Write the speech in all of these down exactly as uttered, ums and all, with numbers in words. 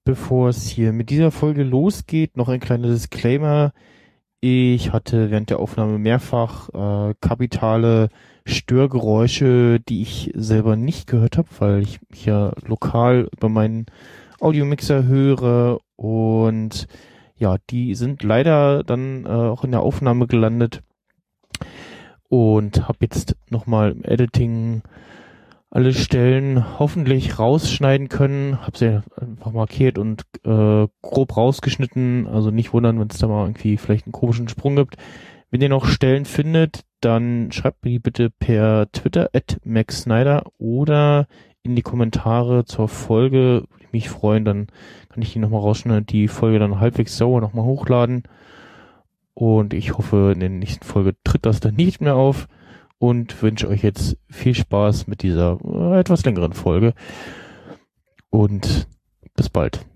Bevor es hier mit dieser Folge losgeht, noch ein kleiner Disclaimer. Ich hatte während der Aufnahme mehrfach äh, kapitale Störgeräusche, die ich selber nicht gehört habe, weil ich mich ja lokal über meinen Audiomixer höre, und ja, die sind leider dann äh, auch in der Aufnahme gelandet, und habe jetzt nochmal im Editing alle Stellen hoffentlich rausschneiden können. Habe sie einfach markiert und äh, grob rausgeschnitten. Also nicht wundern, wenn es da mal irgendwie vielleicht einen komischen Sprung gibt. Wenn ihr noch Stellen findet, dann schreibt mir die bitte per Twitter at maxsnyder oder in die Kommentare zur Folge. Würde ich mich freuen, dann kann ich die nochmal rausschneiden und die Folge dann halbwegs sauber nochmal hochladen. Und ich hoffe, in der nächsten Folge tritt das dann nicht mehr auf. Und wünsche euch jetzt viel Spaß mit dieser äh, etwas längeren Folge. Und bis bald.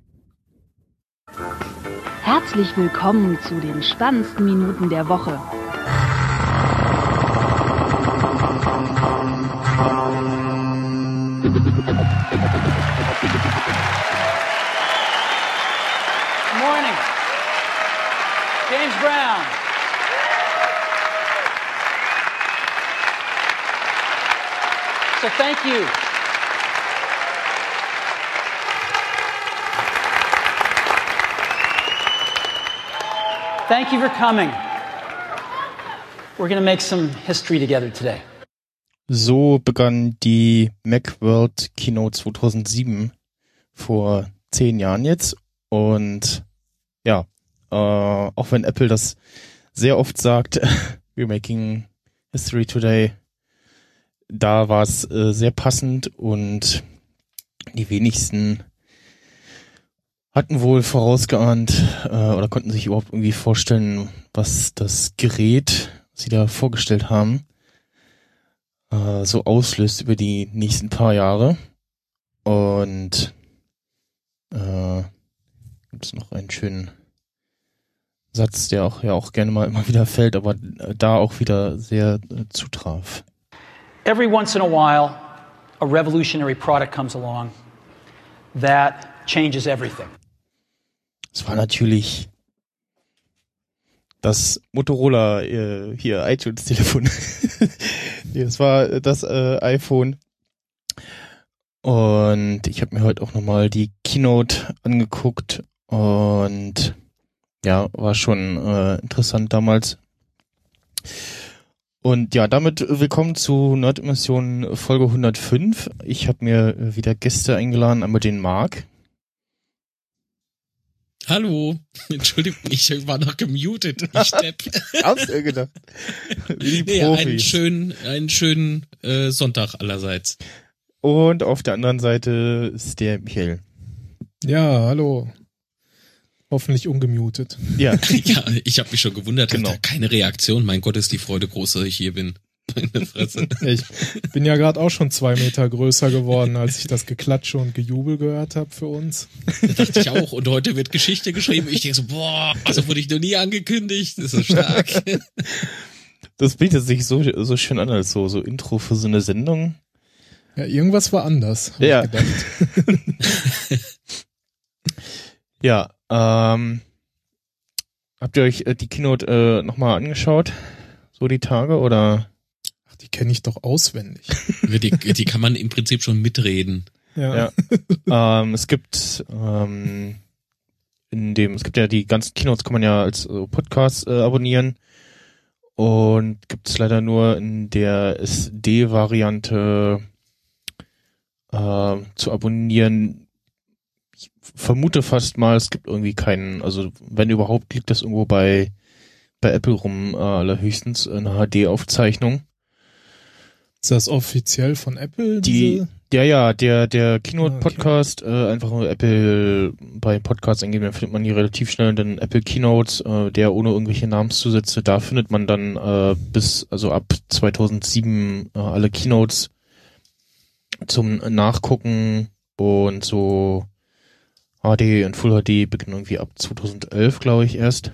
Herzlich willkommen zu den spannendsten Minuten der Woche. Good morning. James Brown. So thank you. Thank you for coming. We're going to make some history together today. So begann die Macworld Keynote zweitausendsieben vor zehn Jahren jetzt. Und ja, äh, auch wenn Apple das sehr oft sagt, we're making history today, da war es äh, sehr passend, und die wenigsten hatten wohl vorausgeahnt äh, oder konnten sich überhaupt irgendwie vorstellen, was das Gerät, das sie da vorgestellt haben, äh, so auslöst über die nächsten paar Jahre. Und äh, gibt es noch einen schönen Satz, der auch ja auch gerne mal immer wieder fällt, aber äh, da auch wieder sehr äh, zutraf. Every once in a while, a revolutionary product comes along that changes everything. Es war natürlich das Motorola äh, hier iTunes-Telefon. Nee, es war das äh, iPhone. Und ich habe mir heute auch nochmal die Keynote angeguckt, und ja, war schon äh, interessant damals. Und ja, damit willkommen zu Nerd-Immersion Folge hundertfünf. Ich habe mir wieder Gäste eingeladen, einmal den Marc. Hallo, Entschuldigung, ich war noch gemutet, ich Depp. Hab's mir gedacht. Wie die nee, Profis. einen schönen, einen schönen äh, Sonntag allerseits. Und auf der anderen Seite ist der Michael. Ja, hallo. Hoffentlich ungemutet. Ja, ja, ich habe mich schon gewundert, genau. Keine Reaktion. Mein Gott, ist die Freude groß, dass ich hier bin. Meine Fresse. Ich bin ja gerade auch schon zwei Meter größer geworden, als ich das Geklatsche und Gejubel gehört habe für uns. Da dachte ich auch. Und heute wird Geschichte geschrieben. Ich denke so, boah, also wurde ich noch nie angekündigt. Das ist so stark. Das bietet sich so, so schön an als so, so Intro für so eine Sendung. Ja, irgendwas war anders, hab ja. ich gedacht. Ja, ähm, habt ihr euch äh, die Keynote äh, nochmal angeschaut? So die Tage, oder? Ach, die kenne ich doch auswendig. Die, die kann man im Prinzip schon mitreden. Ja. ja. ähm, es gibt ähm, in dem, es gibt ja die ganzen Keynotes, kann man ja als äh, Podcast äh, abonnieren, und gibt es leider nur in der S D-Variante äh, zu abonnieren. Ich vermute fast mal, es gibt irgendwie keinen, also wenn überhaupt, liegt das irgendwo bei bei Apple rum, äh, allerhöchstens eine H D-Aufzeichnung. Ist das offiziell von Apple? Die, ja, ja, der der Keynote-Podcast, ah, okay. äh, einfach nur Apple bei Podcasts eingeben, dann findet man die relativ schnell, dann Apple Keynotes, äh, der ohne irgendwelche Namenszusätze, da findet man dann äh, bis, also ab zweitausendsieben äh, alle Keynotes zum Nachgucken, und so H D und Full H D beginnen irgendwie ab zweitausendelf, glaube ich, erst.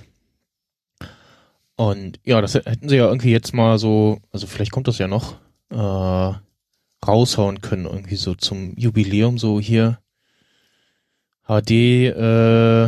Und ja, das hätten sie ja irgendwie jetzt mal so, also vielleicht kommt das ja noch, äh, raushauen können, irgendwie so zum Jubiläum, so hier H D äh,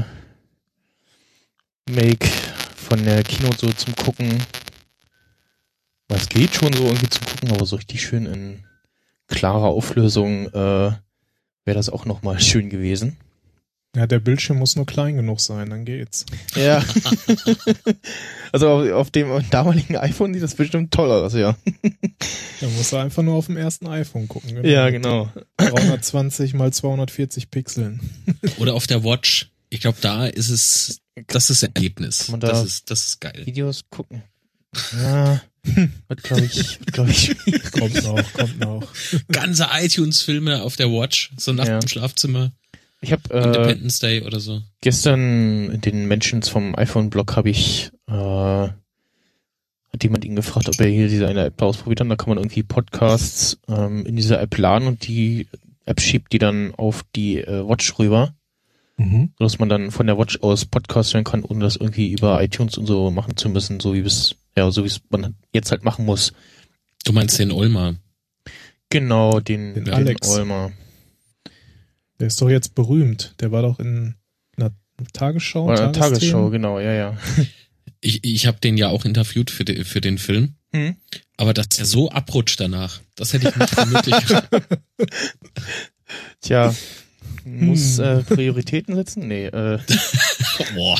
Make von der Keynote so zum Gucken. Es geht schon so irgendwie zum Gucken, aber so richtig schön in klarer Auflösung äh, wäre das auch nochmal schön gewesen. Ja, der Bildschirm muss nur klein genug sein, dann geht's. Ja. Also auf, auf dem damaligen iPhone sieht das bestimmt toll aus, ja. Da musst du einfach nur auf dem ersten iPhone gucken. Genau. Ja, genau. dreihundertzwanzig mal zweihundertvierzig Pixeln. Oder auf der Watch. Ich glaube, da ist es, das ist ein Erlebnis. Kann man da das ist, das ist geil. Videos gucken. Ja, wird glaube ich, glaube ich. Kommt noch, kommt noch. Ganze iTunes-Filme auf der Watch, so nachts Ja. im Schlafzimmer. Ich habe äh, Independence Day oder so. gestern in den Mentions vom iPhone-Blog habe ich äh, hat jemand ihn gefragt, ob er hier diese eine App ausprobiert hat. Da kann man irgendwie Podcasts ähm, in dieser App laden und die App schiebt die dann auf die äh, Watch rüber, Mhm. sodass man dann von der Watch aus Podcasts hören kann, ohne das irgendwie über iTunes und so machen zu müssen, so wie es ja so wie es man jetzt halt machen muss. Du meinst den Olma. Genau, den, Den den Alex. Olma. Der ist doch jetzt berühmt. Der war doch in einer Tagesschau. Oder Tagesthemen. Tagesschau, genau, ja, ja. Ich, ich habe den ja auch interviewt für, de, für den Film. Hm. Aber dass er so abrutscht danach, das hätte ich nicht für möglich gehalten. Tja, muss Hm. äh, Prioritäten setzen? Nee, äh, Boah.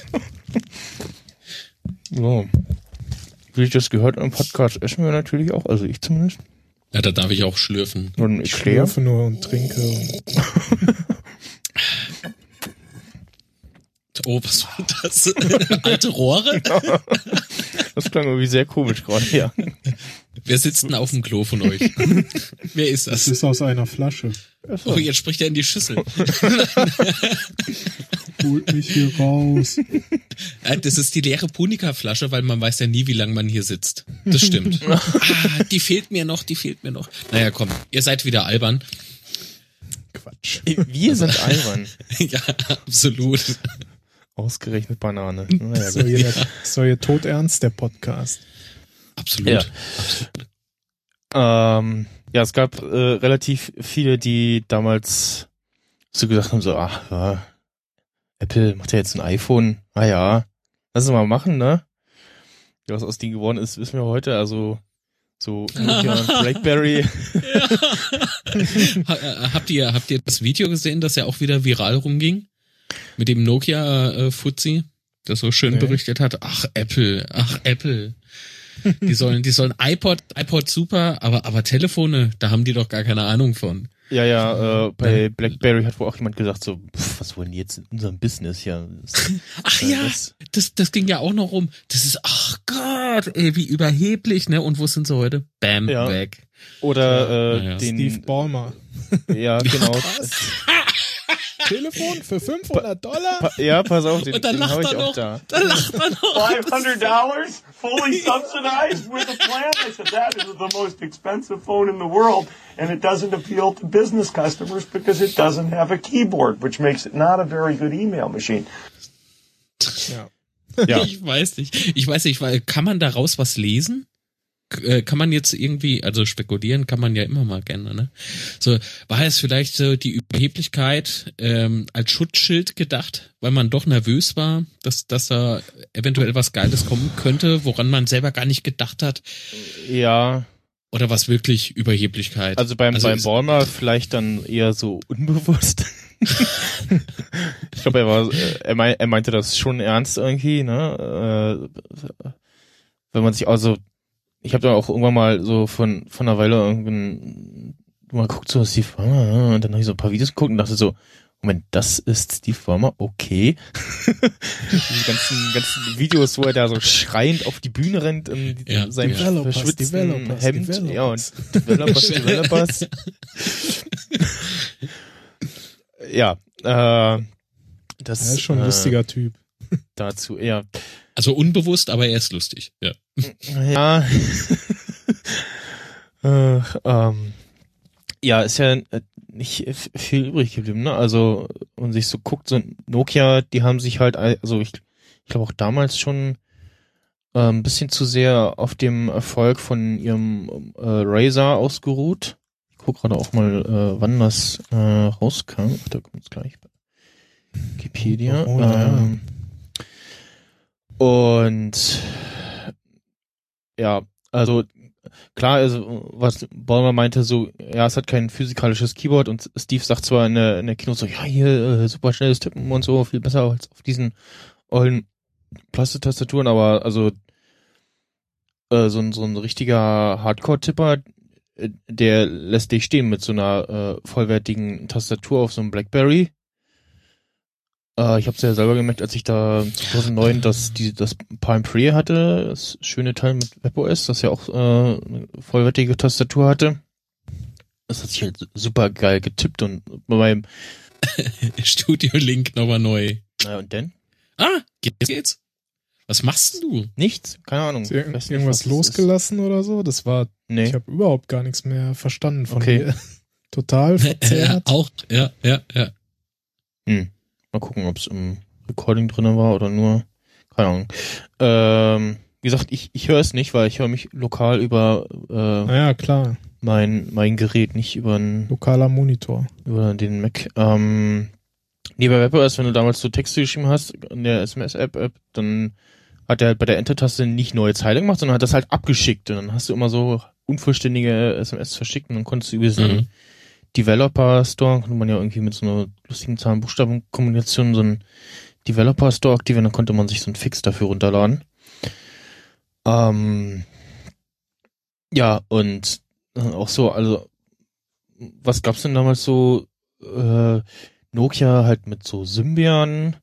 so. Wie ich das gehört im Podcast, essen wir natürlich auch, also ich zumindest. Ja, da darf ich auch schlürfen. Und Ich ich Eclair. schlürfe nur und trinke. Und Oh, was war das? Alte Rohre? Das klang irgendwie sehr komisch gerade, ja. Wer sitzt denn auf dem Klo von euch? Wer ist das das? ist aus einer Flasche. Oh, jetzt spricht er in die Schüssel. Holt mich hier raus. Äh, Das ist die leere Punika-Flasche, weil man weiß ja nie, wie lange man hier sitzt. Das stimmt. Ah, die fehlt mir noch, die fehlt mir noch. Naja, komm, ihr seid wieder albern. Quatsch. Wir sind albern. Ja, absolut. Ausgerechnet Banane. Naja, So gut. hier, der, so hier todernst, der Podcast. Absolut. Ja. Ähm, ja, es gab äh, relativ viele, die damals so gesagt haben, so, ach, ja, Apple macht ja jetzt ein iPhone. Ah ja, lass es mal machen, ne? Ja, was aus denen geworden ist, wissen wir heute. Also so Nokia und BlackBerry. Ha- äh, habt ihr, habt ihr das Video gesehen, das ja auch wieder viral rumging? Mit dem Nokia-Fuzzi, das so schön Nee. berichtet hat. Ach, Apple, ach, Apple. Die sollen, die sollen iPod, iPod super, aber, aber Telefone, da haben die doch gar keine Ahnung von. Ja, ja, äh, bei BlackBerry hat wohl auch jemand gesagt, so, pff, was wollen die jetzt in unserem Business hier? Das, Ach äh, ja, das- das, das ging ja auch noch rum. Das ist, ach Gott, ey, wie überheblich, ne? Und wo sind sie heute? Bam, Ja. weg. Oder äh, Ja, ja. den, Steve Ballmer. ja, genau. Telefon für fünfhundert Dollar? Pa- ja, pass auf, den, Und dann den habe lacht ich er auch noch. da. Da lacht er noch. five hundred dollars fully subsidized with a plan. I said, that is the most expensive phone in the world, and it doesn't appeal to business customers because it doesn't have a keyboard, which makes it not a very good email machine. Ja. Ja. Ich weiß nicht. Ich weiß nicht, weil kann man daraus was lesen? K- äh, Kann man jetzt irgendwie, also spekulieren kann man ja immer mal gerne, ne? So, war es vielleicht so die Überheblichkeit ähm, als Schutzschild gedacht, weil man doch nervös war, dass, dass da eventuell was Geiles kommen könnte, woran man selber gar nicht gedacht hat? Ja, Oder was wirklich Überheblichkeit? also beim, Also beim ist- Ballmer vielleicht dann eher so unbewusst. Ich glaube, er war, äh, er, mein, er meinte das schon ernst irgendwie, ne? Äh, wenn man sich also, ich habe da auch irgendwann mal so von von einer Weile irgendwann mal guckt, so was Steve Ballmer, und dann habe ich so ein paar Videos geguckt und dachte so, Moment, das ist Steve Ballmer, okay. Diese ganzen ganzen Videos, wo er da so schreiend auf die Bühne rennt in Ja, seinem ja. Developers, verschwitzten Developers, Hemd. Developers. Ja, und Developers, Developers. Ja, äh, das Er ist schon ein äh, lustiger Typ. dazu, ja. Also unbewusst, aber er ist lustig. Ja. Ja. äh, ähm, ja, ist ja äh, nicht f- viel übrig geblieben, ne? Also, wenn man sich so guckt, so Nokia, die haben sich halt, also ich, ich glaube auch damals schon äh, ein bisschen zu sehr auf dem Erfolg von ihrem äh, Razer ausgeruht. Ich guck gerade auch mal, äh, wann das äh, rauskam. Ach, da kommt's gleich. Wikipedia. Oh, ja. ähm, und ja, also klar, also was Ballmer meinte, so, ja, es hat kein physikalisches Keyboard und Steve sagt zwar in der, in der Kino so, ja, hier, äh, super schnelles Tippen und so, viel besser als auf diesen ollen Plastetastaturen, aber also äh, so, ein so ein richtiger Hardcore-Tipper, äh, der lässt dich stehen mit so einer äh, vollwertigen Tastatur auf so einem Blackberry. Äh, ich habe es ja selber gemerkt, als ich da zweitausendneun das, die, das Palm Pre hatte, das schöne Teil mit WebOS, das ja auch äh, eine vollwertige Tastatur hatte. Das hat sich halt super geil getippt und bei meinem Studio Link nochmal neu. Na und denn? Ah, jetzt geht's. Was machst du? Nichts? Keine Ahnung. Ist irgend, Weiß nicht, irgendwas was das losgelassen oder so? Das war, Nee. ich habe überhaupt gar nichts mehr verstanden von Okay. dir. Total Ja, verzerrt. auch, ja, ja, ja. Hm. Mal gucken, ob es im Recording drin war oder nur, keine Ahnung. Ähm, wie gesagt, ich, ich höre es nicht, weil ich höre mich lokal über äh, Naja, klar. mein mein Gerät, nicht über, ein, Lokaler Monitor. über den Mac. Ähm, nee, bei WebOS, wenn du damals so Texte geschrieben hast in der S M S-App, App, dann hat er halt bei der Enter-Taste nicht neue Zeile gemacht, sondern hat das halt abgeschickt. Und dann hast du immer so unvollständige S M S verschickt und dann konntest du über diesen Mhm. Developer Store, konnte man ja irgendwie mit so einer lustigen Zahlen-Buchstaben-Kombination so einen Developer Store aktivieren, dann konnte man sich so einen Fix dafür runterladen. Ähm, ja, und äh, auch so, also, was gab's denn damals so? Äh, Nokia halt mit so Symbian,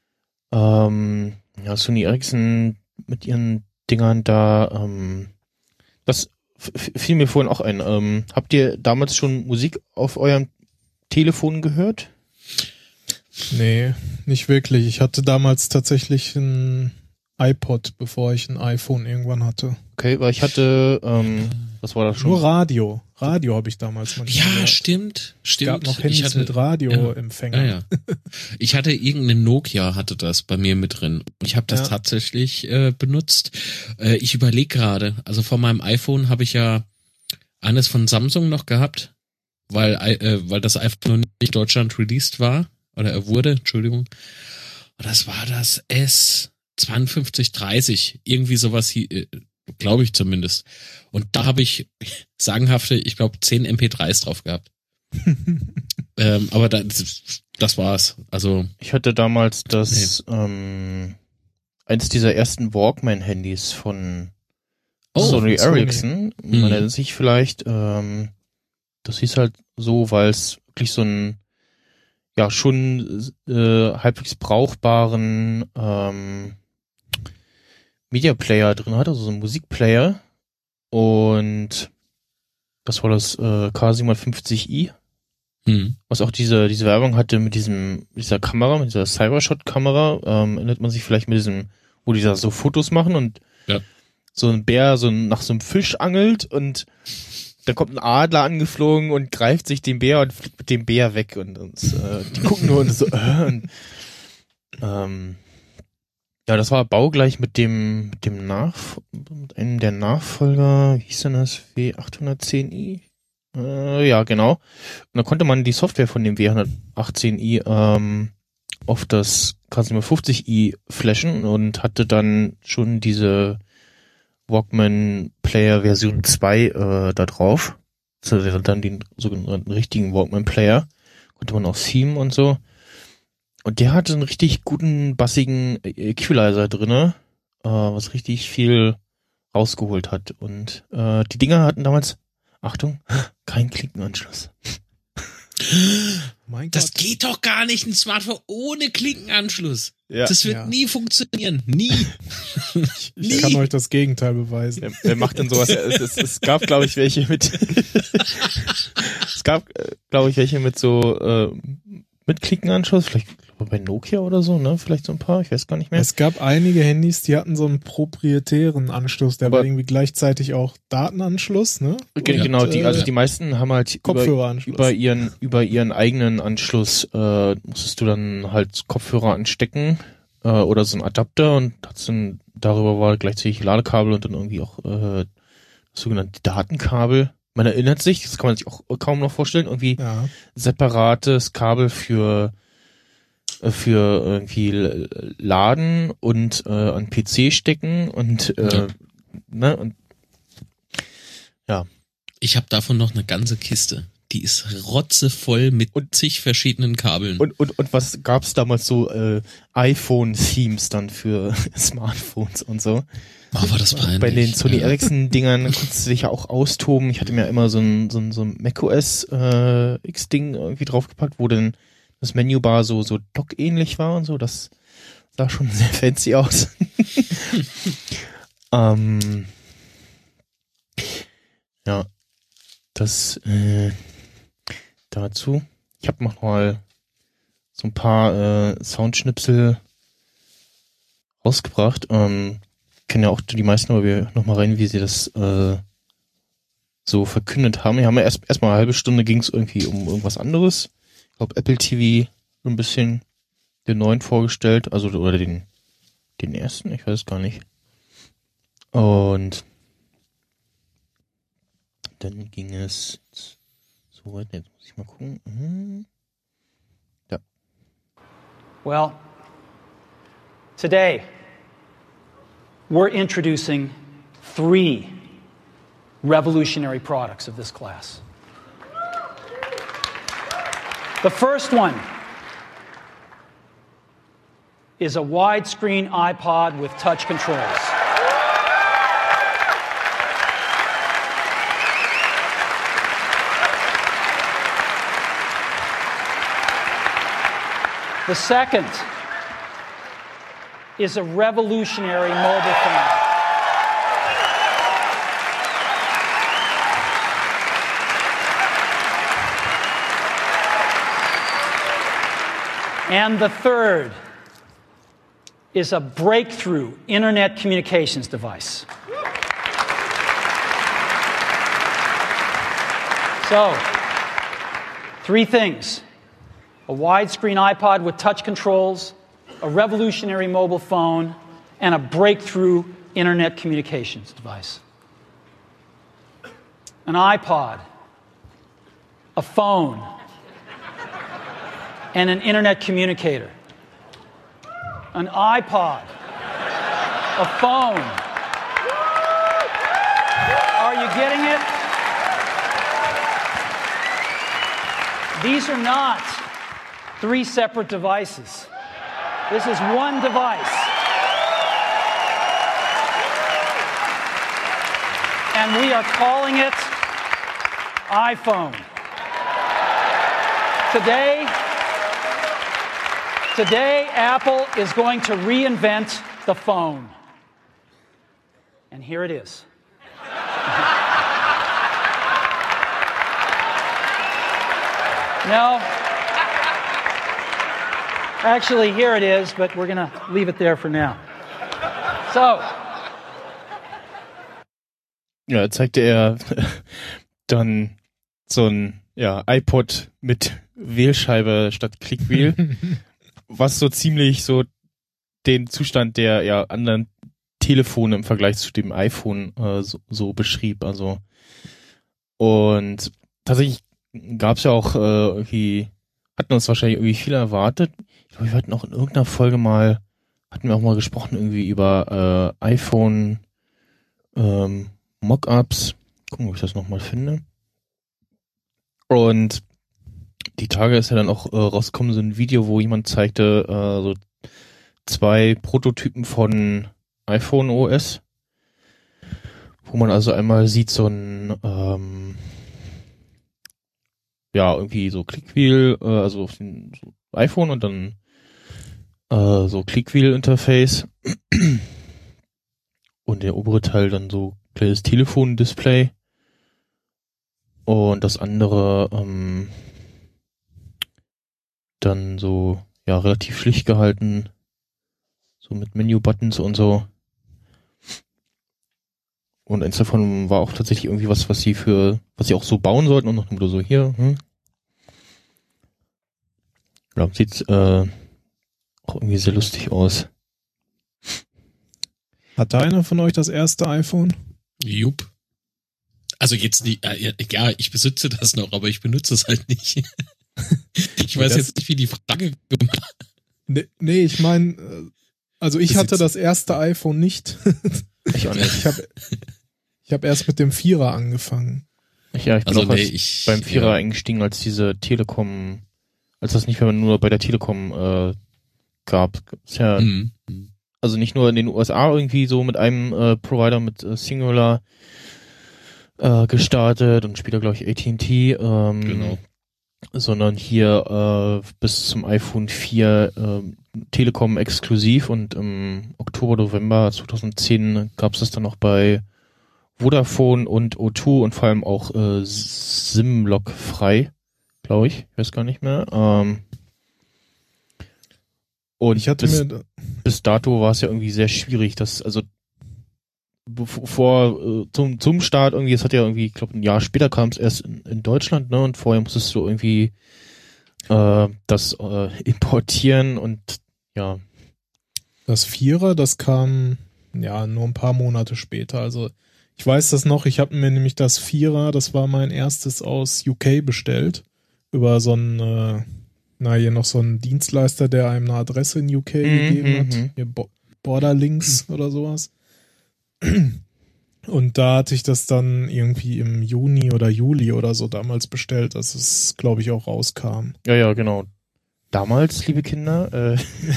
ähm, ja, Sony Ericsson mit ihren Dingern da, ähm, das f- fiel mir vorhin auch ein. Ähm, habt ihr damals schon Musik auf eurem Telefon gehört? Nee, nicht wirklich. Ich hatte damals tatsächlich ein iPod, bevor ich ein iPhone irgendwann hatte. Okay, weil ich hatte, ähm, was war das schon? Nur Radio. Radio habe ich damals manchmal Ja, gehört. stimmt, Es stimmt. gab noch Handys ich hatte, mit Radioempfänger. Ja, ja. Ich hatte irgendeine Nokia, hatte das bei mir mit drin. Ich habe das Ja. tatsächlich äh, benutzt. Äh, ich überlege gerade, also von meinem iPhone habe ich ja eines von Samsung noch gehabt, weil äh, weil das iPhone noch nicht in Deutschland released war oder er wurde, Entschuldigung. Und das war das S zweiundfünfzig dreißig, irgendwie sowas, äh, glaube ich zumindest. Und da habe ich sagenhafte, ich glaube, zehn M P drei s drauf gehabt. ähm, aber das, das war's. Also Ich hatte damals das, ähm, eins dieser ersten Walkman-Handys von Oh, Sony von Sony. Ericsson. Man Mhm. nennt sich vielleicht, ähm, das hieß halt so, weil es wirklich so ein, ja, schon äh, halbwegs brauchbaren ähm, Media Player drin hat, also so ein Musikplayer. Und das war das äh, K siebenhundertfünfzig i, hm. was auch diese diese Werbung hatte mit diesem dieser Kamera, mit dieser Cybershot-Kamera. Ähm, erinnert man sich vielleicht mit diesem, wo die da so Fotos machen und Ja. so ein Bär so nach so einem Fisch angelt und da kommt ein Adler angeflogen und greift sich den Bär und fliegt mit dem Bär weg und, und äh, die gucken nur und so äh, und, ähm, ja, das war baugleich mit dem mit dem Nach mit einem der Nachfolger, wie hieß denn das, W achthundertzehn i? Äh, ja, genau. Und da konnte man die Software von dem W hundertachtzehn i ähm, auf das K siebenhundertfünfzig i flashen und hatte dann schon diese Walkman Player Version zwei äh, da drauf. Das wäre dann den sogenannten richtigen Walkman Player. Konnte man auch themen und so. Und der hatte einen richtig guten, bassigen Equalizer drinne, äh, was richtig viel rausgeholt hat. Und äh, die Dinger hatten damals, Achtung, keinen Klinkenanschluss. Mein Das Gott. geht doch gar nicht, ein Smartphone ohne Klinkenanschluss. Ja. Das wird Ja. nie funktionieren. Nie. Ich kann euch das Gegenteil beweisen. Wer, wer macht denn sowas? Es, es, es gab, glaube ich, welche mit. Es gab, glaube ich, welche mit so äh, mit Klinkenanschluss. Vielleicht bei Nokia oder so, ne? Vielleicht so ein paar. Ich weiß gar nicht mehr. Es gab einige Handys, die hatten so einen proprietären Anschluss, der Aber- war irgendwie gleichzeitig auch Datenanschluss, ne? Ge- Und, genau, die, äh, also die meisten haben halt über, Kopfhöreranschluss. über ihren über ihren eigenen Anschluss äh, musstest du dann halt Kopfhörer anstecken äh, oder so ein Adapter und hast dann darüber war gleichzeitig Ladekabel und dann irgendwie auch äh, das sogenannte Datenkabel. Man erinnert sich, das kann man sich auch kaum noch vorstellen, irgendwie Ja. separates Kabel für äh, für irgendwie laden und äh, an P C stecken und äh, Ja. ne und ja. Ich habe davon noch eine ganze Kiste. Die ist rotzevoll mit Und- zig verschiedenen Kabeln. Und, und, und was gab's damals so äh, iPhone-Themes dann für Smartphones und so? Oh, war das peinlich. Bei den Sony ja. Ericsson-Dingern konntest du dich ja auch austoben. Ich hatte mir immer so ein, so ein, so ein macOS äh, X-Ding irgendwie draufgepackt, wo dann das Menübar so, so Dock-ähnlich war und so. Das sah schon sehr fancy aus. ähm, ja, das äh, dazu. Ich habe noch mal so ein paar äh, Soundschnipsel rausgebracht. Ähm, kennen ja auch die meisten, aber wir noch mal rein, wie sie das äh, so verkündet haben. Wir haben ja erst erstmal eine halbe Stunde ging es irgendwie um irgendwas anderes. Ich glaube Apple T V so ein bisschen den neuen vorgestellt, also oder den den ersten, ich weiß es gar nicht. Und dann ging es so weit, jetzt muss ich mal gucken. Mhm. Ja. Well, today we're introducing three revolutionary products of this class. The first one is a widescreen iPod with touch controls. The second is a revolutionary mobile phone. And the third is a breakthrough internet communications device. So, three things. A widescreen iPod with touch controls, a revolutionary mobile phone, and a breakthrough internet communications device. An iPod, a phone, and an internet communicator. An iPod, a phone. Are you getting it? These are not three separate devices. This is one device. And we are calling it iPhone. Today, today Apple is going to reinvent the phone. And here it is. No. Actually, here it is, but we're going to leave it there for now. So. Ja, zeigte er dann so ein ja, iPod mit Wählscheibe statt Clickwheel, was so ziemlich so den Zustand der ja anderen Telefone im Vergleich zu dem iPhone äh, so, so beschrieb. Also und tatsächlich gab es ja auch äh, irgendwie, hatten uns wahrscheinlich irgendwie viel erwartet. Ich glaube, wir hatten auch in irgendeiner Folge mal, hatten wir auch mal gesprochen irgendwie über äh, iPhone ähm, Mockups. Gucken, ob ich das nochmal finde. Und die Tage ist ja dann auch äh, rausgekommen, so ein Video, wo jemand zeigte, äh, so zwei Prototypen von iPhone O S, wo man also einmal sieht so ein ähm, ja, irgendwie so Clickwheel, äh, also auf dem so iPhone und dann äh, so Clickwheel-Interface und der obere Teil dann so kleines Telefon-Display und das andere ähm, dann so ja relativ schlicht gehalten, so mit Menü-Buttons und so. Und eins davon war auch tatsächlich irgendwie was, was sie für, was sie auch so bauen sollten und noch nur so hier. Hm. Ja, sieht äh, auch irgendwie sehr lustig aus. Hat da einer von euch das erste iPhone? Jupp. Also jetzt nicht, äh, ja, ich besitze das noch, aber ich benutze es halt nicht. Ich weiß das, jetzt nicht, wie die Frage gemacht. Nee, nee ich meine, also ich Das hatte jetzt- das erste iPhone nicht. Ich auch nicht. Ich habe ich hab erst mit dem Vierer angefangen. Ich, ja, ich bin Also auch nee, erst ich beim Vierer ja. eingestiegen, als diese Telekom, als das nicht mehr nur bei der Telekom äh, gab. Ist ja, Mhm. also nicht nur in den U S A irgendwie so mit einem äh, Provider, mit äh, Singular äh, gestartet und später, glaube ich, A T and T. Ähm, Genau. Sondern hier äh, bis zum iPhone vier äh, Telekom exklusiv und im Oktober, November zweitausendzehn gab es das dann noch bei Vodafone und O zwei und vor allem auch äh, Simlock frei, glaube ich, ich weiß gar nicht mehr. Ähm, und Ich hatte bis, mir, bis dato war es ja irgendwie sehr schwierig, dass, also bevor äh, zum zum Start irgendwie, es hat ja irgendwie, ich glaube ein Jahr später kam es erst in, in Deutschland, ne, und vorher musstest du irgendwie äh, das äh, importieren und ja. das Vierer, das kam ja nur ein paar Monate später. Also ich weiß das noch, ich habe mir nämlich das Vierer, das war mein erstes aus U K bestellt, über so einen, äh, na hier noch so einen Dienstleister, der einem eine Adresse in U K Mhm, gegeben hat, mhm. hier Bo- Borderlinks oder sowas. Und da hatte ich das dann irgendwie im Juni oder Juli oder so damals bestellt, dass es, glaube ich, auch rauskam. Ja, ja, genau. Damals, liebe Kinder, äh,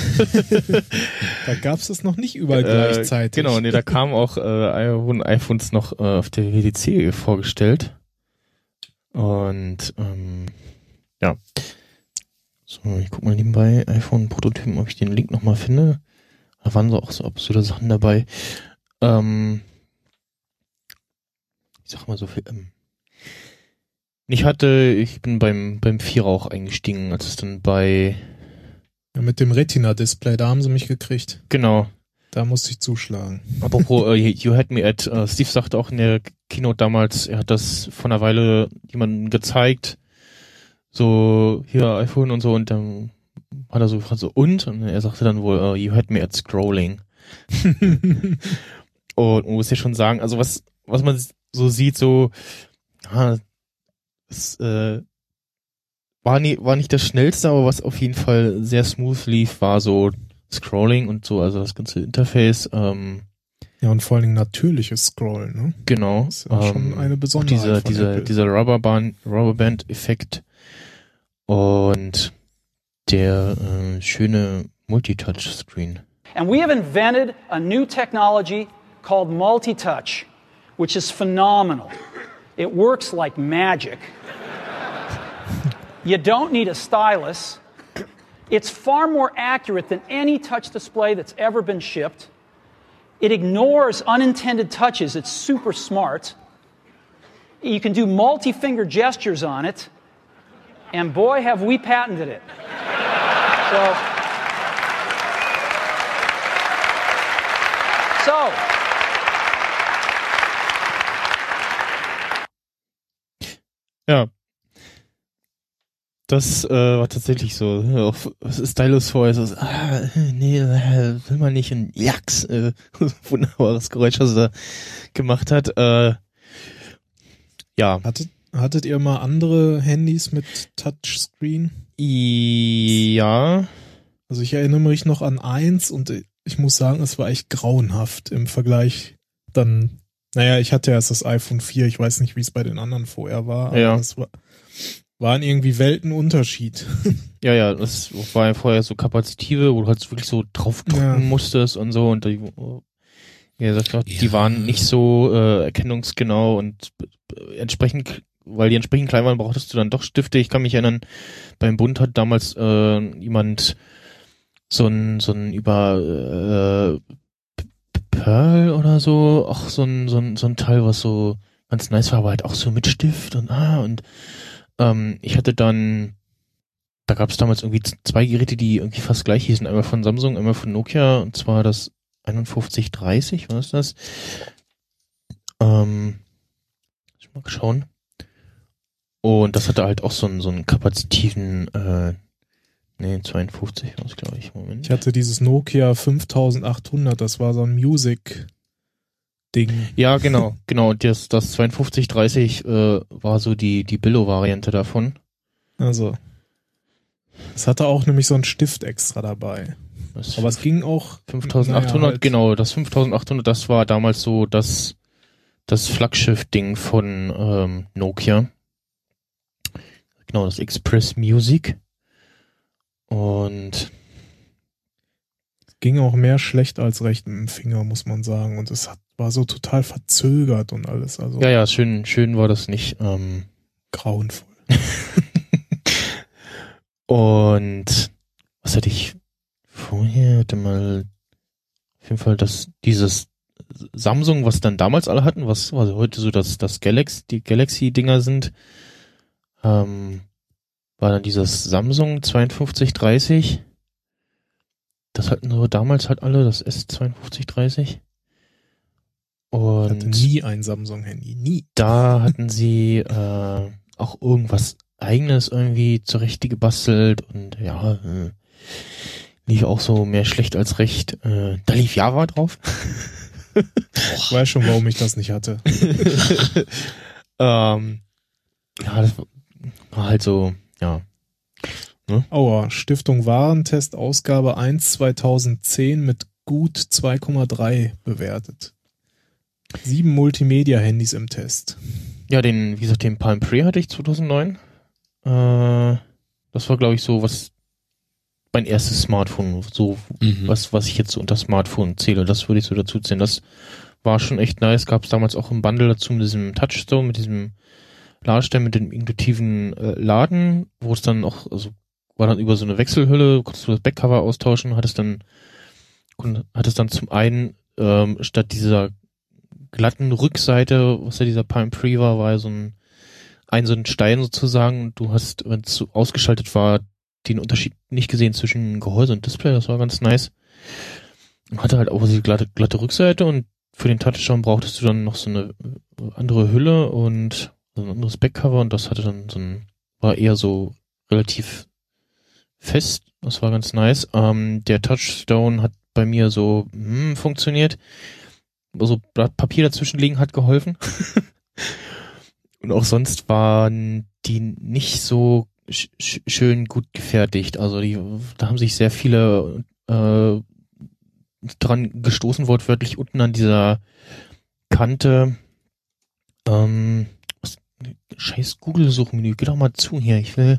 Da gab es das noch nicht überall gleichzeitig. Äh, genau, nee, da kamen auch äh, iPhone, iPhones noch äh, auf der W W D C vorgestellt. Und ähm, ja. So, ich guck mal nebenbei, iPhone-Prototypen, ob ich den Link nochmal finde. Da waren so auch so absurde Sachen dabei. Ähm, ich sag mal so viel. Ähm, ich hatte, ich bin beim beim Vierer auch eingestiegen, als es dann bei Ja, mit dem Retina-Display, da haben sie mich gekriegt. genau. Da musste ich zuschlagen. Apropos, uh, You Had Me at, uh, Steve sagte auch in der Keynote damals, er hat das vor einer Weile jemandem gezeigt, so, hier iPhone und so, und dann hat er so gefragt, so, und? Und er sagte dann wohl, uh, You Had Me at Scrolling. Und man muss ja schon sagen, also was, was man so sieht, so, ah, es, äh, war, nie, war nicht das Schnellste, aber was auf jeden Fall sehr smooth lief, war so Scrolling und so, also das ganze Interface, ähm, Ja, und vor allen Dingen natürliches Scrollen, ne? genau. Das ist ja schon eine auch Besonderheit dieser, von dieser, Apple. dieser Rubberband, Rubberband-Effekt und der äh, schöne Multitouch-Screen. And we have invented a new technology called multi-touch, which is phenomenal. It works like magic. You don't need a stylus. It's far more accurate than any touch display that's ever been shipped. It ignores unintended touches. It's super smart. You can do multi-finger gestures on it. And boy, have we patented it. So, so Ja. Das äh, war tatsächlich so. Auf Stylus vorher so, ah, nee, äh, will man nicht ein Jax. Äh, wunderbares Geräusch, was er da gemacht hat. Äh, ja. Hattet, hattet ihr mal andere Handys mit Touchscreen? Ja. Also ich erinnere mich noch an eins und ich muss sagen, es war echt grauenhaft im Vergleich dann, naja, ich hatte erst das iPhone vier, ich weiß nicht, wie es bei den anderen vorher war, aber Ja. es war, waren irgendwie Weltenunterschied. Ja, ja, das war ja vorher so Kapazitive, wo du halt wirklich so drauf drücken Ja. musstest und so und die, wie gesagt, die Ja. waren nicht so äh, erkennungsgenau und äh, entsprechend, weil die entsprechend klein waren, brauchtest du dann doch Stifte. Ich kann mich erinnern, beim Bund hat damals äh, jemand so ein so ein über äh, Pearl oder so, auch so ein so ein so ein Teil, was so ganz nice war, aber halt auch so mit Stift und ah und ähm, ich hatte dann, da gab es damals irgendwie z- zwei Geräte, die irgendwie fast gleich hießen, einmal von Samsung, einmal von Nokia, und zwar das einundfünfzig dreißig, was ist das? Ähm, muss ich mal schauen. Und das hatte halt auch so einen so einen kapazitiven, äh, nee, zweiundfünfzig war es, glaube ich, Moment. Ich hatte dieses Nokia fünftausendachthundert, das war so ein Music-Ding. Ja, genau, genau. Das, das zweiundfünfzig dreißig äh, war so die, die Billo-Variante davon. Also, Es hatte auch nämlich so einen Stift extra dabei. Das Aber es ging auch fünftausendachthundert, naja, halt, genau, das fünftausendachthundert, das war damals so das, das Flaggschiff-Ding von ähm, Nokia. Genau, das Express Music. Und ging auch mehr schlecht als recht mit dem Finger, muss man sagen. Und es hat, war so total verzögert und alles. Also ja, ja, schön, schön war das nicht. Ähm, grauenvoll. Und was hatte ich vorher? Hatte mal auf jeden Fall das, dieses Samsung, was dann damals alle hatten, was also heute so das, das Galaxy, die Galaxy-Dinger sind, ähm, war dann dieses Samsung zweiundfünfzig dreißig. Das hatten so damals halt alle, das S zweiundfünfzig dreißig. Und Ich hatte nie ein Samsung-Handy, nie. da hatten sie äh, auch irgendwas Eigenes irgendwie zurecht gebastelt und ja, äh, lief auch so mehr schlecht als recht. Äh, da lief Java drauf. Ich weiß schon, warum ich das nicht hatte. ähm, ja, das war halt so, ja. Aua, Stiftung Warentest, Ausgabe eins zweitausendzehn mit gut zwei Komma drei bewertet. Sieben Multimedia-Handys im Test. Ja, den, wie gesagt, den Palm Pre hatte ich zweitausendneun. Äh, das war, glaube ich, so was, mein erstes Smartphone, so Mhm. was, was ich jetzt so unter Smartphone zähle. Das würde ich so dazu zählen. Das war schon echt nice. Gab es damals auch im Bundle dazu mit diesem Touchstone, mit diesem Ladestein, mit dem induktiven äh, Laden, wo es dann auch, also war dann über so eine Wechselhülle, konntest du das Backcover austauschen, hattest dann, hattest dann zum einen ähm, statt dieser glatten Rückseite, was ja dieser Palm Pre war, war ja so ein, ein so ein Stein sozusagen. Und du hast, wenn es so ausgeschaltet war, den Unterschied nicht gesehen zwischen Gehäuse und Display. Das war ganz nice. Und hatte halt auch diese glatte, glatte Rückseite und für den Touchdown brauchtest du dann noch so eine andere Hülle und so ein anderes Backcover und das hatte dann so ein, war eher so relativ fest. Das war ganz nice. Ähm, der Touchstone hat bei mir so hm, funktioniert. Also Blatt Papier dazwischen liegen hat geholfen. Und auch sonst waren die nicht so sch- sch- schön gut gefertigt. Also die, da haben sich sehr viele äh, dran gestoßen, wortwörtlich unten an dieser Kante. Ähm, was, scheiß Google-Suchmenü, geh doch mal zu hier. Ich will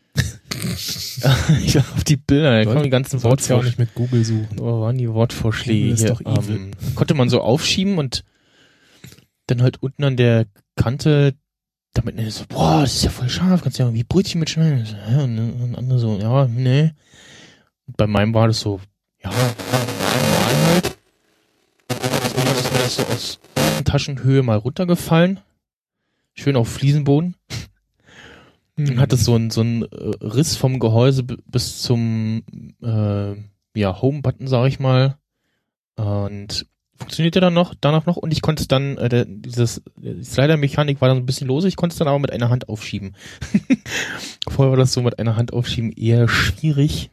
ich will auf die Bilder, da kommen die ganzen ja auch nicht Wortvorschläge. mit Google suchen. Oh, waren die Wortvorschläge Google ist hier. doch evil. Ähm, konnte man so aufschieben und dann halt unten an der Kante damit ne, so, boah, das ist ja voll scharf, kannst ja irgendwie Brötchen mitschneiden. So, ja, und, und andere so, ja, nee. Und bei meinem war das so, ja, normal halt. Irgendwann ist mir das so aus Taschenhöhe mal runtergefallen. Schön auf Fliesenboden. Dann hat es so ein so ein Riss vom Gehäuse b- bis zum äh, ja Home-Button, sag ich mal. Und funktionierte dann noch, danach noch und ich konnte es dann, äh, der, dieses die Slider-Mechanik war dann so ein bisschen lose, ich konnte es dann aber mit einer Hand aufschieben. Vorher war das so mit einer Hand aufschieben eher schwierig.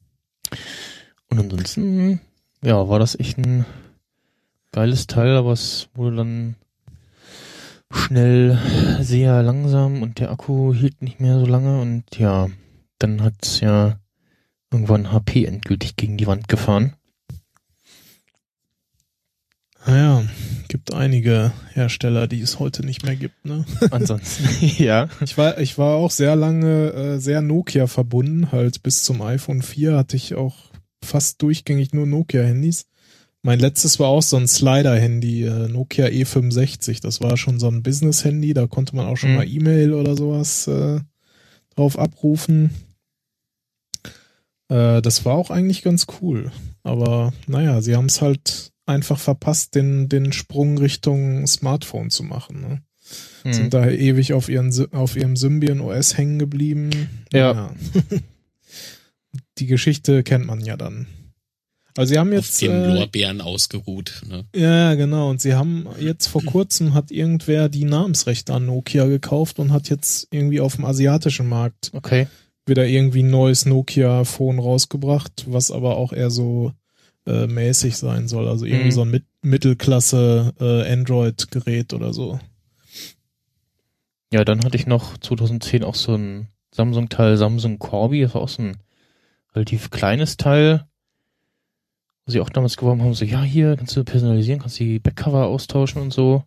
Und ansonsten, ja, war das echt ein geiles Teil, aber es wurde dann schnell sehr langsam und der Akku hielt nicht mehr so lange und ja, dann hat's ja irgendwann H P endgültig gegen die Wand gefahren. Naja, gibt einige Hersteller, die es heute nicht mehr gibt, ne? Ansonsten, ja. Ich war, ich war auch sehr lange äh, sehr Nokia verbunden, halt bis zum iPhone vier hatte ich auch fast durchgängig nur Nokia-Handys. Mein letztes war auch so ein Slider-Handy, äh, Nokia E fünfundsechzig, das war schon so ein Business-Handy, da konnte man auch schon Mhm. mal E-Mail oder sowas äh, drauf abrufen. Äh, das war auch eigentlich ganz cool, aber naja, sie haben es halt einfach verpasst, den, den Sprung Richtung Smartphone zu machen, ne? Hm. Sind da ewig auf, ihren, Sy- auf ihrem Symbian O S hängen geblieben. Ja. Die Geschichte kennt man ja dann. Also sie haben Auf jetzt dem äh, Lorbeeren ausgeruht. Ne? ja, genau. Und sie haben jetzt vor kurzem hat irgendwer die Namensrechte an Nokia gekauft und hat jetzt irgendwie auf dem asiatischen Markt Okay. wieder irgendwie ein neues Nokia-Phone rausgebracht, was aber auch eher so äh, mäßig sein soll. Also irgendwie Mhm. so ein Mit- Mittelklasse äh, Android-Gerät oder so. Ja, dann hatte ich noch zweitausendzehn auch so ein Samsung-Teil, Samsung Corby, das war auch so ein relativ kleines Teil, wo sie auch damals geworben haben, so, ja, hier kannst du personalisieren, kannst die Backcover austauschen und so.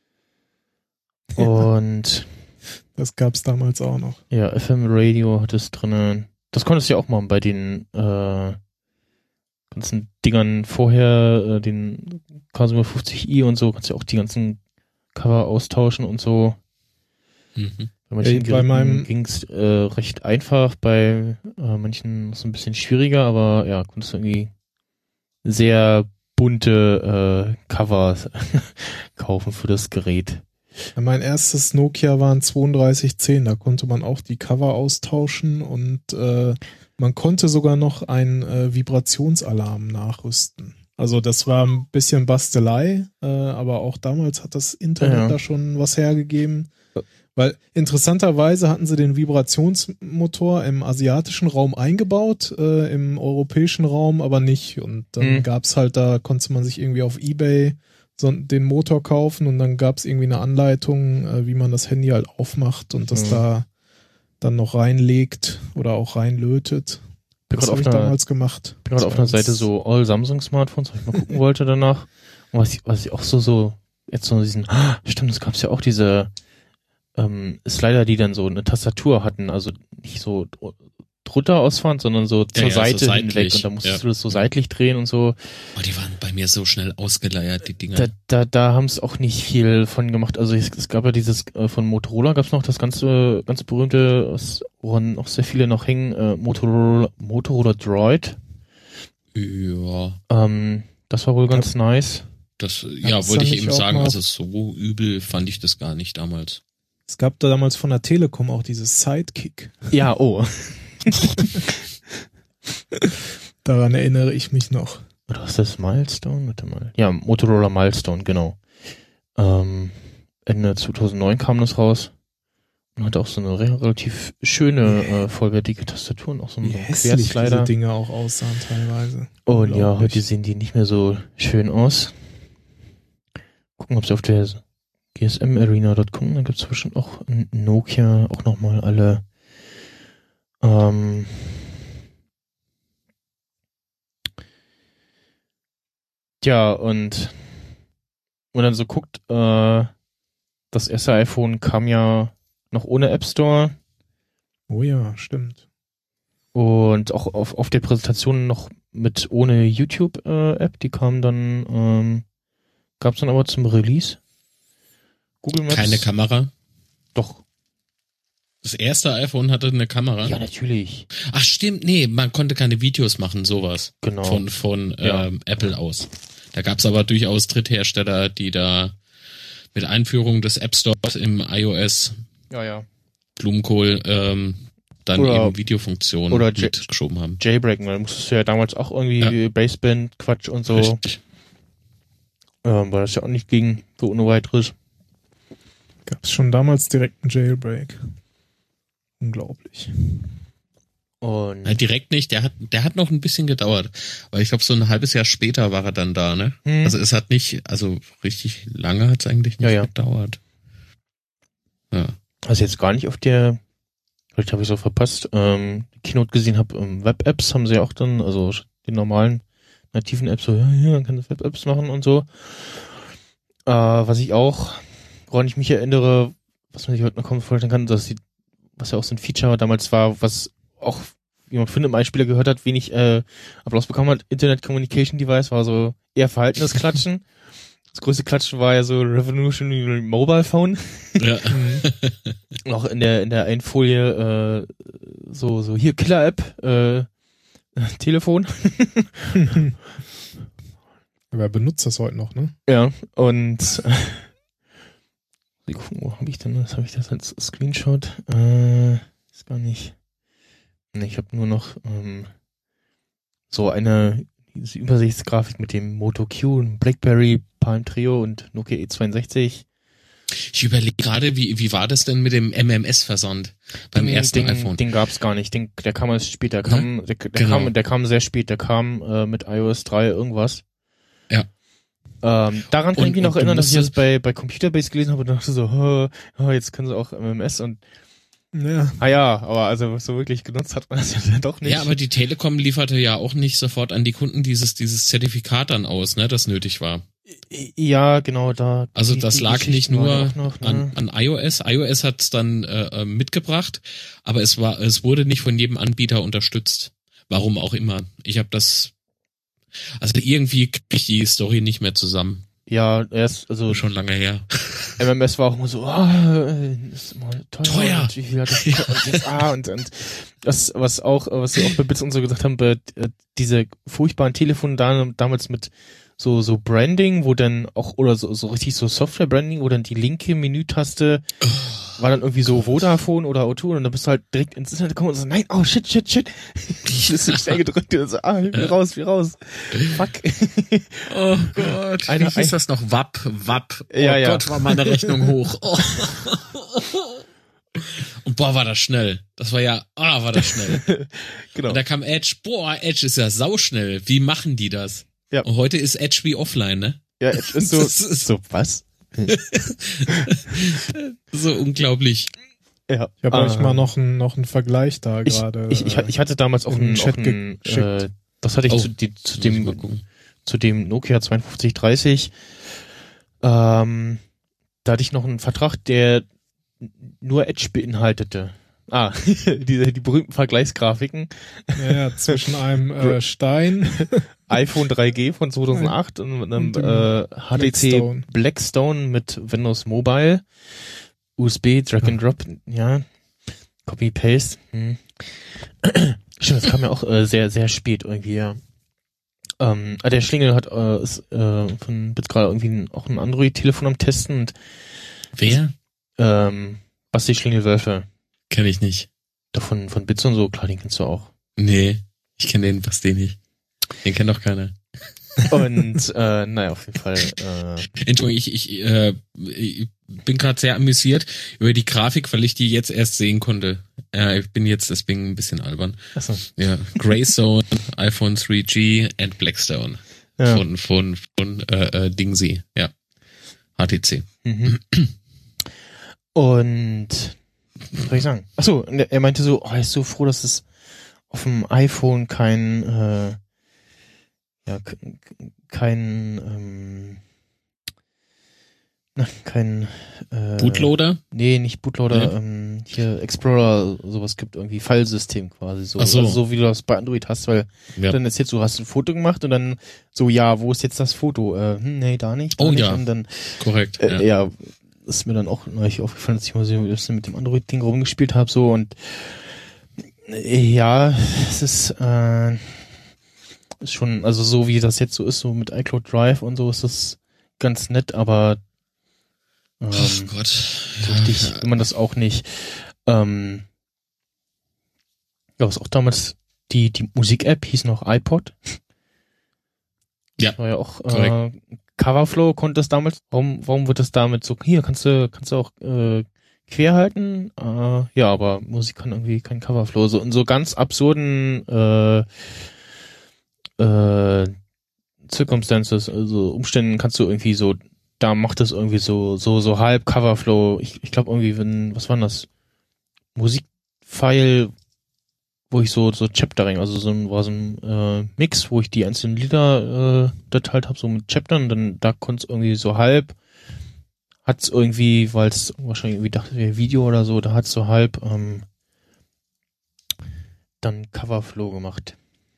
Und das gab's damals auch noch. ja, F M-Radio hat es drinnen. Das konntest du ja auch mal bei den äh, ganzen Dingern vorher, äh, den K siebenhundertfünfzig i und so, kannst du ja auch die ganzen Cover austauschen und so. Mhm. Bei manchen Ey, bei meinem ging es äh, recht einfach, bei äh, manchen ist es ein bisschen schwieriger, aber ja, konntest du irgendwie sehr bunte äh, Covers kaufen für das Gerät. Ja, mein erstes Nokia war ein zweiunddreißig zehn, da konnte man auch die Cover austauschen und äh, man konnte sogar noch einen äh, Vibrationsalarm nachrüsten. Also das war ein bisschen Bastelei, äh, aber auch damals hat das Internet Ja. da schon was hergegeben. Weil interessanterweise hatten sie den Vibrationsmotor im asiatischen Raum eingebaut, äh, im europäischen Raum aber nicht. Und dann Mhm. gab's halt, da konnte man sich irgendwie auf eBay so den Motor kaufen und dann gab's irgendwie eine Anleitung, äh, wie man das Handy halt aufmacht und das Mhm. da dann noch reinlegt oder auch reinlötet. Bin Das gerade habe auf ich einer, damals gemacht. bin gerade auf einer Das war Seite so All Samsung Smartphones, was ich mal gucken wollte danach. Und was ich, was ich auch so, so, jetzt so diesen, ah, stimmt, es gab's ja auch diese ähm, Slider, die dann so eine Tastatur hatten, also nicht so dr- drunter ausfahren, sondern so zur ja, so Seite seitlich, hinweg und da musstest ja. du das so seitlich drehen und so. Oh, die waren bei mir so schnell ausgeleiert, die Dinger. Da, da, da haben es auch nicht viel von gemacht. Also es, es gab ja dieses, äh, von Motorola gab es noch das ganze, ganz berühmte, was- woran auch sehr viele noch hängen, äh, Motorola, Motorola Droid. Ja, Ähm, das war wohl ganz nice. das, Gab's ja, wollte da ich nicht eben auch sagen, noch- also so übel fand ich das gar nicht damals. Es gab da damals von der Telekom auch dieses Sidekick. Ja, oh. Daran erinnere ich mich noch. Oder was ist das? Milestone? Warte mal. Ja, Motorola Milestone, genau. Ähm, Ende zweitausendneun kam das raus. Und hatte auch so eine re- relativ schöne, äh, vollwertige Tastatur und auch so Wie einen hässlich diese Querslider. Dinge auch aussahen teilweise. Und ja, Unglaublich. heute sehen die nicht mehr so schön aus. Gucken, ob sie auf der G S M Arena dort gucken. Da gibt's bestimmt auch ein Nokia, auch nochmal alle ähm, ja, und wenn man dann so guckt, äh, das erste iPhone kam ja noch ohne App Store Oh ja, stimmt. und auch auf, auf der Präsentation noch mit ohne YouTube-App. Die kam dann, ähm, gab's dann aber zum Release. Google Maps. Keine Kamera. Doch. Das erste iPhone hatte eine Kamera. Ja, natürlich. Ach stimmt, nee, man konnte keine Videos machen, sowas. Genau. Von, von Ja. ähm, Apple aus. Da gab's aber durchaus Dritthersteller, die da mit Einführung des App Stores im iOS Ja, ja. Blumenkohl ähm, dann Oder- eben Videofunktionen oder J- mitgeschoben haben. Jailbreaken, weil du musstest ja damals auch irgendwie Baseband, Quatsch und so, Richtig. ähm, weil das ja auch nicht ging, so ohne weiteres. Gab es schon damals direkt einen Jailbreak. Unglaublich. Und Nein, direkt nicht, der hat, der hat noch ein bisschen gedauert. Weil ich glaube, so ein halbes Jahr später war er dann da, ne? Hm. Also es hat nicht, also richtig lange hat es eigentlich nicht Ja, ja. gedauert. Ja. also jetzt gar nicht auf der, vielleicht habe ich es auch verpasst, ähm, die Keynote gesehen habe, ähm, Web-Apps haben sie ja auch dann, also die normalen nativen Apps, so, ja, ja, man kann das Web-Apps machen und so. Äh, was ich auch, woran ich mich erinnere, was man sich heute noch kaum vorstellen kann, dass die, was ja auch so ein Feature damals war, was auch, wie man findet, im Einspieler gehört hat, wenig äh, Applaus bekommen hat, Internet Communication Device, war so eher verhaltenes Klatschen. Das größte Klatschen war ja so Revolutionary Mobile Phone. Ja. Auch in der in der einen Folie äh, so so hier Killer App äh, Telefon. Wer benutzt das heute noch, ne? Ja, und äh, wir gucken, wo habe ich denn das? Habe ich das als Screenshot? Äh, ist gar nicht. Nee, ich habe nur noch ähm, so eine diese Übersichtsgrafik mit dem Moto Q, Blackberry, Palm Treo und Nokia E zweiundsechzig. Ich überlege gerade, wie, wie war das denn mit dem M M S-Versand beim den, ersten den, iPhone? Den gab's gar nicht. Den, der kam erst später. Der kam, der, der, Genau. kam, der kam sehr spät. Der kam äh, mit iOS drei irgendwas. Ja. Ähm, daran kann Und- ich mich noch und du erinnern, dass ich das musstest- bei, bei Computerbase gelesen habe und dachte so, hö, hö, jetzt können sie auch M M S und Ja. Ah ja, aber also so wirklich genutzt hat man das ja dann doch nicht. Ja, aber die Telekom lieferte ja auch nicht sofort an die Kunden dieses dieses Zertifikat dann aus, ne, das nötig war. Ja, genau, da. Also die, das die lag Geschichten nicht nur waren auch noch, ne? an, an iOS. iOS hat's dann äh, mitgebracht, aber es war, es wurde nicht von jedem Anbieter unterstützt. Warum auch immer. Ich habe das, also irgendwie krieg ich die Story nicht mehr zusammen. Ja, erst, also Schon lange her. M M S war auch immer so, ah, äh, ist immer teuer. Teuer. Und wie viel hat das gekostet? Und jetzt, ah, und, und das, was auch, was sie auch bei Bits und so gesagt haben, bei, äh, diese furchtbaren Telefone da, damals mit so, so Branding, wo dann auch, oder so, so richtig so Software-Branding, wo dann die linke Menütaste war dann irgendwie so Vodafone oder O zwei und dann bist du halt direkt ins Internet gekommen und so, nein, oh shit, shit, shit. Das ist nicht schnell gedrückt und so, ah, wie raus, wie raus. Fuck. Oh Gott. Eine- Wie hieß das noch? W A P, W A P. Oh Ja, ja. Gott, war meine Rechnung hoch. Oh. Und boah, war das schnell. Das war ja, ah, war das schnell. Genau. Und da kam Edge, boah, Edge ist ja sauschnell. Wie machen die das? Ja. Und heute ist Edge wie offline, ne? Ja, es ist so, Das ist- so, was? So unglaublich. Ja. Ich habe Ah. euch mal noch einen noch einen Vergleich da Ich, gerade. ich, ich, äh, ich hatte damals auch in den einen, Chat auch einen geschickt. äh, das hatte ich Oh, zu, die, zu Muss ich mal dem gucken. zu dem Nokia zweiundfünfzig dreißig. Ähm, da hatte ich noch einen Vertrag, der nur Edge beinhaltete. Ah, die, die berühmten Vergleichsgrafiken. ja, ja, zwischen einem äh, Stein. iPhone drei G von zweitausendacht und einem Und dem äh, H T C Blackstone. Blackstone mit Windows Mobile, U S B, Drag and Drop, ja, Copy Paste. Hm. Stimmt, das kam ja auch äh, sehr sehr spät irgendwie, ja. Ähm, ah, der Schlingel hat äh, ist äh, von Bits gerade irgendwie ein, auch ein Android-Telefon am Testen und Wer? ähm, Basti Schlingelwölfe, Kenn ich nicht. davon von Bits und so, klar, den kennst du auch. Nee, ich kenne den fast den nicht. Den kennt doch keiner. Und äh, naja, auf jeden Fall. Äh, Entschuldigung, ich, ich, äh, ich bin gerade sehr amüsiert über die Grafik, weil ich die jetzt erst sehen konnte. Äh, ich bin jetzt deswegen ein bisschen albern. achso, Ja, Greystone, iPhone drei G and Blackstone ja. von von von äh, äh, Dingsy, ja, H T C. Mhm. Und was soll ich sagen? Achso, er meinte so, oh, er ist so froh, dass es auf dem iPhone kein äh, ja k- kein ähm, na, kein äh, Bootloader? Nee, nicht Bootloader, Nee. ähm, hier Explorer, sowas gibt irgendwie Filesystem quasi so. Ach so. Also so wie du das bei Android hast, weil Ja. dann erzählst du, du hast ein Foto gemacht und dann so, ja, wo ist jetzt das Foto? Äh, hm, nee, da nicht. Da Oh nicht. ja. Und dann Korrekt. äh, ja. ja, ist mir dann auch neulich aufgefallen, dass ich mal so ein bisschen mit dem Android-Ding rumgespielt habe, so und äh, ja, es ist, äh, ist schon, also so wie das jetzt so ist, so mit iCloud Drive und so ist das ganz nett, aber ähm, Oh Gott. so richtig will man das auch nicht. Ähm, ja, was auch damals die, die Musik-App hieß noch iPod. Ja, Das war ja auch äh, korrekt. Coverflow konnte das damals. Warum, warum wird das damit so, hier kannst du, kannst du auch äh, quer halten? Äh, ja, aber Musik kann irgendwie kein Coverflow. So in so ganz absurden äh, äh, Circumstances, also Umständen kannst du irgendwie so, da macht es irgendwie so, so, so halb Coverflow. Ich, ich glaube irgendwie, wenn, was war denn das? Musikfile, wo ich so, so Chaptering, also so ein, war so ein äh, Mix, wo ich die einzelnen Lieder äh, dateilt habe, so mit Chaptern, dann da konnte es irgendwie so halb, hat's irgendwie, weil es wahrscheinlich irgendwie dachte, wäre Video oder so, da hat's so halb ähm, dann Coverflow gemacht.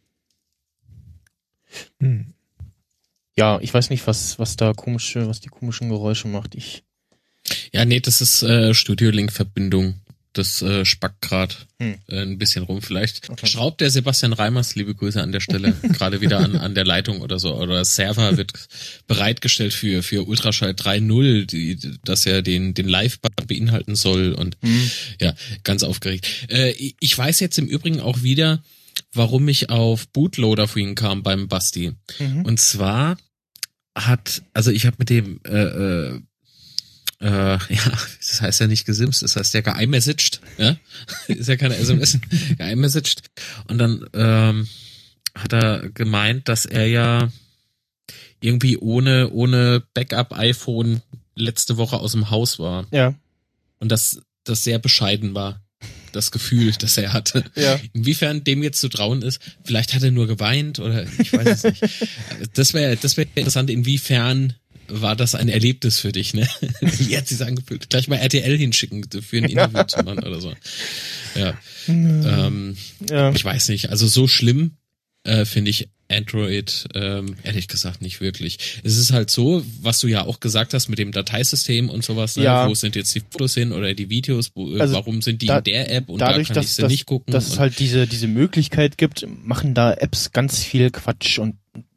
Hm. Ja, ich weiß nicht, was, was da komische, was die komischen Geräusche macht. Ich, Ja, nee, das ist äh, Studio-Link-Verbindung. Das äh, spackt grad Hm. äh, ein bisschen rum. Vielleicht Okay. schraubt der Sebastian Reimers, liebe Grüße an der Stelle, gerade wieder an, an der Leitung oder so. Oder das Server wird bereitgestellt für für Ultraschall drei Punkt null, die, das ja den den Live-Button beinhalten soll. Und hm. ja, ganz aufgeregt. Äh, ich weiß jetzt im Übrigen auch wieder, warum ich auf Bootloader vorhin kam beim Basti. Mhm. Und zwar hat, also ich habe mit dem äh, äh, Äh, ja, das heißt ja nicht gesimst, das heißt ja geimessaged, ja, ist ja keine S M S, geimessaged. Und dann ähm, hat er gemeint, dass er ja irgendwie ohne ohne Backup-iPhone letzte Woche aus dem Haus war Ja. und dass das sehr bescheiden war. das Gefühl, das er hatte. Ja. Inwiefern dem jetzt zu trauen ist, vielleicht hat er nur geweint oder ich weiß es nicht. Das wäre das wäre interessant, inwiefern war das ein Erlebnis für dich, ne? Wie hat sich's angefühlt? Gleich mal R T L hinschicken für ein Interview ja. zu machen oder so. Ja. Mhm. Ähm, ja. Ich weiß nicht, also so schlimm äh, finde ich Android ähm, ehrlich gesagt nicht wirklich. Es ist halt so, was du ja auch gesagt hast mit dem Dateisystem und sowas, ne? Ja. Wo sind jetzt die Fotos hin oder die Videos, wo, also warum sind die da, in der App und dadurch, da kann dass, ich sie dass, nicht gucken. Dass es halt diese diese Möglichkeit gibt, machen da Apps ganz viel Quatsch und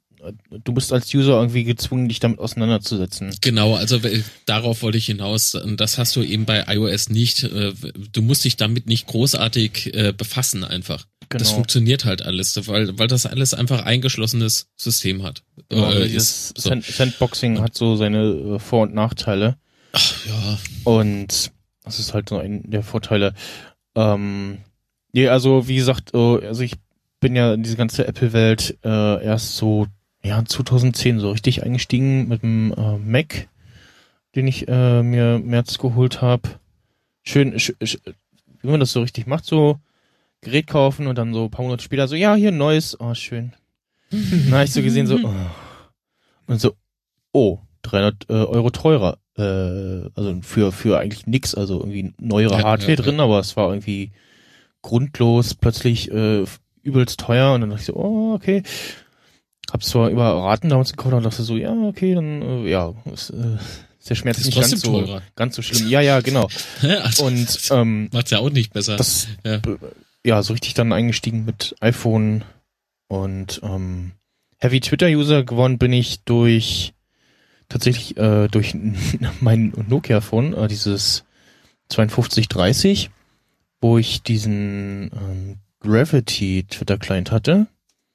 du bist als User irgendwie gezwungen, dich damit auseinanderzusetzen. Genau, also darauf wollte ich hinaus. Und das hast du eben bei iOS nicht. Du musst dich damit nicht großartig befassen einfach. Genau. Das funktioniert halt alles, weil weil das alles einfach eingeschlossenes System hat. Genau, äh, dieses ist, so. Sandboxing hat so seine Vor- und Nachteile. Ach ja. Und das ist halt so ein der Vorteile. Ähm, ja, also wie gesagt, also ich bin ja in diese ganze Apple-Welt äh, erst so ja zweitausendzehn so richtig eingestiegen mit dem äh, Mac, den ich äh, mir im März geholt habe. Schön, sch, sch, wie man das so richtig macht, so Gerät kaufen und dann so ein paar Monate später so, ja, hier ein neues, oh, schön. Dann habe ich so gesehen, so, oh. Und so, oh, dreihundert äh, Euro teurer. Äh, also für für eigentlich nix, also irgendwie neuere ja, Hardware ja, drin, ja. Aber es war irgendwie grundlos plötzlich äh, übelst teuer und dann dachte ich so, oh, okay. Hab's zwar über Raten damals gekauft und dachte so, ja, okay, dann, äh, ja, ist, äh, ist der Schmerz ist nicht ganz so, teurer. ganz so schlimm. Ja, ja, genau. Also, und ähm, macht's ja auch nicht besser. Das, ja. ja, so richtig dann eingestiegen mit iPhone und ähm, Heavy Twitter-User geworden bin ich durch tatsächlich äh, durch mein Nokia-Phone, äh, dieses zweiundfünfzig dreißig, wo ich diesen ähm, Gravity Twitter-Client hatte.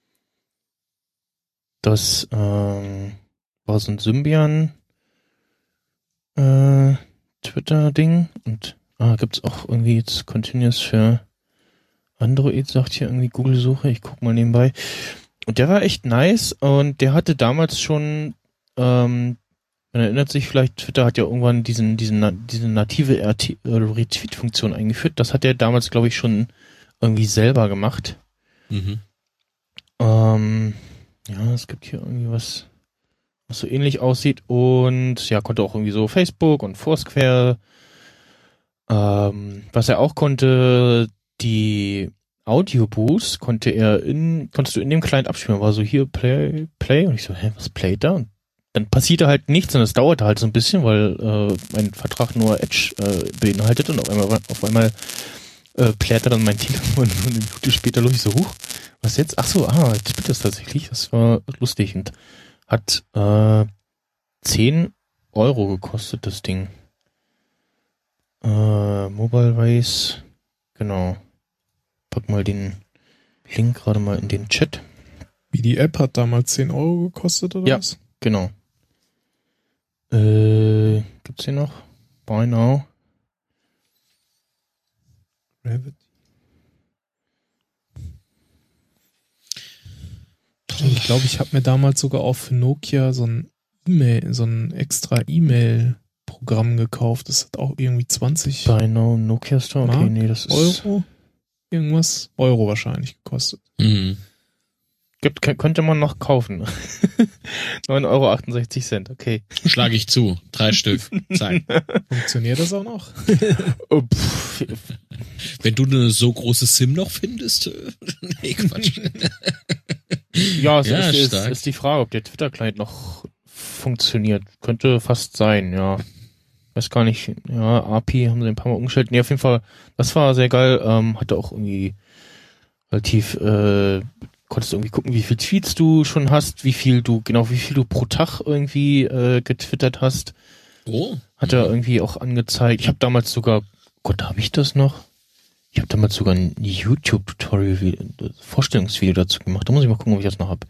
Das ähm, war so ein Symbian äh, Twitter-Ding und ah, gibt's auch irgendwie jetzt Continuous für Android, sagt hier irgendwie Google-Suche, ich guck mal nebenbei. Und der war echt nice und der hatte damals schon, ähm, man erinnert sich vielleicht, Twitter hat ja irgendwann diesen, diesen, diese native Retweet-Funktion eingeführt. Das hat er damals, glaube ich, schon irgendwie selber gemacht. Mhm. Ähm, ja, es gibt hier irgendwie was, was so ähnlich aussieht und ja, konnte auch irgendwie so Facebook und Foursquare. Ähm, was er auch konnte, die Audio-Boost konnte er in, konntest du in dem Client abspielen, war so hier Play, Play und ich so, hä, was playt da? Und dann passierte halt nichts und es dauerte halt so ein bisschen, weil äh, mein Vertrag nur Edge äh, beinhaltet und auf einmal auf einmal äh, plärrte dann mein Telefon und eine Minute später los ich so, huch, was jetzt? Ach so, ah, jetzt spielt das tatsächlich, das war lustig und hat äh, zehn Euro gekostet, das Ding. Äh, Mobile Race, genau. Pack mal den Link gerade mal in den Chat. Wie die App hat damals zehn Euro gekostet, oder ja, was? Genau. Äh, gibt's hier noch? Buy now. Rabbit. Ich glaube, ich habe mir damals sogar auch für Nokia so ein E-Mail, so ein extra E-Mail-Programm gekauft. Das hat auch irgendwie zwanzig Buy now Nokia Store. Okay, Mark, nee, das ist Euro. Irgendwas Euro wahrscheinlich gekostet. Mhm. Gibt, könnte man noch kaufen. neun Euro achtundsechzig Cent, okay. Schlage ich zu. Drei Stück. Zack. Funktioniert das auch noch? Oh, pff. Wenn du eine so große SIM noch findest? Nee, Quatsch. Ja, es ja, ist, ist, ist die Frage, ob der Twitter-Client noch funktioniert. Könnte fast sein, ja. Weiß gar nicht. Ja, A P I haben sie ein paar Mal umgestellt. Nee, auf jeden Fall, das war sehr geil. Ähm, hatte auch irgendwie relativ, äh, konntest du irgendwie gucken, wie viel Tweets du schon hast, wie viel du, genau, wie viel du pro Tag irgendwie äh, getwittert hast. Oh. Hat er irgendwie auch angezeigt. Ich habe damals sogar, Gott, habe ich das noch? Ich habe damals sogar ein YouTube-Tutorial, Vorstellungsvideo dazu gemacht. Da muss ich mal gucken, ob ich das noch habe.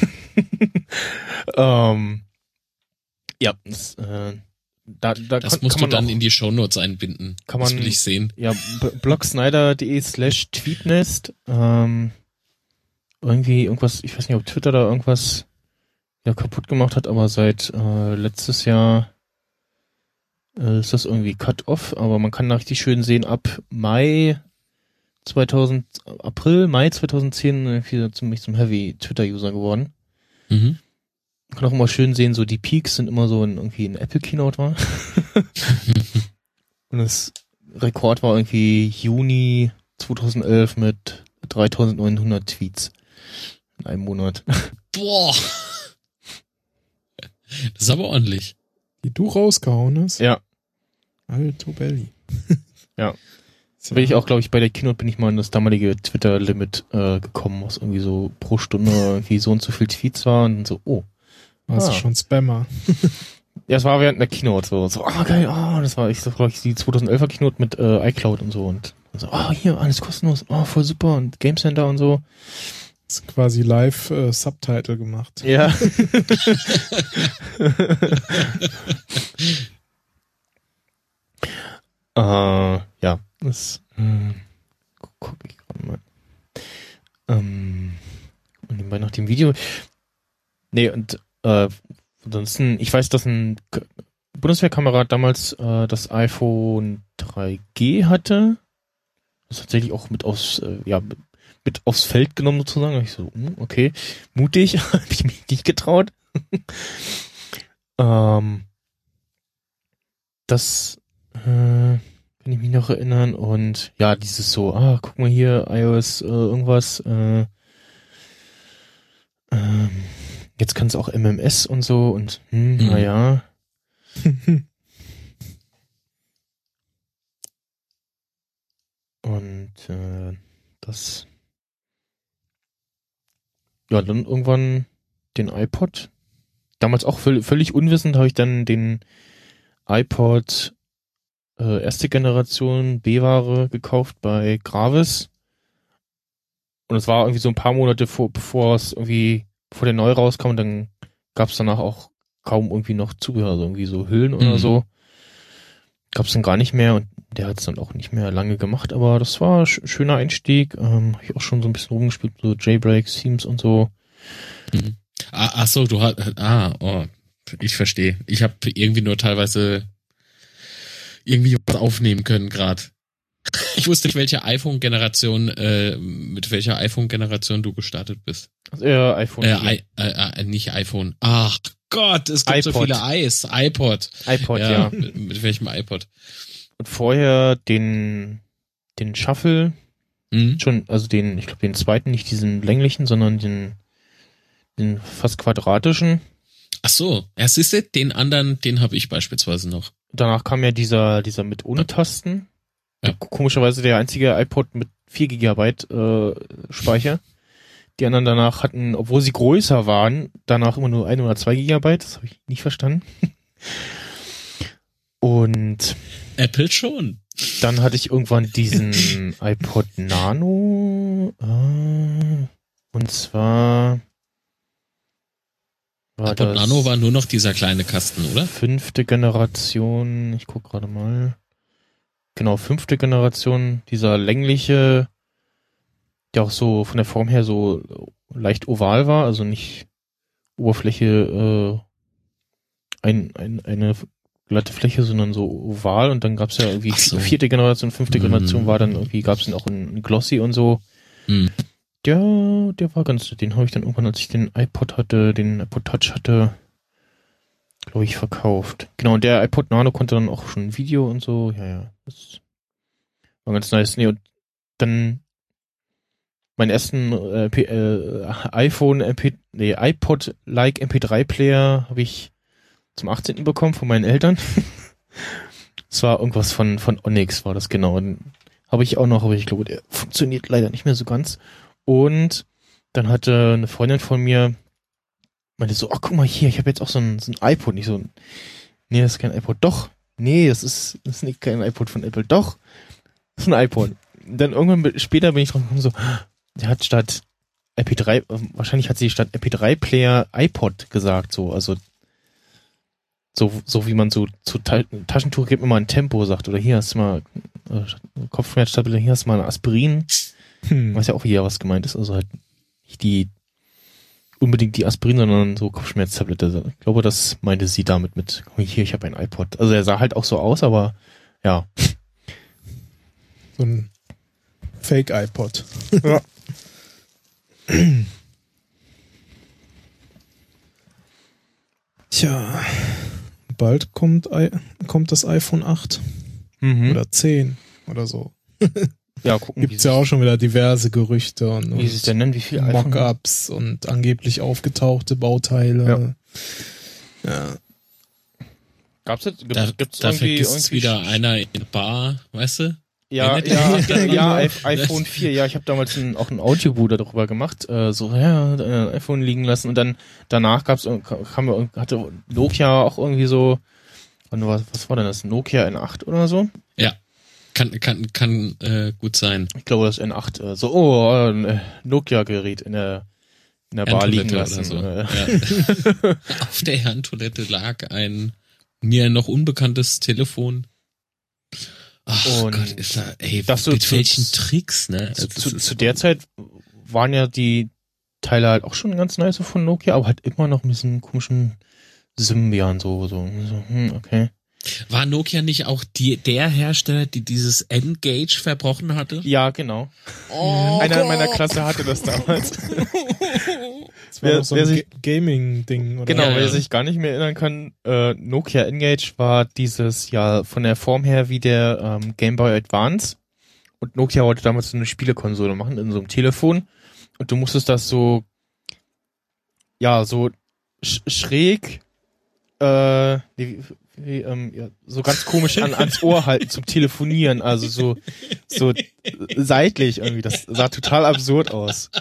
ähm, ja, das, äh, da, da das kann, musst kann man du dann auch, in die Shownotes einbinden. Kann man, das will ich sehen. Ja, blogsnyder.de slash tweetnest. Ähm, irgendwie irgendwas, ich weiß nicht, ob Twitter da irgendwas ja kaputt gemacht hat, aber seit äh, letztes Jahr äh, ist das irgendwie cut off, aber man kann da richtig schön sehen, ab Mai zweitausend, April, Mai zweitausendzehn irgendwie ziemlich zum Heavy Twitter-User geworden. Mhm. Man kann auch immer schön sehen, so die Peaks sind immer so in, irgendwie in Apple Keynote war. Und das Rekord war irgendwie Juni zweitausendelf mit dreitausendneunhundert Tweets in einem Monat. Boah. Das ist aber ordentlich. Die du rausgehauen hast? Ja. Alto Belli. Ja. Da bin ich auch, glaube ich, bei der Keynote bin ich mal in das damalige Twitter-Limit äh, gekommen, was irgendwie so pro Stunde irgendwie so und so viel Tweets war und so, oh. Warst ah. du schon Spammer? Ja, es war während der Keynote so, so, ah, oh, geil, ah, oh, das war, ich so, glaube ich, die zweitausendelfer Keynote mit äh, iCloud und so und, und so, ah, oh, hier, alles kostenlos, ah, oh, voll super und Game Center und so. Das ist quasi live äh, Subtitle gemacht. Ja. äh, ja, das äh, guck ich gerade mal. Ähm, und nebenbei nach dem Video. Nee, und äh, ansonsten, ich weiß, dass ein K- Bundeswehrkamerad damals äh, das iPhone drei G hatte. Das tatsächlich auch mit aufs, äh, ja, mit, mit aufs Feld genommen sozusagen. Da ich so, hm, okay, mutig, habe ich mich nicht getraut. ähm, das äh, kann ich mich noch erinnern. Und ja, dieses so, ah, guck mal hier, iOS äh, irgendwas, äh, ähm, jetzt kann es auch M M S und so und hm, Mhm. naja. Und äh, das ja, dann irgendwann den iPod. Damals auch völ- völlig unwissend habe ich dann den iPod äh, erste Generation B-Ware gekauft bei Gravis. Und es war irgendwie so ein paar Monate vor, bevor es irgendwie, bevor der neu rauskam, und dann gab es danach auch kaum irgendwie noch Zubehör, also irgendwie so Hüllen oder Mhm. so. Gab es dann gar nicht mehr und der hat es dann auch nicht mehr lange gemacht, aber das war ein sch- schöner Einstieg. Ähm, habe ich auch schon so ein bisschen rumgespielt, so Jailbreaks, Themes und so. Mhm. Ah, ach so, du hast, ah, oh, ich verstehe. Ich habe irgendwie nur teilweise irgendwie was aufnehmen können gerade. Ich wusste nicht, welche iPhone-Generation, äh, mit welcher iPhone-Generation du gestartet bist. Also, äh, iPhone. Äh, I, äh, äh, nicht iPhone. Ach Gott, es gibt so iPod. viele Eis. iPod. iPod, ja. ja. Mit, mit welchem iPod? Und vorher den, den Shuffle, Hm? schon, also den, ich glaube den zweiten, nicht diesen länglichen, sondern den, den fast quadratischen. Ach so, ja, siehst du, den anderen, den habe ich beispielsweise noch. Danach kam ja dieser, dieser mit ohne Tasten. Ja. Komischerweise der einzige iPod mit vier Gigabyte äh, Speicher. Die anderen danach hatten, obwohl sie größer waren, danach immer nur ein oder zwei Gigabyte. Das habe ich nicht verstanden. Und Apple schon. dann hatte ich irgendwann diesen iPod Nano. Äh, und zwar war iPod das Nano war nur noch dieser kleine Kasten, oder? fünfte Generation. Ich guck gerade mal. Genau, fünfte Generation. Dieser längliche, der auch so von der Form her so leicht oval war, also nicht Oberfläche, äh, ein, ein, eine glatte Fläche, sondern so oval, und dann gab's ja irgendwie Ach so. vierte Generation, fünfte Mm. Generation war dann irgendwie, gab's den auch in, in Glossy und so. Hm. Der, der war ganz, den habe ich dann irgendwann, als ich den iPod hatte, den iPod Touch hatte, glaube ich, verkauft. Genau, und der iPod Nano konnte dann auch schon Video und so, ja, ja, das war ganz nice. Nee, und dann meinen ersten äh, P- äh, iPhone, M P, nee, iPod-like M P drei Player habe ich zum achtzehnten bekommen von meinen Eltern. Es war irgendwas von von Onyx, war das genau. Den habe ich auch noch, aber ich glaube, der funktioniert leider nicht mehr so ganz. Und dann hatte eine Freundin von mir, meinte so, ach guck mal hier, ich habe jetzt auch so ein, so ein iPod. Nicht so, nee, das ist kein iPod. Doch, nee, das ist, das ist nicht kein iPod von Apple. Doch, das ist ein iPod. Und dann irgendwann später bin ich drauf gekommen, so, der hat statt M P drei, wahrscheinlich hat sie statt M P drei Player iPod gesagt, so, also so, so wie man so zu Ta- Taschentuch gibt, immer ein Tempo sagt, oder hier hast du mal äh, Kopfschmerztablette, hier hast du mal ein Aspirin, Hm. was ja auch hier was gemeint ist, also halt nicht die unbedingt die Aspirin, sondern so Kopfschmerztablette. Ich glaube, das meinte sie damit mit, guck mal hier, ich habe ein iPod. Also er sah halt auch so aus, aber ja. So ein Fake iPod. Ja. Tja, bald kommt, I- kommt das iPhone acht Mhm. oder zehn oder so. Ja, gucken, Gibt's ja auch schon wieder diverse Gerüchte und, wie sie es denn nennen, wie viel iPhone- Mockups und angeblich aufgetauchte Bauteile. Ja. Gab's jetzt, gibt, Da, gibt's da irgendwie, vergisst irgendwie wieder einer in der Bar, weißt du? Ja, Erinnert ja, dich? ja, Genau. I- iPhone vier, ja, ich habe damals ein, auch ein Audiobuch darüber gemacht, äh, so, ja, ein iPhone liegen lassen und dann danach gab's, kam, hatte Nokia auch irgendwie so, was, was war denn das, Nokia N acht oder so? Ja, kann kann kann äh, gut sein. Ich glaube, das N acht, äh, so, oh, ein Nokia-Gerät in der, in der Bar liegen Herrentoilette lassen. oder Äh, so. Ja. Auf der Herrentoilette lag ein mir noch unbekanntes Telefon. Ach Und Gott, ist da, ey, das so mit zu- welchen Tricks, ne? zu, Also, das zu, ist zu der Zeit waren ja die Teile halt auch schon ganz nice von Nokia, aber halt immer noch mit diesem komischen Symbian, so, so, so, hm, okay. War Nokia nicht auch die, der Hersteller, die dieses N-Gage verbrochen hatte? Ja, genau. Oh, Einer in meiner Klasse hatte das damals. Das war Wer- doch so wer ein sich- Ga- Gaming-Ding, oder? Genau, Ja, wer ja. sich gar nicht mehr erinnern kann, äh, Nokia N-Gage war dieses, ja, von der Form her wie der ähm, Game Boy Advance. Und Nokia wollte damals so eine Spielekonsole machen in so einem Telefon. Und du musstest das so, ja, so sch schräg, äh, wie, wie, ähm, ja, so ganz komisch an, ans Ohr halten zum Telefonieren. Also so, so seitlich irgendwie. Das sah total absurd aus.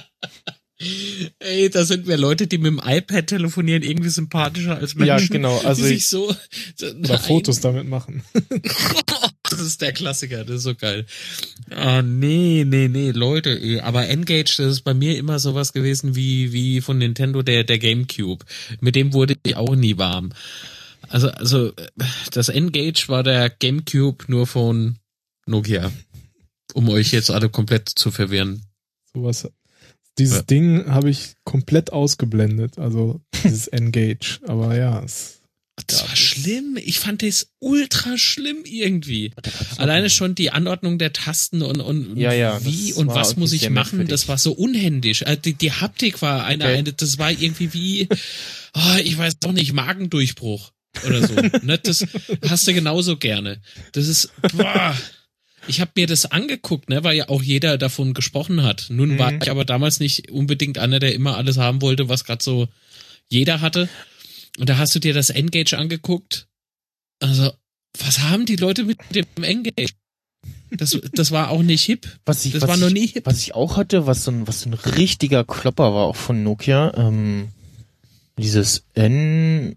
Ey, da sind mir Leute, die mit dem iPad telefonieren, irgendwie sympathischer als Menschen. Ja, genau. Also die ich, sich so, Oder Nein. Fotos damit machen. Das ist der Klassiker, das ist so geil. Ah, nee, nee, nee, Leute, ey. Aber N-Gage, das ist bei mir immer sowas gewesen wie, wie von Nintendo der, der GameCube. Mit dem wurde ich auch nie warm. Also, also, das N-Gage war der GameCube nur von Nokia. Um euch jetzt alle komplett zu verwirren. Sowas. Dieses Ja. Ding habe ich komplett ausgeblendet, also dieses Engage. Aber ja, es, Das Ja, war das- schlimm. Ich fand das ultra schlimm irgendwie. Alleine schon die Anordnung der Tasten und, und Ja, ja, wie das und war was irgendwie muss ich sehr machen, merkwürdig. das war so unhändisch. Also die, die Haptik war eine, Okay. eine, das war irgendwie wie, oh, ich weiß doch nicht, Magendurchbruch oder so. Ne? Das hast du genauso gerne. Das ist, boah. Ich habe mir das angeguckt, ne, weil ja auch jeder davon gesprochen hat. Nun Mhm. war ich aber damals nicht unbedingt einer, der immer alles haben wollte, was gerade so jeder hatte. Und da hast du dir das N-Gage angeguckt. Also, was haben die Leute mit dem N-Gage? Das, das war auch nicht hip. was ich, Das was war ich, noch nie hip. Was ich auch hatte, was so ein, was so ein richtiger Klopper war, auch von Nokia, ähm, dieses N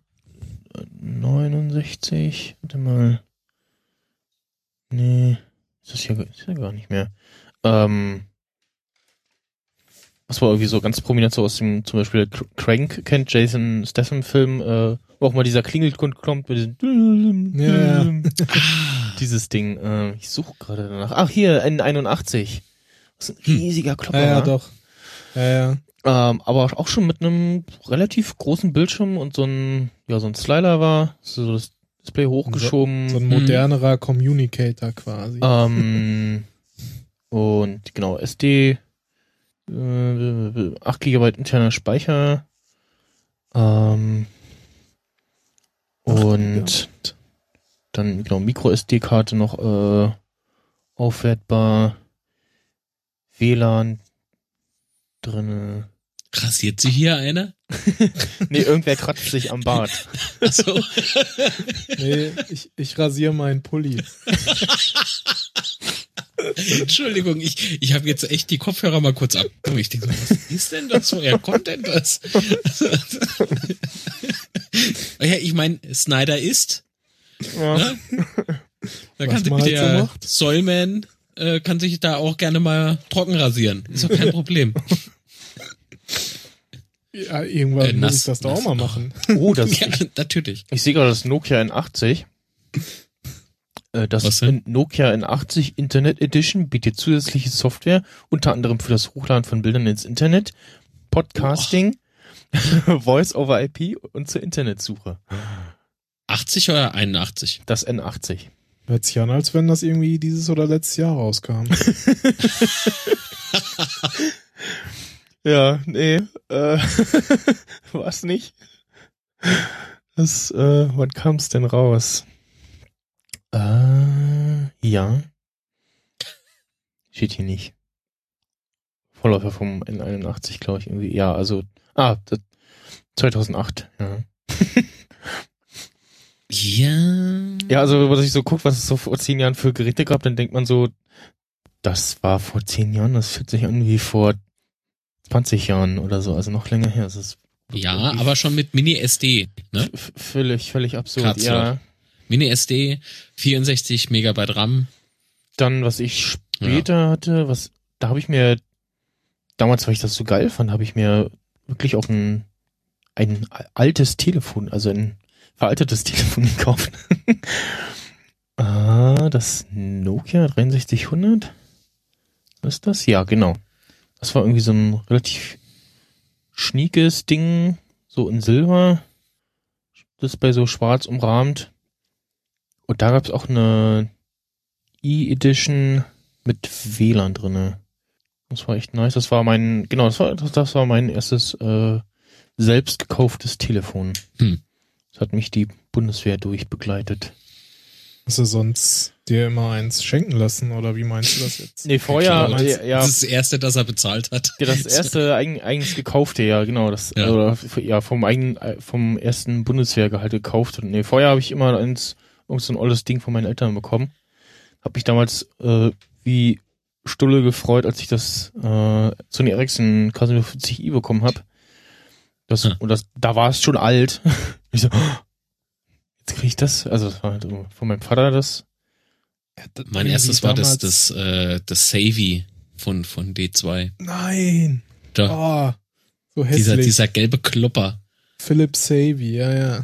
neunundsechzig, warte mal. Nee, ist das hier, ist ja gar nicht mehr. Ähm, was war irgendwie so ganz prominent so aus dem, zum Beispiel Crank kennt, Jason Statham Film, äh, wo auch mal dieser Klingelton kommt mit diesem Ja, ja. dieses Ding, äh, ich suche gerade danach. Ach, hier, N einundachtzig. Das ist ein riesiger Klopper. ja, ja, war. doch. Ja, ja. Ähm, aber auch schon mit einem relativ großen Bildschirm und so ein, ja, so ein Slider war, so das Display hochgeschoben. So ein Mhm. modernerer Communicator quasi. ähm, und genau, S D, äh, acht Gigabyte interner Speicher, ähm, und dann, genau, Micro-S D-Karte noch, äh, aufwertbar, W L A N drinne. Rasiert sich hier einer? Nee, irgendwer kratzt sich am Bart. Achso. Nee, ich, ich rasiere meinen Pulli. Entschuldigung, ich, ich habe jetzt echt die Kopfhörer mal kurz ab. Ich denke so, was ist denn das? Woher kommt denn das? Ja, ich meine, Snyder ist. Ja. Ne? Da Was kann sich man halt so der macht. Soulman äh, kann sich da auch gerne mal trocken rasieren. Ist doch kein Problem. Ja, irgendwann Äh, muss nass- ich das doch auch nass. mal machen. Oh, das, Ja, ich, natürlich. ich sehe gerade das Nokia N achtzig. Äh, Das Was denn? Nokia N achtzig Internet Edition bietet zusätzliche Software, unter anderem für das Hochladen von Bildern ins Internet, Podcasting, Voice over I P und zur Internetsuche. achtzig oder einundachtzig? Das N achtzig. Hört sich an, als wenn das irgendwie dieses oder letztes Jahr rauskam. Ja, nee, äh, war's nicht. Das, äh, wann kam's denn raus? Äh, ja. Steht hier nicht. Vorläufer vom N einundachtzig, glaube ich, irgendwie. Ja, also, ah, das, zweitausendacht, ja. Ja. Ja, also, was ich so gucke, was es so vor zehn Jahren für Geräte gab, dann denkt man so, das war vor zehn Jahren, das fühlt sich an wie vor zwanzig Jahren oder so, also noch länger her. Das ist Ja, aber schon mit Mini-S D, ne? f- völlig, völlig absurd, Kratzer. ja. Mini-S D, vierundsechzig Megabyte RAM. Dann, was ich später hatte, was, da habe ich mir, damals, weil ich das so geil fand, habe ich mir wirklich auch ein, ein altes Telefon, also ein veraltetes Telefon gekauft. ah, das Nokia dreiundsechzig hundert? Was ist das? Ja, genau. Das war irgendwie so ein relativ schniekes Ding, so in Silber. Display so schwarz umrahmt. Und da gab es auch eine E-Edition mit W L A N drinne. Das war echt nice. Das war mein, genau, das war, das, das war mein erstes äh, selbst gekauftes Telefon. Hm. Das hat mich die Bundeswehr durchbegleitet. Hast du sonst dir immer eins schenken lassen oder wie meinst du das jetzt? Nee, vorher, Klar, ja, ja, Das ist das erste, das er bezahlt hat. ja, das erste eigen, eigens gekaufte, ja, genau, das, Ja. oder, ja, vom eigenen, vom ersten Bundeswehrgehalt gekauft. Und nee, vorher habe ich immer eins, irgend so ein olles Ding von meinen Eltern bekommen. Hab mich damals, äh, wie Stulle gefreut, als ich das, äh, Sony Ericsson K siebenundfünfzig i bekommen hab. Das, Hm. und das, da war es schon alt. Ich so, jetzt krieg ich das, also das war halt von meinem Vater das. Mein Irgendwie erstes war das, damals- das, äh, das Savvy von, von D zwei. Nein! Da, Oh, so hässlich. dieser, dieser gelbe Klopper. Philip Savvy, ja, ja.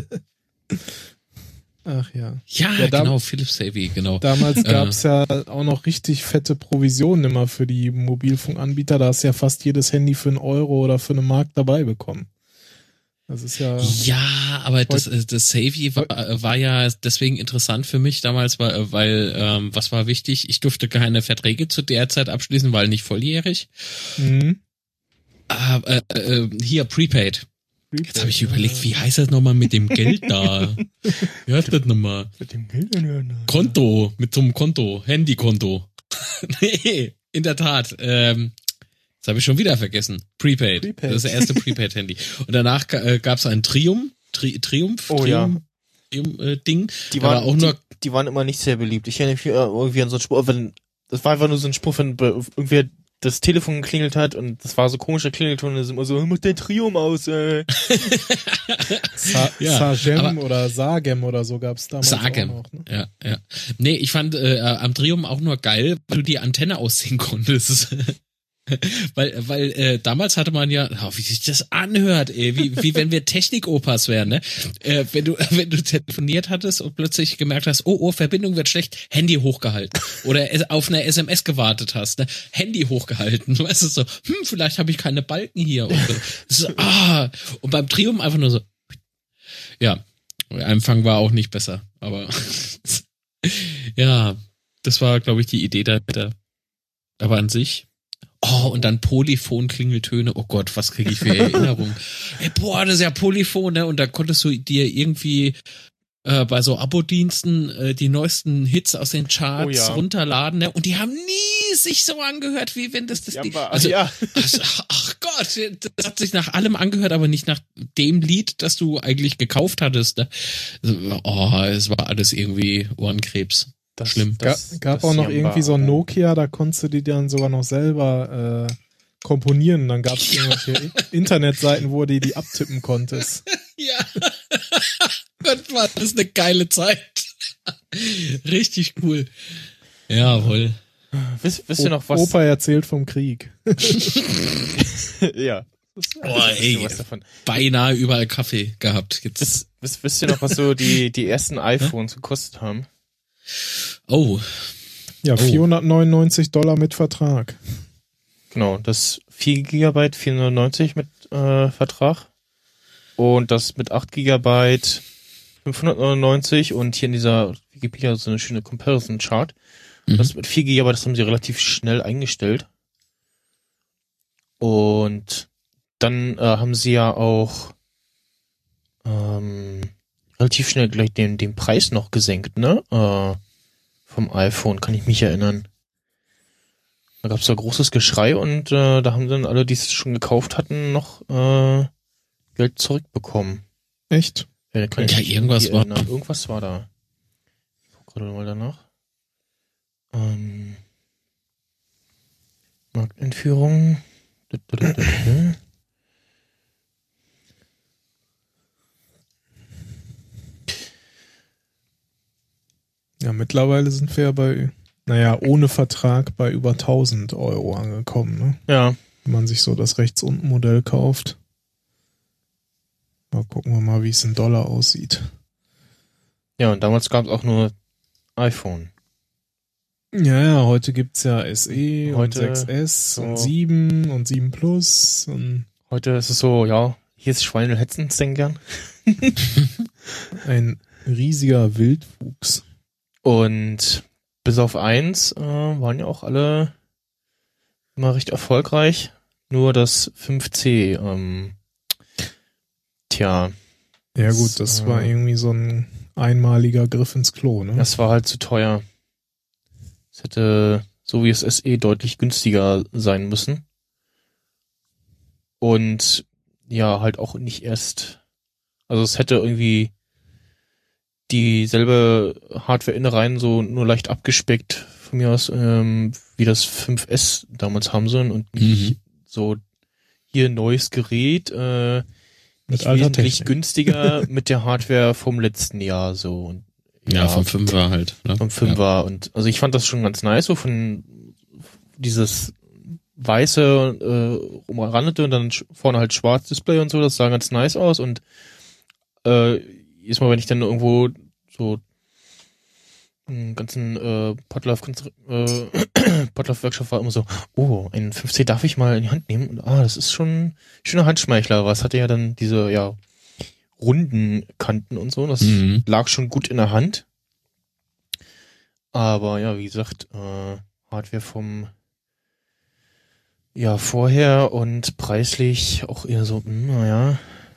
Ach ja. Ja, Ja, da- genau, Philipp Savvy, genau. Damals Äh. gab's ja auch noch richtig fette Provisionen immer für die Mobilfunkanbieter. Da hast du ja fast jedes Handy für einen Euro oder für eine Mark dabei bekommen. Das ist ja... Ja, aber das, äh, das Savvy war, äh, war ja deswegen interessant für mich damals, weil, weil ähm, was war wichtig? Ich durfte keine Verträge zu der Zeit abschließen, weil nicht volljährig. Mhm. Ah, äh, äh, hier, Prepaid. Jetzt habe ich überlegt, wie heißt das nochmal mit dem Geld da? Wie heißt das nochmal? Mit dem Geld? Konto, mit so einem Konto, Handykonto. Nee, in der Tat. Ähm, das habe ich schon wieder vergessen. Prepaid. Prepaid. Das ist das erste Prepaid-Handy. Und danach äh, gab es ein Triumph, Tri Triumph, Oh ja. Triumph, Triumph äh, Ding. Die Da war waren auch nur die, die waren immer nicht sehr beliebt. Ich erinnere mich äh, irgendwie an so einen Spruch, wenn, das war einfach nur so ein Spruch, wenn bei- irgendwer das Telefon geklingelt hat und das war so komischer Klingelton und es ist immer so, mach den Triumph aus, ey. Sa Ja, Sagem aber- oder Sagem oder so gab's damals Sagem. auch noch. Ne? Ja, ja. Nee, ich fand äh, am Triumph auch nur geil, weil du die Antenne ausziehen konntest. weil weil äh, damals hatte man ja, oh, wie sich das anhört, ey, wie wie wenn wir Technik-Opas wären, ne? Äh, wenn du wenn du telefoniert hattest und plötzlich gemerkt hast, oh oh, Verbindung wird schlecht, Handy hochgehalten oder es- auf eine S M S gewartet hast, ne? Handy hochgehalten, weißt du so, hm, vielleicht habe ich keine Balken hier und so, so, ah, und beim Triumph einfach nur so, ja, der Empfang war auch nicht besser, aber ja, das war, glaube ich, die Idee dahinter. Aber an sich, oh, und dann Polyphon-Klingeltöne, oh Gott, was kriege ich für Erinnerungen? Ey, boah, das ist ja Polyphon, ne? Und da konntest du dir irgendwie äh, bei so Abo-Diensten äh, die neuesten Hits aus den Charts Oh ja. runterladen, ne? Und die haben nie sich so angehört, wie wenn das das Ja, Ding, aber- also, ja. also, ach Gott, das hat sich nach allem angehört, aber nicht nach dem Lied, das du eigentlich gekauft hattest. Ne? Also, oh, es war alles irgendwie Ohrenkrebs. Das, Schlimm. Ga Das, gab das auch noch Jamba. irgendwie so ein Nokia, da konntest du die dann sogar noch selber äh, komponieren. Dann gab es irgendwelche Internetseiten, wo du die abtippen konntest. Ja. Gott, war das eine geile Zeit. Richtig cool. Jawohl. Wisst, wisst ihr noch was? Opa erzählt vom Krieg. ja. Oh, ey. Was davon. Beinahe überall Kaffee gehabt. Jetzt. Wisst, wisst, wisst ihr noch, was so die, die ersten iPhones gekostet haben? Oh, Ja, Oh. vierhundertneunundneunzig Dollar mit Vertrag. Genau, das vier Gigabyte vierhundertneunzig mit äh, Vertrag und das mit acht Gigabyte fünfhundertneunundneunzig und hier in dieser Wikipedia so eine schöne Comparison-Chart. Mhm. Das mit vier Gigabyte, das haben sie relativ schnell eingestellt. Und dann äh, haben sie ja auch ähm, relativ schnell gleich den, den Preis noch gesenkt, ne? Äh, vom iPhone, kann ich mich erinnern. Da gab es da großes Geschrei und äh, da haben dann alle, die es schon gekauft hatten, noch äh, Geld zurückbekommen. Echt? Ja, da kann ich Ja, mich irgendwas irgendwie war- erinnern. Irgendwas war da. Ich guck gerade mal danach. Ähm, Markteinführung. Ja, mittlerweile sind wir ja bei, naja, ohne Vertrag bei über tausend Euro angekommen, ne? Ja, Wenn man sich so das rechts unten Modell kauft. Mal gucken wir mal, wie es in Dollar aussieht. ja, und damals gab es auch nur iPhone. Ja, ja, heute gibt's ja S E Heute und sechs S so- und sieben und sieben Plus und Heute ist es so, ja, hier ist Schweinel Hetzenstängern. ein riesiger Wildwuchs. Und bis auf eins äh, waren ja auch alle immer recht erfolgreich. Nur das fünf C, ähm, tja, Ja gut, das äh, war irgendwie so ein einmaliger Griff ins Klo, ne? das war halt zu teuer. Es hätte, so wie das S E, deutlich günstiger sein müssen. Und ja, halt auch nicht erst, also es hätte irgendwie dieselbe Hardware-Innereien so nur leicht abgespeckt von mir aus, ähm, wie das fünf S damals haben sollen und nicht Mhm. so hier neues Gerät, äh, Mit nicht alter wesentlich Technik. günstiger mit der Hardware vom letzten Jahr so. Und, Ja, vom Fünfer halt. Ne? vom Fünfer. Und also ich fand das schon ganz nice, so von dieses weiße äh, umrandete und dann sch- vorne halt schwarz Display und so, das sah ganz nice aus. Und äh, jedes Mal, wenn ich dann irgendwo so einen ganzen äh, Potluck äh, Potluck Workshop war immer so, oh, ein fünf C darf ich mal in die Hand nehmen? Und ah, das ist schon ein schöner Handschmeichler. Was hatte ja dann diese, ja, runden Kanten und so. Das Mhm. lag schon gut in der Hand. Aber ja, wie gesagt, äh, Hardware vom ja vorher und preislich auch eher so, hm, naja.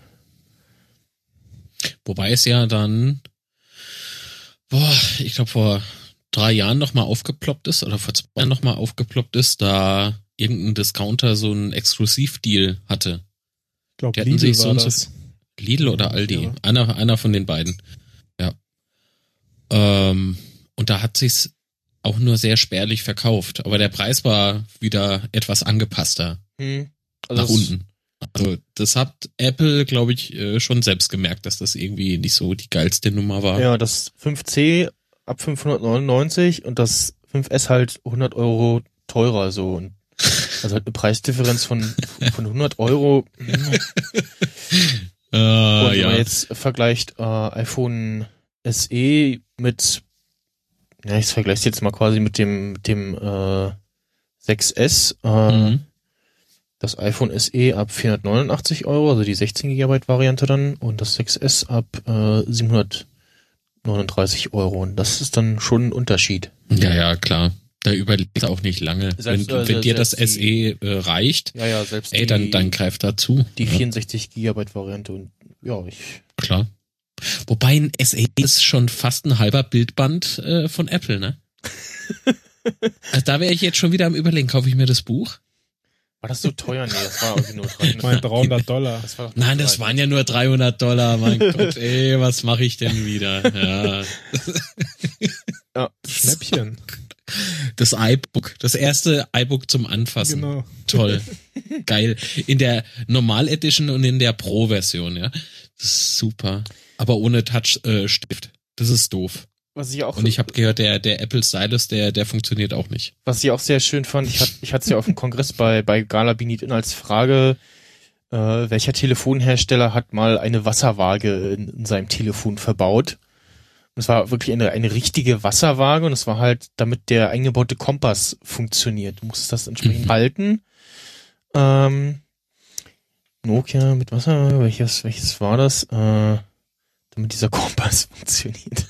Wobei es ja dann, boah, ich glaube vor drei Jahren nochmal aufgeploppt ist oder vor zwei Jahren nochmal aufgeploppt ist, da irgendein Discounter so einen Exklusivdeal hatte. Ich glaube, Die hatten Lidl sich so war und so- das. Lidl oder Aldi. Ja. Einer, einer von den beiden. Ja. Ähm, und da hat sich's auch nur sehr spärlich verkauft. Aber der Preis war wieder etwas angepasster Hm. Also nach es- unten. Also das hat Apple, glaube ich, äh, schon selbst gemerkt, dass das irgendwie nicht so die geilste Nummer war. Ja, das fünf C ab fünfhundertneunundneunzig und das fünf S halt hundert Euro teurer so. Und also halt eine Preisdifferenz von, von hundert Euro. Äh, Und wenn ja. man jetzt vergleicht äh, iPhone S E mit, ja, ich vergleiche es jetzt mal quasi mit dem, mit dem äh, sechs S, äh, Mhm. das iPhone S E ab vierhundertneunundachtzig Euro, also die sechzehn Gigabyte Variante dann, und das sechs S ab äh, siebenhundertneununddreißig Euro. Und das ist dann schon ein Unterschied. Ja, ja, klar. Da überlebt er auch nicht lange. Selbst, wenn äh, wenn dir das selbst S E äh, reicht, Ja, ja, selbst ey, die, dann, dann greift dazu. die Ja, vierundsechzig Gigabyte Variante. Und ja, ich klar. Wobei ein S E ist schon fast ein halber Bildband äh, von Apple, ne? Also da wäre ich jetzt schon wieder am Überlegen, kaufe ich mir das Buch? war das so teuer? Nee, das war irgendwie nur dreihundert. Ich meine dreihundert Dollar. Das war doch Nein, das dreihundert. waren ja nur dreihundert Dollar, mein Gott, ey, was mache ich denn wieder? Ja. Schnäppchen. Das iBook, das erste iBook zum Anfassen. Genau. Toll. Geil. In der Normal Edition und in der Pro-Version, ja. Das ist super. Aber ohne Touch-Stift. Das ist doof. Was ich auch Und ich habe gehört, der, der Apple Stylus, der, der funktioniert auch nicht. Was ich auch sehr schön fand, ich, hat, ich hatte es ja auf dem Kongress bei, bei Gala Binit als Frage, äh, welcher Telefonhersteller hat mal eine Wasserwaage in, in seinem Telefon verbaut? Und es war wirklich eine, eine richtige Wasserwaage und es war halt, damit der eingebaute Kompass funktioniert. Du musstest das entsprechend Mhm. halten. Ähm, Nokia mit Wasserwaage, welches, welches war das? Äh, damit dieser Kompass funktioniert.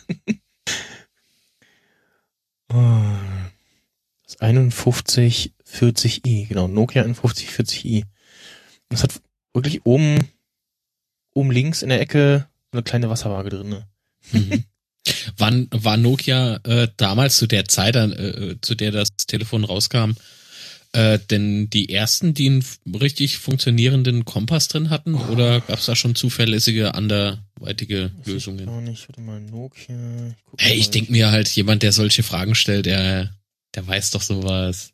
Das einundfünfzig vierzig i, genau, Nokia einundfünfzig vierzig i. Das hat wirklich oben, oben links in der Ecke so eine kleine Wasserwaage drin. Ne? Mhm. Wann war Nokia äh, damals zu der Zeit, äh, zu der das Telefon rauskam, äh, denn die ersten, die einen richtig funktionierenden Kompass drin hatten, oh. oder gab es da schon zuverlässige, anderweitige das Lösungen? Ich gar nicht. Warte mal, Nokia. Ich hey, ich denke mir halt, jemand, der solche Fragen stellt, der, der weiß doch sowas.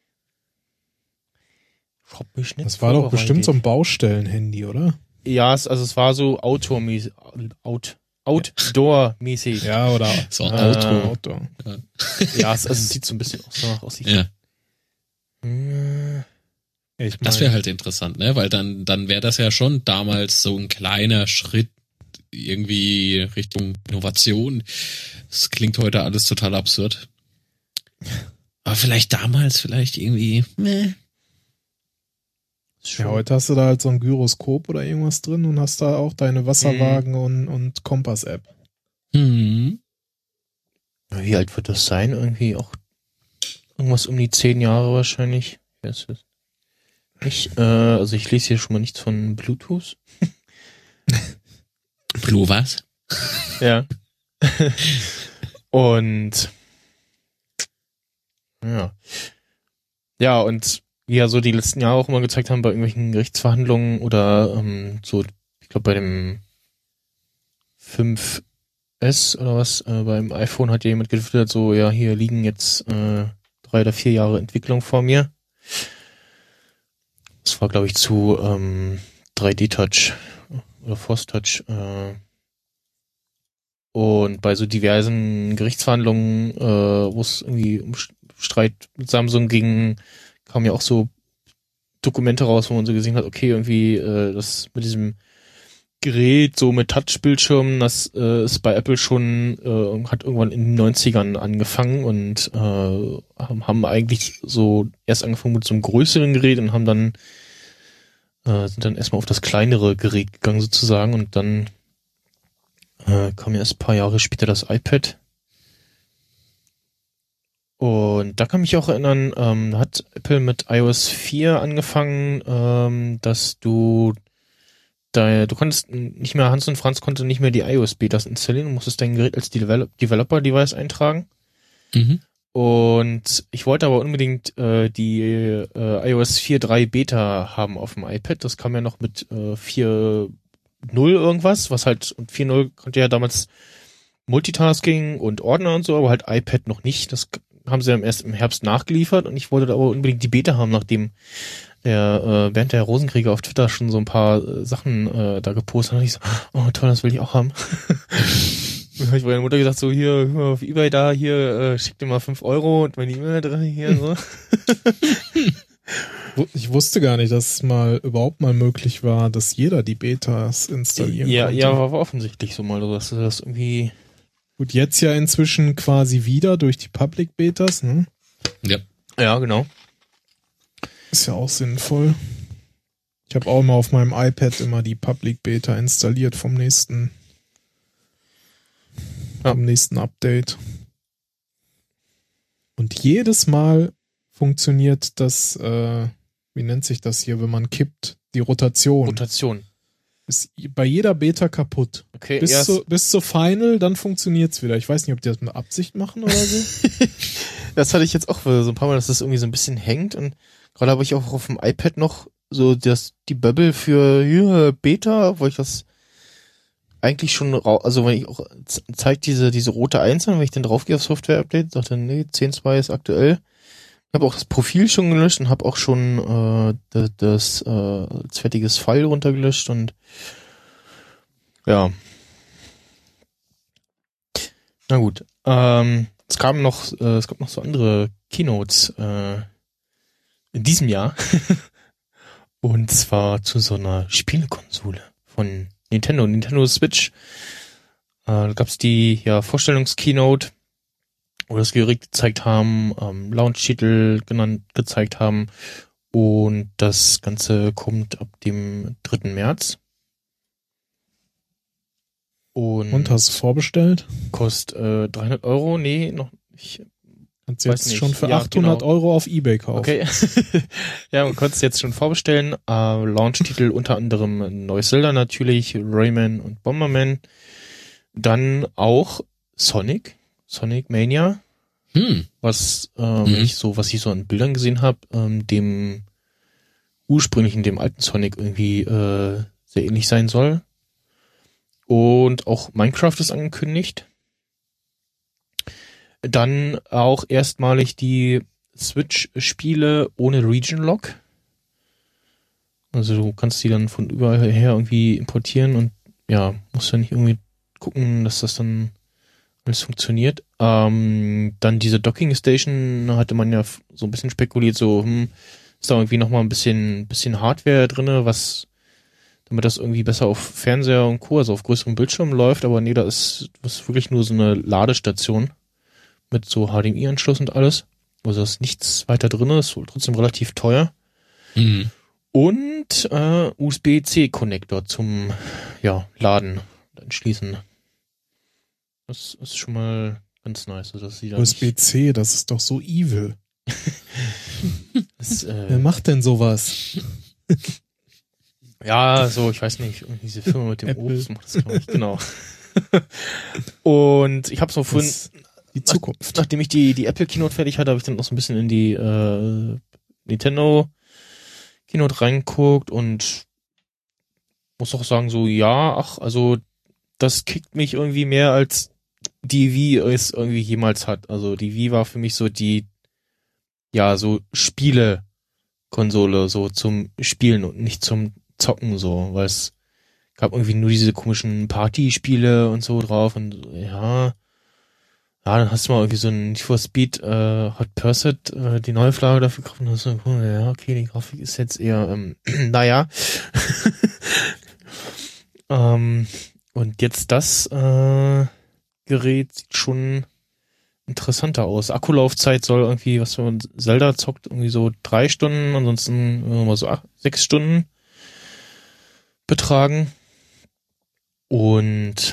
Das war doch bestimmt so ein Baustellenhandy, oder? Ja, es, also es war so Outdoor-mäßig. Out, Outdoor-mäßig. Ja, oder so äh, Outdoor. Outdoor. Ja, ja es, also es sieht so ein bisschen aus, nach aus. Ja. Hm. Ich mein, das wäre halt interessant, ne? Weil dann, dann wäre das ja schon damals so ein kleiner Schritt irgendwie Richtung Innovation. Das klingt heute alles total absurd. Aber vielleicht damals, vielleicht irgendwie, meh. Ja, heute hast du da halt so ein Gyroskop oder irgendwas drin und hast da auch deine Wasserwagen mhm. und, und Kompass-App. Mhm. Wie alt wird das sein? Irgendwie auch irgendwas um die zehn Jahre wahrscheinlich. Ich, äh, also ich lese hier schon mal nichts von Bluetooth. Blue was? Ja. Und ja. Ja, und wie ja so die letzten Jahre auch immer gezeigt haben bei irgendwelchen Gerichtsverhandlungen oder ähm, so, ich glaube bei dem fünf S oder was, äh, beim iPhone hat ja jemand getwittert, so, ja, hier liegen jetzt äh, drei oder vier Jahre Entwicklung vor mir. Das war, glaube ich, zu ähm, drei D-Touch oder Force Touch. Äh, und bei so diversen Gerichtsverhandlungen, äh, wo es irgendwie um Streit mit Samsung ging, kamen ja auch so Dokumente raus, wo man so gesehen hat, okay, irgendwie äh, das mit diesem Gerät, so mit Touchbildschirmen, das äh, ist bei Apple schon, äh, hat irgendwann in den neunzigern angefangen und äh, haben eigentlich so erst angefangen mit so einem größeren Gerät und haben dann äh, sind dann erstmal auf das kleinere Gerät gegangen sozusagen und dann äh, kam ja erst ein paar Jahre später das iPad. Und da kann mich auch erinnern, ähm, hat Apple mit i O S vier angefangen, ähm, dass du da, du konntest nicht mehr, Hans und Franz konnte nicht mehr die iOS-Betas installieren, du musstest dein Gerät als Develop- Developer-Device eintragen. Mhm. Und ich wollte aber unbedingt äh, die äh, i O S vier Punkt drei Beta haben auf dem iPad. Das kam ja noch mit äh, vier Punkt null irgendwas, was halt, und vier Punkt null konnte ja damals Multitasking und Ordner und so, aber halt iPad noch nicht. Das haben sie dann erst im Herbst nachgeliefert und ich wollte da aber unbedingt die Beta haben, nachdem der äh, Bernd der Rosenkrieger auf Twitter schon so ein paar äh, Sachen äh, da gepostet hat. Und ich so, oh toll, das will ich auch haben. Dann habe ich meiner Mutter gesagt, so hier, hör mal auf eBay da, hier, äh, schick dir mal fünf Euro und meine E-Mail-Adresse hier, so. Ich wusste gar nicht, dass es mal überhaupt mal möglich war, dass jeder die Betas installieren ja, konnte. Ja, war offensichtlich so mal, dass das irgendwie... Gut, jetzt ja inzwischen quasi wieder durch die Public Betas, ne? Ja. Ja, genau. Ist ja auch sinnvoll. Ich habe auch immer auf meinem iPad immer die Public Beta installiert vom nächsten, ja. vom nächsten Update. Und jedes Mal funktioniert das, äh, wie nennt sich das hier, wenn man kippt, die Rotation. Rotation. Ist bei jeder Beta kaputt. Okay, bis, zu, bis zur Final, dann funktioniert's wieder. Ich weiß nicht, ob die das mit Absicht machen oder so. Das hatte ich jetzt auch so ein paar Mal, dass das irgendwie so ein bisschen hängt und gerade habe ich auch auf dem iPad noch so das die Bubble für ja, Beta, wo ich das eigentlich schon, also wenn ich auch zeigt diese diese rote eins an, wenn ich dann draufgehe auf Software Update, sagt dann nee, zehn Punkt zwei ist aktuell. Ich habe auch das Profil schon gelöscht und habe auch schon äh, das, das äh, als fertiges File runtergelöscht und ja. Na gut. Ähm, es kamen noch, äh, es gab noch so andere Keynotes äh, in diesem Jahr. Und zwar zu so einer Spielekonsole von Nintendo, Nintendo Switch. Äh, da gab's die ja Vorstellungskeynote, wo das Gerät gezeigt haben, ähm, Launch-Titel genannt, gezeigt haben. Und das Ganze kommt ab dem dritten März. Und, Und hast du vorbestellt? kostet äh, dreihundert Euro. Nee, noch nicht. Kannst du Weiß jetzt nicht. schon für Ja, achthundert genau. Euro auf eBay kaufen. Okay. Ja, man konnte es jetzt schon vorbestellen. Äh, Launch-Titel unter anderem Neues Zelda natürlich, Rayman und Bomberman. Dann auch Sonic, Sonic Mania, Hm. was ähm, Mhm. ich so, was ich so an Bildern gesehen habe, ähm, dem ursprünglichen, dem alten Sonic irgendwie äh, sehr ähnlich sein soll. Und auch Minecraft ist angekündigt. Dann auch erstmalig die Switch-Spiele ohne Region-Lock. Also du kannst die dann von überall her irgendwie importieren und ja, musst dann nicht irgendwie gucken, dass das dann alles funktioniert. Ähm, dann diese Docking Station hatte man ja f- so ein bisschen spekuliert, so hm, ist da irgendwie nochmal ein bisschen, bisschen Hardware drinne, was damit das irgendwie besser auf Fernseher und Co., also auf größeren Bildschirmen läuft, aber nee, da ist, das ist wirklich nur so eine Ladestation mit so H D M I-Anschluss und alles. Also da ist nichts weiter drin, ist wohl trotzdem relativ teuer. Mhm. Und äh, U S B-C-Konnektor zum ja, Laden und Anschließen. Das ist schon mal ganz nice. Also dass sie da U S B-C, das ist doch so evil. nicht, das, äh, Wer macht denn sowas? ja, so, ich weiß nicht, irgendwie diese Firma mit dem Apple. Obst macht das, glaube ich, genau. Und ich habe so vorhin, Das ist die Zukunft. nachdem ich die, die Apple Keynote fertig hatte, habe ich dann noch so ein bisschen in die äh, Nintendo Keynote reinguckt und muss auch sagen, so, ja, ach, also das kickt mich irgendwie mehr als die Wii es irgendwie jemals hat. Also die Wii war für mich so die, ja, so Spiele-Konsole, so zum Spielen und nicht zum Zocken, so, weil es gab irgendwie nur diese komischen Partyspiele und so drauf und ja, ja, dann hast du mal irgendwie so ein Need for Speed äh, Hot Pursuit, äh, die Neuauflage dafür gekauft und hast du so, ja, okay, die Grafik ist jetzt eher, ähm, naja. ähm, und jetzt das äh, Gerät sieht schon interessanter aus. Akkulaufzeit soll irgendwie, was man Zelda zockt, irgendwie so drei Stunden, ansonsten immer so acht, sechs Stunden betragen. Und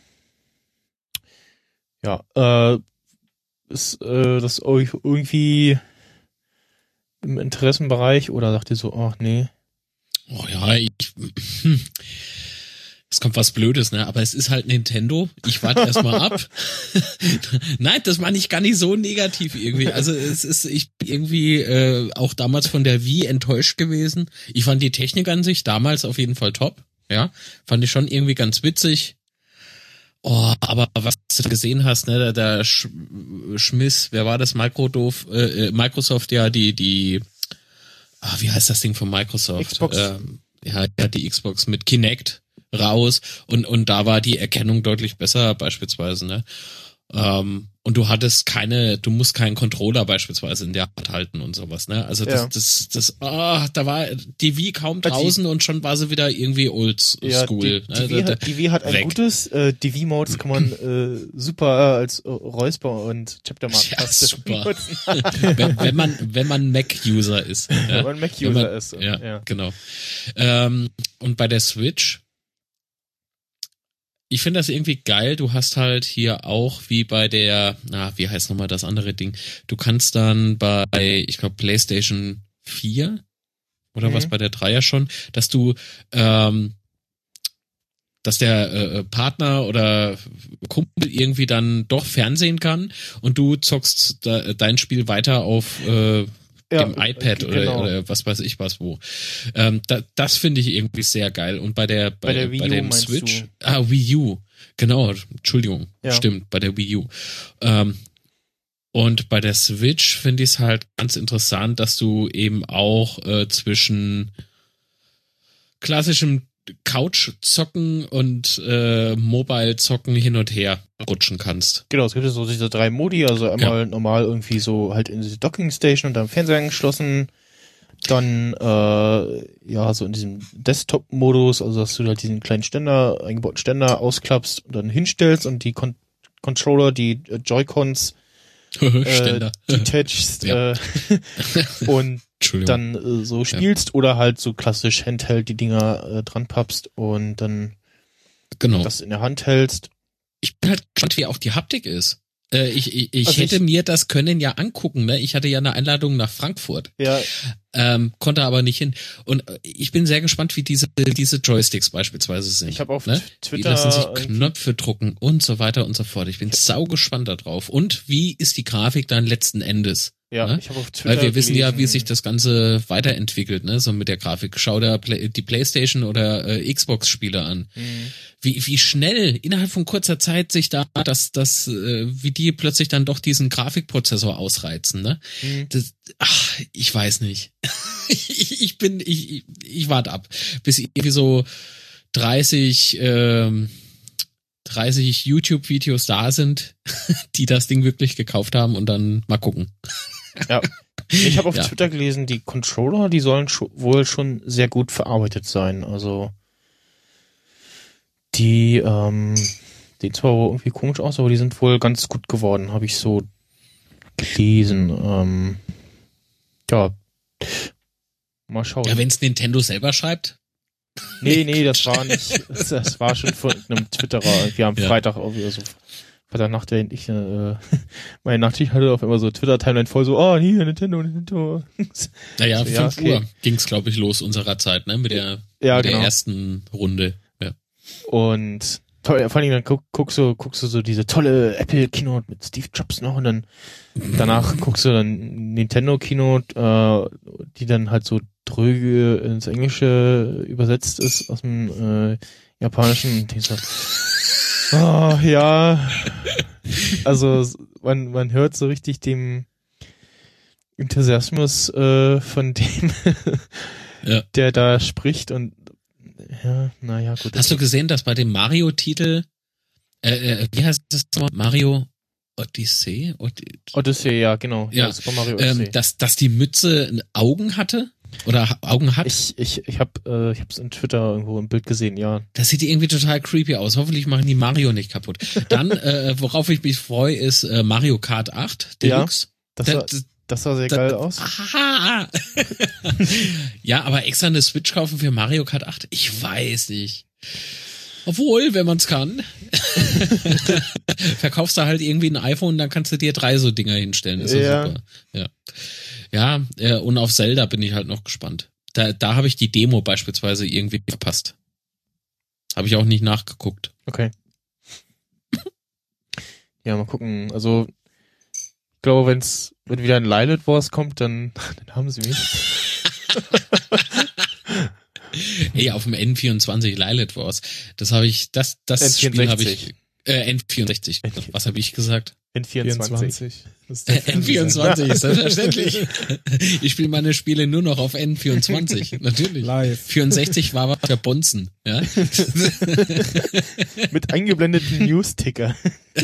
ja, äh, ist äh, das euch irgendwie im Interessenbereich oder sagt ihr so, ach nee? Oh ja, ich, hm. Es kommt was Blödes, ne? Aber es ist halt Nintendo. Ich warte erstmal ab. Nein, das meine ich gar nicht so negativ irgendwie. Also es ist, ich bin irgendwie äh, auch damals von der Wii enttäuscht gewesen. Ich fand die Technik an sich damals auf jeden Fall top. Ja, fand ich schon irgendwie ganz witzig. Oh, aber was du gesehen hast, ne, der, der Sch Schmiss, wer war das? Microdoof, äh, Microsoft, ja, die, die, ah, wie heißt das Ding von Microsoft? Xbox. Ähm, ja, ja, die Xbox mit Kinect raus und und da war die Erkennung deutlich besser beispielsweise, ne? Ähm, und du hattest keine, du musst keinen Controller beispielsweise in der Hand halten und sowas, ne? Also das, Ja. das, das, ah, da war die Wii kaum Die- draußen und schon war sie wieder irgendwie old school. Ja, die, ne? die, Wii Da- hat, die Wii hat ein weg. gutes, äh, die Wii-Modes kann man äh, super äh, als äh, Räusper- und Chaptermark-Taste Ja, super. benutzen. wenn, wenn man wenn man Mac-User ist. Ja? Wenn man Mac-User Wenn man- ist. Ja, Ja. genau. Ähm, und bei der Switch, ich finde das irgendwie geil. Du hast halt hier auch wie bei der, na, wie heißt nochmal das andere Ding? Du kannst dann bei, ich glaube, PlayStation vier oder Mhm. was bei der Dreier schon, dass du, ähm, dass der äh, Partner oder Kumpel irgendwie dann doch fernsehen kann und du zockst da, dein Spiel weiter auf äh, Ja, dem iPad äh, oder, genau. oder was weiß ich was wo. Ähm, da, das finde ich irgendwie sehr geil. Und bei der bei, Bei der Wii bei U dem meinst Switch, du? ah Wii U, genau, Entschuldigung, Ja. stimmt, bei der Wii U. Ähm, und bei der Switch finde ich es halt ganz interessant, dass du eben auch äh, zwischen klassischem Couch-Zocken und äh, Mobile-Zocken hin und her rutschen kannst. Genau, es gibt ja so diese drei Modi, also einmal normal irgendwie so halt in diese Docking Station und am Fernseher angeschlossen, dann äh, ja so in diesem Desktop-Modus, also dass du halt diesen kleinen Ständer, eingebauten Ständer ausklappst und dann hinstellst und die Con Controller, die äh, Joy-Cons äh, Ständer. detachst Ja. äh, und Entschuldigung. dann äh, so spielst oder halt so klassisch Handheld die Dinger äh, dran pappst und dann genau. das in der Hand hältst. Ich bin halt gespannt, wie auch die Haptik ist. Äh, ich ich, ich also hätte ich, mir das können ja angucken, ne? Ich hatte ja eine Einladung nach Frankfurt. Ja. Ähm, konnte aber nicht hin. Und ich bin sehr gespannt, wie diese diese Joysticks beispielsweise sind. Ich habe auf ne? Twitter... Die lassen sich Knöpfe drucken und so weiter und so fort. Ich bin sau gespannt darauf. Und wie ist die Grafik dann letzten Endes? Ja, ne? ich habe auf Twitter Weil wir wissen gelesen, ja, wie sich das Ganze weiterentwickelt, ne? So mit der Grafik. Schau da Play, die PlayStation oder äh, Xbox-Spiele an. Mhm. Wie wie schnell innerhalb von kurzer Zeit sich da das das äh, wie die plötzlich dann doch diesen Grafikprozessor ausreizen, ne? Mhm. Das, ach, ich weiß nicht. ich, ich bin ich ich, ich warte ab, bis irgendwie so dreißig ähm, dreißig YouTube-Videos da sind, die das Ding wirklich gekauft haben und dann mal gucken. Ja. Ich habe auf ja. Twitter gelesen, die Controller, die sollen scho- wohl schon sehr gut verarbeitet sein. Also die ähm, sehen zwar irgendwie komisch aus, aber die sind wohl ganz gut geworden, habe ich so gelesen. Ähm, ja, mal schauen. Ja, wenn es Nintendo selber schreibt. Nee, nee, das war nicht, das, das war schon von einem Twitterer. Wir haben Ja. Freitag auch wieder so, Freitagnacht, der ich, äh, meine Nachtschicht hatte auf einmal so Twitter-Timeline voll so, oh, hier, Nintendo, Nintendo. Naja, so, ja, fünf okay. Uhr ging's, glaube ich, los unserer Zeit, ne? Mit der, Ja, mit genau. der ersten Runde. Ja. Und toll, vor allem dann guck, guckst du, guckst du so diese tolle Apple Keynote mit Steve Jobs noch und dann danach guckst du dann Nintendo Keynote, äh, die dann halt so dröge ins Englische übersetzt ist aus dem äh, Japanischen. Und denkst so, oh, ja. Also man, man hört so richtig dem Enthusiasmus äh, von dem, Ja. der da spricht und ja, naja, gut. Hast du gesehen, dass bei dem Mario-Titel, äh, äh, wie heißt das nochmal? Mario Odyssey? Od- Odyssey, ja, genau. Ja, Super Mario Odyssey. ähm, dass, dass die Mütze Augen hatte? Oder ha- Augen hat? ich ich ich habe äh, ich hab's in Twitter irgendwo im Bild gesehen, ja. Das sieht irgendwie total creepy aus. Hoffentlich machen die Mario nicht kaputt. Dann, äh, worauf ich mich freue, ist äh, Mario Kart acht Deluxe. Das Da- sah, das sah sehr da- geil aus. Aha. Ja, aber extra eine Switch kaufen für Mario Kart acht? Ich weiß nicht. Obwohl, wenn man's kann. Verkaufst du halt irgendwie ein iPhone, dann kannst du dir drei so Dinger hinstellen. Das ist Ja. super. Ja. Ja, äh, und auf Zelda bin ich halt noch gespannt. Da, da habe ich die Demo beispielsweise irgendwie verpasst. Habe ich auch nicht nachgeguckt. Okay. Ja, mal gucken. Also ich glaube, wenn's wenn wieder ein Lilith Wars kommt, dann dann haben sie mich. Ey, auf dem N vierundzwanzig Lilith Wars. Das habe ich, das, das Spiel habe ich, äh, N vierundsechzig. Was habe ich gesagt? N vierundzwanzig. vierundzwanzig. Das ist der N Fernseher. vierundzwanzig, selbstverständlich. Ich spiele meine Spiele nur noch auf N vierundzwanzig, natürlich. Live. vierundsechzig war was für Bonzen, ja. Mit eingeblendeten News-Ticker.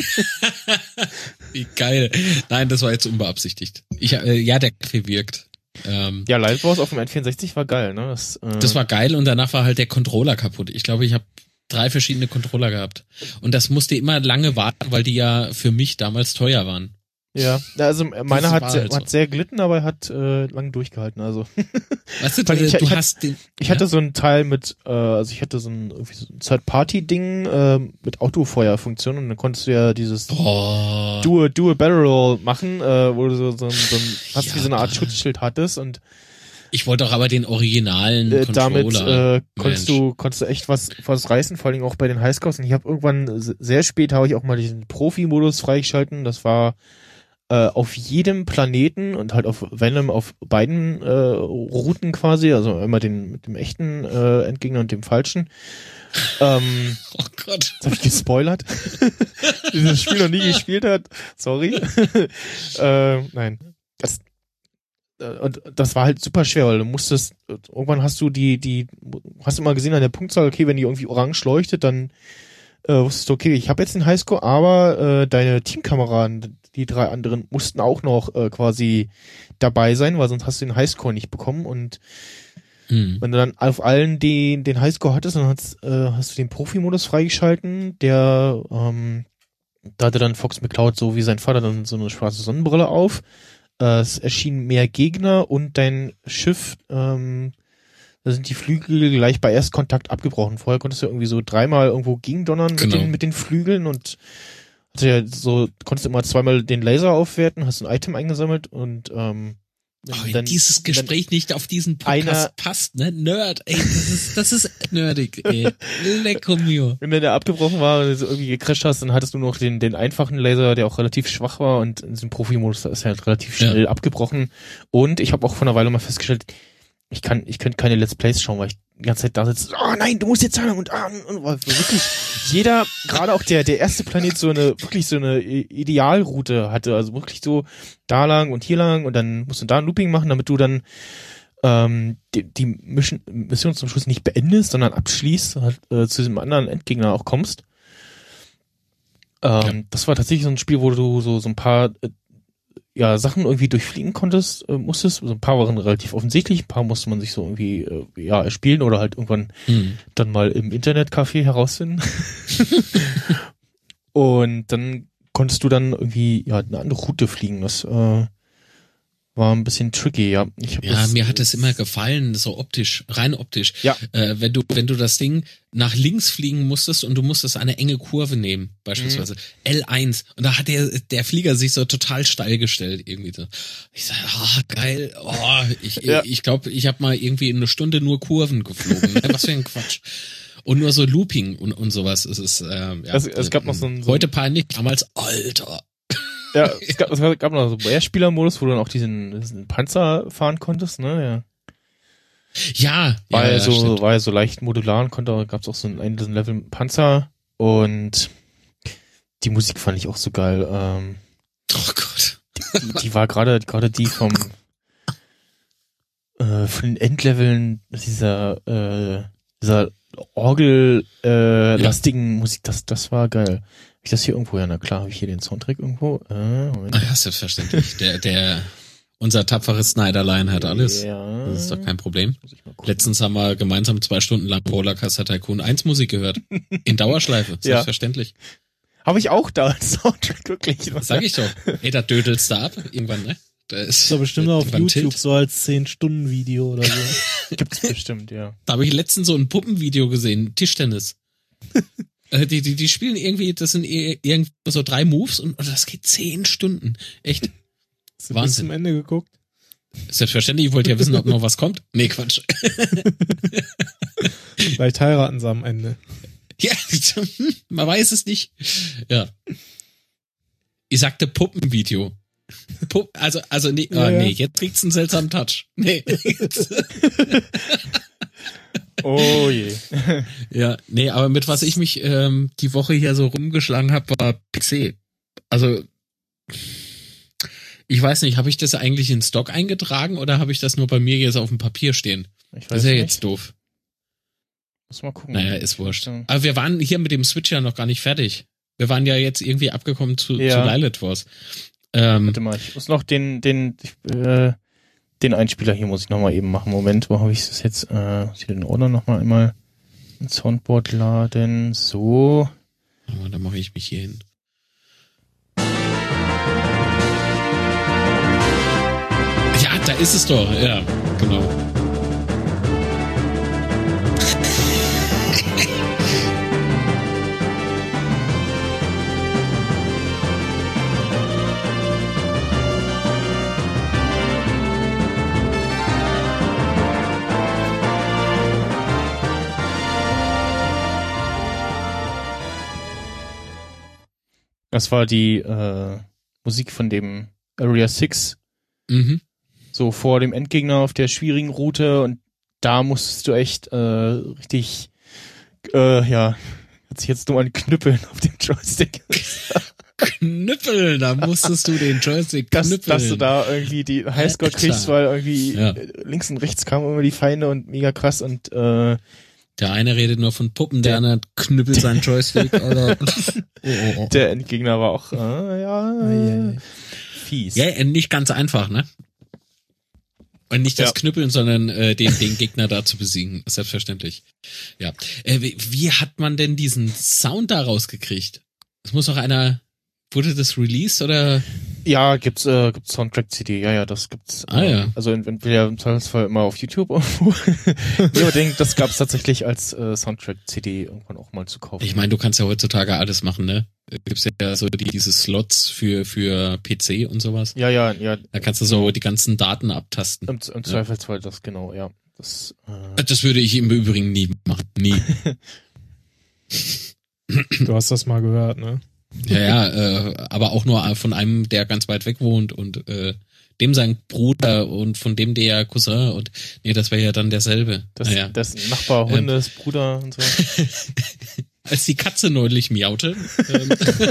Wie geil. Nein, das war jetzt unbeabsichtigt. Ich, äh, ja, der Kaffee wirkt. Ähm, Ja, Lilith Wars auf dem N vierundsechzig war geil, ne? Das, äh, Das war geil und danach war halt der Controller kaputt. Ich glaube, ich habe drei verschiedene Controller gehabt. Und das musste immer lange warten, weil die ja für mich damals teuer waren. ja, also meiner Das hat war sehr, halt hat so. sehr gelitten, aber er hat äh, lang durchgehalten. Also Weißt du, Weil du, ich- du ich- hast den... ich ja? hatte so ein Teil mit, äh, also ich hatte so ein, irgendwie so ein Third-Party-Ding äh, mit Autofeuerfunktion und dann konntest du ja dieses Boah. Do a, do a Barrel Roll machen, äh, wo du so, so, ein- so ein, fast Ja, wie so eine Art Mann. Schutzschild hattest und Ich wollte doch aber den originalen äh, damit Controller. äh, konntest Mensch. du konntest du echt was was reißen, vor allem auch bei den Highscores. Und ich habe irgendwann s- sehr spät habe ich auch mal diesen Profi-Modus freigeschalten. Das war äh, auf jedem Planeten und halt auf Venom auf beiden äh, Routen quasi, also einmal den mit dem echten äh, Endgegner und dem falschen. Ähm, Oh Gott. Jetzt habe ich gespoilert. Dieses Spiel noch nie gespielt hat. Sorry. äh, nein. Das, äh, und das war halt super schwer, weil du musstest, irgendwann hast du die, die, hast du mal gesehen an der Punktzahl, okay, wenn die irgendwie orange leuchtet, dann äh, wusstest du, okay, ich habe jetzt den Highscore, aber äh, deine Teamkameraden, die drei anderen, mussten auch noch äh, quasi dabei sein, weil sonst hast du den Highscore nicht bekommen. Und Hm. wenn du dann auf allen den, den Highscore hattest, dann hast, äh, hast du den Profi-Modus freigeschalten, der, ähm, da hatte dann Fox McCloud so wie sein Vater dann so eine schwarze Sonnenbrille auf. Äh, es erschienen mehr Gegner und dein Schiff, ähm, da sind die Flügel gleich bei Erstkontakt abgebrochen. Vorher konntest du irgendwie so dreimal irgendwo gegendonnern Genau. mit den, mit den Flügeln und also ja, so konntest du immer zweimal den Laser aufwerten, hast ein Item eingesammelt und ähm, wenn Oh, dann, dieses Gespräch wenn, nicht auf diesen Podcast einer- passt, ne? Nerd, ey, das ist, das ist nerdig, ey. Lecco mio. wenn der abgebrochen war und du so irgendwie gecrasht hast, dann hattest du noch den, den einfachen Laser, der auch relativ schwach war und in diesem Profi-Modus, da ist er halt relativ schnell Ja. abgebrochen. Und ich habe auch vor einer Weile mal festgestellt, ich kann, ich könnte keine Let's Plays schauen, weil ich die ganze Zeit da sitze, oh nein, du musst jetzt sagen und, ah, und weil wirklich jeder, gerade auch der, der erste Planet so eine, wirklich so eine I- Idealroute hatte, also wirklich so da lang und hier lang und dann musst du da ein Looping machen, damit du dann ähm, die, die Mission, Mission zum Schluss nicht beendest, sondern abschließt und halt, äh, zu diesem anderen Endgegner auch kommst. Ähm, Ja. Das war tatsächlich so ein Spiel, wo du so, so ein paar äh, ja, Sachen irgendwie durchfliegen konntest, äh, musstest. So ein paar waren relativ offensichtlich, ein paar musste man sich so irgendwie äh, ja erspielen oder halt irgendwann Hm. dann mal im Internetcafé herausfinden. Und dann konntest du dann irgendwie ja eine andere Route fliegen. Das äh, war ein bisschen tricky, ja. Ich hab Ja, das, mir hat es immer gefallen, so optisch, rein optisch. Ja. Äh, wenn du, wenn du das Ding nach links fliegen musstest und du musstest eine enge Kurve nehmen, beispielsweise L eins, und da hat der, der Flieger sich so total steil gestellt, irgendwie so. Ich sag, ah, geil, oh, ich, Ja. ich glaube, ich habe mal irgendwie in eine Stunde nur Kurven geflogen. Ne? Was für ein Quatsch. Und nur so Looping und, und sowas. Es ist, ähm, ja. Es- es gab noch so ein- so ein- Heute peinlich, damals, Alter. ja, es gab, es gab noch so einen Mehrspieler-Modus, wo du dann auch diesen, diesen Panzer fahren konntest, ne? Ja. Ja, War ja, ja, ja, so, stimmt. war ja so leicht modular und konnte, gab's auch so einen, einen diesen Level mit Panzer und die Musik fand ich auch so geil. Ähm, Oh Gott. die war gerade gerade die vom äh, von den Endleveln dieser äh, dieser Orgel äh, lastigen Musik, das das war geil. Hab ich das hier irgendwo? Ja, na klar, habe ich hier den Soundtrack irgendwo. Äh, Moment. Ah ja, selbstverständlich. Der, der, unser tapferes Snyderlein hat alles. Ja. Das ist doch kein Problem. Muss ich mal gucken. Letztens haben wir gemeinsam zwei Stunden lang Rollercoaster Tycoon eins Musik gehört. In Dauerschleife, Ja. selbstverständlich. Habe ich auch da als Soundtrack wirklich. Das sag ich doch. Ey, da dödelst du ab irgendwann, ne? Da ist, Das ist doch bestimmt auf irgendwann YouTube Tilt. so als zehn Stunden Video oder so. Gibt's bestimmt, ja. Da habe ich letztens so ein Puppenvideo gesehen, Tischtennis. Äh, die, die, die spielen irgendwie, das sind eh- irgendwie so drei Moves und, und das geht zehn Stunden. Echt? Hast du bis Wahnsinn. zum Ende geguckt? Selbstverständlich, ich wollte ja wissen, ob noch was kommt. Nee, Quatsch. Vielleicht heiraten sie am Ende. Ja, man weiß es nicht. Ja. Ich sagte Puppenvideo. Pupp, also, also, nee, Ja, ah, ja. nee, jetzt kriegt's einen seltsamen Touch. Nee. Oh je. Ja, nee, aber mit was ich mich ähm, die Woche hier so rumgeschlagen habe, war P C. Also, ich weiß nicht, habe ich das eigentlich in Stock eingetragen oder habe ich das nur bei mir jetzt auf dem Papier stehen? Ich Das ist ja nicht. jetzt doof. Muss mal gucken. Naja, ist wurscht. Ja. Aber wir waren hier mit dem Switch ja noch gar nicht fertig. Wir waren ja jetzt irgendwie abgekommen zu, Ja. zu Lilith Wars. Ähm, Warte mal, ich muss noch den, den, äh, den Einspieler hier muss ich nochmal eben machen. Moment, wo habe ich das jetzt? Äh, muss ich den Ordner nochmal einmal ins Soundboard laden. So. oh, da mache ich mich hier hin. Ja, da ist es doch. Ja, genau. Das war die äh, Musik von dem Area six, Mhm. so vor dem Endgegner auf der schwierigen Route und da musstest du echt äh, richtig, äh, ja, hat sich jetzt nur an Knüppeln auf dem Joystick. Knüppeln, da musstest du den Joystick dass, knüppeln. dass du da irgendwie die Highscore Alter. kriegst, weil irgendwie Ja. äh, links und rechts kamen immer die Feinde und mega krass und äh, Der eine redet nur von Puppen, der, Der- andere knüppelt seinen Joystick. Oder oh, oh, oh. der Endgegner war auch äh, ja Eieiei. fies. Ja, äh, nicht ganz einfach, ne? Und nicht das Ja. Knüppeln, sondern äh, den, den Gegner da zu besiegen. Selbstverständlich. Ja. Äh, wie, wie hat man denn diesen Sound da rausgekriegt? Es muss doch einer. Wurde das released oder? Ja, gibt's, äh, gibt's Soundtrack-C D, ja, ja, das gibt's. Ah, ähm, ja. Also entweder im Zweifelsfall immer auf YouTube irgendwo. Nee, aber denk, das gab's tatsächlich als äh, Soundtrack-C D irgendwann auch mal zu kaufen. Ich meine, du kannst ja heutzutage alles machen, ne? Gibt's ja so die, diese Slots für, für P C und sowas. Ja, ja, ja. Da kannst du so die ganzen Daten abtasten. Im, im Zweifelsfall das, genau, ja. Das, äh, Das würde ich im Übrigen nie machen. Nie. Du hast das mal gehört, ne? Ja, ja, äh, aber auch nur von einem, der ganz weit weg wohnt und äh, dem sein Bruder und von dem der Cousin und nee, das wäre ja dann derselbe. das, naja. das Nachbar, Hundes, ähm. Bruder und so. Als die Katze neulich miaute. Ähm,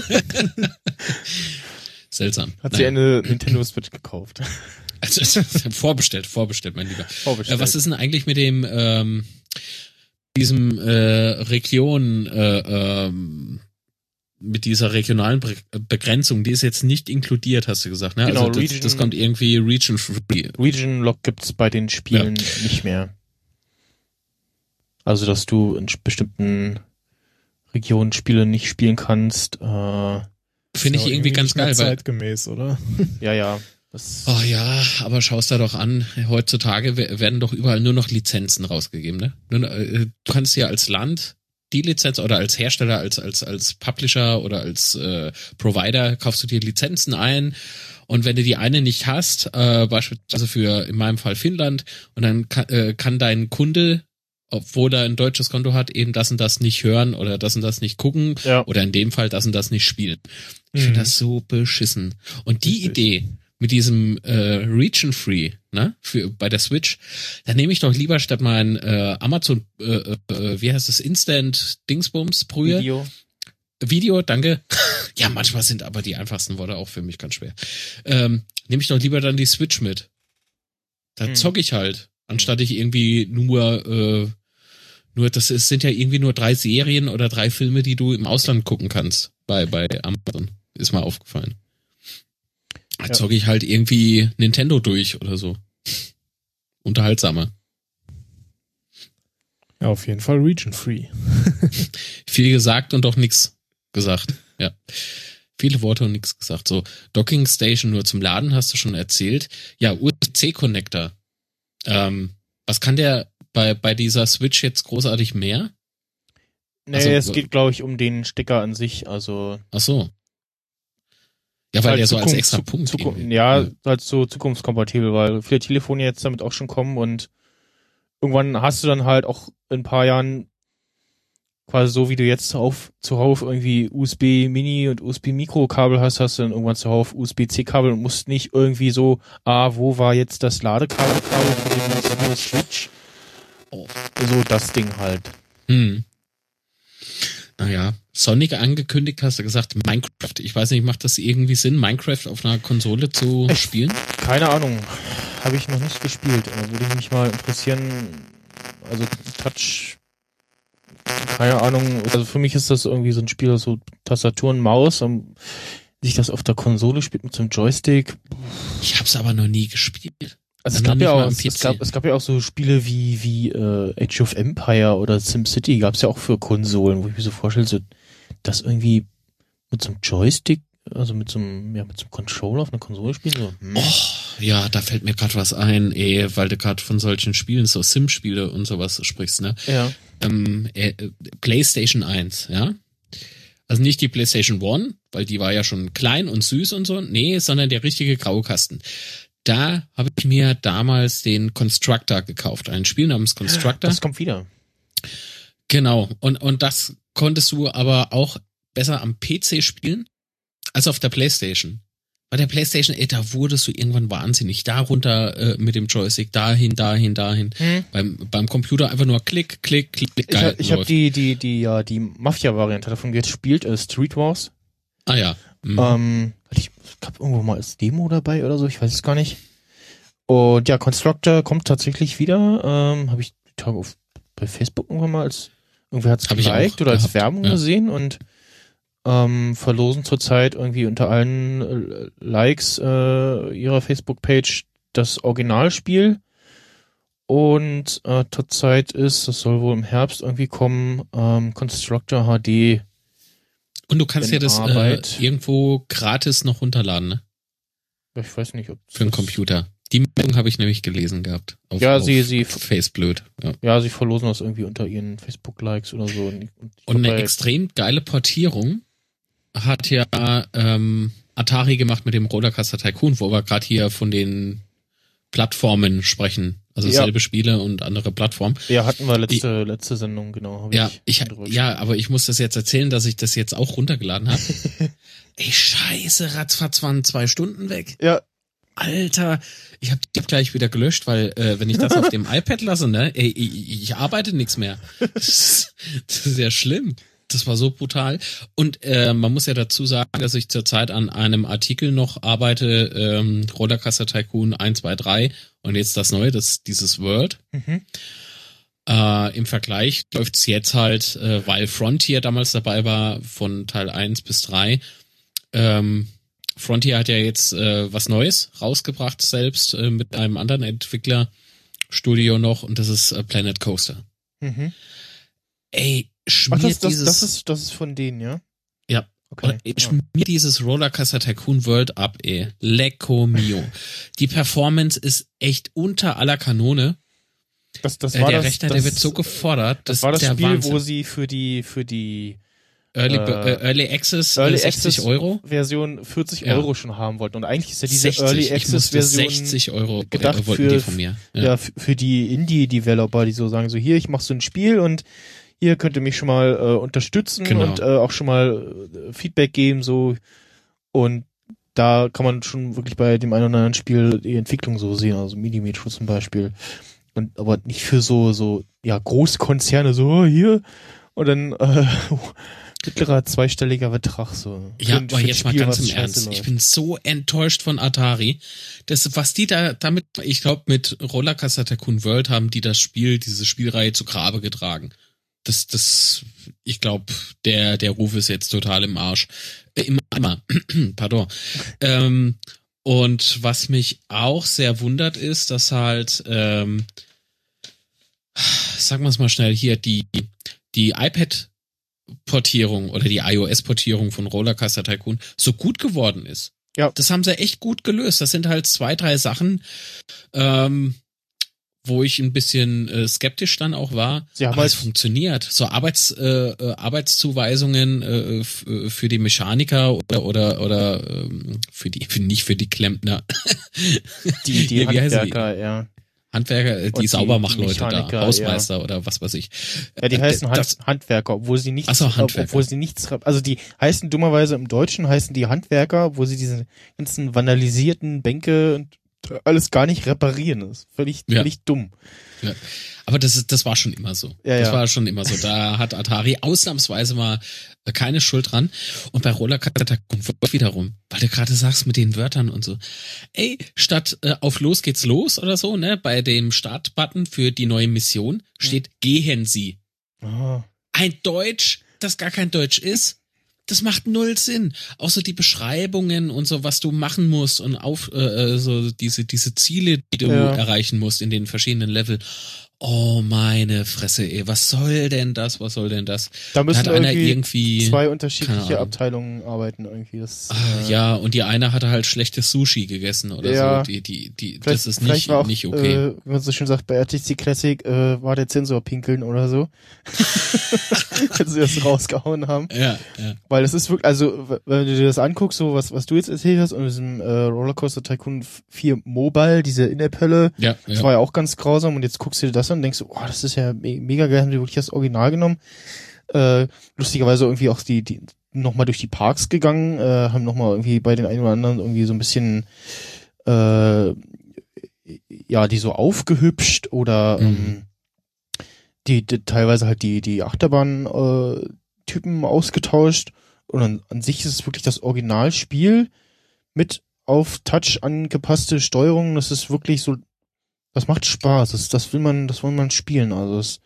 seltsam. Hat sie naja. eine Nintendo Switch gekauft. Also, vorbestellt, vorbestellt, mein Lieber. Vorbestellt. Äh, was ist denn eigentlich mit dem ähm, diesem äh, Region äh, ähm, mit dieser regionalen Be- Begrenzung, die ist jetzt nicht inkludiert, hast du gesagt, ne? Genau, also das, Region, das kommt irgendwie Region Free. Region Lock gibt's bei den Spielen ja. nicht mehr. Also, dass du in bestimmten Regionen Spiele nicht spielen kannst. Äh, Finde ich irgendwie, irgendwie ganz geil, weil zeitgemäß, oder? Ja, ja. Das oh ja, aber schau's da doch an. Heutzutage werden doch überall nur noch Lizenzen rausgegeben, ne? Du kannst ja als Land die Lizenz oder als Hersteller, als als als Publisher oder als äh, Provider kaufst du dir Lizenzen ein und wenn du die eine nicht hast, äh, beispielsweise für in meinem Fall Finnland und dann kann, äh, kann dein Kunde, obwohl er ein deutsches Konto hat, eben das und das nicht hören oder das und das nicht gucken ja. oder in dem Fall das und das nicht spielen. Ich Mhm. finde das so beschissen. Und die Richtig. Idee mit diesem äh, Region Free, ne, für bei der Switch, dann nehme ich doch lieber statt mein äh, Amazon, äh, äh, wie heißt das, Instant Dingsbums Brühe Video. Video, danke. Ja, manchmal sind aber die einfachsten Worte auch für mich ganz schwer. Ähm, nehme ich doch lieber dann die Switch mit. Da Hm. zocke ich halt, anstatt ich irgendwie nur äh, nur das ist, sind ja irgendwie nur drei Serien oder drei Filme, die du im Ausland gucken kannst bei bei Amazon. Ist mal aufgefallen. Da Ja. zocke ich halt irgendwie Nintendo durch oder so. Unterhaltsamer. Ja, auf jeden Fall Region Free. Viel gesagt und doch nix gesagt. Ja. Viele Worte und nix gesagt. So, Docking Station nur zum Laden, hast du schon erzählt. Ja, U S B-C-Connector. Ähm, was kann der bei, bei dieser Switch jetzt großartig mehr? Nee, Also, es geht, glaube ich, um den Stecker an sich. Also Ach so. Ja, weil halt der so als Zukunft- extra Zu- Punkt Zukunft, irgendwie- ja, halt so zukunftskompatibel, weil viele Telefone jetzt damit auch schon kommen und irgendwann hast du dann halt auch in ein paar Jahren quasi so, wie du jetzt auf, zuhauf irgendwie U S B Mini und U S B Micro Kabel hast, hast du dann irgendwann zuhauf U S B C Kabel und musst nicht irgendwie so, ah, wo war jetzt das Ladekabel für den Nintendo Switch? Oh, so das Ding halt. Hm. Naja, Sonic angekündigt, hast du gesagt, Minecraft. Ich weiß nicht, macht das irgendwie Sinn, Minecraft auf einer Konsole zu Ich- spielen? Keine Ahnung, habe ich noch nicht gespielt. Äh, würde mich mal interessieren. Also Touch, keine Ahnung. Also für mich ist das irgendwie so ein Spiel, so Tastatur und Maus. Und sich das auf der Konsole spielt mit so einem Joystick. Ich hab's aber noch nie gespielt. Also es Noch gab nicht ja mal auch, am es, P C. es gab, es gab ja auch so Spiele wie wie äh, Age of Empire oder SimCity. Gab es ja auch für Konsolen, wo ich mir so vorstelle, so das irgendwie mit so einem Joystick, also mit so einem, ja, mit so einem Controller auf einer Konsole spielen. So, hm. Oh, ja, da fällt mir gerade was ein, ey, weil du gerade von solchen Spielen, so Sim-Spiele und sowas sprichst, ne? Ja. Ähm, äh, PlayStation eins, ja? Also nicht die PlayStation One, weil die war ja schon klein und süß und so, nee, sondern der richtige graue Kasten. Da habe ich mir damals den Constructor gekauft, ein Spiel namens Constructor. Das kommt wieder. Genau, und, und das konntest du aber auch besser am P C spielen als auf der PlayStation. Bei der PlayStation, ey, da wurdest du irgendwann wahnsinnig. Da runter äh, mit dem Joystick, dahin, dahin, dahin. Hm. Beim, beim Computer einfach nur Klick, Klick, Klick, Ich geil. habe ich hab läuft. die die die ja die Mafia-Variante davon gespielt, äh, Street Wars. Ah ja. Mhm. Ähm, ich gab irgendwo mal als Demo dabei oder so, ich weiß es gar nicht. Und ja, Constructor kommt tatsächlich wieder. Ähm, habe ich die Tage auf bei Facebook irgendwann mal als irgendwer hat's Hab ich geliked auch oder als gehabt, Werbung ja. gesehen und ähm, verlosen zurzeit irgendwie unter allen äh, Likes äh, ihrer Facebook-Page das Originalspiel. Und äh, zurzeit ist, das soll wohl im Herbst irgendwie kommen, ähm, Constructor H D. Und du kannst in ja das äh, Arbeit. irgendwo gratis noch runterladen, ne? Ich weiß nicht, ob für einen Computer. Die Meldung habe ich nämlich gelesen gehabt. Auf, ja, auf sie, sie, Faceblöd. Ja. ja, sie verlosen das irgendwie unter ihren Facebook-Likes oder so. Und, und, und eine extrem geile Portierung hat ja ähm, Atari gemacht mit dem Rollercoaster Tycoon, wo wir gerade hier von den Plattformen sprechen. Also ja. selbe Spiele und andere Plattformen. Ja, hatten wir letzte, ich, letzte Sendung, genau. Hab ja, ich, ich ja, aber ich muss das jetzt erzählen, dass ich das jetzt auch runtergeladen habe. Ey, scheiße, ratzfatz waren zwei Stunden weg. Ja. Alter, ich habe die gleich wieder gelöscht, weil äh, wenn ich das auf dem iPad lasse, ne, ey, ich, ich arbeite nichts mehr. Das ist, das ist ja schlimm. Das war so brutal. Und äh, man muss ja dazu sagen, dass ich zurzeit an einem Artikel noch arbeite, ähm, Rollercoaster Tycoon eins, zwei, drei und jetzt das neue, das dieses World. Mhm. Äh, im Vergleich läuft's jetzt halt, äh, weil Frontier damals dabei war, von Teil eins bis drei. Ähm, Frontier hat ja jetzt äh, was Neues rausgebracht, selbst äh, mit einem anderen Entwicklerstudio noch, und das ist äh, Planet Coaster. Mhm. Ey, schmiert Ach, das, das, dieses... das ist, das ist von denen, ja? Ja. Okay. Ey, schmiert ja. dieses Rollercoaster Tycoon World ab, ey. Lecco mio. Die Performance ist echt unter aller Kanone. Das, das äh, war der das, Rechner, das, der wird so gefordert. Das, das war das Spiel, Wahnsinn. Wo sie für die, für die Early, äh, Early Access Early sechzig Access Euro Version vierzig ja. Euro schon haben wollten. Und eigentlich ist ja diese sechzig, Early Access Version sechzig Euro gedacht wollten für, die von mir. Ja, ja für die Indie-Developer, die so sagen, so hier, ich mach so ein Spiel und ihr könnt ihr mich schon mal äh, unterstützen genau. und äh, auch schon mal äh, Feedback geben, so. Und da kann man schon wirklich bei dem einen oder anderen Spiel die Entwicklung so sehen, also Minimetro zum Beispiel. Und aber nicht für so, so, ja, Großkonzerne, so, oh, hier, und dann, äh, mittlerer zweistelliger Betrag, so. Ja, für, aber für jetzt Spiel, mal ganz im Ernst. läuft. Ich bin so enttäuscht von Atari. Das, was die da damit, ich glaube, mit Rollercoaster Tycoon World haben die das Spiel, diese Spielreihe zu Grabe getragen. Das, das, ich glaube, der, der Ruf ist jetzt total im Arsch. Äh, im Eimer. Pardon. ähm, und was mich auch sehr wundert ist, dass halt, ähm, sagen wir es mal schnell hier, die, die iPad-Portierung oder die iOS-Portierung von Rollercoaster Tycoon so gut geworden ist. Ja. Das haben sie echt gut gelöst. Das sind halt zwei, drei Sachen, ähm, wo ich ein bisschen äh, skeptisch dann auch war. Sie haben aber halt es funktioniert. So Arbeits, äh, Arbeitszuweisungen äh, f- für die Mechaniker oder oder oder ähm, für die für nicht für die Klempner. die die Wie heißen Handwerker, ja. Handwerker, die, die Saubermachleute da, Mechaniker, Hausmeister ja. oder was weiß ich. Ja, die Äh, heißen Hand, das, Handwerker, obwohl sie nichts, Ach so, Handwerker. obwohl sie nichts, also die heißen dummerweise im Deutschen heißen die Handwerker, wo sie diese ganzen vandalisierten Bänke und alles gar nicht reparieren. Das ist völlig, Ja. völlig dumm. Ja. Aber das ist, das war schon immer so. Ja, das ja. war schon immer so. Da hat Atari ausnahmsweise mal keine Schuld dran. Und bei Rollercoaster Tycoon wiederum, weil du gerade sagst mit den Wörtern und so. Ey, statt äh, auf los geht's los oder so, ne, bei dem Startbutton für die neue Mission steht mhm. gehen Sie. Ah. Ein Deutsch, das gar kein Deutsch ist. Das macht null Sinn. Auch so die Beschreibungen und so, was du machen musst und auf äh, so diese diese Ziele, die du ja. erreichen musst in den verschiedenen Level. Oh meine Fresse, ey, was soll denn das? Was soll denn das? Da müssen hat einer irgendwie, irgendwie zwei keine unterschiedliche Ahnung. Abteilungen arbeiten irgendwie. Das, Ah, äh, ja, und die eine hatte halt schlechtes Sushi gegessen oder Ja. so. Die die die vielleicht, das ist vielleicht nicht war auch, nicht okay. Äh, wie man so schön sagt, bei R T C Classic äh, war der Zensor pinkeln oder so. Als sie das rausgehauen haben. Ja, ja. Weil das ist wirklich, also wenn du dir das anguckst, so was was du jetzt erzählt hast und diesem äh, Rollercoaster Tycoon vier Mobile, diese In-App-Hölle, Ja, das ja. war ja auch ganz grausam und jetzt guckst du dir das an und denkst, oh, das ist ja me- mega geil, haben die wirklich das Original genommen. Äh, lustigerweise irgendwie auch die, die nochmal durch die Parks gegangen, äh, haben nochmal irgendwie bei den einen oder anderen irgendwie so ein bisschen äh, ja, die so aufgehübscht oder Mhm. ähm, die, die teilweise halt die die Achterbahn äh, Typen ausgetauscht und an, an sich ist es wirklich das Originalspiel mit auf Touch angepasste Steuerung. Das ist wirklich so, das macht Spaß. Das, das will man, das will man spielen. Also es,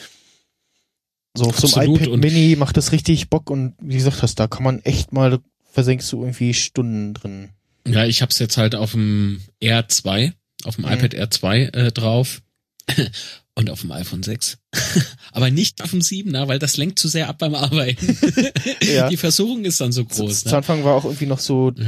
so auf so einem Absolut. iPad Und- Mini macht das richtig Bock und wie gesagt hast, da kann man echt mal, versenkst du irgendwie Stunden drin. Ja, ich hab's jetzt halt auf dem R zwei, auf dem Mhm. iPad R zwei äh, drauf und auf dem iPhone sechs. Aber nicht auf dem siebener, weil das lenkt zu sehr ab beim Arbeiten. Ja. Die Versuchung ist dann so groß. Zu Ne? Anfang war auch irgendwie noch so, Ja.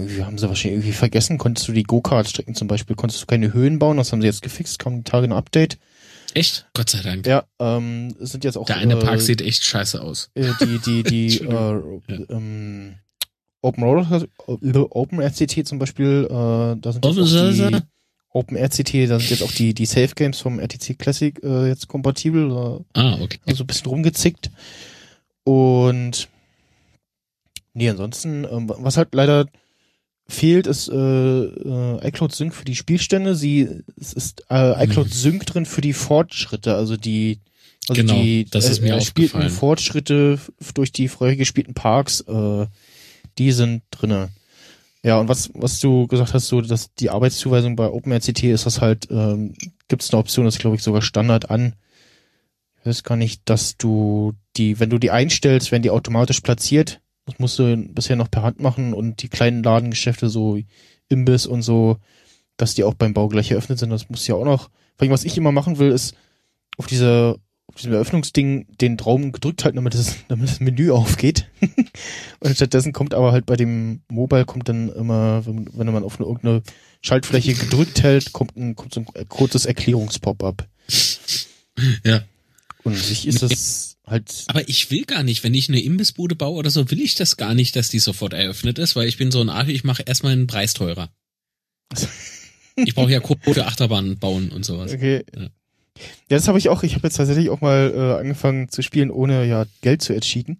irgendwie, haben sie wahrscheinlich irgendwie vergessen. Konntest du die Go-Kart-Strecken zum Beispiel, konntest du keine Höhen bauen, das haben sie jetzt gefixt, kam die Tage ein Update. Echt? Gott sei Dank. Ja, ähm, es sind jetzt auch... Der eine äh, Park sieht echt scheiße aus. äh, die, die, die, äh, Ja. ähm, Open Roller, Open R C T zum Beispiel, äh, da sind jetzt Open auch die, Source? Open R C T, da sind jetzt auch die, die Safe Games vom R T C Classic äh, jetzt kompatibel, äh, Ah, okay. also ein bisschen rumgezickt. Und nee, ansonsten, ähm, was halt leider fehlt, ist äh, äh, iCloud Sync für die Spielstände. Sie, es ist äh, iCloud Mhm. Sync drin für die Fortschritte, also die, also Genau, die das ist mir erspielten aufgefallen. Fortschritte f- durch die vorher gespielten Parks, äh, die sind drinne. Ja, und was, was du gesagt hast, so, dass die Arbeitszuweisung bei OpenRCT ist das halt, ähm, gibt es eine Option, das ist, glaube ich, sogar Standard an. Ich weiß gar nicht, dass du die, wenn du die einstellst, werden die automatisch platziert. Das musst du bisher noch per Hand machen und die kleinen Ladengeschäfte, so Imbiss und so, dass die auch beim Bau gleich eröffnet sind, das muss ja auch noch. Vor allem, was ich immer machen will, ist auf diese, auf diesem Eröffnungsding den Daumen gedrückt halten, damit das, damit das Menü aufgeht. Und stattdessen kommt aber halt bei dem Mobile kommt dann immer, wenn, wenn man auf eine, irgendeine Schaltfläche gedrückt hält, kommt ein, kommt so ein kurzes Erklärungspop-up. Ja. Und an sich ist das halt, Aber ich will gar nicht, wenn ich eine Imbissbude baue oder so, will ich das gar nicht, dass die sofort eröffnet ist, weil ich bin so ein Arsch, ich mache erstmal einen Preis teurer. Ich brauche ja Code für Achterbahnen bauen und sowas. okay. Ja. Ja, das habe ich auch, ich habe jetzt tatsächlich auch mal äh, angefangen zu spielen, ohne ja Geld zu ercheaten.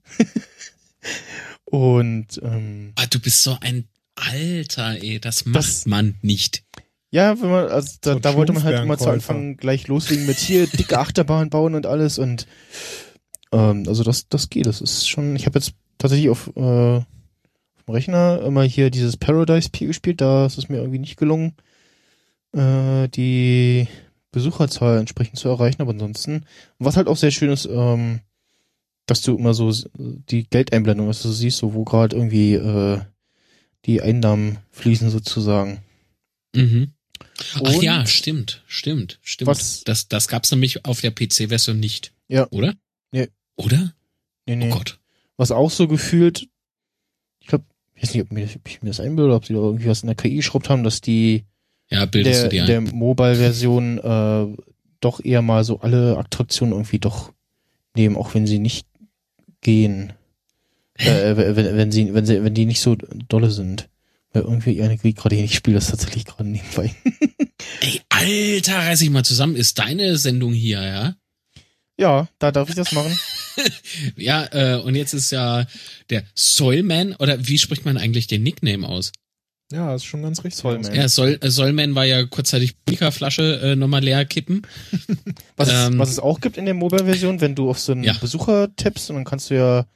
Und ähm, Ah, du bist so ein Alter, ey, das macht Das- man nicht. ja, wenn man, also da, So da wollte man halt immer zu Schlumpfbärenkäufer. Anfang gleich loslegen mit hier dicke Achterbahn bauen und alles und ähm, also das, das geht. Das ist schon, ich habe jetzt tatsächlich auf, äh, auf dem Rechner immer hier dieses Paradise Pier gespielt, da ist es mir irgendwie nicht gelungen, äh, die Besucherzahl entsprechend zu erreichen, aber ansonsten, was halt auch sehr schön ist, ähm, dass du immer so die Geldeinblendung, was du siehst, so wo gerade irgendwie äh, die Einnahmen fließen sozusagen. Mhm. Ach Und ja, stimmt, stimmt, stimmt. Was- Das, das gab's nämlich auf der P C-Version nicht. Ja. Oder? Nee. Oder? Nee, nee. Oh Gott. Was auch so gefühlt, ich glaube, ich weiß nicht, ob, mir, ob ich mir das einbilde oder ob sie da irgendwie was in der K I geschraubt haben, dass die Ja, bildest der, du dir der ein. Mobile-Version äh, doch eher mal so alle Attraktionen irgendwie doch nehmen, auch wenn sie nicht gehen. Äh, wenn, wenn sie, wenn sie, wenn die nicht so dolle sind. Weil irgendwie eine Krieg gerade hier nicht spielt, das tatsächlich gerade nebenbei. Ey, Alter, reiß ich mal zusammen. Ist deine Sendung hier, ja? Ja, da darf ich das machen. Ja, äh, und jetzt ist ja der Soilman, oder wie spricht man eigentlich den Nickname aus? Ja, ist schon ganz richtig. Soilman. Ja, Soul, äh, Soilman war ja kurzzeitig Pika-Flasche äh, nochmal leer kippen. Was, Ähm, es, was es auch gibt in der Mobile-Version, wenn du auf so einen Ja. Besucher tippst und dann kannst du ja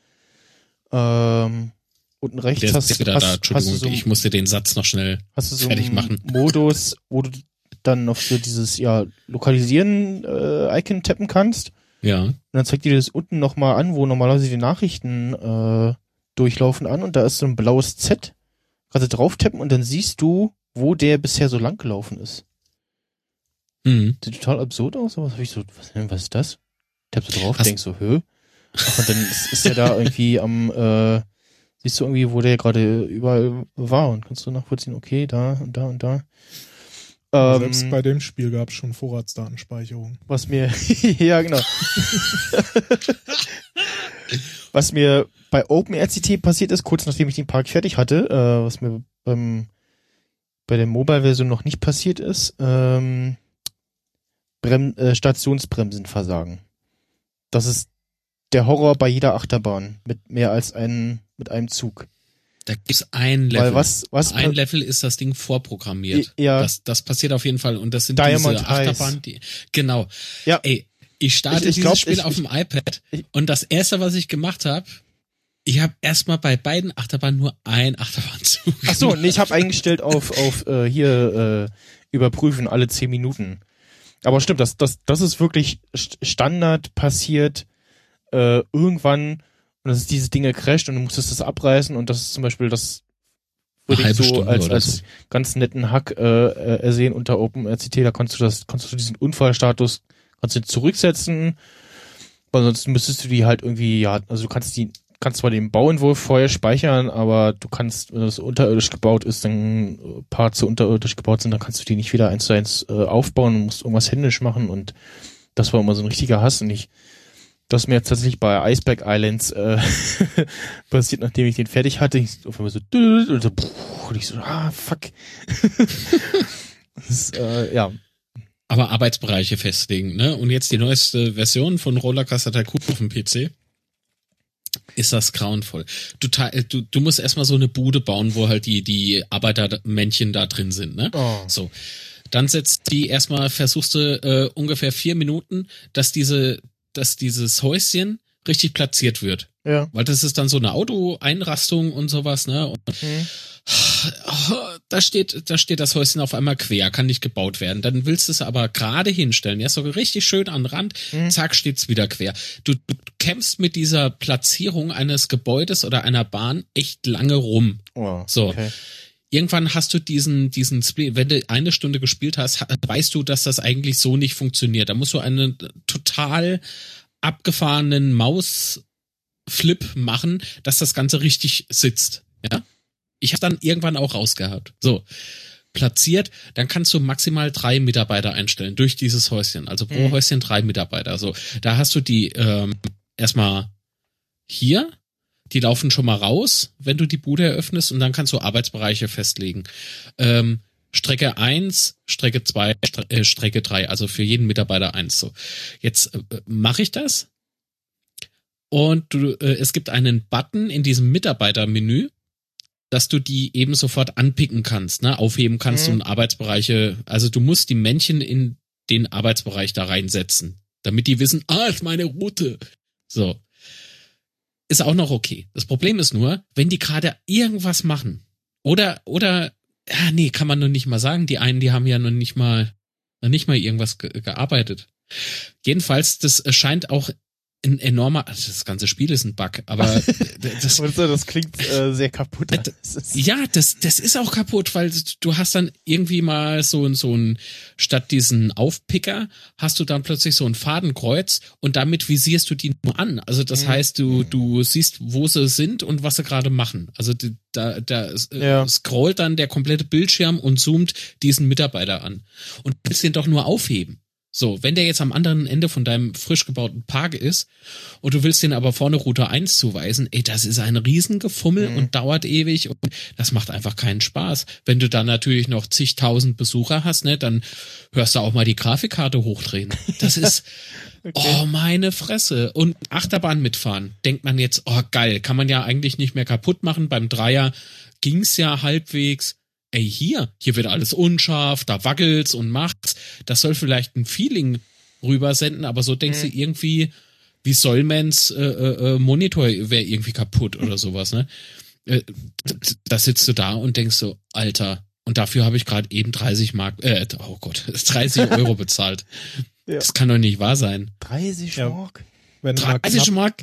ähm, unten rechts Der hast, ist wieder hast, da, hast Entschuldigung, du so, ich musste den Satz noch schnell. hast du so fertig einen machen. Modus, wo du dann auf so dieses ja Lokalisieren äh, Icon tappen kannst Ja. und dann zeigt dir das unten nochmal an, wo normalerweise die Nachrichten äh, durchlaufen an und da ist so ein blaues Z. Kannst du drauf tappen und dann siehst du, wo der bisher so lang gelaufen ist. Mhm. Sieht total absurd aus, aber was hab ich so, was, was ist das? Tappst du drauf, Hast- denkst so, hö? Ach, und dann ist, ist der da irgendwie am, äh, siehst du irgendwie, wo der gerade überall war und kannst du nachvollziehen, okay, da und da und da. Selbst Ähm, bei dem Spiel gab es schon Vorratsdatenspeicherung. was mir, ja genau. Was mir bei OpenRCT passiert ist, kurz nachdem ich den Park fertig hatte, äh, was mir beim, bei der Mobile-Version noch nicht passiert ist, ähm, Brem äh, Stationsbremsen versagen. Das ist der Horror bei jeder Achterbahn mit mehr als einem, mit einem Zug. Da gibt's ein Level. Weil was, was, ein Level ist das Ding vorprogrammiert. Ja. Das, das passiert auf jeden Fall. Und das sind Diamond diese Eyes. Achterbahnen, die, genau. Ja. Ey, ich starte Ich- ich dieses glaub, Spiel ich- auf ich- dem iPad ich- und das erste, was ich gemacht habe, ich habe erstmal bei beiden Achterbahnen nur ein Achterbahnzug. ach so, nee, ich habe eingestellt auf, auf, äh, hier, äh, überprüfen alle zehn Minuten. Aber stimmt, das, das, das ist wirklich St- Standard passiert, äh, irgendwann, und das ist dieses Ding crasht und du musstest das abreißen und das ist zum Beispiel das, würde Eine ich halbe so Stunde als, oder als so. ganz netten Hack, äh, äh, ersehen unter OpenRCT, da kannst du das, kannst du diesen Unfallstatus, kannst du zurücksetzen, weil sonst müsstest du die halt irgendwie, ja, also du kannst die kannst zwar den Bauentwurf vorher speichern, aber du kannst, wenn das unterirdisch gebaut ist, dann Parts so unterirdisch gebaut sind, dann kannst du die nicht wieder eins zu eins äh, aufbauen und musst irgendwas händisch machen und das war immer so ein richtiger Hass und ich, das ist mir jetzt tatsächlich bei Iceberg Islands äh, passiert, nachdem ich den fertig hatte, ich auf einmal so und so, und ich so, ah, fuck. Das ist, äh, ja. Aber Arbeitsbereiche festlegen, ne? Und jetzt die neueste Version von Rollercoaster Tycoon auf dem P C. Ist das grauenvoll. Du, du, du musst erstmal so eine Bude bauen, wo halt die, die Arbeitermännchen da drin sind, ne? Oh. So. Dann setzt die erstmal, versuchst du äh, ungefähr vier Minuten, dass diese, dass dieses Häuschen richtig platziert wird. Ja. Weil das ist dann so eine Autoeinrastung und sowas, ne? Und Mhm. da steht, da steht das Häuschen auf einmal quer, kann nicht gebaut werden. Dann willst du es aber gerade hinstellen. Ja, so richtig schön an den Rand, Mhm. zack, steht's wieder quer. Du, du kämpfst mit dieser Platzierung eines Gebäudes oder einer Bahn echt lange rum. Oh, So. okay. Irgendwann hast du diesen, diesen Split, wenn du eine Stunde gespielt hast, weißt du, dass das eigentlich so nicht funktioniert. Da musst du einen total abgefahrenen Mausflip machen, dass das Ganze richtig sitzt. Ja? Ich habe dann irgendwann auch rausgehabt. So, platziert, dann kannst du maximal drei Mitarbeiter einstellen durch dieses Häuschen. Also pro Mhm. Häuschen drei Mitarbeiter. So, da hast du die ähm, erstmal hier. Die laufen schon mal raus, wenn du die Bude eröffnest und dann kannst du Arbeitsbereiche festlegen. Ähm, Strecke eins, Strecke zwei, Stre- äh, Strecke drei, also für jeden Mitarbeiter eins. So. Jetzt äh, mache ich das und du, äh, es gibt einen Button in diesem Mitarbeitermenü, dass du die eben sofort anpicken kannst, ne? Aufheben kannst Mhm. und Arbeitsbereiche, also du musst die Männchen in den Arbeitsbereich da reinsetzen, damit die wissen, ah, ist meine Route. So. Ist auch noch okay. Das Problem ist nur, wenn die gerade irgendwas machen oder, oder, ja, nee, kann man noch nicht mal sagen. Die einen, die haben ja noch nicht mal, noch nicht mal irgendwas ge- gearbeitet. Jedenfalls, das scheint auch ein enormer, also das ganze Spiel ist ein Bug, aber das, Und so, das klingt äh, sehr kaputt. Äh, Das ist- ja, das, das ist auch kaputt, weil du hast dann irgendwie mal so, so ein, statt diesen Aufpicker, hast du dann plötzlich so ein Fadenkreuz und damit visierst du die nur an. Also das Mhm. heißt, du, du siehst, wo sie sind und was sie gerade machen. Also die, da, da äh, Ja. scrollt dann der komplette Bildschirm und zoomt diesen Mitarbeiter an. Und du willst den doch nur aufheben. So, wenn der jetzt am anderen Ende von deinem frisch gebauten Park ist und du willst den aber vorne Route eins zuweisen, ey, das ist ein Riesengefummel Mhm. und dauert ewig und das macht einfach keinen Spaß. Wenn du dann natürlich noch zigtausend Besucher hast, ne, dann hörst du auch mal die Grafikkarte hochdrehen. Das ist, oh, meine Fresse. Und Achterbahn mitfahren, denkt man jetzt, oh, geil, kann man ja eigentlich nicht mehr kaputt machen. Beim Dreier ging's ja halbwegs. Ey, hier, hier wird alles unscharf, da wackelt's und macht's. Das soll vielleicht ein Feeling rübersenden, aber so denkst Mhm. du irgendwie, wie Sollmans äh, äh, Monitor wäre irgendwie kaputt oder sowas, ne? Äh, da sitzt du da und denkst so, Alter, und dafür habe ich gerade eben dreißig Mark, äh, oh Gott, dreißig Euro bezahlt. Ja. Das kann doch nicht wahr sein. dreißig Ja. Mark? Wenn du, mal dreißig knapp, Mark?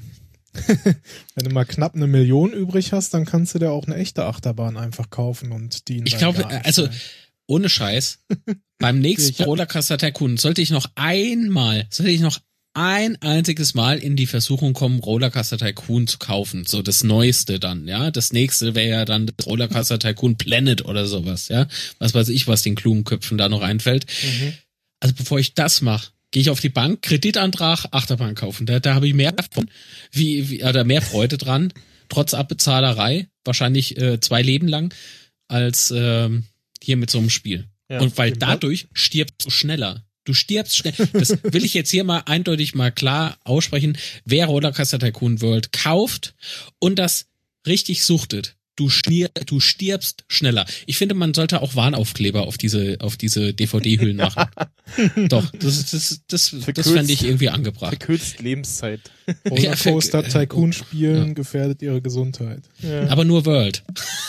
wenn du mal knapp eine Million übrig hast, dann kannst du dir auch eine echte Achterbahn einfach kaufen und die in Ich dein glaube, Jahr also einstellen. ohne Scheiß, beim nächsten Ich hab- Rollercoaster Tycoon sollte ich noch einmal, sollte ich noch ein einziges Mal in die Versuchung kommen, Rollercoaster Tycoon zu kaufen. So das Neueste dann, ja. Das nächste wäre ja dann das Rollercoaster Tycoon Planet oder sowas, ja. Was weiß ich, was den klugen Köpfen da noch einfällt. Mhm. Also bevor ich das mache, gehe ich auf die Bank, Kreditantrag, Achterbahn kaufen. Da, da habe ich mehr davon, wie, wie, oder mehr Freude dran, trotz Abbezahlerei, wahrscheinlich äh, zwei Leben lang, als ähm, hier mit so einem Spiel. Ja. Und weil Im dadurch stirbst du schneller. Du stirbst schnell. Das will ich jetzt hier mal eindeutig mal klar aussprechen. Wer Rollercoaster Tycoon World kauft und das richtig suchtet, du, schnier, du stirbst schneller. Ich finde, man sollte auch Warnaufkleber auf diese, auf diese D V D-Hüllen machen. Doch, das, das, das, das Verkürzt. fände ich irgendwie angebracht. Verkürzt Lebenszeit. Rollercoaster Ja, Tycoon spielen ja. gefährdet ihre Gesundheit. Ja. Aber nur World.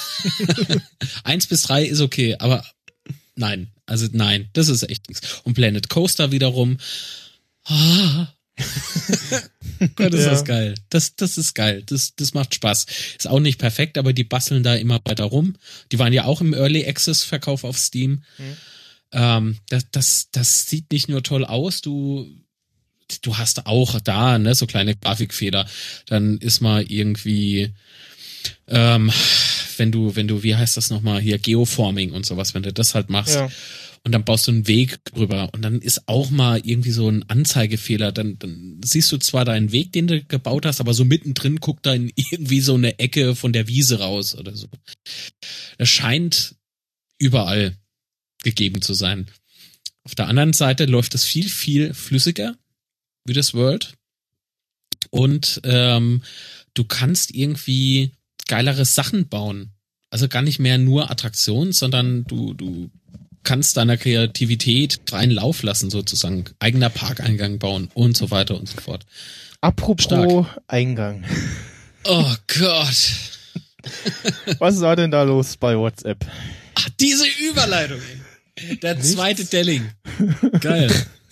Eins bis drei ist okay, aber nein. Also nein, das ist echt nichts. Und Planet Coaster wiederum. Ah. Gott, ist Ja. das geil. Das, das ist geil. Das, das macht Spaß. Ist auch nicht perfekt, aber die basteln da immer weiter rum. Die waren ja auch im Early Access Verkauf auf Steam. Mhm. Ähm, das, das, das sieht nicht nur toll aus, du, du hast auch da, ne, so kleine Grafikfehler. Dann ist mal irgendwie, ähm, wenn du, wenn du, wie heißt das nochmal hier, Geoforming und sowas, wenn du das halt machst. Ja. Und dann baust du einen Weg drüber und dann ist auch mal irgendwie so ein Anzeigefehler. Dann, dann siehst du zwar deinen Weg, den du gebaut hast, aber so mittendrin guckt dann irgendwie so eine Ecke von der Wiese raus oder so. Das scheint überall gegeben zu sein. Auf der anderen Seite läuft es viel, viel flüssiger wie das World. Und ähm, du kannst irgendwie geilere Sachen bauen. Also gar nicht mehr nur Attraktionen, sondern du, du kannst deiner Kreativität freien Lauf lassen, sozusagen. Eigener Parkeingang bauen und so weiter und so fort. Apropos Stark. Eingang. Oh Gott. Was war denn da los bei WhatsApp? Ach, diese Überleitung, ey. Der Nichts? zweite Delling. Geil.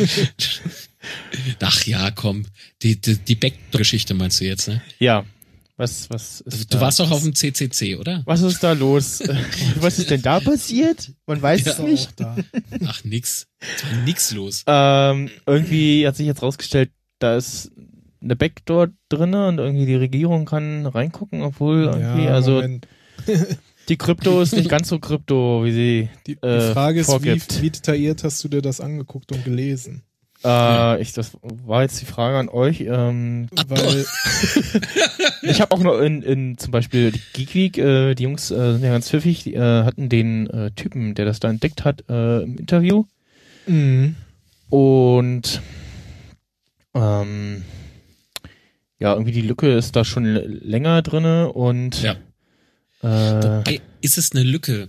Ach ja, komm. Die, die, die Backdoor-Geschichte meinst du jetzt, ne? Ja. Was, was ist Du da? warst doch auf dem C C C, oder? Was ist da los? Was ist denn da passiert? Man weiß ja, es nicht. Da. Ach, nix. Es war nix los. Ähm, irgendwie hat sich jetzt rausgestellt, da ist eine Backdoor drinne und irgendwie die Regierung kann reingucken, obwohl irgendwie, ja, also die Krypto ist nicht ganz so Krypto, wie sie Die, äh, die Frage vorgibt. ist, wie, wie detailliert hast du dir das angeguckt und gelesen? Äh, ja. ich, das war jetzt die Frage an euch, ähm, weil ich habe auch noch in, in zum Beispiel die Geek Week, äh, die Jungs äh, sind ja ganz pfiffig, die äh, hatten den äh, Typen, der das da entdeckt hat, äh, im Interview. Mhm. Und ähm, ja, irgendwie die Lücke ist da schon l- länger drinne und ja. äh, Dabei ist es eine Lücke.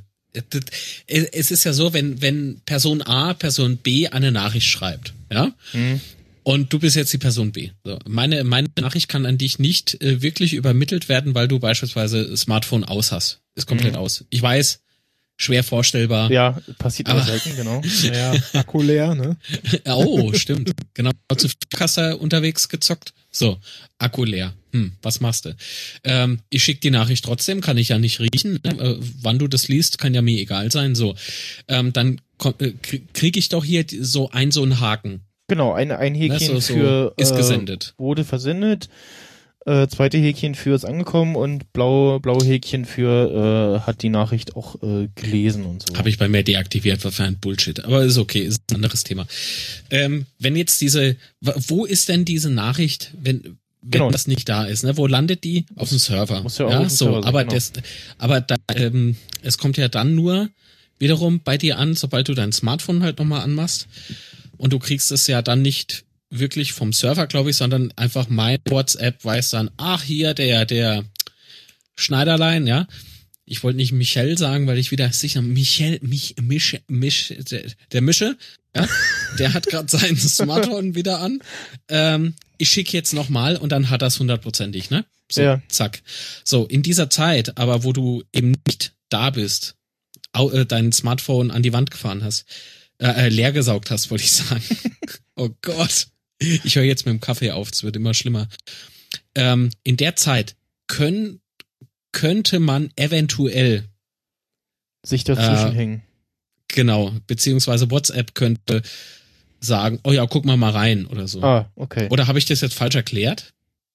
Es ist ja so, wenn, wenn Person A Person B eine Nachricht schreibt, ja, mhm. und du bist jetzt die Person B. So, meine, meine Nachricht kann an dich nicht äh, wirklich übermittelt werden, weil du beispielsweise Smartphone aus hast. Ist komplett mhm. aus. Ich weiß, schwer vorstellbar. Ja, passiert aber selten, genau. Ja, Akku leer, ne? Oh, stimmt. Genau. Zu hast du unterwegs gezockt. So, Akku leer. Hm, was machst du? Ähm, ich schicke die Nachricht trotzdem, kann ich ja nicht riechen. Ne? Äh, wann du das liest, kann ja mir egal sein. So, ähm, dann äh, kriege ich doch hier so ein so einen Haken. Genau, ein, ein Häkchen ne? so, so für ist äh, gesendet. Wurde versendet. Äh, zweite Häkchen für ist angekommen und blaue blaue Häkchen für äh, hat die Nachricht auch äh, gelesen und so. Habe ich bei mir deaktiviert, war für ein Bullshit. Aber ist okay, ist ein anderes Thema. Ähm, wenn jetzt diese, wo ist denn diese Nachricht, wenn wenn genau. das nicht da ist, ne? Wo landet die? Auf dem Server. Muss ja auch ja, auf dem so, Server sein, aber genau. das, aber da, ähm, es kommt ja dann nur wiederum bei dir an, sobald du dein Smartphone halt nochmal anmachst und du kriegst es ja dann nicht wirklich vom Server, glaube ich, sondern einfach mein WhatsApp weiß dann, ach hier, der, der Schneiderlein, ja. Ich wollte nicht Michel sagen, weil ich wieder sicher, Michel, mich, Misch, Misch, der, der Mische, ja, der hat gerade sein Smartphone wieder an. Ähm, ich schicke jetzt nochmal und dann hat das hundertprozentig, ne? So, ja. Zack. So, in dieser Zeit, aber wo du eben nicht da bist, au, äh, dein Smartphone an die Wand gefahren hast, äh, äh, leer gesaugt hast, wollte ich sagen. Oh Gott. Ich höre jetzt mit dem Kaffee auf, es wird immer schlimmer. Ähm, in der Zeit können, könnte man eventuell sich dazwischen äh, hängen. Genau, beziehungsweise WhatsApp könnte sagen, oh ja, guck mal mal rein oder so. Ah, okay. Oder habe ich das jetzt falsch erklärt?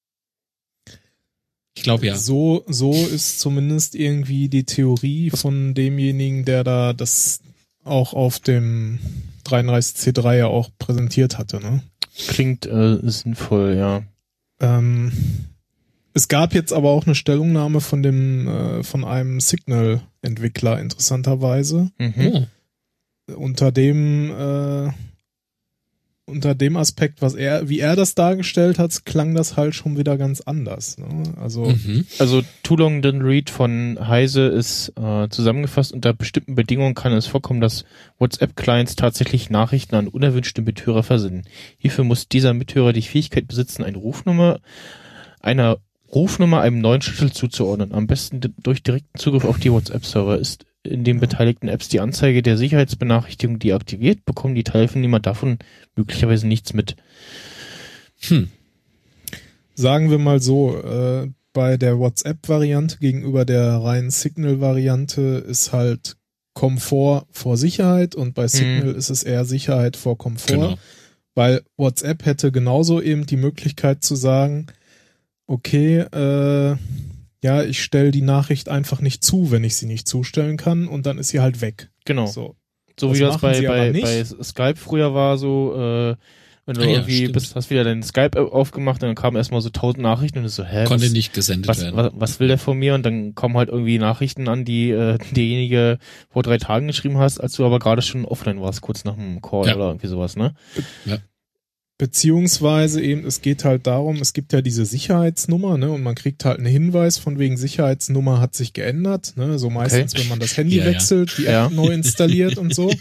Ich glaube ja. So, so ist zumindest irgendwie die Theorie von demjenigen, der da das auch auf dem dreiunddreißig C drei ja auch präsentiert hatte, ne? Klingt äh, sinnvoll, ja. Ähm, es gab jetzt aber auch eine Stellungnahme von dem äh, von einem Signal-Entwickler interessanterweise. Mhm. Oh. Unter dem äh, unter dem Aspekt, was er, wie er das dargestellt hat, klang das halt schon wieder ganz anders. Ne? Also, mhm. also Too Long Didn't Read von Heise ist äh, zusammengefasst, unter bestimmten Bedingungen kann es vorkommen, dass WhatsApp-Clients tatsächlich Nachrichten an unerwünschte Mithörer versenden. Hierfür muss dieser Mithörer die Fähigkeit besitzen, eine Rufnummer, einer Rufnummer einem neuen Schlüssel zuzuordnen. Am besten d- durch direkten Zugriff auf die WhatsApp-Server. Ist in den beteiligten Apps die Anzeige der Sicherheitsbenachrichtigung deaktiviert, bekommen die Teilnehmer davon möglicherweise nichts mit. Hm. Sagen wir mal so, äh, bei der WhatsApp-Variante gegenüber der reinen Signal-Variante ist halt Komfort vor Sicherheit und bei Signal hm. ist es eher Sicherheit vor Komfort. Genau. Weil WhatsApp hätte genauso eben die Möglichkeit zu sagen, okay, äh, ja, ich stelle die Nachricht einfach nicht zu, wenn ich sie nicht zustellen kann, und dann ist sie halt weg. Genau. So, so das wie das machen bei, sie aber bei, nicht. bei Skype früher war, so, äh, wenn du Ah ja, irgendwie stimmt. bist, hast wieder deine Skype-App aufgemacht und dann kamen erstmal so tausend Nachrichten und du so, hä? Konnte was, nicht gesendet was, werden. was, was will der von mir? Und dann kommen halt irgendwie Nachrichten an, die äh, derjenige vor drei Tagen geschrieben hast, als du aber gerade schon offline warst, kurz nach dem Call Ja. oder irgendwie sowas, ne? Beziehungsweise eben, es geht halt darum, es gibt ja diese Sicherheitsnummer, ne, und man kriegt halt einen Hinweis von wegen Sicherheitsnummer hat sich geändert, ne, so meistens, Okay. wenn man das Handy Ja, ja. wechselt, die App Ja. neu installiert und so.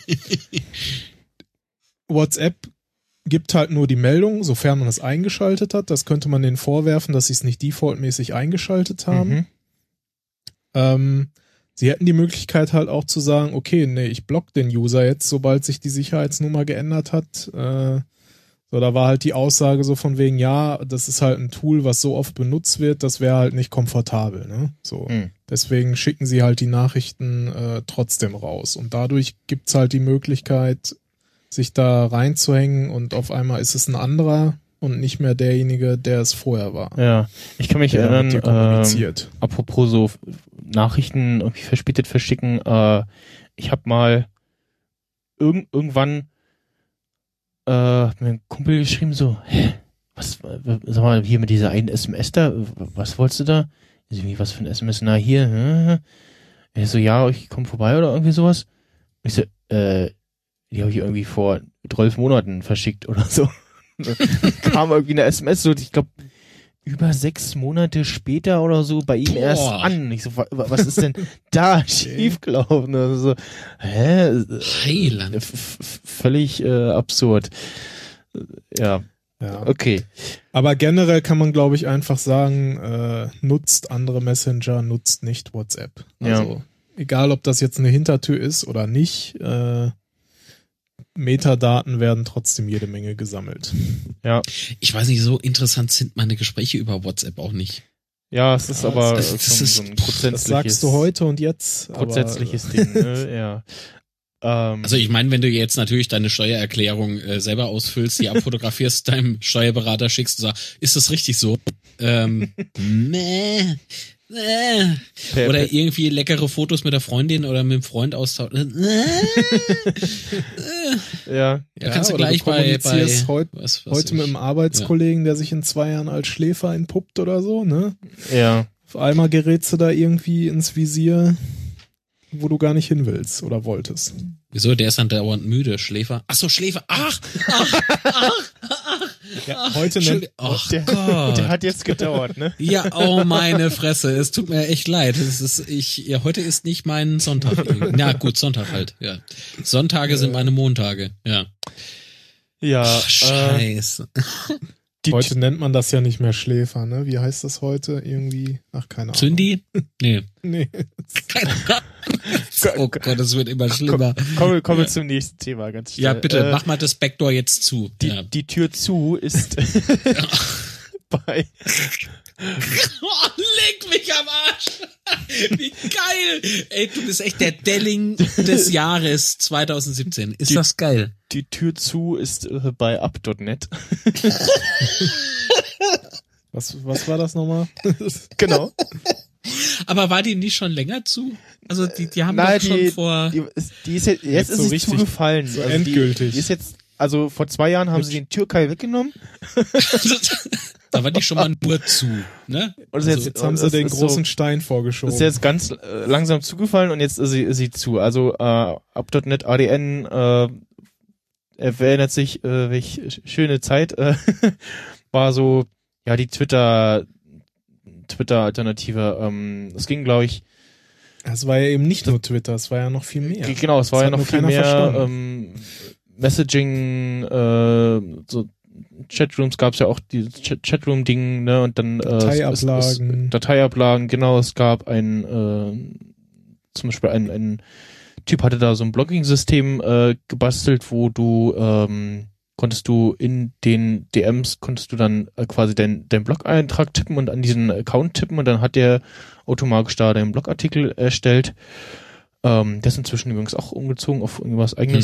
WhatsApp gibt halt nur die Meldung, sofern man es eingeschaltet hat. Das könnte man denen vorwerfen, dass sie es nicht defaultmäßig eingeschaltet haben. Mhm. Ähm, sie hätten die Möglichkeit halt auch zu sagen, okay, nee, ich block den User jetzt, sobald sich die Sicherheitsnummer geändert hat. Äh, so, da war halt die Aussage so von wegen, ja, das ist halt ein Tool, was so oft benutzt wird, das wäre halt nicht komfortabel, ne? So. Mhm. Deswegen schicken sie halt die Nachrichten äh, trotzdem raus. Und dadurch gibt's halt die Möglichkeit, sich da reinzuhängen, und auf einmal ist es ein anderer und nicht mehr derjenige, der es vorher war. Ja, ich kann mich der mit erinnern, dir ähm, kommuniziert. apropos so Nachrichten irgendwie verspätet verschicken, äh, ich habe mal irg irgendwann äh, hat mir ein Kumpel geschrieben so, hä, was, sag mal, hier mit dieser einen S M S da, was wolltest du da? Ich so, wie, was für ein S M S? Na, hier, hm? Er so, ja, ich komm vorbei oder irgendwie sowas. Und ich so, äh, die habe ich irgendwie vor zwölf Monaten verschickt oder so. Kam irgendwie eine S M S, so, ich glaube, über sechs Monate später oder so bei ihm Boah. erst an. Ich so, wa- was ist denn da schiefgelaufen? Also so, hä? Heiland. F f völlig äh, absurd. Ja, Ja. okay. Aber generell kann man, glaube ich, einfach sagen, äh, nutzt andere Messenger, nutzt nicht WhatsApp. Also Ja. egal, ob das jetzt eine Hintertür ist oder nicht, äh, Metadaten werden trotzdem jede Menge gesammelt. Ja, Ich weiß nicht, so interessant sind meine Gespräche über WhatsApp auch nicht. ja, es ist Ja, aber das- so, das ist- so ein Das grundsätzliches, sagst du heute und jetzt. aber, grundsätzliches Ding, ne? Ja. Ähm, Also ich meine, wenn du jetzt natürlich deine Steuererklärung äh, selber ausfüllst, die abfotografierst, deinem Steuerberater schickst und sagst, ist das richtig so? Ähm, meh, meh. per- Oder per- irgendwie leckere Fotos mit der Freundin oder mit dem Freund austauschen. ja, Ja, kannst du oder gleich du bei, bei kommunizierst heut, was, was heute ich, mit einem Arbeitskollegen, der sich in zwei Jahren als Schläfer entpuppt oder so, ne? ja. Auf einmal gerätst du da irgendwie ins Visier, wo du gar nicht hin willst oder wolltest. Wieso? Der ist dann dauernd müde, Schläfer. Ach so, Schläfer. Ach, ach, ach, Ja, heute Entschuldi- nennt, Ach Der, Gott. der hat jetzt gedauert, ne? Ja, oh meine Fresse, es tut mir echt leid. Es ist, ich, ja, heute ist nicht mein Sonntag. Na gut, Sonntag halt, ja. Sonntage sind meine Montage, ja. Ja, Ach, äh, Scheiße. die, heute nennt man das ja nicht mehr Schläfer, ne? Wie heißt das heute? Irgendwie, ach, keine Ahnung. Zündi? Nee. Nee. Keine Ahnung. Oh Gott, das wird immer schlimmer. kommen wir kommen wir zum nächsten Thema, ganz schnell. Ja, bitte, Äh, mach mal das Backdoor jetzt zu. Die, Ja. die Tür zu ist bei Oh, leg mich am Arsch. Wie geil. Ey, du bist echt der Delling des Jahres zwanzig siebzehn. Ist Die- das geil? die Tür zu ist äh, bei up Punkt net. Was, was war das nochmal? Genau. Aber war die nicht schon länger zu? Also die, die haben Nein, doch schon die, vor... die, ist, die ist jetzt, jetzt Jetzt ist so sie richtig- zugefallen. so also endgültig. Die, die ist jetzt, also vor zwei Jahren haben sie den Türkeil weggenommen. Da war die schon mal nur zu, ne? Und ist Also, jetzt, Jetzt haben sie das den ist großen so, Stein vorgeschoben. ist jetzt ganz äh, langsam zugefallen und jetzt ist sie, ist sie zu. Also äh, up Punkt net A D N äh, erinnert sich, äh, welch schöne Zeit äh, war so, ja, die Twitter Twitter-Alternative. Ähm, es ging, glaube ich, Es war ja eben nicht nur Twitter, es war ja noch viel mehr. G- Genau, es war Das ja hat noch nur viel keiner mehr verstanden. ähm, Messaging, äh, so Chatrooms gab es ja auch die Ch Chatroom-Ding, ne, und dann äh, Dateiablagen. Es, es, Dateiablagen, genau, es gab ein äh, zum Beispiel ein, ein Typ hatte da so ein Blogging-System äh, gebastelt, wo du ähm, konntest du in den D Ms konntest du dann äh, quasi deinen dein Blog-Eintrag tippen und an diesen Account tippen und dann hat der automatisch da deinen Blogartikel erstellt. Ähm, der ist inzwischen übrigens auch umgezogen auf irgendwas eigenes. Hm.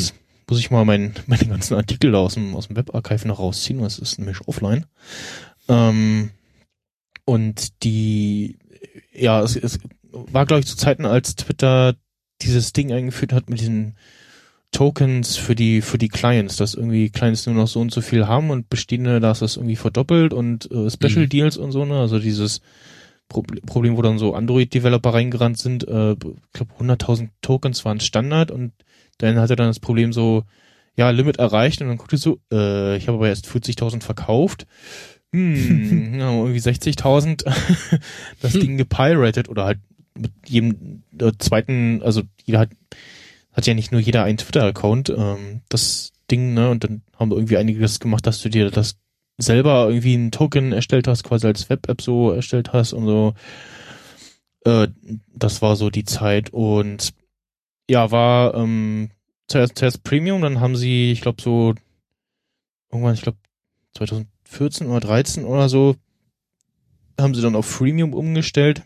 muss ich mal mein, meine ganzen Artikel da aus dem, aus dem Webarchive noch rausziehen, das ist nämlich offline. Ähm, und die, ja, es, es war, glaube ich, zu Zeiten, als Twitter dieses Ding eingeführt hat mit diesen Tokens für die für die Clients, dass irgendwie Clients nur noch so und so viel haben und bestehende, da ist das irgendwie verdoppelt und äh, Special mhm. Deals und so, ne, also dieses Problem, wo dann so Android-Developer reingerannt sind, äh, ich glaube hunderttausend Tokens waren Standard und dann hat er dann das Problem so, ja, Limit erreicht und dann guckte so, äh, ich habe aber erst vierzigtausend verkauft, hm, ja, irgendwie sechzigtausend das hm. Ding gepiratet oder halt mit jedem äh, zweiten, also jeder hat hat ja nicht nur jeder einen Twitter-Account, ähm, das Ding, ne, und dann haben irgendwie einige das gemacht, dass du dir das selber irgendwie einen Token erstellt hast, quasi als Web-App so erstellt hast und so. Äh, das war so die Zeit und ja, war ähm, zuerst, zuerst Premium, dann haben sie, ich glaube so, irgendwann, ich glaube zwanzig vierzehn oder dreizehn oder so, haben sie dann auf Freemium umgestellt.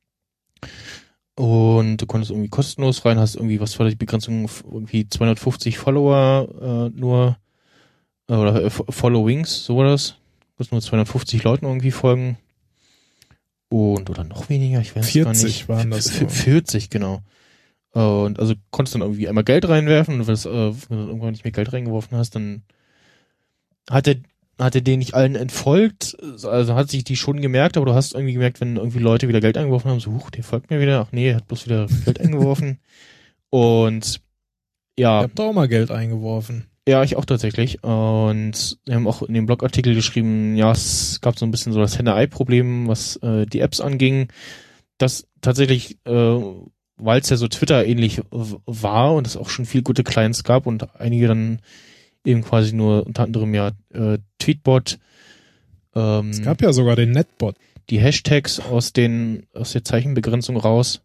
Und du konntest irgendwie kostenlos rein, hast irgendwie, was war die Begrenzung, irgendwie zweihundertfünfzig Follower äh, nur, äh, oder äh, Followings, so war das. Du musst nur zweihundertfünfzig Leuten irgendwie folgen. Und, oder noch weniger, ich weiß gar nicht. vierzig waren das. F- vierzig, genau. Äh, und also konntest dann irgendwie einmal Geld reinwerfen und wenn, das, äh, wenn du irgendwann nicht mehr Geld reingeworfen hast, dann hat er hat er den nicht allen entfolgt, also hat sich die schon gemerkt, aber du hast irgendwie gemerkt, wenn irgendwie Leute wieder Geld eingeworfen haben, so, huch, der folgt mir wieder, ach nee, er hat bloß wieder Geld eingeworfen. Und ja. Ich hab da auch mal Geld eingeworfen. Ja, ich auch tatsächlich. Und wir haben auch in dem Blogartikel geschrieben, ja, es gab so ein bisschen so das Henne-Ei-Problem, was äh, die Apps anging, dass tatsächlich, äh, weil es ja so Twitter-ähnlich w- war und es auch schon viel gute Clients gab und einige dann eben quasi nur unter anderem ja äh, Tweetbot. Ähm, es gab ja sogar den Netbot. Die Hashtags aus den aus der Zeichenbegrenzung raus.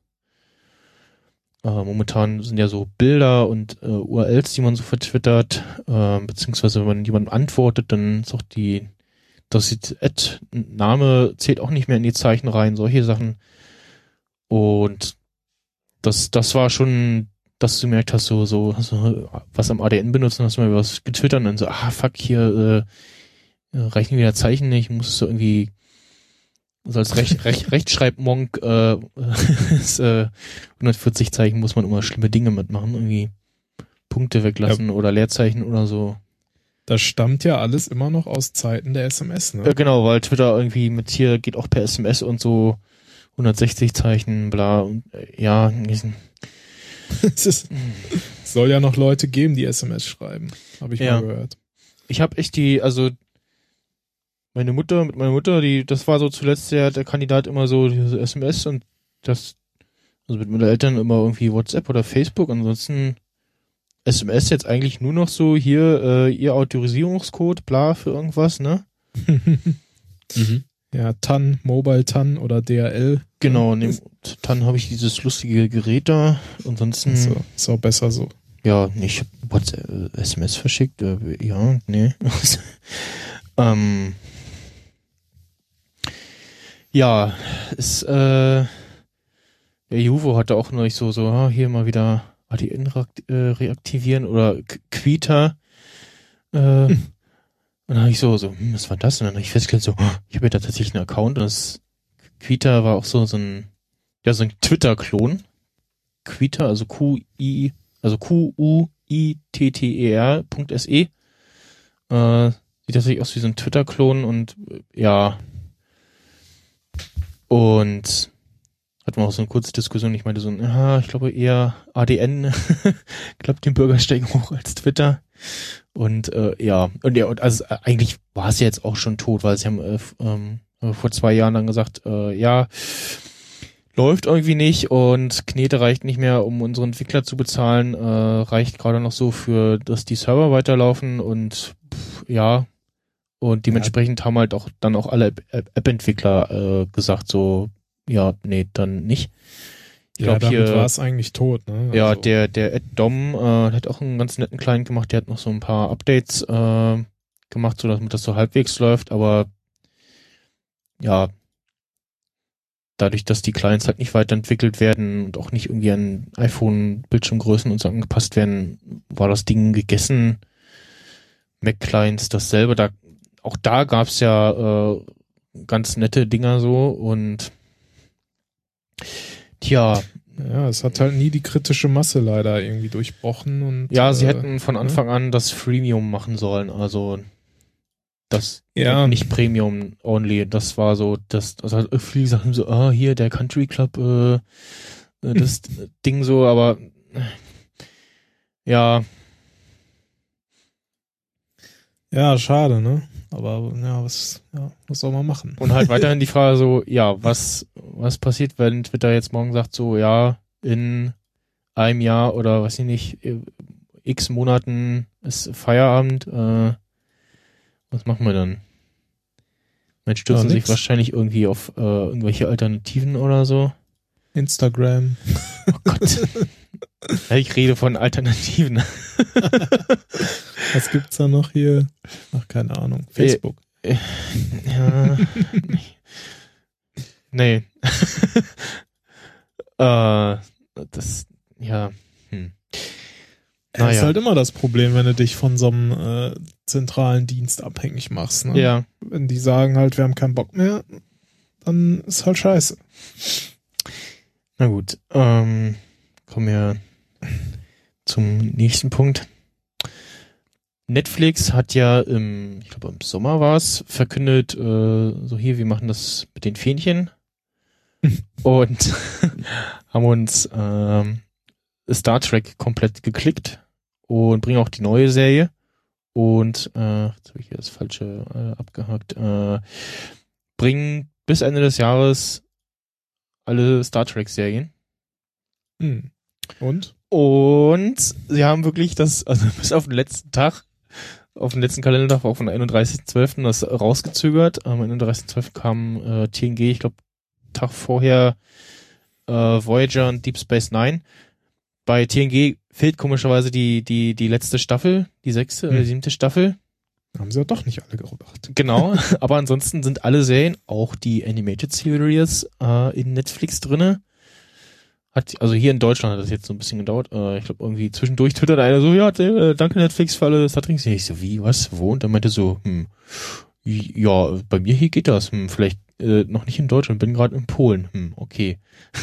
Äh, momentan sind ja so Bilder und äh, U R Ls, die man so vertwittert, äh, beziehungsweise wenn man jemandem antwortet, dann ist auch die das Ad-Name zählt auch nicht mehr in die Zeichen rein, solche Sachen. Und das das war schon, dass du gemerkt hast, so, so, so was am A D N benutzen, hast du mal was getwittert und dann so, ah, fuck, hier äh, reichen wieder Zeichen nicht, musst du irgendwie so als Rech, Rech, Rechtschreibmonk äh, ist, äh, hundertvierzig Zeichen muss man immer schlimme Dinge mitmachen, irgendwie Punkte weglassen ja. Oder Leerzeichen oder so. Das stammt ja alles immer noch aus Zeiten der S M S, ne? Ja, genau, weil Twitter irgendwie mit hier geht auch per S M S und so hundertsechzig Zeichen, bla, und äh, ja, es ist, soll ja noch Leute geben, die S M S schreiben, habe ich ja. mal gehört. Ich habe echt die, also meine Mutter, mit meiner Mutter, die, das war so zuletzt der, der Kandidat immer so diese S M S und das, also mit meinen Eltern immer irgendwie WhatsApp oder Facebook, ansonsten S M S jetzt eigentlich nur noch so hier, äh, ihr Autorisierungscode, bla, für irgendwas, ne? mhm. Ja, T A N, Mobile T A N oder D H L. Genau, neben T A N habe ich dieses lustige Gerät da, ansonsten... So, ist auch besser so. Ja, nee, ich hab WhatsApp, äh, S M S verschickt, äh, ja, nee. ähm... Ja, es, äh, der Juvo hatte auch neulich so, so, ah, hier mal wieder A D N reakt, äh, reaktivieren oder Q- Quita. Äh, hm. Und dann habe ich so, so, hm, was war das? Und dann habe ich festgestellt, so, oh, ich habe ja da tatsächlich einen Account und das Quita war auch so, so ein, ja, so ein Twitter-Klon. Quita, also Q-I, also Q-U-I-T-T-E-R Punkt S E. Äh, sieht tatsächlich aus wie so ein Twitter-Klon und, ja, und hatten wir auch so eine kurze Diskussion. Ich meinte so, ja, ich glaube eher A D N klappt den Bürgersteig hoch als Twitter. Und äh, ja, und ja, und also eigentlich war es ja jetzt auch schon tot, weil sie haben äh, ähm, vor zwei Jahren dann gesagt, äh, ja, läuft irgendwie nicht und Knete reicht nicht mehr, um unsere Entwickler zu bezahlen, äh, reicht gerade noch so für, dass die Server weiterlaufen und pff, ja, und dementsprechend ja. haben halt auch dann auch alle App-Entwickler äh, gesagt so, ja, nee, dann nicht. Ich ja, glaube, damit war es eigentlich tot, ne? Ja, also. der der Ed Dom äh, hat auch einen ganz netten Client gemacht, der hat noch so ein paar Updates äh, gemacht, so damit das so halbwegs läuft, aber ja, dadurch, dass die Clients halt nicht weiterentwickelt werden und auch nicht irgendwie an iPhone-Bildschirmgrößen und so angepasst werden, war das Ding gegessen. Mac-Clients dasselbe. Da, auch da gab's ja äh, ganz nette Dinger so und tja. Ja, es hat halt nie die kritische Masse leider irgendwie durchbrochen. Und ja, sie äh, hätten von Anfang an das Freemium machen sollen, also das ja. nicht Premium only, das war so, das, also viele Sachen so, ah, hier der Country Club, äh, das Ding so, aber ja. Ja, schade, ne? Aber ja, was, ja, was soll man machen? Und halt weiterhin die Frage so, ja, was, was passiert, wenn Twitter jetzt morgen sagt so, ja, in einem Jahr oder weiß ich nicht, x Monaten ist Feierabend, äh, was machen wir dann? Man stürzen ja, sich wahrscheinlich irgendwie auf äh, irgendwelche Alternativen oder so. Instagram. Oh Gott. Ja, ich rede von Alternativen. Was gibt's da noch hier? Ach, keine Ahnung. Facebook. Äh, ja. Nee. äh, das, ja. Hm. Das Naja. ist halt immer das Problem, wenn du dich von so einem äh, zentralen Dienst abhängig machst. Ne? Ja. Wenn die sagen halt, wir haben keinen Bock mehr, dann ist halt scheiße. Na gut, ähm, kommen wir zum nächsten Punkt. Netflix hat ja im, ich glaube im Sommer war es, verkündet, äh, so hier, wir machen das mit den Fähnchen und haben uns ähm, Star Trek komplett geklickt und bringen auch die neue Serie und äh, jetzt habe ich hier das falsche äh, abgehakt, äh, bringen bis Ende des Jahres alle Star Trek Serien. Hm. Und? Und sie haben wirklich das, also bis auf den letzten Tag, auf den letzten Kalendertag, auch von einunddreißigsten zwölften das rausgezögert. Am einunddreißigsten zwölften kam äh, T N G, ich glaube, Tag vorher äh, Voyager und Deep Space Nine. Bei T N G fehlt komischerweise die die die letzte Staffel, die sechste oder Hm. die siebte Staffel. Haben sie ja doch nicht alle gebracht. Genau, aber ansonsten sind alle Serien, auch die Animated Series, äh, in Netflix drinne. Hat, also hier in Deutschland hat das jetzt so ein bisschen gedauert. Äh, ich glaube irgendwie zwischendurch twittert einer so, ja, äh, danke Netflix für alle Star Trek. Ich so, wie, was, wo? Und dann meinte so, hm, ja, bei mir hier geht das. Hm, vielleicht äh, noch nicht in Deutschland, bin gerade in Polen. Hm, okay.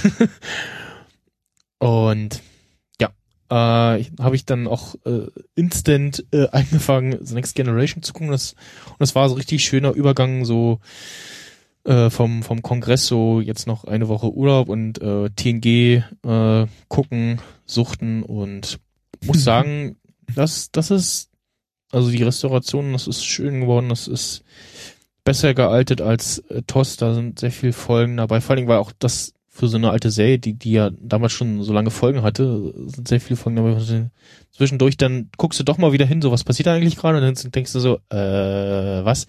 Und ja, äh, habe ich dann auch äh, instant äh, angefangen, The Next Generation zu gucken. Das, und das war so richtig schöner Übergang, so äh, vom vom Kongress, so jetzt noch eine Woche Urlaub und äh, T N G äh, gucken, suchten und muss sagen, das das ist, also die Restauration, das ist schön geworden, das ist besser gealtet als äh, T O S, da sind sehr viele Folgen dabei, vor allem weil auch das für so eine alte Serie, die die ja damals schon so lange Folgen hatte, sind sehr viele Folgen dabei. Zwischendurch dann guckst du doch mal wieder hin, so was passiert da eigentlich gerade, und dann denkst du so, äh, was?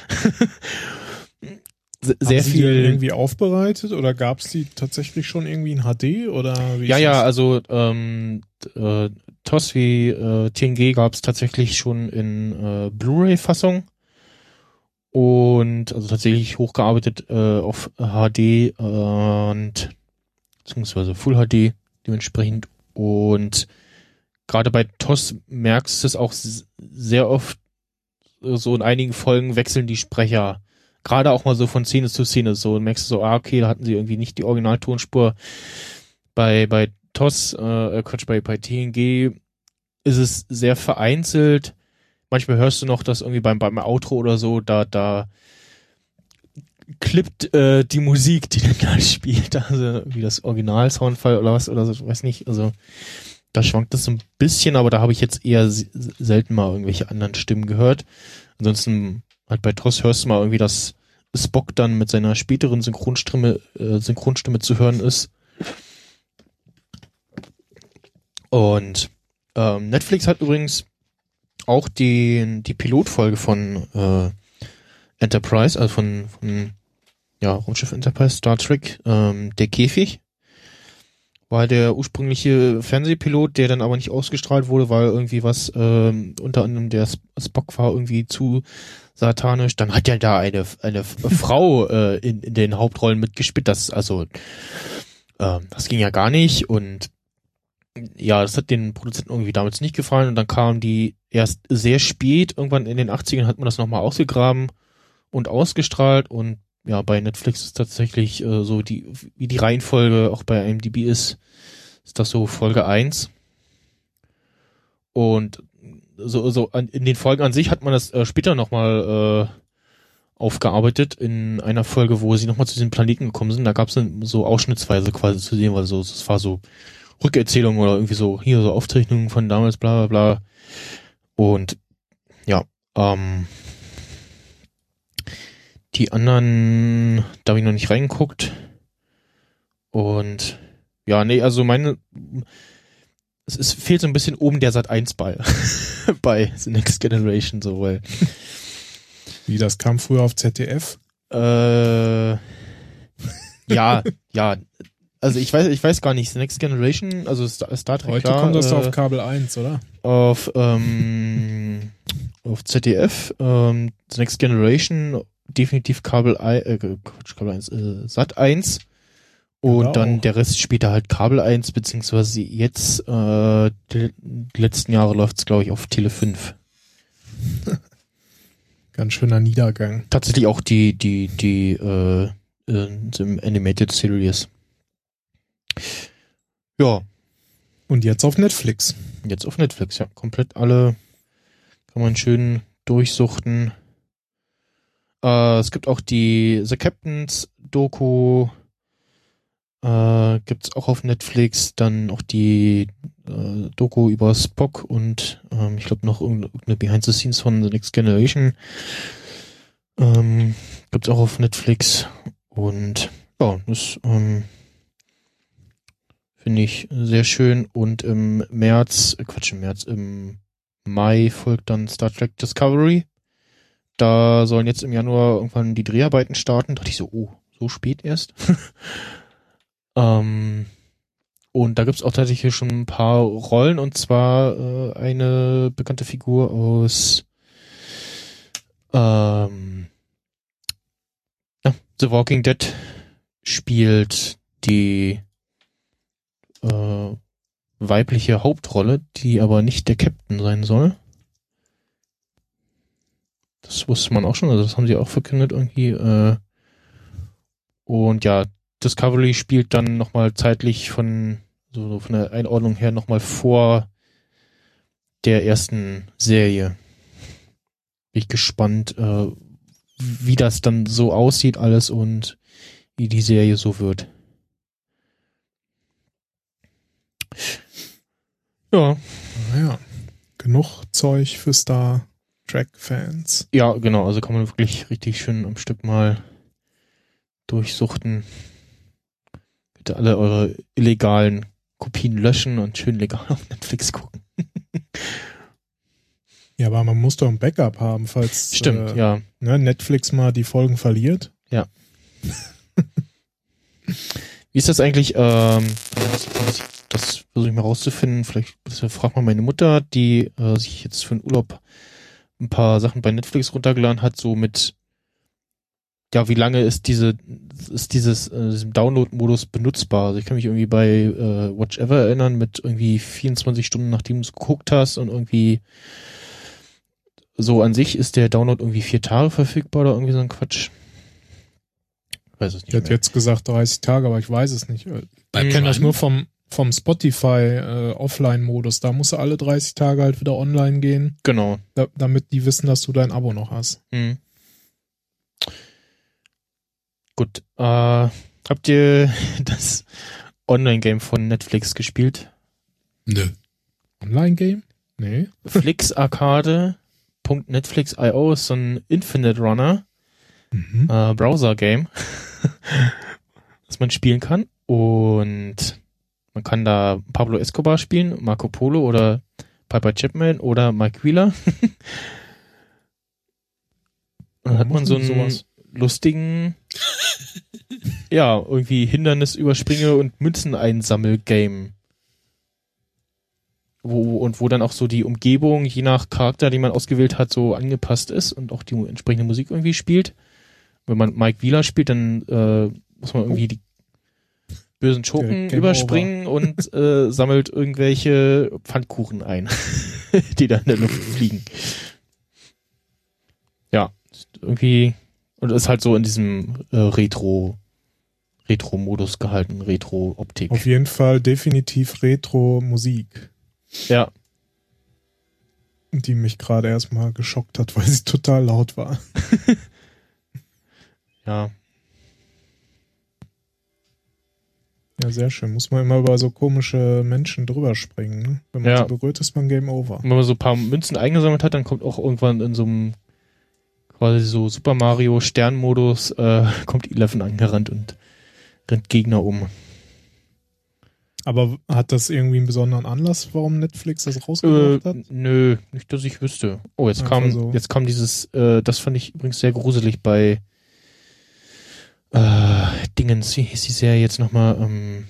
Sehr Haben Sie viel die irgendwie aufbereitet oder gab es die tatsächlich schon irgendwie in H D oder wie? Ja, ist ja, das? also ähm, äh, T O S wie äh, T N G gab es tatsächlich schon in äh, Blu-ray-Fassung und also tatsächlich hochgearbeitet äh, auf H D äh, und beziehungsweise Full H D dementsprechend, und gerade bei T O S merkst du es auch s- sehr oft, äh, so in einigen Folgen wechseln die Sprecher. Gerade auch mal so von Szene zu Szene, so merkst du so, ah, okay, da hatten sie irgendwie nicht die Originaltonspur. Bei bei T O S, äh, Quatsch, bei, bei T N G ist es sehr vereinzelt. Manchmal hörst du noch, dass irgendwie beim beim Outro oder so, da da klippt äh, die Musik, die dann gerade spielt, also wie das Original-Soundfile oder was oder so, ich weiß nicht, also da schwankt das so ein bisschen, aber da habe ich jetzt eher s- selten mal irgendwelche anderen Stimmen gehört. Ansonsten halt bei T O S hörst du mal irgendwie, dass Spock dann mit seiner späteren Synchronstimme, äh, Synchronstimme zu hören ist. Und ähm, Netflix hat übrigens auch die, die Pilotfolge von äh, Enterprise, also von, von ja, Raumschiff Enterprise, Star Trek, ähm, der Käfig, war der ursprüngliche Fernsehpilot, der dann aber nicht ausgestrahlt wurde, weil irgendwie was, ähm, unter anderem der Spock war irgendwie zu satanisch. Dann hat ja da eine eine Frau äh, in, in den Hauptrollen mitgespielt. Das also, äh, das ging ja gar nicht. Und ja, das hat den Produzenten irgendwie damals nicht gefallen. Und dann kam die erst sehr spät, irgendwann in den achtzigern hat man das nochmal ausgegraben und ausgestrahlt. Und ja, bei Netflix ist tatsächlich äh, so die, wie die Reihenfolge auch bei I M D B ist, ist das so Folge eins. Und so, so an, in den Folgen an sich hat man das äh, später nochmal äh, aufgearbeitet in einer Folge, wo sie nochmal zu diesem Planeten gekommen sind. Da gab es dann so ausschnittsweise quasi zu sehen, weil so, es war so Rückerzählung oder irgendwie so, hier so Aufzeichnungen von damals, bla bla bla. Und ja, ähm, die anderen, da habe ich noch nicht reingeguckt. Und ja, nee, also meine, es, es fehlt so ein bisschen oben der Sat eins Ball bei The Next Generation, so, weil. Wie, das kam früher auf Z D F? Äh, ja, ja. Also ich weiß, ich weiß gar nicht, The Next Generation, also Star, Star Trek. Heute klar, kommt das äh, auf Kabel eins, oder? Auf, ähm, auf Z D F, ähm, The Next Generation, definitiv Kabel, äh, Quatsch, Kabel eins, äh, Sat eins. Und Genau. dann der Rest später halt Kabel eins, beziehungsweise jetzt, äh, die, die letzten Jahre läuft's, glaube ich, auf Tele fünf. Ganz schöner Niedergang. Tatsächlich auch die, die, die, äh, im Animated Series. Ja. Und jetzt auf Netflix. Jetzt auf Netflix, ja. Komplett alle kann man schön durchsuchten. Äh, es gibt auch die The Captains Doku, äh, gibt's auch auf Netflix. Dann auch die äh, Doku über Spock und ähm, ich glaube noch irgendeine Behind the Scenes von The Next Generation. Ähm, gibt's auch auf Netflix. Und ja, das ähm, finde ich sehr schön. Und im März, äh, Quatsch, im März, im Mai folgt dann Star Trek Discovery. Da sollen jetzt im Januar irgendwann die Dreharbeiten starten. Da dachte ich so, oh, so spät erst. ähm, und da gibt's auch tatsächlich schon ein paar Rollen. Und zwar äh, eine bekannte Figur aus ähm, ja, The Walking Dead spielt die äh, weibliche Hauptrolle, die aber nicht der Captain sein soll. Das wusste man auch schon, also das haben sie auch verkündet irgendwie. Äh, und ja, Discovery spielt dann nochmal zeitlich von, so von der Einordnung her nochmal vor der ersten Serie. Bin ich gespannt, äh, wie das dann so aussieht alles und wie die Serie so wird. Ja. Naja, genug Zeug für Star Trek-Fans. Ja, genau, also kann man wirklich richtig schön am Stück mal durchsuchten. Bitte alle eure illegalen Kopien löschen und schön legal auf Netflix gucken. Ja, aber man muss doch ein Backup haben, falls Stimmt, äh, ja. ne, Netflix mal die Folgen verliert. Ja. Wie ist das eigentlich? Ähm, das versuche ich mal rauszufinden. Vielleicht fragt mal meine Mutter, die äh, sich jetzt für den Urlaub ein paar Sachen bei Netflix runtergeladen hat, so mit, ja, wie lange ist diese, ist dieses äh, Download-Modus benutzbar? Also ich kann mich irgendwie bei äh, Watch Ever erinnern, mit irgendwie vierundzwanzig Stunden, nachdem du es geguckt hast und irgendwie so an sich ist der Download irgendwie vier Tage verfügbar oder irgendwie so ein Quatsch. Ich weiß es nicht Ich hätte mehr. jetzt gesagt dreißig Tage, aber ich weiß es nicht. Bei Ich kenne das Prime? nur vom, vom Spotify äh, Offline-Modus. Da musst du alle dreißig Tage halt wieder online gehen, Genau. da, damit die wissen, dass du dein Abo noch hast. Mhm. Gut. Äh, habt ihr das Online-Game von Netflix gespielt? Nö. Online-Game? Nee. Flixarcade Punkt netflix Punkt io ist so ein Infinite Runner Mhm. äh, Browser-Game, das man spielen kann. Und man kann da Pablo Escobar spielen, Marco Polo oder Piper Chapman oder Mike Wheeler. Und dann hat man so einen sowas. lustigen ja, irgendwie Hindernis überspringe und Münzen einsammel-Game. Wo, und wo dann auch so die Umgebung, je nach Charakter, den man ausgewählt hat, so angepasst ist und auch die entsprechende Musik irgendwie spielt. Wenn man Mike Wheeler spielt, dann äh, muss man irgendwie die bösen Schurken Game überspringen over. und äh, sammelt irgendwelche Pfannkuchen ein, die da in der Luft fliegen. Ja, irgendwie, und ist halt so in diesem äh, Retro Retro-Modus gehalten, Retro-Optik. Auf jeden Fall definitiv Retro-Musik. Ja. Die mich gerade erstmal geschockt hat, weil sie total laut war. Ja. Ja, sehr schön. Muss man immer über so komische Menschen drüber springen. Ne? Wenn man Ja. sie berührt, ist man Game Over. Und wenn man so ein paar Münzen eingesammelt hat, dann kommt auch irgendwann in so einem quasi so Super Mario Sternmodus äh, kommt Eleven angerannt und rennt Gegner um. Aber hat das irgendwie einen besonderen Anlass, warum Netflix das Äh, rausgebracht hat? nö, nicht, dass ich wüsste. Oh, jetzt Einfach kam, so. jetzt kam dieses, äh, das fand ich übrigens sehr gruselig bei äh, Dingens, wie hieß die Serie jetzt nochmal, ähm,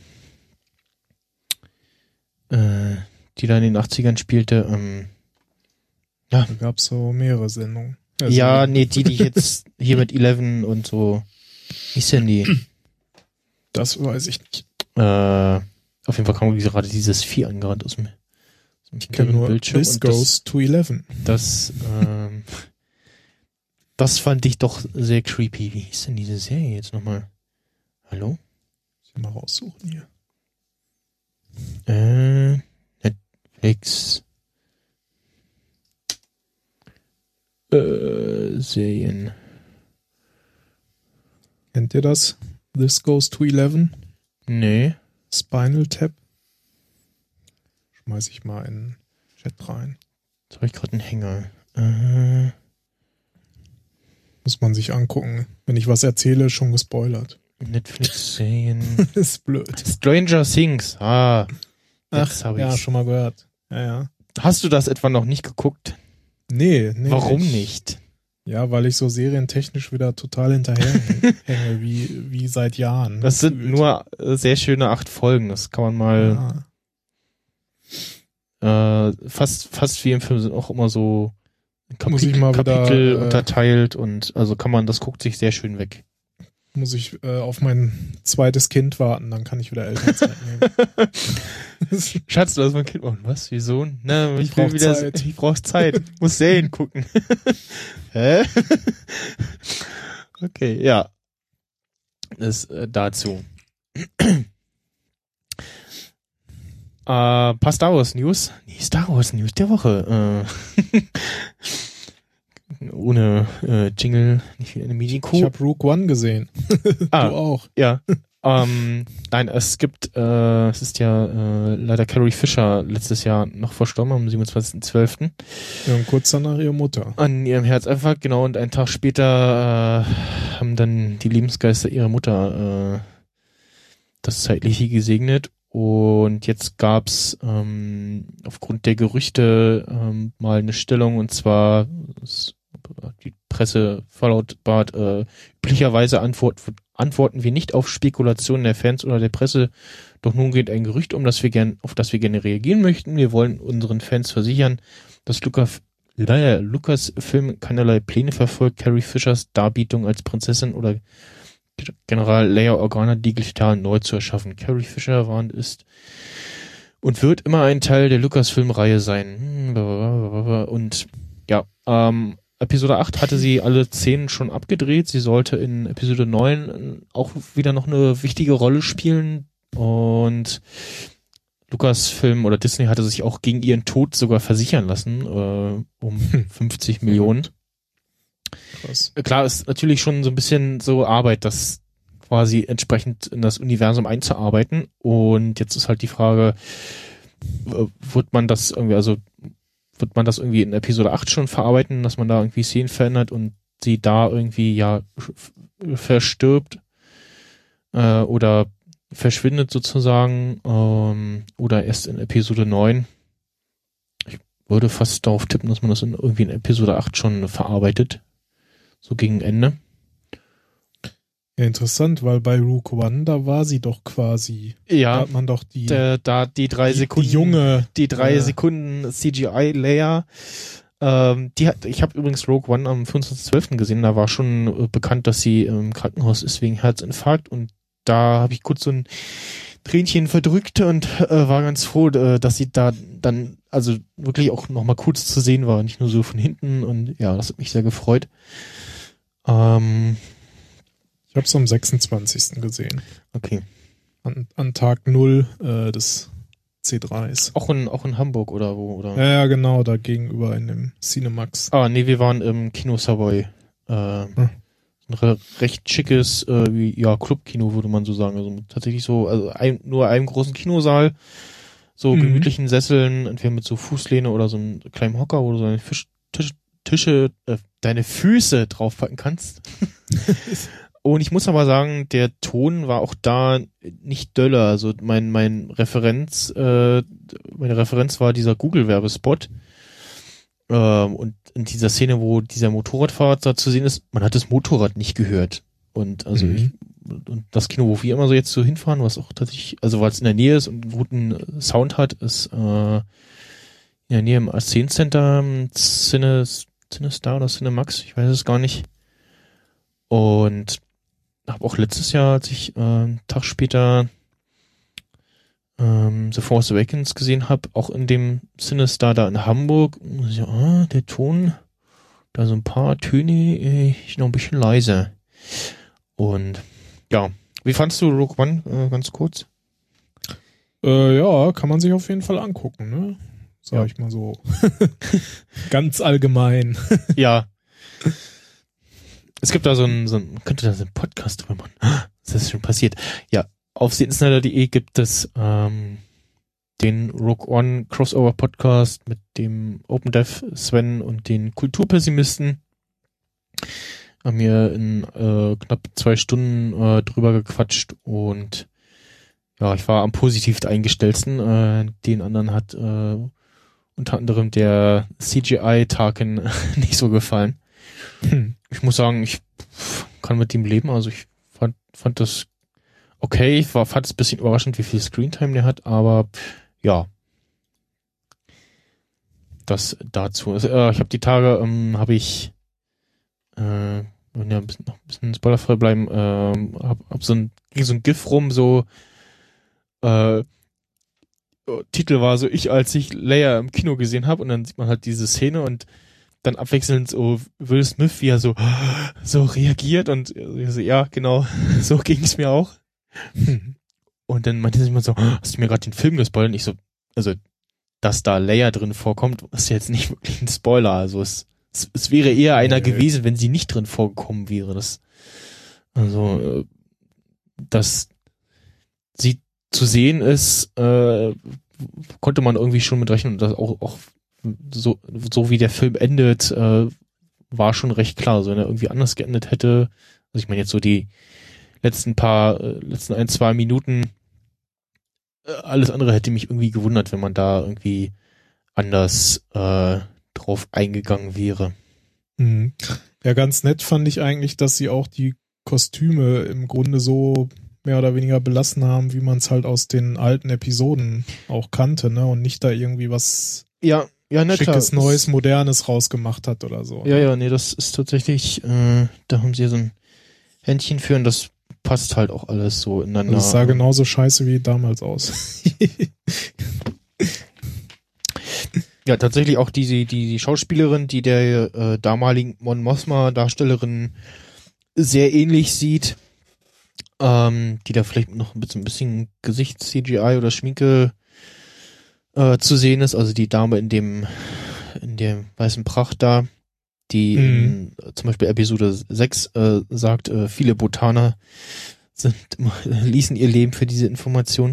äh, die da in den achtzigern spielte, ähm, Da gab es so mehrere Sendungen. Also, ja, nee, die, die ich jetzt hier mit Eleven und so, wie ist denn die? Das weiß ich nicht. Äh, auf jeden Fall kam gerade dieses Vieh angerannt aus dem, aus dem Ich kenne nur Bildschirm. This und das- Goes to Eleven. Das, ähm, das fand ich doch sehr creepy. Wie hieß denn diese Serie jetzt nochmal? Hallo? Ich mal raussuchen hier. Äh, Netflix. Äh, Serien. Kennt ihr das? This Goes to Eleven? Nee. Spinal Tap? Schmeiß ich mal in den Chat rein. Jetzt habe ich gerade einen Hänger. Äh, Muss man sich angucken. Wenn ich was erzähle, schon gespoilert. Netflix-Serien. Das ist blöd. Stranger Things. Ah. Jetzt habe ja, ich's. schon mal gehört. Ja, ja. Hast du das etwa noch nicht geguckt? Nee, nee. Warum ich, nicht? Ja, weil ich so serientechnisch wieder total hinterher hänge, wie, wie seit Jahren. Das sind gefühlt. nur äh, sehr schöne acht Folgen. Das kann man mal Ja. äh, fast fast wie im Film sind auch immer so Kapi- Muss ich mal wieder, Kapitel äh, unterteilt und also kann man, das guckt sich sehr schön weg. Muss ich äh, auf mein zweites Kind warten, dann kann ich wieder Elternzeit nehmen. Schatz, du hast mein Kind machen. Was? Wieso? Na, ich, Ich will brauch wieder, Zeit. ich brauch Zeit. Ich muss Serien gucken. Hä? Okay, ja. Das äh, dazu. äh, paar Star Wars News. Nee, Star Wars News der Woche. Äh, ohne äh, Jingle, nicht wie eine Medico. Ich habe Rogue One gesehen. Ah. Du auch. Ja. Ähm, nein, es gibt, äh, es ist ja äh, leider Carrie Fisher letztes Jahr noch verstorben, am siebenundzwanzigsten zwölften Ja, und kurz danach ihre Mutter. An ihrem Herzinfarkt, genau, und einen Tag später äh, haben dann die Lebensgeister ihrer Mutter äh, das Zeitliche gesegnet. Und jetzt gab's ähm, aufgrund der Gerüchte ähm, mal eine Stellung, und zwar es, die Presse verlautbart, äh, üblicherweise antwort, antworten wir nicht auf Spekulationen der Fans oder der Presse, doch nun geht ein Gerücht um, dass wir gern, auf das wir gerne reagieren möchten. Wir wollen unseren Fans versichern, dass Lucas, äh, Lucasfilm keinerlei Pläne verfolgt, Carrie Fishers Darbietung als Prinzessin oder General Leia Organa digital neu zu erschaffen. Carrie Fisher war und ist und wird immer ein Teil der Lucasfilm-Reihe sein. Und ja, ähm, Episode acht hatte sie alle Szenen schon abgedreht. Sie sollte in Episode neun auch wieder noch eine wichtige Rolle spielen. Und Lucasfilm oder Disney hatte sich auch gegen ihren Tod sogar versichern lassen, äh, um fünfzig Millionen. Krass. Klar, ist natürlich schon so ein bisschen so Arbeit, das quasi entsprechend in das Universum einzuarbeiten. Und jetzt ist halt die Frage, wird man das irgendwie, also wird man das irgendwie in Episode acht schon verarbeiten, dass man da irgendwie Szenen verändert und sie da irgendwie ja verstirbt äh, oder verschwindet sozusagen, ähm, oder erst in Episode neun. Ich würde fast darauf tippen, dass man das in, irgendwie in Episode acht schon verarbeitet. So gegen Ende. Ja, interessant, weil bei Rogue One, da war sie doch quasi. Da Ja, hat man doch die, der, da die drei die, Sekunden, die junge. die drei äh, Sekunden C G I-Layer. Ähm, die hat, ich habe übrigens Rogue One am fünfundzwanzigsten zwölften gesehen. Da war schon äh, bekannt, dass sie im Krankenhaus ist wegen Herzinfarkt. Und da habe ich kurz so ein Tränchen verdrückt und äh, war ganz froh, äh, dass sie da dann also wirklich auch noch mal kurz zu sehen war, nicht nur so von hinten. Und ja, das hat mich sehr gefreut. Ähm, Ich habe es am sechsundzwanzigsten gesehen. okay. An, an Tag null äh, des C dreis. Auch in, auch in Hamburg oder wo? Oder? Ja, ja, genau, da gegenüber in dem Cinemax. Ah, nee, wir waren im Kino Savoy. Äh, Hm. Ein re recht schickes, äh, wie, ja, Clubkino würde man so sagen. Also tatsächlich so, also ein, nur einem großen Kinosaal, so Mhm. gemütlichen Sesseln, entweder mit so Fußlehne oder so einem kleinen Hocker, wo du so deine Fisch, Tisch, Tische, äh, deine Füße draufpacken kannst. Und ich muss aber sagen, der Ton war auch da nicht döller. Also mein, mein Referenz, äh, meine Referenz war dieser Google-Werbespot. Ähm, und in dieser Szene, wo dieser Motorradfahrer da zu sehen ist, man hat das Motorrad nicht gehört. Und also Mhm. ich, und das Kino, wo wir immer so jetzt so hinfahren, was auch tatsächlich, also weil es in der Nähe ist und einen guten Sound hat, ist äh, in der Nähe im A zehn Center, Cine, CineStar oder Cinemax, ich weiß es gar nicht. Und habe auch letztes Jahr, als ich äh, einen Tag später ähm, The Force Awakens gesehen habe, auch in dem CineStar da in Hamburg, so, ah, der Ton, da so ein paar Töne, äh, ich noch ein bisschen leiser. Und ja, wie fandst du Rogue One, äh, ganz kurz? Äh, ja, kann man sich auf jeden Fall angucken, ne? Sag Ja. ich mal so. Ganz allgemein. Ja. Es gibt da so ein, so ein, man könnte da so einen Podcast drüber machen. Was ist schon passiert? Ja, auf sehensnyder punkt de gibt es ähm, den Rogue One Crossover Podcast mit dem Open Dev Sven und den Kulturpessimisten. Haben wir in äh, knapp zwei Stunden äh, drüber gequatscht und ja, ich war am positiv eingestellten. Äh, den anderen hat äh, unter anderem der C G I-Tarkin nicht so gefallen. Hm. Ich muss sagen, ich kann mit dem leben. Also ich fand, fand das okay. Ich war, fand es ein bisschen überraschend, wie viel Screentime der hat, aber ja. Das dazu. Äh, ich habe die Tage, ähm, habe ich äh, wenn ja ein bisschen, noch ein bisschen spoilerfrei bleiben, ähm, hab, hab so ein, ging so ein GIF rum, so äh, Titel war so, ich als ich Leia im Kino gesehen habe, und dann sieht man halt diese Szene und dann abwechselnd so Will Smith, wie er so so reagiert, und so, ja, genau, so ging es mir auch. Und dann meinte sich mal so, hast du mir gerade den Film gespoilert? Und ich so, also, dass da Leia drin vorkommt, ist jetzt nicht wirklich ein Spoiler. Also es, es, es wäre eher einer Nee. gewesen, wenn sie nicht drin vorgekommen wäre. Das, also, äh, dass sie zu sehen ist, äh, konnte man irgendwie schon mit rechnen. Und das auch, auch so, so wie der Film endet, äh, war schon recht klar. Also wenn er irgendwie anders geendet hätte, also ich meine jetzt so die letzten paar, äh, letzten ein, zwei Minuten, äh, alles andere hätte mich irgendwie gewundert, wenn man da irgendwie anders äh, drauf eingegangen wäre. Mhm. Ja, ganz nett fand ich eigentlich, dass sie auch die Kostüme im Grunde so mehr oder weniger belassen haben, wie man es halt aus den alten Episoden auch kannte, ne? Und nicht da irgendwie was Ja, ja, ne, klar. Schickes, Neues, Modernes rausgemacht hat oder so. Ja, ja, nee, das ist tatsächlich, äh, da haben sie so ein Händchen für, und das passt halt auch alles so ineinander. Also es sah genauso scheiße wie damals aus. Ja, tatsächlich auch die, die, die Schauspielerin, die der äh, damaligen Mon Mothma Darstellerin sehr ähnlich sieht, ähm, die da vielleicht noch ein bisschen, ein bisschen Gesichts-C G I oder Schminke äh, zu sehen ist, also die Dame in dem in der weißen Pracht da, die Mhm. in, zum Beispiel Episode sechs äh, sagt, äh, viele Botaner sind immer, ließen ihr Leben für diese Information.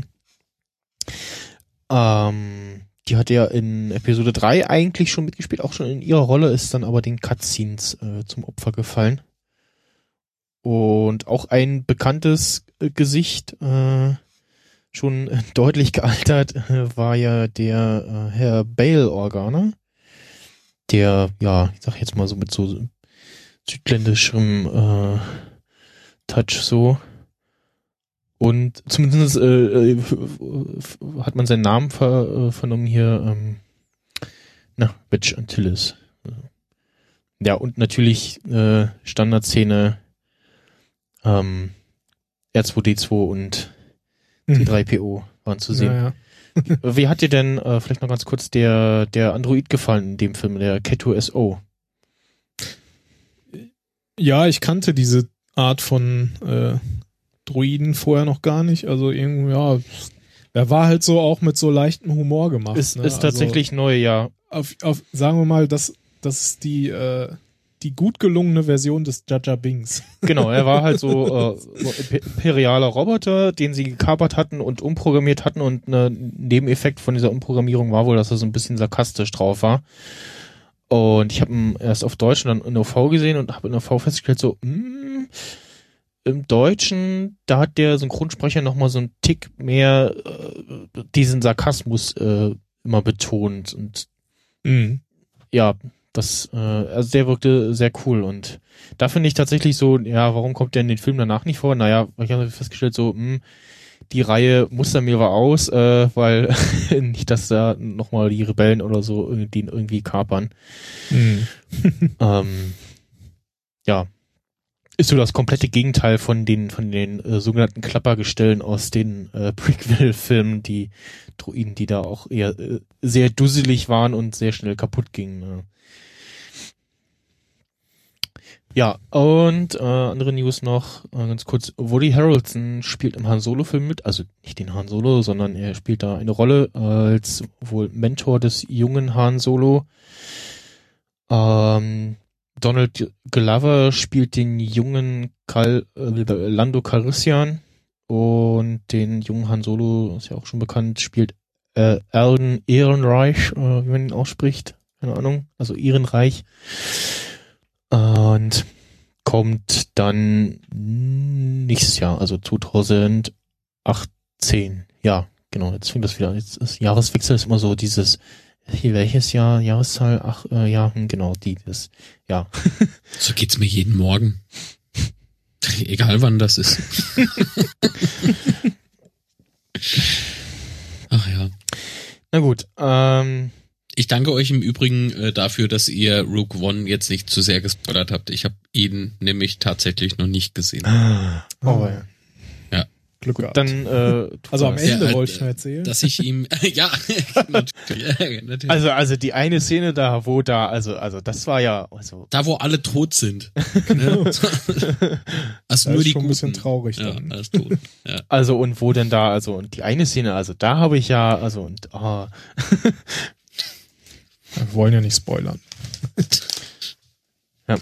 Ähm, die hat ja in Episode drei eigentlich schon mitgespielt, auch schon in ihrer Rolle, ist dann aber den Cutscenes äh, zum Opfer gefallen. Und auch ein bekanntes äh, Gesicht, äh, schon äh, deutlich gealtert, äh, war ja der äh, Herr Bail Organa, der, ja, ich sag jetzt mal so mit so südländischem äh, Touch so. Und zumindest äh, äh, hat man seinen Namen ver, äh, vernommen hier, ähm, na, Wedge Antilles. Ja, und natürlich äh, Standardszene ähm, R zwei D zwei und C drei P O waren zu sehen. Ja, ja. Wie hat dir denn, äh, vielleicht noch ganz kurz, der der Android gefallen in dem Film, der K zwei S O? Ja, ich kannte diese Art von äh, Droiden vorher noch gar nicht. Also irgendwie, ja, der war halt so auch mit so leichtem Humor gemacht. Ist, ne? ist tatsächlich also, neu, ja. Auf, auf, sagen wir mal, das, das ist die, äh, die gut gelungene Version des Jar Jar Binks. Genau, er war halt so, äh, so imperialer Roboter, den sie gekapert hatten und umprogrammiert hatten, und ein Nebeneffekt von dieser Umprogrammierung war wohl, dass er so ein bisschen sarkastisch drauf war. Und ich habe ihn erst auf Deutsch und dann in O V gesehen und habe in O V festgestellt, so, mh, im Deutschen, da hat der Synchronsprecher nochmal so einen Tick mehr äh, diesen Sarkasmus äh, immer betont. Und Mhm. ja, das, äh, also der wirkte sehr cool. Und da finde ich tatsächlich so, ja, warum kommt der in den Film danach nicht vor? Naja, ich habe festgestellt, so, mh, die Reihe mustern mir war aus, äh, weil nicht, dass da nochmal die Rebellen oder so irgendwie, irgendwie kapern. Mhm. ähm, ja. Ist so das komplette Gegenteil von den von den äh, sogenannten Klappergestellen aus den äh, Prequel-Filmen, die Droiden, die da auch eher äh, sehr dusselig waren und sehr schnell kaputt gingen. Ne? Ja, und äh, andere News noch, äh, ganz kurz. Woody Harrelson spielt im Han Solo-Film mit, also nicht den Han Solo, sondern er spielt da eine Rolle als wohl Mentor des jungen Han Solo. Ähm, Donald Glover spielt den jungen Cal, äh, Lando Calrissian, und den jungen Han Solo, ist ja auch schon bekannt, spielt äh, Alden Ehrenreich, äh, wie man ihn ausspricht, keine Ahnung, also Ehrenreich, und kommt dann nächstes Jahr, also zwanzig achtzehn, ja, genau, jetzt fängt das wieder an, jetzt das Jahreswechsel ist immer so dieses, hier, welches Jahr, Jahreszahl, ach, äh, ja, genau, die, das, ja. So geht's mir jeden Morgen. Egal wann das ist. Ach ja. Na gut, ähm. Ich danke euch im Übrigen äh, dafür, dass ihr Rogue One jetzt nicht zu sehr gespoilert habt. Ich habe ihn nämlich tatsächlich noch nicht gesehen. Ah, oh, ja. Ja. Glück gehabt. Dann, äh, also am Ende Ja, wollte ich äh, nur erzählen. Dass ich ihm, ja, natürlich, ja, natürlich. Also, also die eine Szene da, wo da, also, also das war ja, also. Da, wo alle tot sind. Ne? Also Da nur ist die schon ein bisschen Guten. traurig Ja, dann. alles tot. Ja. Also, und wo denn da, also, und die eine Szene, also da habe ich ja, also, und, ah. Wir wollen ja nicht spoilern. Ja.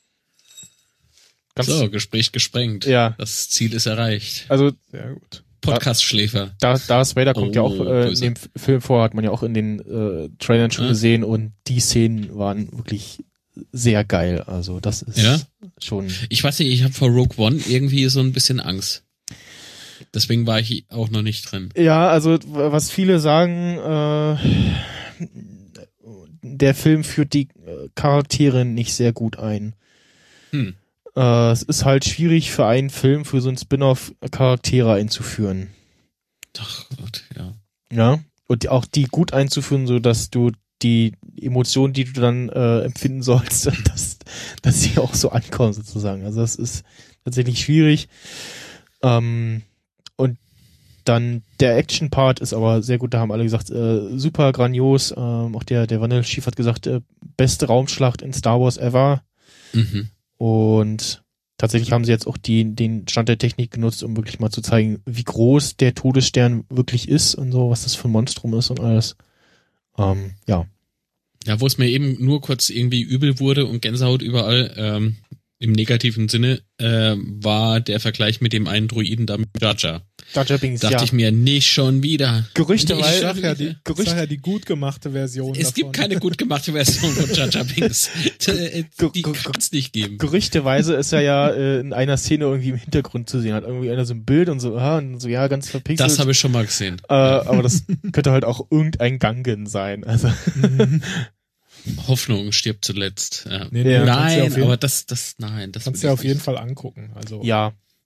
Ganz, So, Gespräch gesprengt. Ja. Das Ziel ist erreicht. Also, Sehr gut. Podcast-Schläfer. da, Darth Vader kommt Oh, ja auch äh, in böse. dem F- Film vor, hat man ja auch in den äh, Trailern schon Ja. gesehen, und die Szenen waren wirklich sehr geil. Also, das ist Ja? schon. Ich weiß nicht, ich habe vor Rogue One irgendwie so ein bisschen Angst. Deswegen war ich auch noch nicht drin. Ja, also w- was viele sagen, äh, der Film führt die äh, Charaktere nicht sehr gut ein. Hm. Äh, es ist halt schwierig für einen Film, für so einen Spin-off Charaktere einzuführen. Ach Gott, ja. Ja. Und die- auch die gut einzuführen, so dass du die Emotionen, die du dann äh, empfinden sollst, dass, dass sie auch so ankommen sozusagen. Also das ist tatsächlich schwierig. Ähm, und dann der Action-Part ist aber sehr gut, da haben alle gesagt, äh, super grandios. Ähm, auch der, der Vanille Chief hat gesagt, äh, beste Raumschlacht in Star Wars ever. Mhm. Und tatsächlich haben sie jetzt auch die, den Stand der Technik genutzt, um wirklich mal zu zeigen, wie groß der Todesstern wirklich ist und so, was das für ein Monstrum ist und alles. Ähm, ja. Ja, wo es mir eben nur kurz irgendwie übel wurde und Gänsehaut überall, ähm, im negativen Sinne, äh, war der Vergleich mit dem einen Druiden da mit Jar Jar. Jar Jar Binks, Dachte ja. ich mir, nicht schon wieder. Gerüchte, Nicht weil- schon Sag ja, wieder. die, Gerücht- sag ja die gut gemachte Version Es davon. gibt keine gut gemachte Version von Jar Jar Binks. Die Ge- ge- kann es nicht geben. Gerüchteweise ist er ja äh, in einer Szene irgendwie im Hintergrund zu sehen. Hat irgendwie einer so ein Bild und so, ah, und so, ja, ganz verpixelt. Das habe ich schon mal gesehen. äh, aber das könnte halt auch irgendein Gangen sein. Also, Hoffnung stirbt zuletzt. Ja. Nee, nee, kannst du Nein, auf jeden- aber das, das, nein, das Kannst will du ich auf jeden nicht. Fall angucken. Also ja.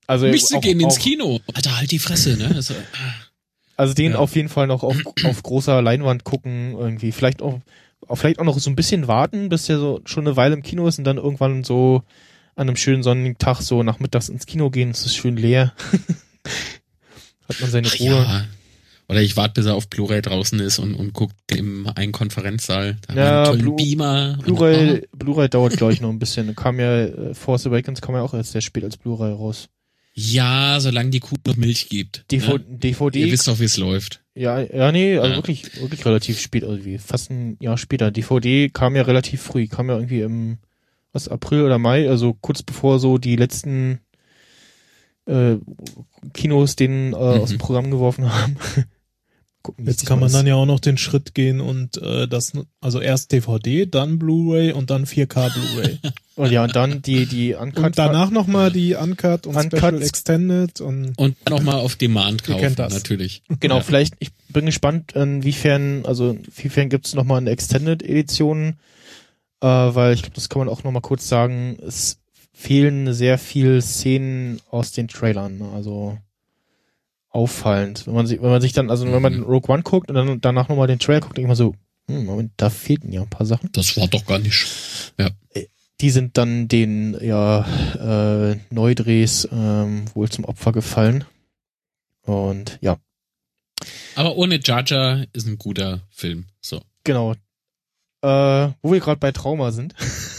Also Müsste auch, gehen ins auch, Kino. Alter, halt die Fresse, ne? Also, Also den Ja. auf jeden Fall noch auf, auf großer Leinwand gucken, irgendwie. Vielleicht auch, auch, vielleicht auch noch so ein bisschen warten, bis der so schon eine Weile im Kino ist und dann irgendwann so an einem schönen sonnigen Tag so nachmittags ins Kino gehen. Es ist schön leer. Hat man seine ach Ruhe. ja. Oder ich warte, bis er auf Blu-ray draußen ist und, und guckt im einen Konferenzsaal. Da Ja, haben wir einen tollen Blu- Beamer. Blu-ray, Blu-ray dauert, glaube ich, noch ein bisschen. Kam ja, äh, Force Awakens kam ja auch erst sehr spät als Blu-ray raus. Ja, solange die Kuh noch Milch gibt. D V- ne? D V D. Ihr wisst doch, wie es läuft. Ja, ja, nee, also Ja. wirklich, wirklich relativ spät, irgendwie. Fast ein Jahr später. D V D kam ja relativ früh, kam ja irgendwie im, was, April oder Mai, also kurz bevor so die letzten äh, Kinos den äh, aus dem Mhm. Programm geworfen haben. Gucken, wie es Jetzt kann man diesmal dann ja auch noch den Schritt gehen und äh, das, also erst D V D, dann Blu-ray und dann vier K Blu-ray. ist. Und ja, und dann die, die Uncut. Und danach nochmal die Uncut und Uncut. Special Extended und Und dann nochmal auf Demand Ihr kaufen, kennt das. natürlich. Genau, Ja. vielleicht, ich bin gespannt, inwiefern, also inwiefern gibt es nochmal eine Extended-Edition, äh, weil ich glaube, das kann man auch nochmal kurz sagen, es fehlen sehr viel Szenen aus den Trailern, ne? Also auffallend. Wenn man sich, wenn man sich dann, also wenn man Mhm. Rogue One guckt und dann danach nochmal den Trailer guckt, denkt man so, hm, Moment, da fehlten ja ein paar Sachen. Das war doch gar nicht. Ja. Die sind dann den ja äh, Neudrehs ähm, wohl zum Opfer gefallen. Und ja, Aber ohne Jar Jar ist ein guter Film. So. genau. Äh, wo wir gerade bei Trauma sind.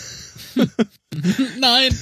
Nein!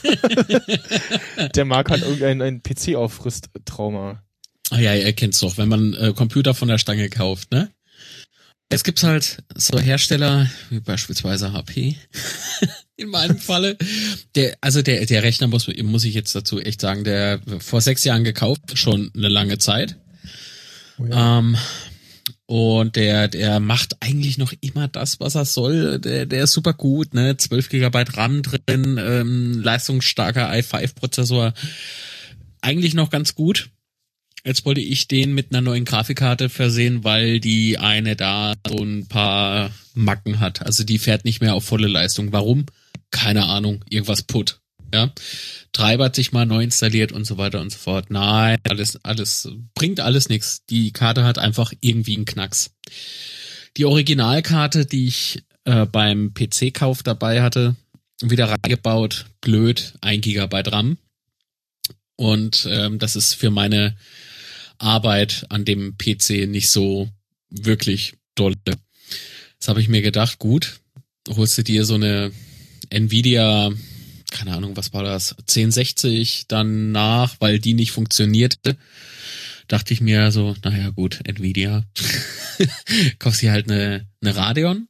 Der Marc hat irgendein ein P C-Aufrüst-Trauma. Ah ja, ihr kennt's doch, wenn man äh, Computer von der Stange kauft, ne? Es gibt halt so Hersteller, wie beispielsweise H P, in meinem Falle. Der, also der, der Rechner muss, muss ich jetzt dazu echt sagen, der vor sechs Jahren gekauft, schon eine lange Zeit. oh ja. Ähm, und der, der macht eigentlich noch immer das, was er soll. Der, der ist super gut, ne? zwölf Gigabyte RAM drin, ähm, leistungsstarker i fünf Prozessor. Eigentlich noch ganz gut. Jetzt wollte ich den mit einer neuen Grafikkarte versehen, weil die eine da so ein paar Macken hat. Also die fährt nicht mehr auf volle Leistung. Warum? Keine Ahnung. Irgendwas putt. Ja. Treiber hat sich mal neu installiert und so weiter und so fort. Nein, alles, alles, bringt alles nichts. Die Karte hat einfach irgendwie einen Knacks. Die Originalkarte, die ich äh, beim P C-Kauf dabei hatte, wieder reingebaut. Blöd. ein Gigabyte RAM. Und ähm, das ist für meine Arbeit an dem P C nicht so wirklich dolle. Das habe ich mir gedacht, gut, holst du dir so eine Nvidia, keine Ahnung, was war das, zehn sechzig dann nach, weil die nicht funktionierte. Dachte ich mir so, naja gut, Nvidia. Kaufst dir halt eine, eine Radeon.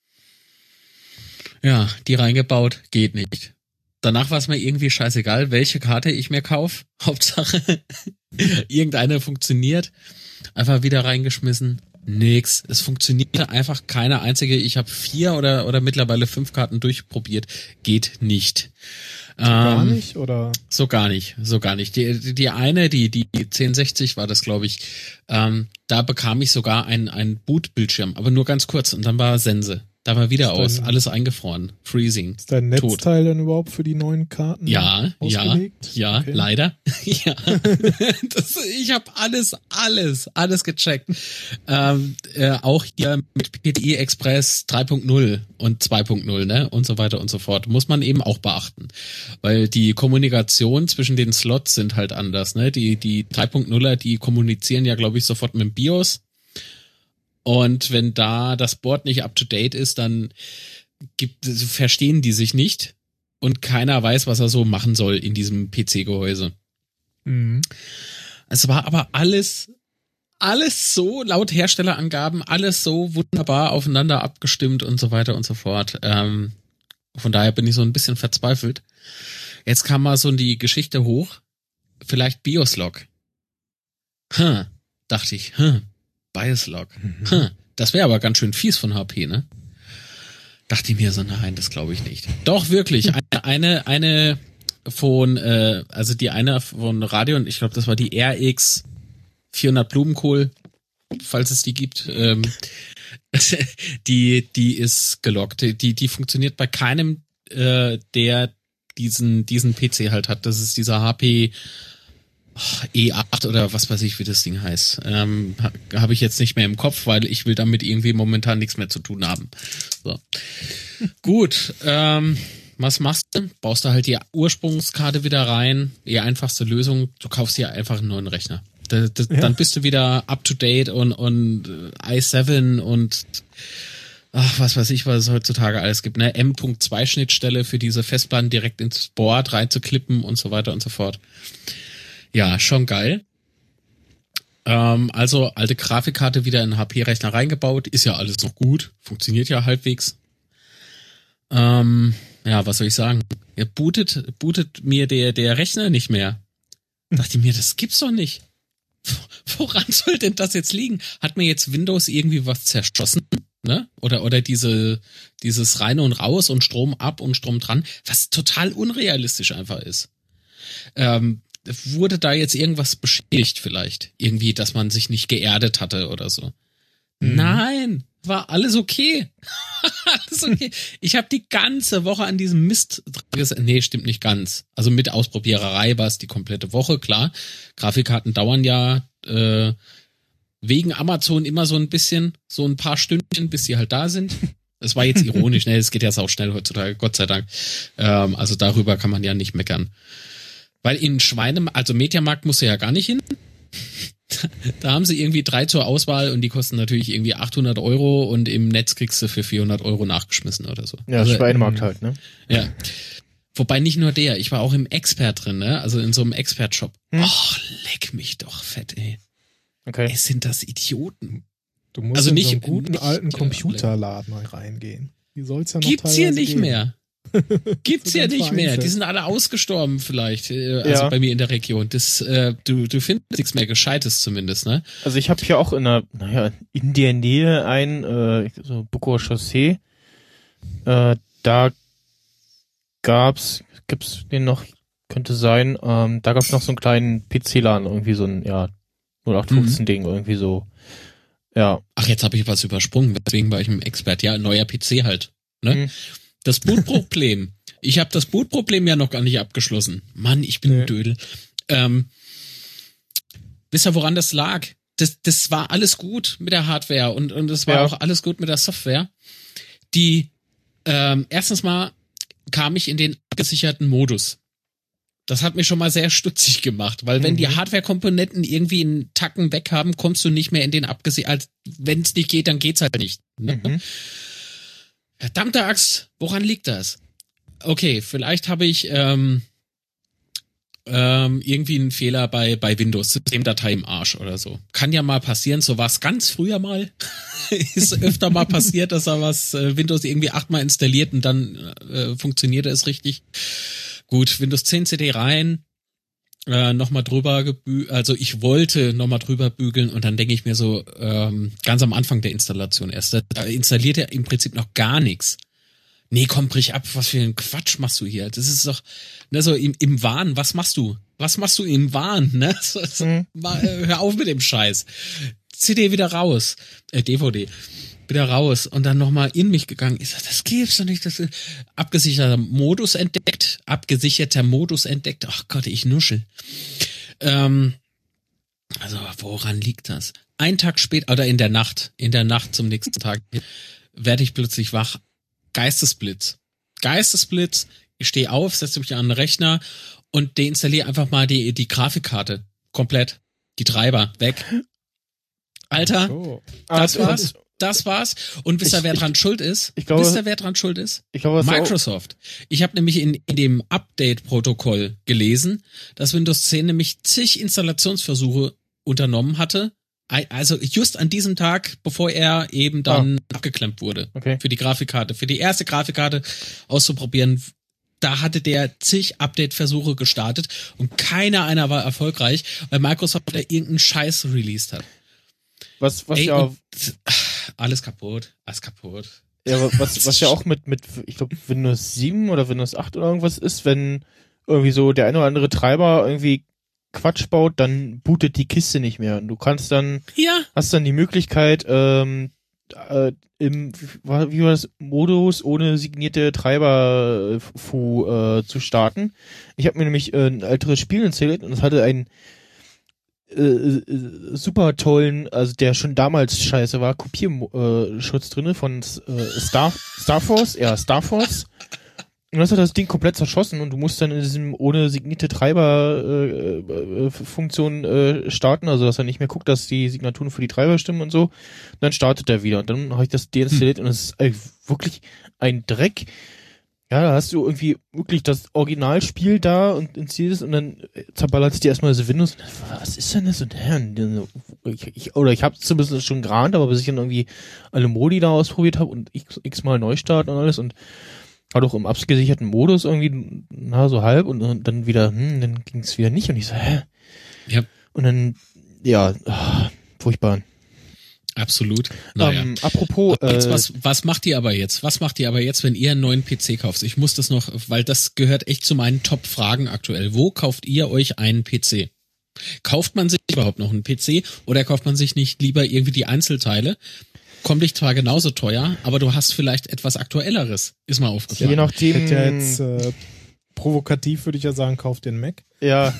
Ja, die reingebaut, geht nicht. Danach war es mir irgendwie scheißegal, welche Karte ich mir kaufe. Hauptsache, irgendeine funktioniert. Einfach wieder reingeschmissen. Nix. Es funktionierte einfach keine einzige. Ich habe vier oder oder mittlerweile fünf Karten durchprobiert. Geht nicht. Gar Ähm, nicht, oder? So gar nicht. So gar nicht. Die, die, die eine, die, die zehn sechzig war das, glaube ich. Ähm, da bekam ich sogar einen, einen Bootbildschirm, aber nur ganz kurz und dann war Sense. Da war wieder Ist aus. dein- Alles eingefroren. Freezing. Ist dein Tot. Netzteil denn überhaupt für die neuen Karten Ja, ja, ausgelegt? ja, Okay. leider. ja. Das, ich habe alles, alles, alles gecheckt. Ähm, äh, auch hier mit P C I Express drei Punkt null und zwei Punkt null, ne? Und so weiter und so fort. Muss man eben auch beachten. Weil die Kommunikation zwischen den Slots sind halt anders, ne? Die, die drei Punkt nuller, die kommunizieren ja, glaube ich, sofort mit dem BIOS. Und wenn da das Board nicht up to date ist, dann gibt, verstehen die sich nicht. Und keiner weiß, was er so machen soll in diesem P C-Gehäuse. Mhm. Es war aber alles, alles so, laut Herstellerangaben, alles so wunderbar aufeinander abgestimmt und so weiter und so fort. Ähm, von daher bin ich so ein bisschen verzweifelt. Jetzt kam mal so die Geschichte hoch. Vielleicht BIOS-Log. Hm, dachte ich, hm, BIOS-Log. Hm, das wäre aber ganz schön fies von H P, ne? Dachte ich mir so, nein, das glaube ich nicht. Doch, wirklich. Eine, eine, eine von, äh, also die eine von Radeon, ich glaube, das war die R X vierhundert Blumenkohl, falls es die gibt. Ähm, die, die ist gelockt. Die, die funktioniert bei keinem äh, der diesen, diesen P C halt hat. Das ist dieser H P E acht oder was weiß ich, wie das Ding heißt. Ähm, ha, habe ich jetzt nicht mehr im Kopf, weil ich will damit irgendwie momentan nichts mehr zu tun haben. So. Gut, ähm, was machst du? Baust du halt die Ursprungskarte wieder rein. Die einfachste Lösung, du kaufst dir einfach einen neuen Rechner. Da, da, ja. Dann bist du wieder up to date und, und i sieben und ach, was weiß ich, was es heutzutage alles gibt, ne? M Punkt zwei Schnittstelle für diese Festplatten direkt ins Board reinzuklippen und so weiter und so fort. Ja, schon geil. Ähm, also alte Grafikkarte wieder in einen H P-Rechner reingebaut, ist ja alles noch gut, funktioniert ja halbwegs. Ähm, ja, was soll ich sagen? Ja, bootet, bootet mir der, der Rechner nicht mehr. Dachte ich mir, das gibt's doch nicht. Woran soll denn das jetzt liegen? Hat mir jetzt Windows irgendwie was zerschossen? Ne? Oder, oder diese, dieses rein und raus und Strom ab und Strom dran, was total unrealistisch einfach ist. Ähm, wurde da jetzt irgendwas beschädigt vielleicht? Irgendwie, dass man sich nicht geerdet hatte oder so? Mhm. Nein, war alles okay. Alles okay. Ich habe die ganze Woche an diesem Mist gesessen. Nee, stimmt nicht ganz. Also mit Ausprobiererei war es die komplette Woche, klar. Grafikkarten dauern ja äh, wegen Amazon immer so ein bisschen, so ein paar Stündchen, bis sie halt da sind. Das war jetzt ironisch, ne? Es geht ja auch schnell heutzutage, Gott sei Dank. Ähm, also darüber kann man ja nicht meckern. Weil in Schweine, also Mediamarkt musst du ja gar nicht hin. Da haben sie irgendwie drei zur Auswahl und die kosten natürlich irgendwie achthundert Euro und im Netz kriegst du für vierhundert Euro nachgeschmissen oder so. Ja, also, Schweinemarkt ähm, halt, ne? Ja. Wobei nicht nur der, ich war auch im Expert drin, ne? Also in so einem Expert-Shop. Hm. Och, leck mich doch fett, ey. Okay. Es sind das Idioten. Du musst also in nicht, so einen guten nicht, alten Computerladen mal reingehen. Wie soll's ja noch Gibt's hier nicht geben. mehr. Gibt's ja nicht mehr. Die sind alle ausgestorben vielleicht, also ja. bei mir in der Region. Das, äh, du, du findest nichts mehr Gescheites zumindest, ne? Also ich habe hier auch in der, naja, in der Nähe ein, äh, so Buckower Chaussee. Äh, da gab's, gibt's den noch, könnte sein, ähm, da gab's noch so einen kleinen P C-Laden, irgendwie so ein, ja, null acht fünfzehn Ding, irgendwie so. Ja. Ach, jetzt habe ich was übersprungen, deswegen war ich im Expert. Ja, neuer P C halt, ne? Mhm. Das Bootproblem. Ich habe das Bootproblem ja noch gar nicht abgeschlossen. Mann, ich bin nee. ein Dödel. Ähm, wisst ihr, woran das lag? Das, das war alles gut mit der Hardware und und es war ja. auch alles gut mit der Software. Die ähm, erstens mal kam ich in den abgesicherten Modus. Das hat mich schon mal sehr stutzig gemacht, weil wenn mhm. die Hardware-Komponenten irgendwie einen Tacken weg haben, kommst du nicht mehr in den abgesicherten. Also, wenn es nicht geht, dann geht's halt nicht. Ne? Mhm. Verdammte Axt, woran liegt das? Okay, vielleicht habe ich ähm, ähm, irgendwie einen Fehler bei bei Windows, Systemdatei im Arsch oder so. Kann ja mal passieren, so war es ganz früher mal. Ist öfter mal passiert, dass da was äh, Windows irgendwie achtmal installiert und dann äh, funktionierte es richtig. Gut, Windows zehn C D rein, äh, nochmal drüber gebü- also ich wollte nochmal drüber bügeln und dann denke ich mir so, ähm, ganz am Anfang der Installation erst, da, da installiert er im Prinzip noch gar nichts. Nee, komm, brich ab, was für ein Quatsch machst du hier? Das ist doch, ne, so im, im Wahn, was machst du? Was machst du im Wahn, ne? So, so, mhm. mal, äh, hör auf mit dem Scheiß. C D wieder raus, äh, D V D. Wieder raus und dann nochmal in mich gegangen. Ich sag, das gibt's doch nicht. Das ist abgesicherter Modus entdeckt. Abgesicherter Modus entdeckt. Ach Gott, ich nuschel. Ähm, also, woran liegt das? Ein Tag später, oder in der Nacht, in der Nacht zum nächsten Tag, werde ich plötzlich wach. Geistesblitz. Geistesblitz. Ich stehe auf, setze mich an den Rechner und deinstalliere einfach mal die, die Grafikkarte. Komplett. Die Treiber. Weg. Alter, so. das war's. Das war's. Und wisst ihr, wer dran schuld ist? Ich glaube, wisst ihr, wer dran schuld ist? Ich glaube, Microsoft. Ich habe nämlich in, in dem Update-Protokoll gelesen, dass Windows zehn nämlich zig Installationsversuche unternommen hatte. Also just an diesem Tag, bevor er eben dann ah. abgeklemmt wurde. Okay. Für die Grafikkarte. Für die erste Grafikkarte auszuprobieren. Da hatte der zig Update-Versuche gestartet und keiner einer war erfolgreich, weil Microsoft da irgendeinen Scheiß released hat. Was, was Ey, ja und, alles kaputt, alles kaputt. Ja, was, was ja auch mit, mit, ich glaube, Windows sieben oder Windows acht oder irgendwas ist, wenn irgendwie so der eine oder andere Treiber irgendwie Quatsch baut, dann bootet die Kiste nicht mehr. Und du kannst dann, ja. hast dann die Möglichkeit, ähm, äh, im, wie war das, Modus ohne signierte Treiber Fu, äh, zu starten. Ich habe mir nämlich äh, ein älteres Spiel installiert und es hatte einen äh, äh, super tollen, also der schon damals scheiße war, Kopierschutz äh, drinne von äh, Star Star Force, ja, Star Force. Und das hat das Ding komplett zerschossen und du musst dann in diesem ohne signierte Treiber äh, äh, Funktion äh, starten, also dass er nicht mehr guckt, dass die Signaturen für die Treiber stimmen und so. Und dann startet er wieder und dann habe ich das deinstalliert hm. und es ist äh, wirklich ein Dreck. Ja, da hast du irgendwie wirklich das Originalspiel da und installierst und dann zerballert es dir erstmal das Windows. Was ist denn das? Und ich, ich, oder ich habe zumindest schon geahnt, aber bis ich dann irgendwie alle Modi da ausprobiert habe und x, x mal Neustart und alles und hat auch im abgesicherten Modus irgendwie, na, so halb und, und dann wieder, hm, dann ging es wieder nicht und ich so, hä? Ja. Und dann, ja, ach, furchtbar. Absolut. Naja. Ähm, apropos, jetzt, äh, was, was macht ihr aber jetzt? Was macht ihr aber jetzt, wenn ihr einen neuen P C kauft? Ich muss das noch, weil das gehört echt zu meinen Top-Fragen aktuell. Wo kauft ihr euch einen P C? Kauft man sich überhaupt noch einen P C oder kauft man sich nicht lieber irgendwie die Einzelteile? Kommt dich zwar genauso teuer, aber du hast vielleicht etwas Aktuelleres. Ist mal aufgefallen. Je nachdem. Ich hätte ja jetzt, äh, provokativ würde ich ja sagen, kauf den Mac. Ja.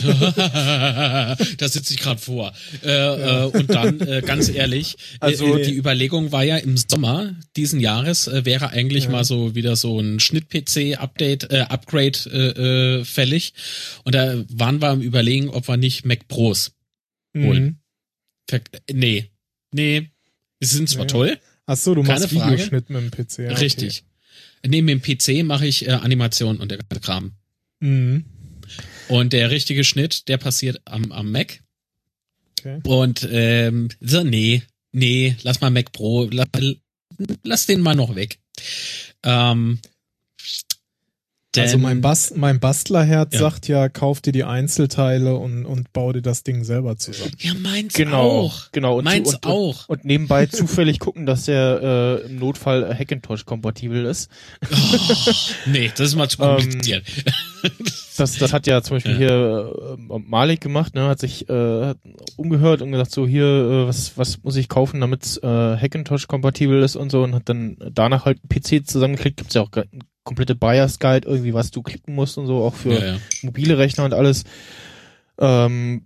Da sitze ich gerade vor. Äh, ja. äh, und dann, äh, ganz ehrlich, also äh, die Überlegung war ja im Sommer diesen Jahres, äh, wäre eigentlich ja. mal so wieder so ein Schnitt-P C-Update, äh, Upgrade äh, äh, fällig. Und da waren wir am Überlegen, ob wir nicht Mac Pros holen. Mhm. Nee. Nee. Sie sind zwar ja. toll. Ach so, du keine machst Frage. Videoschnitt mit dem P C. Ja, richtig. Okay. Neben dem P C mache ich äh, Animation und der ganze Kram. Mhm. Und der richtige Schnitt, der passiert am, am Mac. Okay. Und ähm, so, nee, nee, lass mal Mac Pro, lass, lass den mal noch weg. Ähm, denn, also mein, Bas, mein Bastlerherz ja. sagt ja, kauf dir die Einzelteile und, und bau dir das Ding selber zusammen. Ja, meins genau, auch. Genau, und, meins und, auch. Und, und nebenbei zufällig gucken, dass der äh, im Notfall Hackintosh-kompatibel ist. Oh, nee, das ist mal zu kompliziert. ähm, das, das hat ja zum Beispiel ja. hier äh, Malik gemacht, ne, hat sich äh, hat umgehört und gesagt, so hier, äh, was was muss ich kaufen, damit äh, Hackintosh-kompatibel ist und so und hat dann danach halt einen P C zusammengeklickt. Gibt's ja auch komplette Buyers Guide irgendwie, was du klicken musst und so, auch für ja, ja. mobile Rechner und alles. Ähm,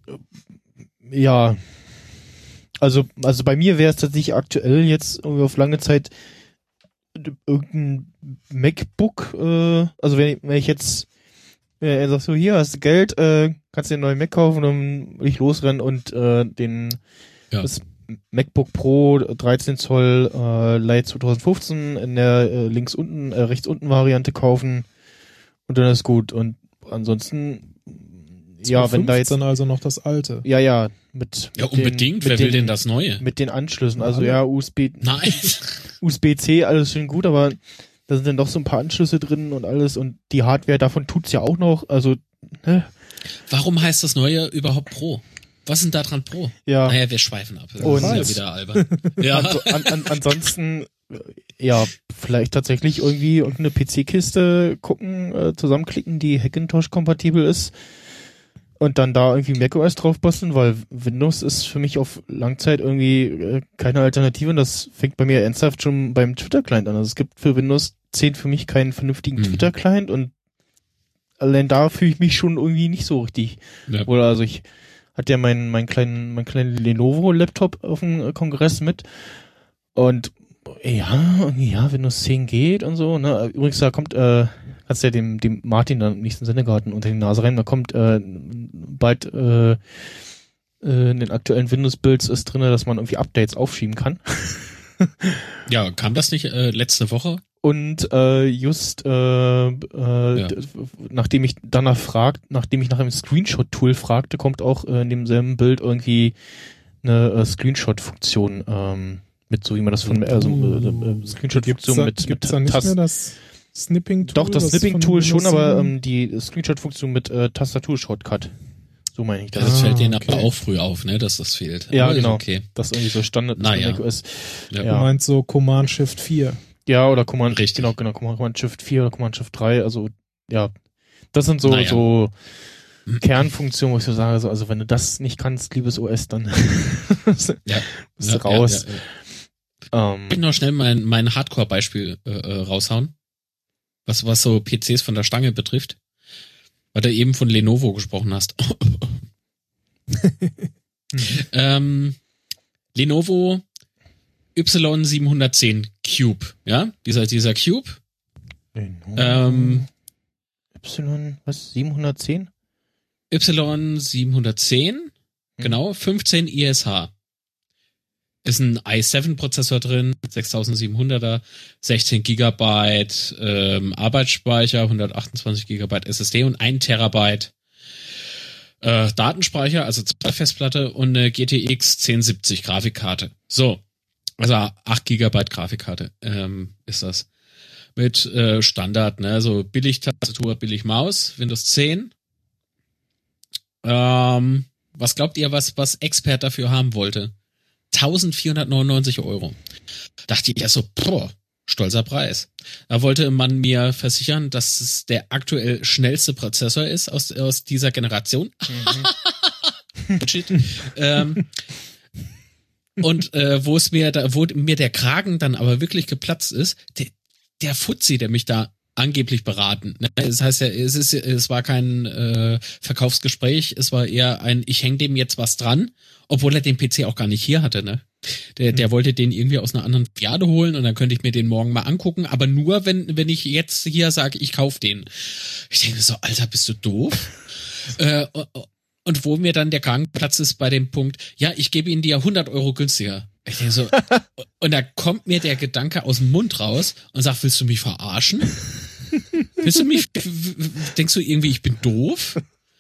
ja, also also bei mir wäre es tatsächlich aktuell jetzt irgendwie auf lange Zeit irgendein MacBook, äh, also wenn ich, wenn ich jetzt wenn er sagt so, hier hast du Geld, äh, kannst dir einen neuen Mac kaufen, dann will ich losrennen und äh, den ja. das MacBook Pro dreizehn Zoll äh, Lite zwanzig fünfzehn in der äh, links unten, äh, rechts unten Variante kaufen und dann ist gut. Und ansonsten ja, wenn da jetzt dann also noch das alte. Ja, ja, mit Ja, mit unbedingt, den, wer mit will den, denn das Neue? Mit den Anschlüssen, also ja, U S B Nein. U S B-C, alles schön gut, aber da sind dann doch so ein paar Anschlüsse drin und alles und die Hardware davon tut's ja auch noch, also ne? Warum heißt das Neue überhaupt Pro? Was ist denn da dran Pro? Ja. Naja, wir schweifen ab. Das und ist ja wieder albern. Ja. An, an, an, ansonsten, ja, vielleicht tatsächlich irgendwie irgendeine P C-Kiste gucken, äh, zusammenklicken, die Hackintosh-kompatibel ist und dann da irgendwie macOS drauf basteln, weil Windows ist für mich auf Langzeit irgendwie äh, keine Alternative und das fängt bei mir ernsthaft schon beim Twitter-Client an. Also es gibt für Windows zehn für mich keinen vernünftigen mhm. Twitter-Client und allein da fühle ich mich schon irgendwie nicht so richtig. Ja. Oder also ich hatte ja meinen meinen kleinen meinen kleinen Lenovo-Laptop auf dem Kongress mit und ja, irgendwie ja, Windows zehn geht und so, ne? Übrigens, da kommt, äh, hast ja dem, dem Martin dann im nächsten Sendegarten unter die Nase rein, da kommt äh, bald äh, äh, in den aktuellen Windows-Builds ist drinne, dass man irgendwie Updates aufschieben kann. Ja, kam das nicht äh, letzte Woche? Und äh, just äh, äh, Ja. d- nachdem ich danach fragt, nachdem ich nach einem Screenshot-Tool fragte, kommt auch äh, in demselben Bild irgendwie eine äh, Screenshot-Funktion ähm, mit, so wie man das von also äh, äh, Screenshot-Funktion da, mit, gibt's mit da nicht Tasten. mehr das Snipping-Tool? Doch, das was Snipping-Tool von schon, Windows aber sieben? ähm, die Screenshot-Funktion mit äh, Tastatur-Shortcut. So meine ich Ja, das. das Ah, fällt denen okay. aber auch früh auf, ne, dass das fehlt. Ja, Aber ist genau. Okay. Das ist irgendwie so Standard ist Naja. bei macOS. Ja. Du Ja. meinst so Command-Shift vier. Ja, oder Command, Richtig. genau, genau, Command, Command Shift vier oder Command Shift drei, also, ja. Das sind so, Naja. so Kernfunktionen, wo ich so sage, so, also wenn du das nicht kannst, liebes O S, dann Ja. bist du raus. Ja, ja, ja. Ähm, Ich will noch schnell mein, mein Hardcore-Beispiel äh, raushauen. Was, was so P Cs von der Stange betrifft. Weil du eben von Lenovo gesprochen hast. ähm, Lenovo Y siebenhundertzehn Cube, ja? Dieser, dieser Cube. Lenovo Ähm, Y, was? siebenhundertzehn? Y siebenhundertzehn, genau, fünfzehn I S H. Ist ein i sieben Prozessor drin, sechstausendsiebenhunderter, sechzehn Gigabyte ähm, Arbeitsspeicher, hundertachtundzwanzig Gigabyte S S D und ein Terabyte äh, Datenspeicher, also zwei Festplatte und eine G T X zehn siebzig Grafikkarte. So, also acht Gigabyte Grafikkarte ähm, ist das. Mit äh, Standard, ne, so billig Tastatur, billig Maus, Windows zehn. Ähm, was glaubt ihr, was, was Expert dafür haben wollte? eintausendvierhundertneunundneunzig Euro. Dachte ich erst so, boah, stolzer Preis. Da wollte man mir versichern, dass es der aktuell schnellste Prozessor ist aus, aus dieser Generation. Mhm. Shit. ähm, und äh, wo es mir da, wo mir der Kragen dann aber wirklich geplatzt ist, der, der Fuzzi, der mich da angeblich beraten. Ne? Das heißt ja, es ist, es war kein äh, Verkaufsgespräch, es war eher ein, ich hänge dem jetzt was dran, obwohl er den P C auch gar nicht hier hatte, ne? Der, der wollte den irgendwie aus einer anderen Filiale holen und dann könnte ich mir den morgen mal angucken, aber nur, wenn, wenn ich jetzt hier sage, ich kauf den. Ich denke so, Alter, bist du doof? äh, und wo mir dann der Kragenplatz ist bei dem Punkt, ja, ich gebe Ihnen die ja hundert Euro günstiger. Ich denke so, und da kommt mir der Gedanke aus dem Mund raus und sagt, willst du mich verarschen? Willst du mich, denkst du irgendwie, ich bin doof?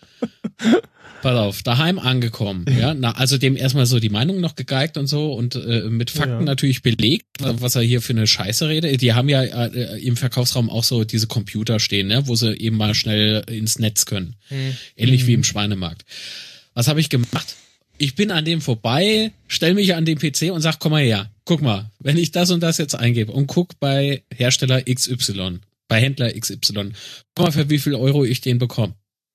Pass auf, daheim angekommen, ja, na, also dem erstmal so die Meinung noch gegeigt und so und äh, mit Fakten ja. natürlich belegt, was er hier für eine Scheiße redet. Die haben ja äh, im Verkaufsraum auch so diese Computer stehen, ne, wo sie eben mal schnell ins Netz können. Hm. Ähnlich hm. wie im Schweinemarkt. Was habe ich gemacht? Ich bin an dem vorbei, stell mich an den P C und sag, komm mal her, guck mal, wenn ich das und das jetzt eingebe und guck bei Hersteller X Y, bei Händler X Y, guck mal, für wie viel Euro ich den bekomme.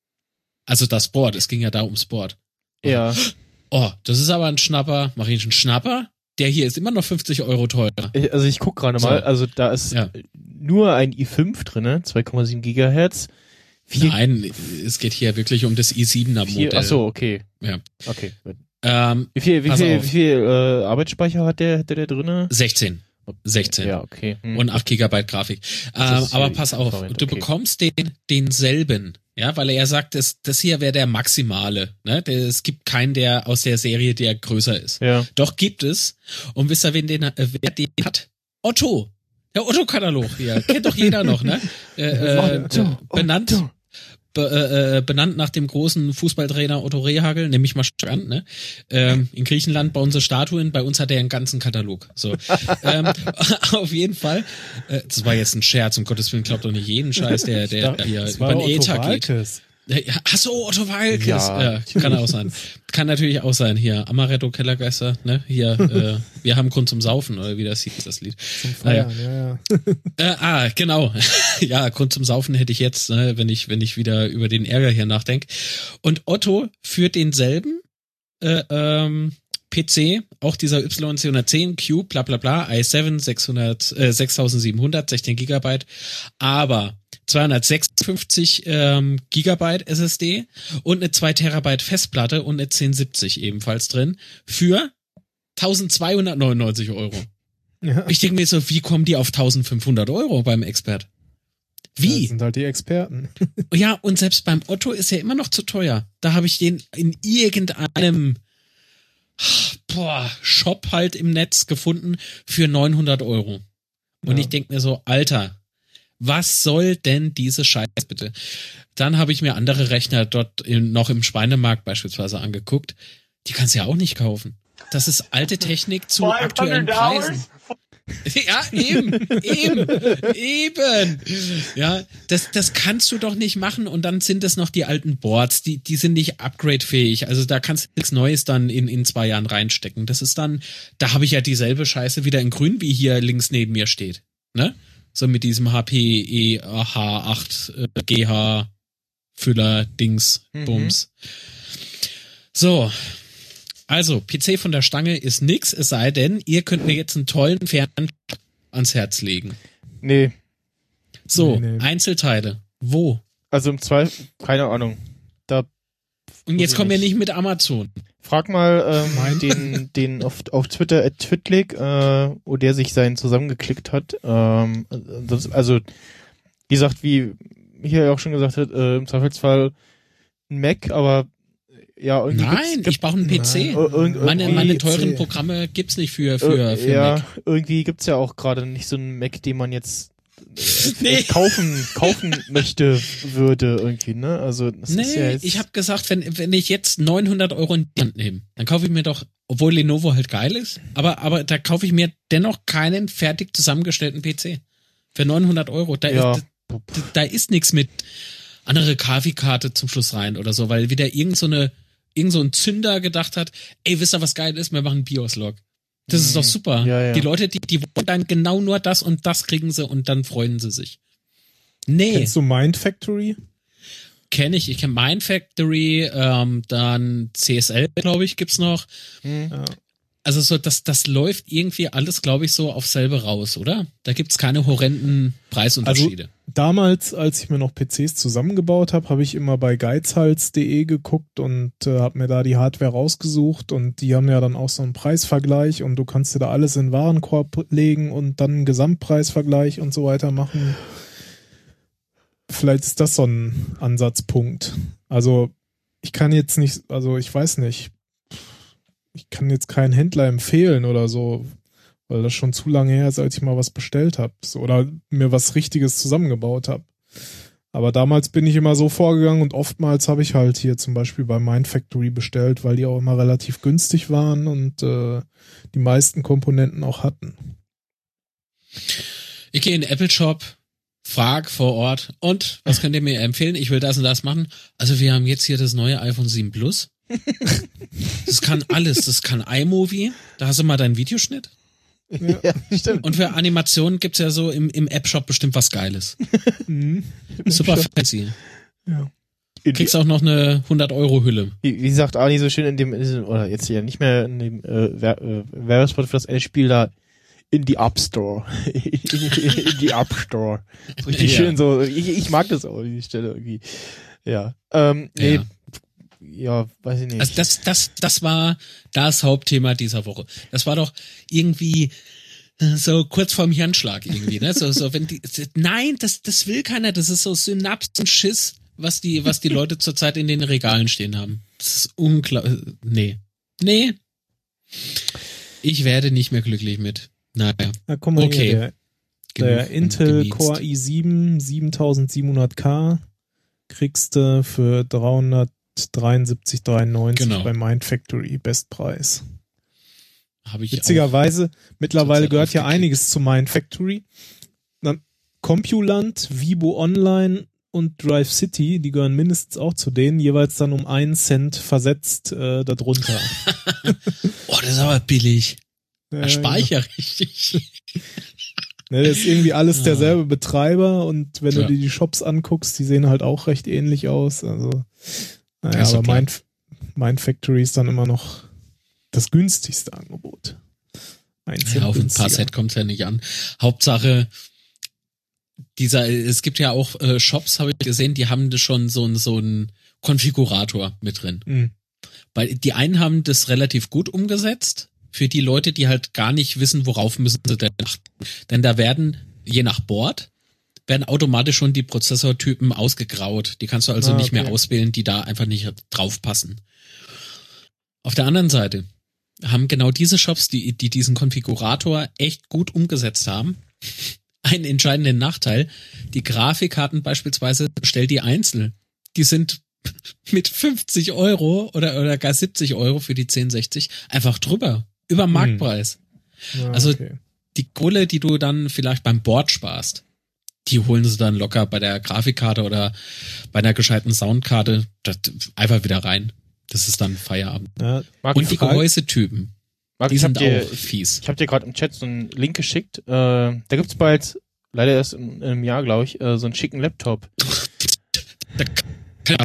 Also das Board, es ging ja da ums Board. Ja. Oh, das ist aber ein Schnapper. Mach ich einen Schnapper? Der hier ist immer noch fünfzig Euro teurer. Ich, also ich guck gerade mal, so. Also da ist ja. nur ein i fünf drinne, zwei Komma sieben Gigahertz. Vier, Nein, es geht hier wirklich um das i siebener Modell. Ach so, okay. Ja. Okay. Ähm, wie viel, wie viel, wie viel äh, Arbeitsspeicher hat der, hat der drinne? sechzehn. sechzehn. Ja, okay. Hm. Und acht Gigabyte Grafik. Ähm, aber pass auf, Moment, du okay. bekommst den denselben. Ja, weil er sagt, das, das hier wäre der maximale. Ne? Der, es gibt keinen, der aus der Serie, der größer ist. Ja. Doch gibt es. Und wisst ihr, wen den, äh, wer den hat? Otto. Der Otto-Katalog hier. Kennt doch jeder noch, ne? Äh, äh, Otto, benannt. Otto. Be, äh, benannt nach dem großen Fußballtrainer Otto Rehhagel, nehme ich mal an, ne? Ähm, in Griechenland bauen sie Statuen, bei uns hat er einen ganzen Katalog. So. ähm, auf jeden Fall. Äh, das war jetzt ein Scherz, um Gottes Willen, glaubt doch nicht jeden Scheiß, der, der dachte, hier über den Ether geht. Ach so, Otto Walkes. Ja, ja, kann auch sein. Kann natürlich auch sein. Hier, Amaretto Kellergeister, ne? Hier, äh, wir haben Grund zum Saufen, oder wie das hieß, das Lied. Zum Feiern, naja. ja, ja. äh, ah, genau. Ja, Grund zum Saufen hätte ich jetzt, ne, wenn ich, wenn ich wieder über den Ärger hier nachdenke. Und Otto führt denselben äh, ähm, P C, auch dieser Y zweihundertzehn Cube, bla bla bla, i sieben, sechshundert, äh, sechstausendsiebenhundert, sechzehn Gigabyte, aber zweihundertsechsundfünfzig ähm, Gigabyte S S D und eine zwei Terabyte Festplatte und eine zehn siebzig ebenfalls drin für eintausendzweihundertneunundneunzig Euro. Ja. Ich denke mir so, wie kommen die auf eintausendfünfhundert Euro beim Expert? Wie? Das sind halt die Experten. Ja, und selbst beim Otto ist er immer noch zu teuer. Da habe ich den in irgendeinem boah, Shop halt im Netz gefunden für neunhundert Euro. Und ja. ich denke mir so, Alter, was soll denn diese Scheiße bitte? Dann habe ich mir andere Rechner dort in, noch im Schweinemarkt beispielsweise angeguckt. Die kannst du ja auch nicht kaufen. Das ist alte Technik zu aktuellen Preisen. Ja, eben, eben, eben. Ja, das, das kannst du doch nicht machen und dann sind es noch die alten Boards, die, die sind nicht upgradefähig. Also da kannst du nichts Neues dann in, in zwei Jahren reinstecken. Das ist dann, da habe ich ja dieselbe Scheiße wieder in grün, wie hier links neben mir steht. Ne? So mit diesem H P E H acht äh, G H Füller Dings Bums. Mhm. So. Also, P C von der Stange ist nix, es sei denn, ihr könnt mir jetzt einen tollen Fernseher ans Herz legen. Nee. So, Nee, nee. Einzelteile. Wo? Also im Zweifel, keine Ahnung. Da Und jetzt ich kommen wir nicht. nicht mit Amazon. frag mal ähm, Mein- den, den auf, auf Twitter at Twitlick, äh, wo der sich seinen zusammengeklickt hat. Ähm, das, also, wie gesagt, wie hier auch schon gesagt hat, äh, im Zweifelsfall ein Mac, aber ja, irgendwie Nein, gibt's, ich brauche einen P C. Ir- irg- Meine, irgendwie- meine teuren P C. Programme gibt's nicht für, für, äh, für ja, Mac. irgendwie gibt's ja auch gerade nicht so einen Mac, den man jetzt äh, Nee. kaufen kaufen möchte würde irgendwie, ne? Also das ist ja Nee, jetzt, ich habe gesagt, wenn, wenn ich jetzt neunhundert Euro in die Hand nehme, dann kaufe ich mir doch, obwohl Lenovo halt geil ist, aber, aber da kaufe ich mir dennoch keinen fertig zusammengestellten P C. Für neunhundert Euro. Da, ja, ist, da, da ist nichts mit andere Grafikkarte zum Schluss rein oder so, weil wieder irgend so eine, irgend so ein Zünder gedacht hat, ey, wisst ihr, was geil ist? Wir machen BIOS-Log. Das ist doch super. Ja, ja. Die Leute, die, die wollen dann genau nur das und das kriegen sie und dann freuen sie sich. Nee. Kennst du Mind Factory? Kenne ich. Ich kenne Mindfactory, ähm, dann C S L, glaube ich, gibt's noch. Ja. Also so, das, das läuft irgendwie alles, glaube ich, so auf selbe raus, oder? Da gibt's keine horrenden Preisunterschiede. Also damals, als ich mir noch P Cs zusammengebaut habe, habe ich immer bei geizhals punkt de geguckt und äh, habe mir da die Hardware rausgesucht und die haben ja dann auch so einen Preisvergleich und du kannst dir da alles in den Warenkorb legen und dann einen Gesamtpreisvergleich und so weiter machen. Vielleicht ist das so ein Ansatzpunkt. Also ich kann jetzt nicht, also ich weiß nicht, ich kann jetzt keinen Händler empfehlen oder so, weil das schon zu lange her ist, als ich mal was bestellt habe oder mir was Richtiges zusammengebaut habe. Aber damals bin ich immer so vorgegangen und oftmals habe ich halt hier zum Beispiel bei Mind Factory bestellt, weil die auch immer relativ günstig waren und äh, die meisten Komponenten auch hatten. Ich gehe in den Apple Shop, frag vor Ort und was könnt ihr mir empfehlen? Ich will das und das machen. Also wir haben jetzt hier das neue iPhone sieben Plus. Das kann alles. Das kann iMovie. Da hast du mal deinen Videoschnitt. Ja. ja, stimmt. Und für Animationen gibt's ja so im, im App-Shop bestimmt was Geiles. Mhm. Super fancy. Ja. Kriegst auch noch eine hundert-Euro-Hülle. Wie, wie sagt Arni so schön in dem, in diesem, oder jetzt ja nicht mehr in dem äh, Wer- äh, Werbespot für das eine Spiel da, in die App Store. in, in, in die App Store. So richtig Ja. schön so. Ich, ich mag das auch, die Stelle irgendwie. Ja. Ähm, nee, Ja. ja, weiß ich nicht. Also das, das, das war das Hauptthema dieser Woche. Das war doch irgendwie äh, so kurz vorm Hirnschlag irgendwie, ne? So, so, wenn die, nein, das, das will keiner. Das ist so Synapsenschiss, was die, was die Leute zurzeit in den Regalen stehen haben. Das ist unklar. Nee. Nee. Ich werde nicht mehr glücklich mit. Naja. Na komm mal Okay. hier, der, der Genug Intel rumgemietzt. Core i sieben siebentausendsiebenhundert K kriegst du für dreihundertdreiundsiebzig dreiundneunzig Genau. bei Mind Factory Bestpreis. Habe ich Witzigerweise, mittlerweile zurzeit gehört ja aufgeklickt. einiges zu Mind Factory. Dann Compuland, Vibo Online und Drive City, die gehören mindestens auch zu denen, jeweils dann um einen Cent versetzt äh, darunter. auch. Oh, das ist aber billig. Ja, Da spare ich ja richtig. Ne, das ist irgendwie alles Ja. derselbe Betreiber und wenn Ja. du dir die Shops anguckst, die sehen halt auch recht ähnlich aus. Also, naja, Ist doch aber klar. Mind, Mind Factory ist dann immer noch das günstigste Angebot. Ein Cent Ja, auf ein günstiger. paar Set kommt's ja nicht an. Hauptsache, dieser, es gibt ja auch äh, Shops, habe ich gesehen, die haben das schon so, ein- so einen Konfigurator mit drin. Mhm. Weil die einen haben das relativ gut umgesetzt, für die Leute, die halt gar nicht wissen, worauf müssen sie denn achten. Denn da werden, je nach Board, werden automatisch schon die Prozessortypen ausgegraut. Die kannst du also Ah, nicht mehr okay. auswählen, die da einfach nicht drauf passen. Auf der anderen Seite haben genau diese Shops, die, die diesen Konfigurator echt gut umgesetzt haben, einen entscheidenden Nachteil. Die Grafikkarten beispielsweise, stell die einzeln. Die sind mit fünfzig Euro oder, oder gar siebzig Euro für die zehn sechzig einfach drüber. Über Marktpreis. Ja, Also okay. die Kohle, die du dann vielleicht beim Board sparst, die holen sie dann locker bei der Grafikkarte oder bei einer gescheiten Soundkarte das, einfach wieder rein. Das ist dann Feierabend. Ja, Marc, Und die Frage- Gehäusetypen, Marc, die ich hab sind dir, auch fies. Ich habe dir gerade im Chat so einen Link geschickt. Äh, da gibt's bald, leider erst in, in einem Jahr, glaube ich, äh, so einen schicken Laptop.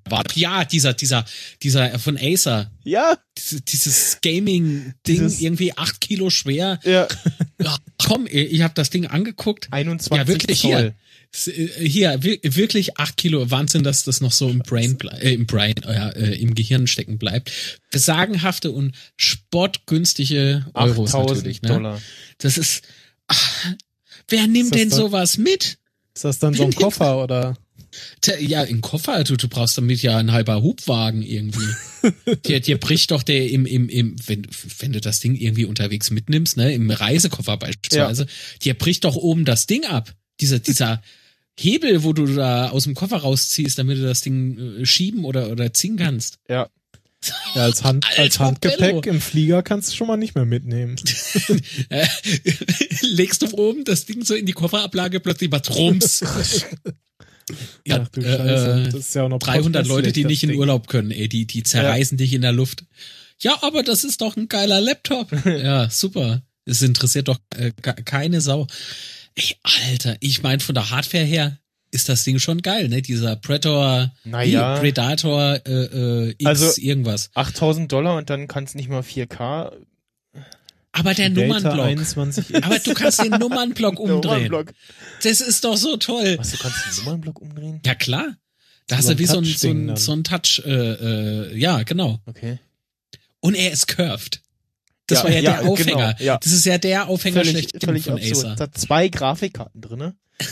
war. Ja, dieser, dieser, dieser von Acer. Ja. Dieses, dieses Gaming-Ding, Dieses- irgendwie acht Kilo schwer. Ja. Ach, komm, ich habe das Ding angeguckt. einundzwanzig Ja, wirklich Zoll. hier. S- äh, Hier, wir- wirklich acht Kilo. Wahnsinn, dass das noch so im Brain, blei- äh, im Brain, äh, ja, äh, im Gehirn stecken bleibt. Sagenhafte und spottgünstige Euros natürlich, ne? Dollar. Das ist, ach, wer nimmt Ist das denn dann- sowas mit? Ist das dann so ein Koffer oder? Tja, ja, im Koffer, du, du brauchst damit ja ein halber Hubwagen irgendwie. dir, dir bricht doch der im, im, im, wenn, wenn du das Ding irgendwie unterwegs mitnimmst, ne, im Reisekoffer beispielsweise, dir bricht doch oben das Ding ab. Dieser, dieser Hebel, wo du da aus dem Koffer rausziehst, damit du das Ding äh, schieben oder, oder ziehen kannst. Ja. Ja, als, Hand, als Alter Handgepäck Bello. im Flieger kannst du schon mal nicht mehr mitnehmen. Äh, Legst du oben das Ding so in die Kofferablage, plötzlich macht Rums. Ja, Ach du äh, Scheiße. äh, Das ist ja auch noch dreihundert Leute, die das nicht in Ding. Urlaub können, ey, die, die zerreißen dich in der Luft. Ja, aber das ist doch ein geiler Laptop. Ja, super. Es interessiert doch äh, ke- keine Sau. Ey, Alter, ich meine, von der Hardware her ist das Ding schon geil, ne? Dieser Predator, Naja. wie, Predator äh, äh, X Also- irgendwas. achttausend Dollar und dann kannst nicht mal vier K. Aber der Data Nummernblock. einundzwanzig X. Aber du kannst den Nummernblock umdrehen. Nummernblock. Das ist doch so toll. Was, du kannst den Nummernblock umdrehen? Ja, klar. Da So hast du ein wie so ein, so Touch-Ding ein, dann. so ein Touch, äh, äh, ja, genau. Okay. Und er ist curved. Das Ja, war ja, ja, der Aufhänger. genau, ja. Das ist ja der Aufhänger Völlig, schlechthin völlig von absurd. Acer. Es hat zwei Grafikkarten drinne.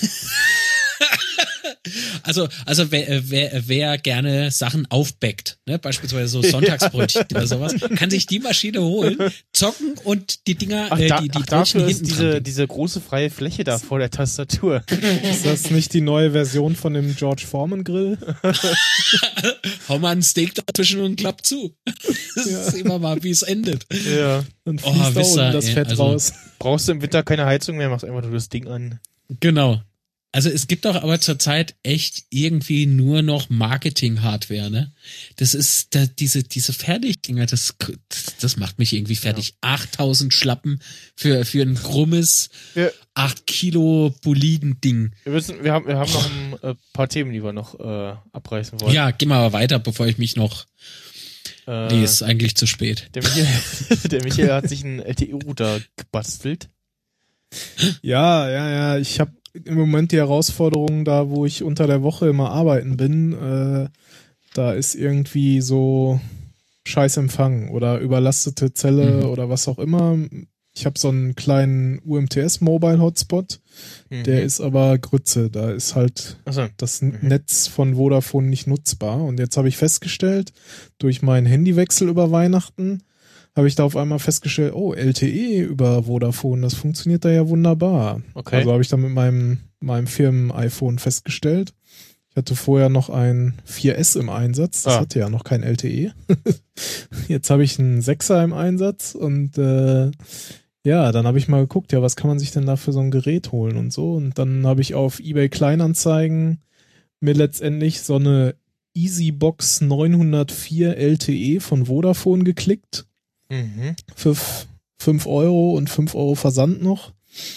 Also, also wer, wer, wer gerne Sachen aufbackt, ne, beispielsweise so Sonntagsbrötchen oder sowas, kann sich die Maschine holen, zocken und die Dinger, Ach, äh, da, die, die ach dafür Brötchen ist hinten diese, dran. diese große freie Fläche da vor der Tastatur. Ist das nicht die neue Version von dem George Foreman Grill? Hau mal ein Steak dazwischen und klapp zu. Das ist immer mal, wie es endet. Ja. Dann Oh, fließt da Wisser, unten das ey, Fett also- raus. Brauchst du im Winter keine Heizung mehr, machst einfach nur das Ding an. Genau. Also es gibt doch aber zurzeit echt irgendwie nur noch Marketing-Hardware, ne? Das ist da, diese diese Fertigdinger, das das macht mich irgendwie fertig. achttausend Schlappen für für ein krummes Ja. acht Kilo Boliden-Ding. Wir müssen, wir haben, wir haben noch ein äh, paar Themen, die wir noch äh, abreißen wollen. Ja, geh mal weiter, bevor ich mich noch. Äh, Nee, ist eigentlich zu spät. der Michael, der Michael hat sich einen L T E-Router gebastelt. Ja, ja, ja. Ich habe im Moment die Herausforderung da, wo ich unter der Woche immer arbeiten bin. Äh, da ist irgendwie so Scheißempfang oder überlastete Zelle Mhm. oder was auch immer. Ich habe so einen kleinen U M T S-Mobile-Hotspot. Der ist aber Grütze. Da ist halt Achso. das Netz von Vodafone nicht nutzbar. Und jetzt habe ich festgestellt, durch meinen Handywechsel über Weihnachten, habe ich da auf einmal festgestellt, oh, L T E über Vodafone, das funktioniert da ja wunderbar. Okay. Also habe ich da mit meinem, meinem Firmen-iPhone festgestellt. Ich hatte vorher noch ein vier S im Einsatz, das Ah. hatte ja noch kein L T E. Jetzt habe ich einen sechser im Einsatz und äh, ja, dann habe ich mal geguckt, ja, was kann man sich denn da für so ein Gerät holen und so. Und dann habe ich auf eBay Kleinanzeigen mir letztendlich so eine EasyBox neunhundertvier L T E von Vodafone geklickt. Mhm. Für fünf Euro und fünf Euro Versand noch.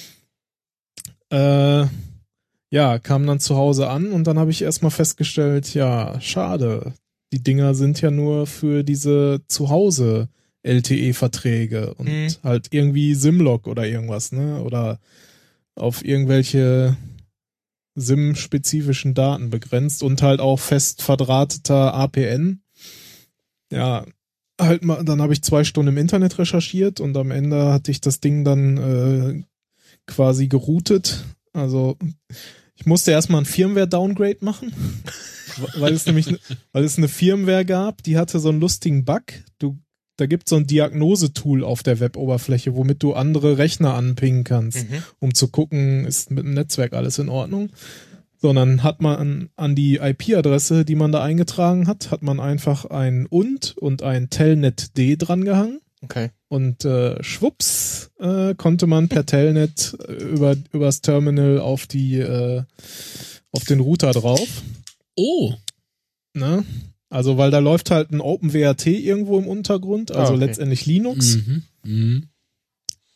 Äh, ja, kam dann zu Hause an und dann habe ich erstmal festgestellt, ja, schade. Die Dinger sind ja nur für diese Zuhause L T E-Verträge und Mhm. halt irgendwie Simlock oder irgendwas, ne? Oder auf irgendwelche SIM-spezifischen Daten begrenzt und halt auch fest verdrahteter A P N. Ja, halt mal, dann habe ich zwei Stunden im Internet recherchiert und am Ende hatte ich das Ding dann äh, quasi geroutet. Also ich musste erstmal ein Firmware-Downgrade machen, weil es nämlich, weil es eine Firmware gab, die hatte so einen lustigen Bug. Du, da gibt es so ein Diagnosetool auf der Web-Oberfläche, womit du andere Rechner anpingen kannst, Mhm. um zu gucken, ist mit dem Netzwerk alles in Ordnung. Sondern hat man an, an die I P-Adresse, die man da eingetragen hat, hat man einfach ein und und ein Telnet D drangehangen. Okay. Und äh, schwupps äh, konnte man per Telnet äh, über übers Terminal auf die äh, auf den Router drauf. Oh, Ne? Also weil da läuft halt ein OpenWrt irgendwo im Untergrund, also Ah, okay. letztendlich Linux. mhm. Mhm.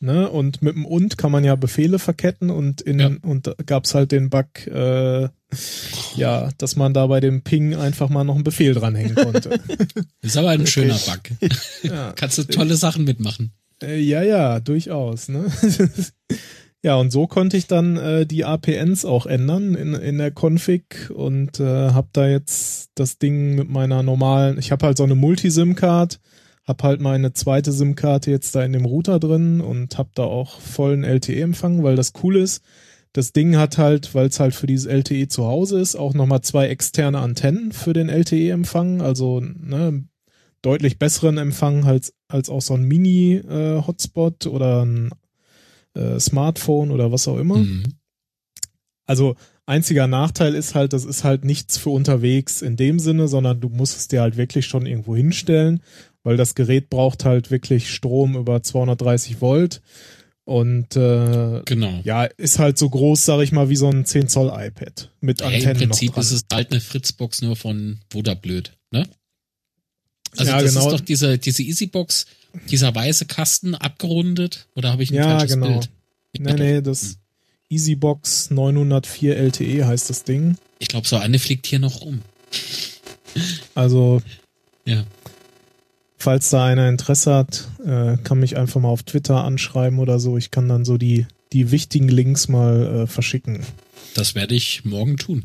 Ne? Und mit dem und kann man ja Befehle verketten und in Ja. und da gab's halt den Bug, äh, ja, dass man da bei dem Ping einfach mal noch einen Befehl dranhängen konnte. Ist aber ein schöner Bug. Ja. Kannst du tolle Sachen mitmachen. Äh, ja, ja, durchaus. Ne? Ja, und so konnte ich dann äh, die A P Ns auch ändern in, in der Config und äh, habe da jetzt das Ding mit meiner normalen, ich habe halt so eine Multi-SIM-Card, habe halt meine zweite SIM-Karte jetzt da in dem Router drin und habe da auch vollen L T E-Empfang, weil das cool ist. Das Ding hat halt, weil es halt für dieses L T E zu Hause ist, auch nochmal zwei externe Antennen für den L T E-Empfang, also ne, deutlich besseren Empfang als, als auch so ein Mini-Hotspot äh, oder ein äh, Smartphone oder was auch immer. Mhm. Also einziger Nachteil ist halt, das ist halt nichts für unterwegs in dem Sinne, sondern du musst es dir halt wirklich schon irgendwo hinstellen, weil das Gerät braucht halt wirklich Strom über zweihundertdreißig Volt und äh, Genau. ja, ist halt so groß, sag ich mal, wie so ein zehn Zoll iPad mit Ja, Antennen im Prinzip noch dran. ist es halt eine Fritzbox nur von Vodablöd, ne? Also Ja, das genau. ist doch diese, diese Easybox, dieser weiße Kasten abgerundet, oder habe ich ein Ja, falsches genau. Bild? Nee, nee, das Easybox neunhundertvier L T E heißt das Ding. Ich glaube, so eine fliegt hier noch rum. Also, Ja. falls da einer Interesse hat, äh, kann mich einfach mal auf Twitter anschreiben oder so. Ich kann dann so die, die wichtigen Links mal äh, verschicken. Das werde ich morgen tun.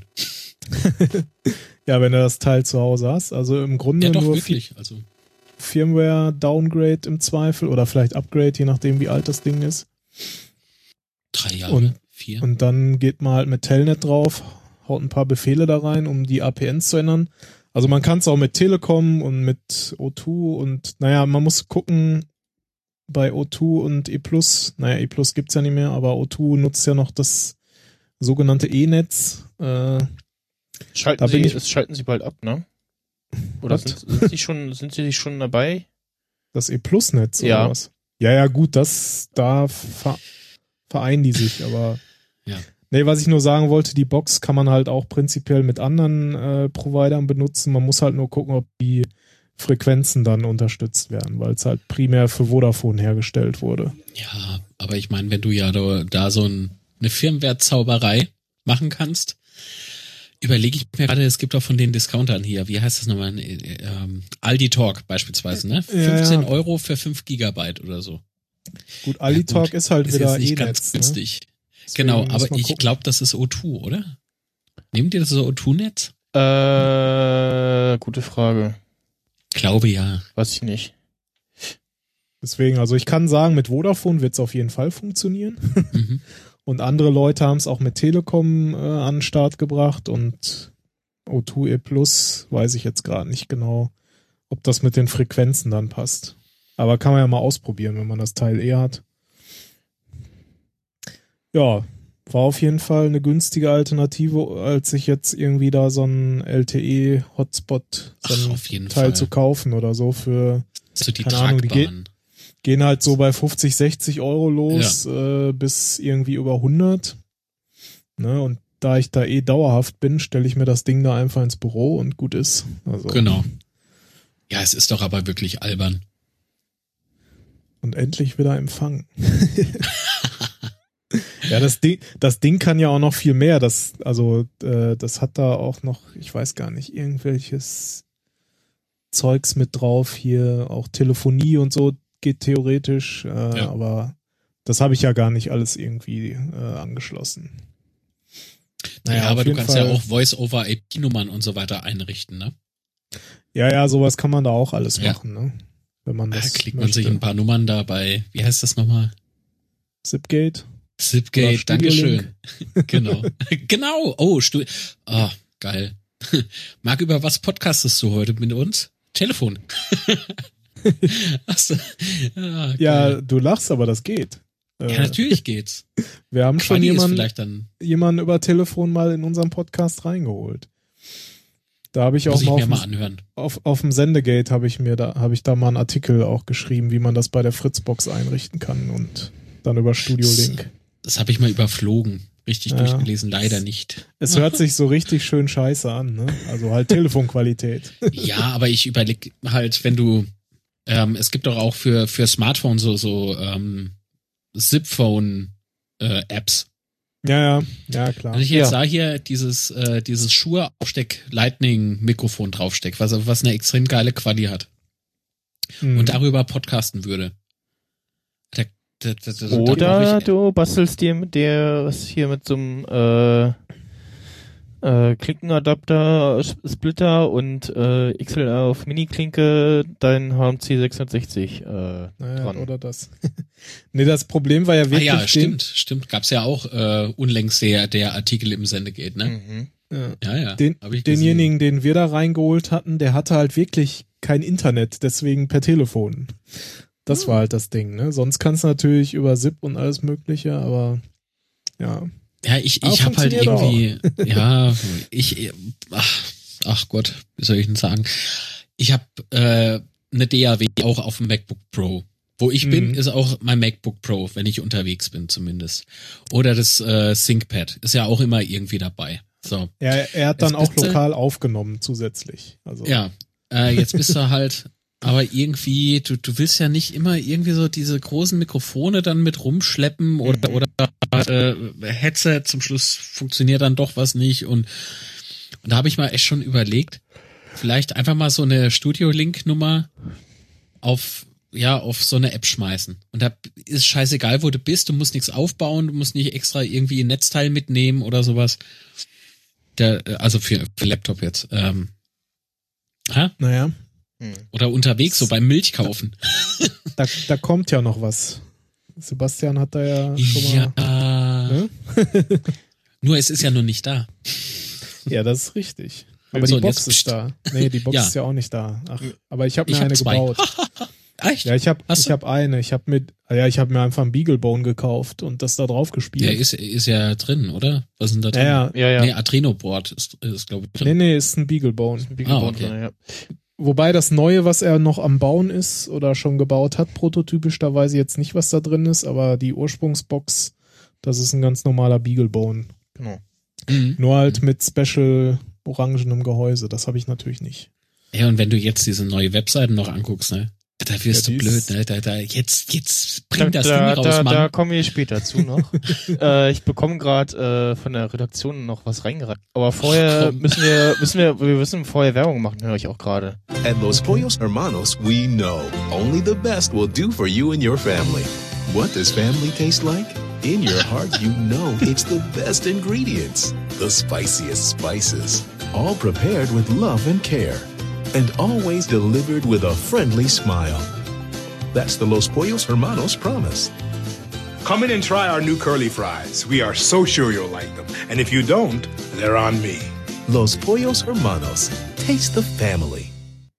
Ja, wenn du das Teil zu Hause hast. Also im Grunde Ja, doch, nur wirklich. Also, Firmware-Downgrade im Zweifel oder vielleicht Upgrade, je nachdem wie alt das Ding ist. drei Jahre, Und- vier. Und dann geht man halt mit Telnet drauf, haut ein paar Befehle da rein, um die A P Ns zu ändern. Also man kann es auch mit Telekom und mit O zwei und naja, man muss gucken bei O zwei und E plus, naja, E plus gibt's ja nicht mehr, aber O zwei nutzt ja noch das sogenannte E-Netz. Äh, Schalten Da bin Sie, ich- das schalten Sie bald ab, ne? Oder Was? sind, sind Sie schon, sind Sie schon dabei? das E plus Netz Ja. oder was? Ja, ja, gut, das, da ver, vereinen die sich, aber Ja. nee, was ich nur sagen wollte, die Box kann man halt auch prinzipiell mit anderen äh, Providern benutzen. Man muss halt nur gucken, ob die Frequenzen dann unterstützt werden, weil es halt primär für Vodafone hergestellt wurde. Ja, aber ich meine, wenn du ja da, da so ein, eine Firmware-Zauberei machen kannst, überlege ich mir gerade, es gibt auch von den Discountern hier, wie heißt das nochmal, äh, ähm, Aldi Talk beispielsweise, ne? Ja, fünfzehn ja. Euro für fünf Gigabyte oder so. Gut, Alitalk Ja, ist halt Ist wieder jetzt nicht E-Netz. ganz Ne? günstig. Deswegen Genau, muss aber man ich gucken. glaube, das ist O zwei, oder? Nehmt ihr das so O zwei-Netz? Äh, gute Frage. Glaube ja. Weiß ich nicht. Deswegen, also ich kann sagen, mit Vodafone wird es auf jeden Fall funktionieren. Mhm. Und andere Leute haben es auch mit Telekom äh, an den Start gebracht und O zwei E Plus weiß ich jetzt gerade nicht genau, ob das mit den Frequenzen dann passt. Aber kann man ja mal ausprobieren, wenn man das Teil eh hat. Ja, war auf jeden Fall eine günstige Alternative, als sich jetzt irgendwie da so einen L T E-Hotspot, so Ach, ein auf jeden Teil Fall. zu kaufen oder so für, So die keine Ahnung, die tragbaren. gehen halt so bei fünfzig, sechzig Euro los, äh, bis irgendwie über hundert. Ne, und da ich da eh dauerhaft bin, stelle ich mir das Ding da einfach ins Büro und gut ist. Also, Genau. Ja, es ist doch aber wirklich albern. Und endlich wieder Empfang. Ja, das Ding, das Ding kann ja auch noch viel mehr. Das, also, äh, das hat da auch noch, ich weiß gar nicht, irgendwelches Zeugs mit drauf hier, auch Telefonie und so geht theoretisch, äh, Ja. aber das habe ich ja gar nicht alles irgendwie äh, angeschlossen. Naja, auf aber du jeden kannst Fall- ja auch Voice-over-I P-Nummern und so weiter einrichten, ne? Ja, ja, sowas kann man da auch alles Ja. machen, ne? Wenn man Da das klickt man möchte. sich ein paar Nummern dabei. Wie heißt das nochmal? Zipgate. Oder Zipgate, Studio-Link. Dankeschön. Genau. Genau. Oh, Stu oh, geil. Marc, über was podcastest du heute mit uns? Telefon. Hast du, ah, Ja, geil. du lachst, aber das geht. Äh, ja, natürlich geht's. Wir haben schon Quali ist jemanden, vielleicht dann, jemanden über Telefon mal in unserem Podcast reingeholt. Da habe ich muss auch ich mal mir auf, mal dem- anhören. auf, auf dem Sendegate habe ich mir da, habe ich da mal einen Artikel auch geschrieben, wie man das bei der Fritzbox einrichten kann und dann über Studio Link. Das habe ich mal überflogen. Richtig Ja. durchgelesen, leider nicht. Es hört sich so richtig schön scheiße an, ne? Also halt Telefonqualität. Ja, aber ich überlege halt, wenn du, ähm, es gibt doch auch für für Smartphone so so ähm, Zip-Phone-Apps. Ja, ja, ja, klar. Wenn ich jetzt Ja. da hier dieses, äh, dieses Shure-Aufsteck-Lightning-Mikrofon draufsteck, was, was eine extrem geile Quali hat Mhm. und darüber podcasten würde. Da, da, da, da, da Oder brauch ich, du bastelst dir mit der, was hier mit so einem äh, äh, Klinkenadapter, Splitter und äh, X L R auf Mini-Klinke dein H M C sechshundertsechzig äh, Naja, dran. oder das. Nee, das Problem war ja ah wirklich. ja, den- stimmt, stimmt. Gab's ja auch äh, unlängst der, der Artikel im Sendegate, ne? Mhm. Ja. Ja, ja. Den, hab ich denjenigen, den wir da reingeholt hatten, der hatte halt wirklich kein Internet, deswegen per Telefon. Das Hm. war halt das Ding, ne? Sonst kannst du natürlich über S I P und alles Mögliche, aber ja. Ja, ich, Aber ich habe halt funktioniert irgendwie, ja, ich, ach, ach Gott, wie soll ich denn sagen? Ich habe äh, eine D A W auch auf dem MacBook Pro. Wo ich bin, Mhm. ist auch mein MacBook Pro, wenn ich unterwegs bin zumindest. Oder das äh, ThinkPad ist ja auch immer irgendwie dabei. So, Er, er hat dann Jetzt auch bist du- lokal aufgenommen zusätzlich. Also ja, äh, jetzt bist du halt, aber irgendwie, du, du willst ja nicht immer irgendwie so diese großen Mikrofone dann mit rumschleppen oder, oder äh, Headset, zum Schluss funktioniert dann doch was nicht und, und da habe ich mal echt schon überlegt, vielleicht einfach mal so eine Studio-Link-Nummer auf, ja, auf so eine App schmeißen. Und da ist scheißegal, wo du bist, du musst nichts aufbauen, du musst nicht extra irgendwie ein Netzteil mitnehmen oder sowas. Der, also für, für Laptop jetzt. Ähm, ha? naja, Oder unterwegs, so beim Milch kaufen. da, da kommt ja noch was. Sebastian hat da ja schon mal. Ja. Ne? Nur es ist ja noch nicht da. Ja, das ist richtig. Aber So, die und Box jetzt- ist da. Nee, die Box Ja. ist ja auch nicht da. Ach, aber ich habe Ich mir hab eine zwei. gebaut. Echt? Ja, ich habe Hast ich du? hab eine. Ich habe mit ja, ich habe mir einfach einen Beaglebone gekauft und das da drauf gespielt. Der ist, ist ja drin, oder? Was ist denn da drin? ja, ja. Ja, ja. Nee, Adreno-Board ist, ist glaube ich, drin. Nee, nee, ist ein Beaglebone. Beaglebone Ah, okay. drin, ja. Wobei das Neue, was er noch am Bauen ist oder schon gebaut hat, prototypisch, da weiß ich jetzt nicht, was da drin ist, aber die Ursprungsbox, das ist ein ganz normaler Beaglebone. Genau. Mhm. Nur halt mit Special orangenem Gehäuse. Das habe ich natürlich nicht. Ja, und wenn du jetzt diese neue Webseiten noch anguckst, ne? Da wirst Ja, du die blöd, ist- ne? Da, da, jetzt, jetzt Da, bring das da, Ding raus, da, Mann. da kommen wir später zu noch. äh, ich bekomme gerade äh, von der Redaktion noch was reingereicht. Aber vorher Komm. müssen wir, müssen wir, wir müssen vorher Werbung machen, höre ich auch gerade. At Los Pollos Hermanos, we know only the best will do for you and your family. What does family taste like? In your heart, you know it's the best ingredients, the spiciest spices, all prepared with love and care, and always delivered with a friendly smile. That's the Los Pollos Hermanos promise. Come in and try our new curly fries. We are so sure you'll like them. And if you don't, they're on me. Los Pollos Hermanos. Taste the family.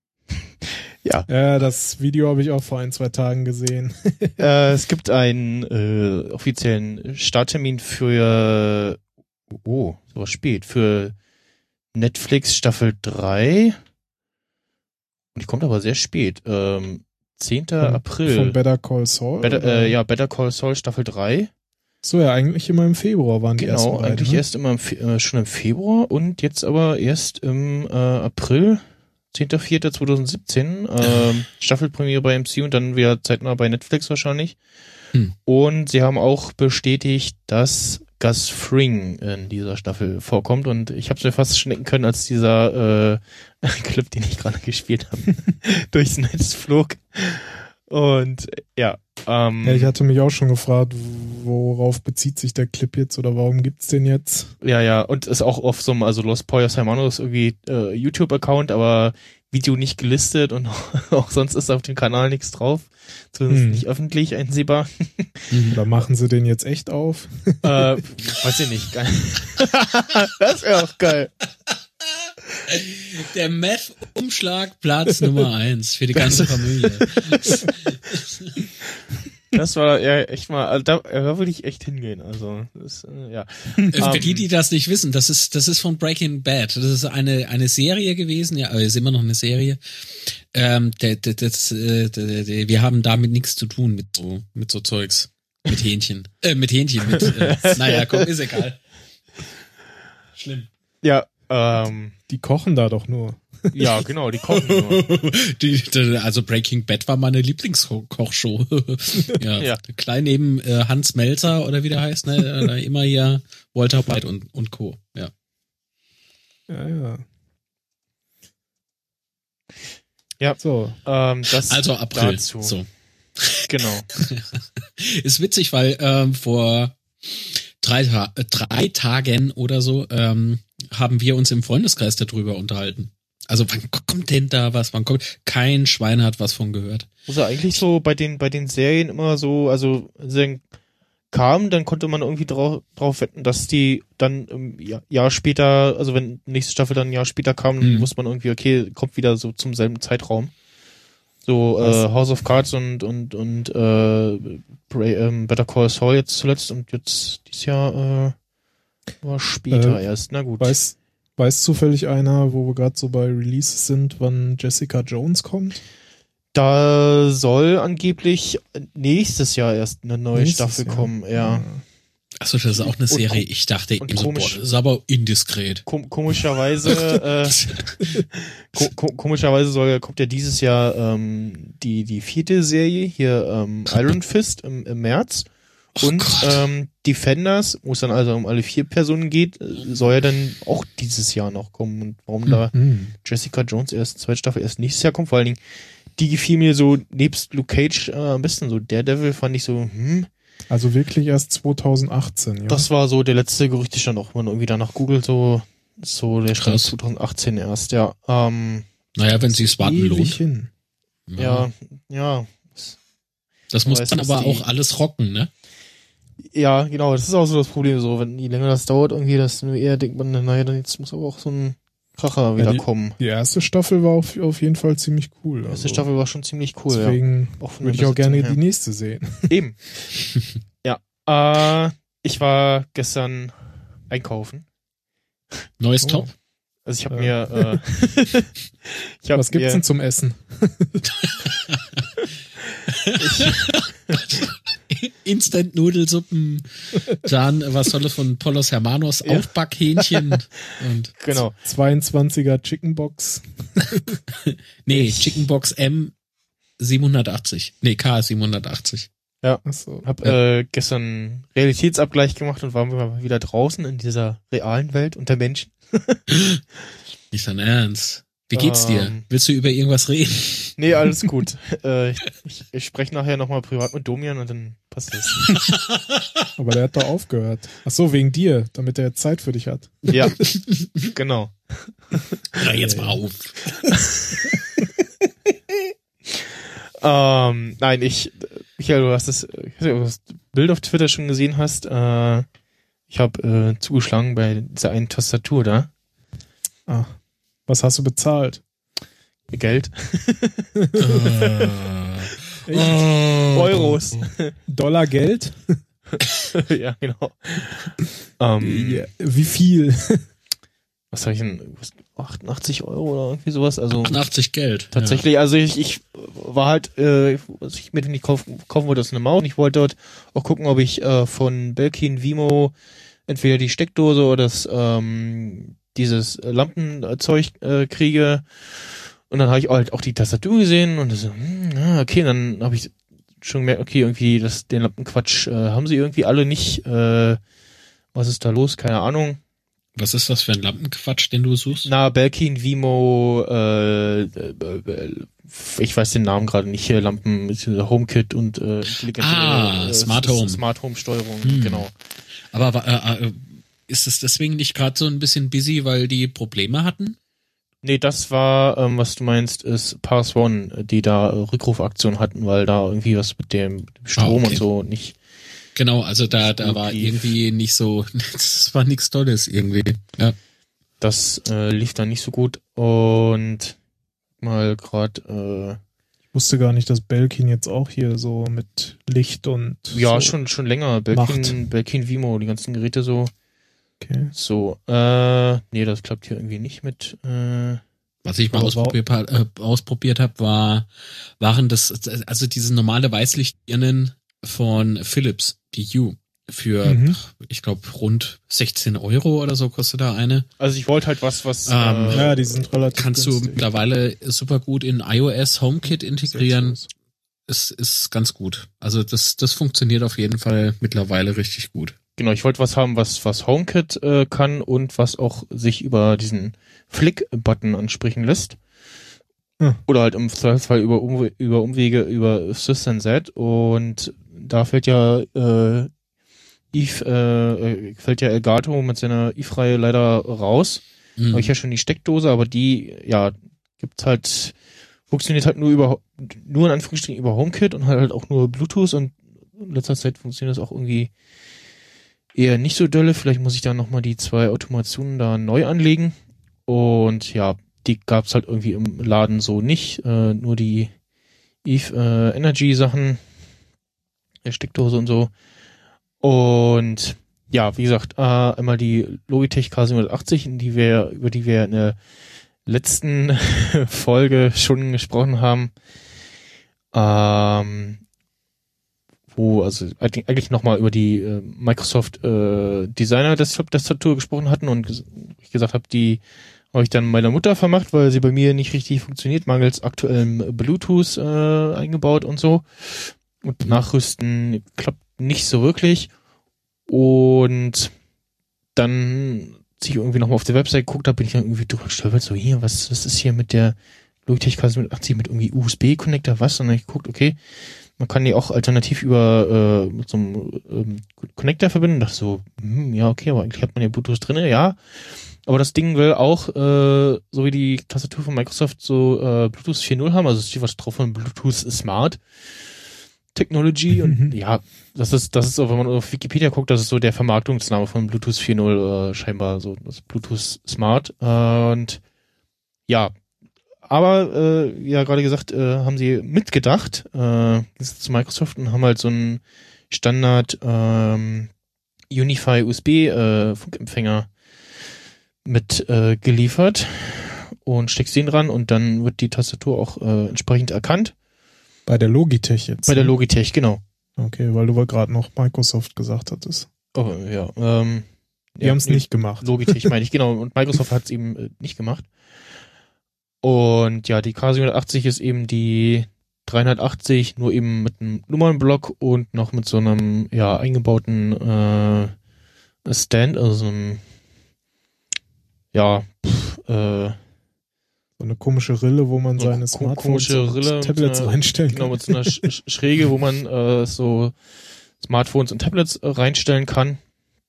Ja, Ja, das Video habe ich auch vor ein, zwei Tagen gesehen. äh, es gibt einen äh, offiziellen Starttermin für, oh, so spät, für Netflix Staffel drei. Und die kommt aber sehr spät. Ähm, zehnter Von- April. Von Better Call Saul. Better, oder? äh, ja, Better Call Saul Staffel drei. So, ja, eigentlich immer im Februar waren die ersten Genau, beiden. eigentlich ne? erst immer im Fe äh, schon im Februar und jetzt aber erst im äh, April, zehnter vierter zweitausendsiebzehn, ähm, Staffelpremiere bei M C und dann wieder zeitnah bei Netflix wahrscheinlich. Hm. Und sie haben auch bestätigt, dass Gus Fring in dieser Staffel vorkommt und ich habe es mir fast schnecken können, als dieser äh, Clip, den ich gerade gespielt habe, durchs Netz flog. Und ja, ähm, Ja, ich hatte mich auch schon gefragt, worauf bezieht sich der Clip jetzt oder warum gibt's den jetzt? Ja, ja, und ist auch auf so einem, also Los Pollos Hermanos irgendwie äh, YouTube-Account, aber Video nicht gelistet und auch sonst ist auf dem Kanal nichts drauf. Zumindest Hm. nicht öffentlich einsehbar. Oder machen sie den jetzt echt auf? äh, weiß ich nicht, geil. Das wäre auch geil. Der Meth-Umschlag Platz Nummer eins für die ganze Familie. Das war ja echt mal, also da, da würde ich echt hingehen, also, das, äh, ja. Äh, Für Ähm, die, die das nicht wissen, das ist, das ist von Breaking Bad. Das ist eine, eine Serie gewesen, ja, aber ist immer noch eine Serie. Ähm, der, der, das, äh, der, der, wir haben damit nichts zu tun mit so, mit so Zeugs. Mit Hähnchen. Äh, mit Hähnchen, mit, äh, naja, komm, ist egal. Schlimm. Ja, Ähm, Die kochen da doch nur. ja, genau, die kochen nur. die, die, also Breaking Bad war meine Lieblingskochshow. ja, Ja. Klein neben äh, Hans Melzer oder wie der heißt, ne? Äh, immer hier Walter White und, und Co. Ja. Ja, ja. Ja, So. ähm, das Also April. dazu. So. Genau. Ist witzig, weil ähm, vor drei, Ta- äh, drei Tagen oder so ähm, haben wir uns im Freundeskreis darüber unterhalten. Also wann kommt denn da was? Wann kommt? Kein Schwein hat was von gehört. Also eigentlich so bei den bei den Serien immer so, also Serien kamen, dann konnte man irgendwie drauf, drauf wetten, dass die dann im Jahr, Jahr später, also wenn nächste Staffel dann ein Jahr später kam, dann Mhm. wusste man irgendwie, okay, kommt wieder so zum selben Zeitraum. So äh, House of Cards und und und äh, Bra- ähm, Better Call Saul jetzt zuletzt und jetzt dieses Jahr äh, war später Äh, erst. Na gut. Weiß, weiß zufällig einer, wo wir gerade so bei Releases sind, wann Jessica Jones kommt? Da soll angeblich nächstes Jahr erst eine neue Nächstes Staffel Jahr. kommen, ja. Achso, das ist auch eine Und Serie. kom- Ich dachte und eben so, boah, komisch. das ist aber indiskret. Kom komischerweise, äh, ko ko komischerweise soll, kommt ja dieses Jahr ähm, die die vierte Serie hier ähm, Iron Fist im, im März und Gott. ähm, Defenders, wo es dann also um alle vier Personen geht, äh, soll ja dann auch dieses Jahr noch kommen. Und warum da Mhm. Jessica Jones erst zweite Staffel erst nächstes Jahr kommt, vor allen Dingen die gefiel mir so nebst Luke Cage äh, am besten. So Daredevil fand ich so, hm, Also wirklich erst zwanzig achtzehn, ja. das war so der letzte Gerüchtestand noch, wenn man irgendwie danach googelt, so, so der Stand Krass. zwanzig achtzehn erst, ja. Ähm, Naja, wenn sie es warten ewig lohnt. hin. ja, ja. Das muss weiß, dann dass aber die- auch alles rocken, ne? Ja, genau, das ist auch so das Problem, so, wenn je länger das dauert, irgendwie, das eher denkt man, naja, dann jetzt muss aber auch so ein Kracher wieder die- kommen. Die erste Staffel war auf, auf jeden Fall ziemlich cool. Die erste also Staffel war schon ziemlich cool, Deswegen ja. Auch von würde der ich auch gerne Besetzung die her. nächste sehen. Eben. ja. Äh, ich war gestern einkaufen. Neues Oh. Top. Also ich habe Ja. mir, äh, ich hab Was gibt's mir, denn zum Essen? Instant-Nudelsuppen, dann, was soll es von Polos Hermanos, Ja. Aufbackhähnchen und, genau. zweiundzwanziger Chickenbox. nee, Chickenbox M siebenhundertachtzig. Nee, K siebenhundertachtzig. Achso. Hab äh, gestern Realitätsabgleich gemacht und waren wir mal wieder draußen in dieser realen Welt unter Menschen. Nicht dein Ernst. Wie geht's dir? Ähm. Willst du über irgendwas reden? Nee, alles gut. äh, ich ich, ich spreche nachher nochmal privat mit Domian und dann passt das. Aber der hat doch aufgehört. Ach so, wegen dir, damit er jetzt Zeit für dich hat. Ja, genau. Hör jetzt mal auf. Ähm, nein, ich, Michael, du hast das, ich weiß nicht, ob du das Bild auf Twitter schon gesehen hast. Äh, ich habe äh, zugeschlagen bei dieser einen Tastatur da. Ah, was hast du bezahlt? Geld. Äh, Echt? Euros. Dollar Geld? ja, genau. Ähm, Ja, wie viel? Was habe ich denn? Was, achtundachtzig Euro oder irgendwie sowas? Also achtundachtzig Geld. tatsächlich, also ich, ich war halt, äh, was ich mir nicht kaufen, kaufen wollte, ist eine Maus. Und ich wollte dort auch gucken, ob ich äh, von Belkin Vimo entweder die Steckdose oder das ähm, dieses Lampenzeug äh, kriege. Und dann habe ich halt auch die Tastatur gesehen und so, hm, ja, okay, dann habe ich schon gemerkt, okay, irgendwie das, den Lampenquatsch äh, haben sie irgendwie alle nicht. Äh, was ist da los? Keine Ahnung. Was ist das für ein Lampenquatsch, den du suchst? Na, Belkin Vimo, äh, äh, ich weiß den Namen gerade nicht, hier Lampen, HomeKit und äh, intelligente Ah, äh, Smart Home. Smart Home Steuerung, Hm. genau. Aber äh, äh, ist es deswegen nicht gerade so ein bisschen busy, weil die Probleme hatten? Nee, das war, ähm, was du meinst, ist Pass One, die da äh, Rückrufaktion hatten, weil da irgendwie was mit dem, mit dem Strom Ah, okay. und so nicht. Genau, also da, da war Lief. irgendwie nicht so, das war nichts Tolles irgendwie. Ja. Das äh, lief dann nicht so gut und mal gerade, Ich wusste gar nicht, dass Belkin jetzt auch hier so mit Licht und äh, ja, so. schon schon länger, Macht. Belkin, Belkin Vimo, die ganzen Geräte so. Okay. So, äh, nee, das klappt hier irgendwie nicht mit, äh, Was ich mal Aber ausprobiert, äh, ausprobiert habe, war, waren das, also diese normale Weißlichtbirnen von Philips, die Hue. für, Mhm. ich glaube, rund sechzehn Euro oder so kostet da eine. Also ich wollte halt was, was Ähm, äh, Ja, die sind relativ Kannst du günstig. mittlerweile super gut in iOS HomeKit integrieren. Sechs Ist, ist ganz gut. Also das, das funktioniert auf jeden Fall mittlerweile richtig gut. genau, ich wollte was haben, was was HomeKit äh, kann und was auch sich über diesen Flick-Button ansprechen lässt. Hm. Oder halt im Zweifelsfall über, Umwe über Umwege über SysNZ. Und da fällt ja äh, Eve, äh, fällt ja Elgato mit seiner Eve-Reihe leider raus. Mhm. Habe ich ja schon die Steckdose, aber die, ja, gibt's halt, funktioniert halt nur über, nur in Anführungsstrichen über HomeKit und halt auch nur Bluetooth, und in letzter Zeit funktioniert das auch irgendwie eher nicht so dolle. Vielleicht muss ich da nochmal die zwei Automationen da neu anlegen. Und ja, die gab's halt irgendwie im Laden so nicht. Äh, nur die Eve äh, Energy Sachen, der Steckdose und so. Und ja, wie gesagt, äh, einmal die Logitech K siebenhundertachtzig, in die wir, über die wir in der letzten Folge schon gesprochen haben. Ähm, wo also eigentlich eigentlich nochmal über die äh, Microsoft äh, Designer Desktop Tastatur gesprochen hatten und ges ich gesagt habe, die habe ich dann meiner Mutter vermacht, weil sie bei mir nicht richtig funktioniert, mangels aktuellem Bluetooth äh, eingebaut und so. Und Nachrüsten klappt nicht so wirklich. Und dann, als ich irgendwie nochmal auf der Website geguckt habe, bin ich dann irgendwie drüber gestolpert, so hier, was, was ist hier mit der Logitech K siebenhundertachtzig mit irgendwie U S B-Connector, was? Und dann habe ich geguckt, okay, man kann die auch alternativ über äh, mit so einem ähm, Connector verbinden. Und dachte so, hm, ja, okay, aber eigentlich hat man ja Bluetooth drinne, ja. Aber das Ding will auch, äh, so wie die Tastatur von Microsoft, so äh, Bluetooth vier Punkt null haben. Also es steht was drauf von Bluetooth Smart Technology. Und Mhm. ja, das ist, das ist so, wenn man auf Wikipedia guckt, das ist so der Vermarktungsname von Bluetooth vier Punkt null, äh, scheinbar so, das Bluetooth Smart. Äh, und ja, aber, äh, ja, gerade gesagt, äh, haben sie mitgedacht, äh, zu Microsoft, und haben halt so einen Standard ähm, Unify U S B äh, Funkempfänger mit äh, geliefert und steckst den dran und dann wird die Tastatur auch äh, entsprechend erkannt. Bei der Logitech jetzt. Bei der ne? Logitech, genau. Okay, weil du wohl gerade noch Microsoft gesagt hattest. Oh, ja, ähm, Die ja, haben es nee, nicht gemacht. Logitech meine ich, genau. Und Microsoft hat es eben äh, nicht gemacht. Und ja, die K siebenhundertachtzig ist eben die dreihundertachtzig, nur eben mit einem Nummernblock und noch mit so einem, ja, eingebauten äh, Stand, also so einem, ja, pff, äh, So eine komische Rille, wo man so eine seine ko- Smartphones komische und Rille mit Tablets so einer- reinstellen genau, kann. mit so einer Sch Sch- Schräge, wo man äh, so Smartphones und Tablets äh, reinstellen kann.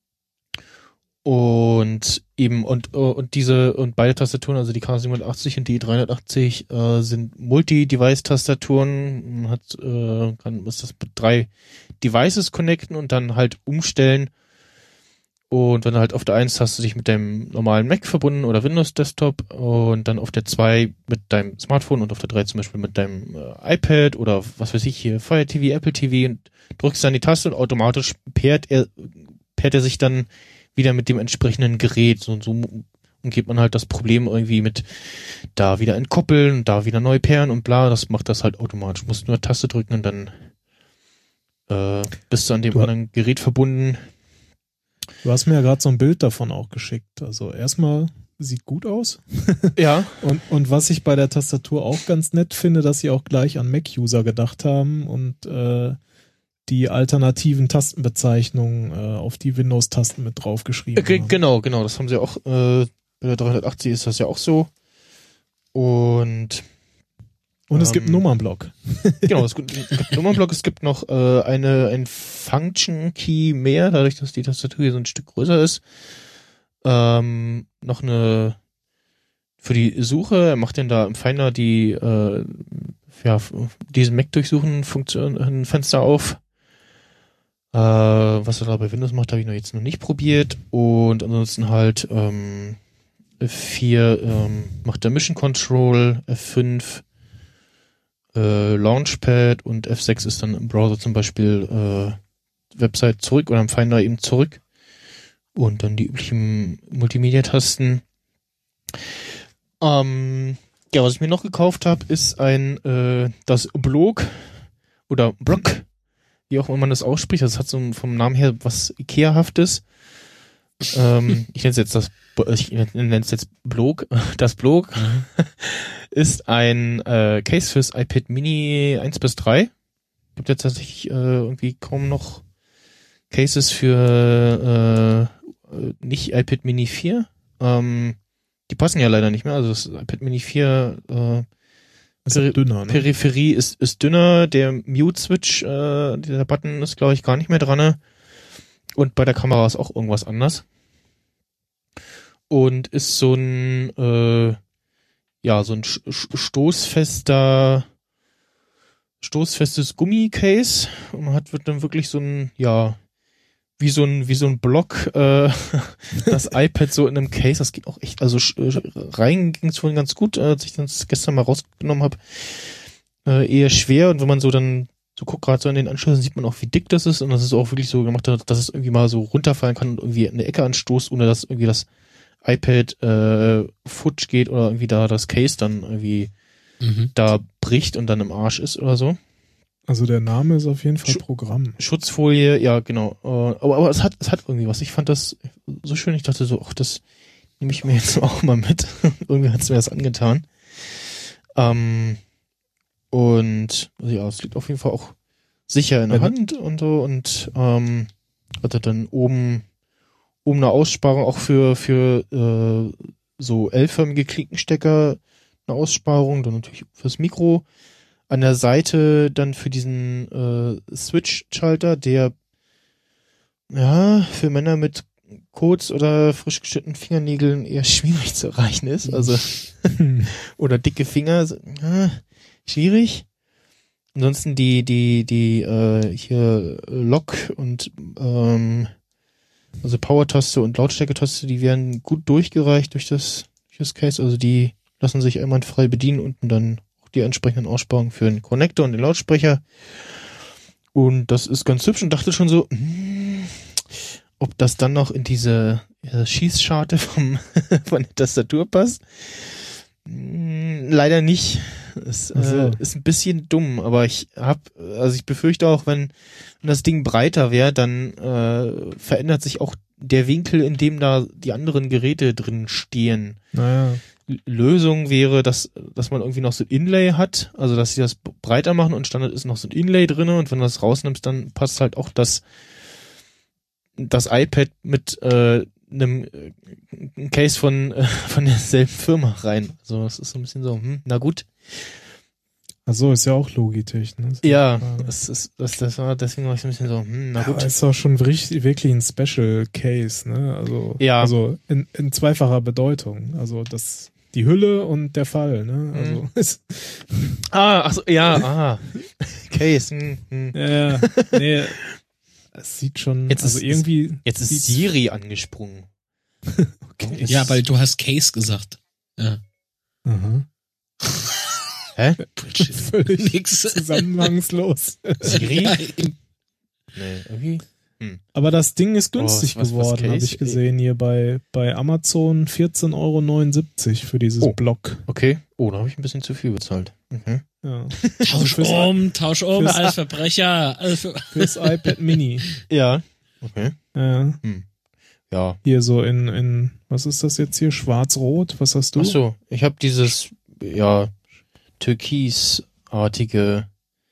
Und eben, und, äh, und diese, und beide Tastaturen, also die K siebenhundertachtzig und die dreihundertachtzig, äh, sind Multi-Device-Tastaturen. Man hat, äh, kann, muss das mit drei Devices connecten und dann halt umstellen. Und dann halt auf der eins hast du dich mit deinem normalen Mac verbunden oder Windows-Desktop und dann auf der zwei mit deinem Smartphone und auf der drei zum Beispiel mit deinem äh, iPad oder was weiß ich hier, Fire T V, Apple T V, und drückst dann die Taste und automatisch pairt er, pairt er sich dann wieder mit dem entsprechenden Gerät. So und so umgeht man halt das Problem irgendwie mit da wieder entkoppeln, da wieder neu pairen und bla. Das macht das halt automatisch. Du musst nur Taste drücken und dann äh, bist du an dem Du- anderen Gerät verbunden. Du hast mir ja gerade so ein Bild davon auch geschickt. Also erstmal sieht gut aus. Ja. Und, und was ich bei der Tastatur auch ganz nett finde, dass sie auch gleich an Mac-User gedacht haben und äh, die alternativen Tastenbezeichnungen äh, auf die Windows-Tasten mit draufgeschrieben Ge- haben. Genau, genau. Das haben sie auch, äh, bei der dreihundertachtzig ist das ja auch so. Und Und es gibt einen ähm, Nummernblock. genau, es gibt, es gibt einen Nummernblock, es gibt noch äh, eine ein Function Key mehr, dadurch, dass die Tastatur hier so ein Stück größer ist. Ähm, noch eine für die Suche, er macht denn da im Finder die äh, ja, diesen Mac durchsuchen Funktion, ein Fenster auf. Äh, was er da bei Windows macht, habe ich noch jetzt noch nicht probiert. Und ansonsten halt ähm, F vier ähm, macht der Mission Control, F fünf äh, Launchpad und F sechs ist dann im Browser zum Beispiel äh, Website zurück oder im Finder eben zurück. Und dann die üblichen Multimedia-Tasten. Ähm, ja, was ich mir noch gekauft habe, ist ein äh, das Blog oder Block wie auch immer man das ausspricht. Das hat so vom Namen her was Ikea-haftes. ähm, ich nenne es jetzt das, ich nenne es jetzt Blog. Das Blog mhm. ist ein äh, Case fürs iPad Mini eins bis drei. Gibt jetzt tatsächlich äh, irgendwie kaum noch Cases für äh, nicht iPad Mini vier. Ähm, die passen ja leider nicht mehr. Also das iPad Mini vier äh, ist Peri- dünner, ne? Peripherie ist, ist dünner. Der Mute-Switch, äh, dieser Button ist, glaube ich, gar nicht mehr dran. Und bei der Kamera ist auch irgendwas anders. Und ist so ein äh, ja, so ein stoßfester stoßfestes Gummicase. Und man hat wird dann wirklich so ein, ja, wie so ein wie so ein Block äh, das iPad so in einem Case. Das geht auch echt, also rein ging es vorhin ganz gut, als ich das gestern mal rausgenommen habe. Äh, eher schwer, und wenn man so dann so guckt, gerade so an den Anschlüssen, sieht man auch, wie dick das ist, und das ist auch wirklich so gemacht, dass es irgendwie mal so runterfallen kann und irgendwie in eine Ecke anstoßt, ohne dass irgendwie das iPad äh, futsch geht oder irgendwie da das Case dann irgendwie mhm. da bricht und dann im Arsch ist oder so. Also der Name ist auf jeden Fall Sch- Programm. Schutzfolie, ja genau. Aber, aber es hat es hat irgendwie was. Ich fand das so schön, ich dachte so, ach, das nehme ich mir jetzt auch mal mit. Irgendwie hat es mir das angetan. Ähm, und ja, es liegt auf jeden Fall auch sicher in der Hand und so, und ähm, hatte dann oben oben eine Aussparung auch für für äh, so L-förmige Klinkenstecker, eine Aussparung, dann natürlich fürs Mikro. An der Seite dann für diesen äh, Switch-Schalter, der ja für Männer mit kurz oder frisch geschnittenen Fingernägeln eher schwierig zu erreichen ist, also oder dicke Finger, ja, schwierig. Ansonsten die die die äh, hier Lock und ähm, also Power-Taste und Lautstärke-Taste, die werden gut durchgereicht durch das durch das Case, also die lassen sich einwandfrei bedienen, unten dann die entsprechenden Aussparungen für den Connector und den Lautsprecher. Und das ist ganz hübsch, und dachte schon so, hm, ob das dann noch in diese ja, Schießscharte vom, von der Tastatur passt. Hm, leider nicht. Es also. äh, ist ein bisschen dumm, aber ich hab, also ich befürchte auch, wenn, wenn das Ding breiter wäre, dann äh, verändert sich auch der Winkel, in dem da die anderen Geräte drin stehen. Naja. Lösung wäre, dass dass man irgendwie noch so ein Inlay hat, also dass sie das breiter machen, und Standard ist noch so ein Inlay drinne, und wenn du das rausnimmst, dann passt halt auch das das iPad mit äh, einem äh, Case von äh, von derselben Firma rein. Also das ist so ein bisschen so, hm, na gut. Ach so, ist ja auch Logitech, ne? Das ja, das ist das das war deswegen war ich so ein bisschen so, hm, na gut. Aber ist auch schon richtig, wirklich ein Special Case, ne? Also ja. also in, in zweifacher Bedeutung. Also das die Hülle und der Fall, ne? Also mhm. ah, ach so, ja, ah. Case. Hm, hm. Ja, nee. Es sieht schon, jetzt also ist, irgendwie jetzt ist Siri angesprungen. Okay. Ja, weil du hast Case gesagt. Ja. Aha. Hä? Völlig nix zusammenhangslos. Siri? Ja, nee, irgendwie. Hm. Aber das Ding ist günstig oh, was, geworden, habe ich gesehen hier bei bei Amazon, vierzehn Euro neunundsiebzig für dieses oh. Block. Okay, oh, da habe ich ein bisschen zu viel bezahlt. Mhm. Ja. Tausch um, tausch um, als Verbrecher. Als für fürs iPad Mini. Ja, okay. Ja. Hm. Ja. Hier so in, in, was ist das jetzt hier? Schwarz-Rot? Was hast du? Ach so, ich habe dieses, ja, türkisartige.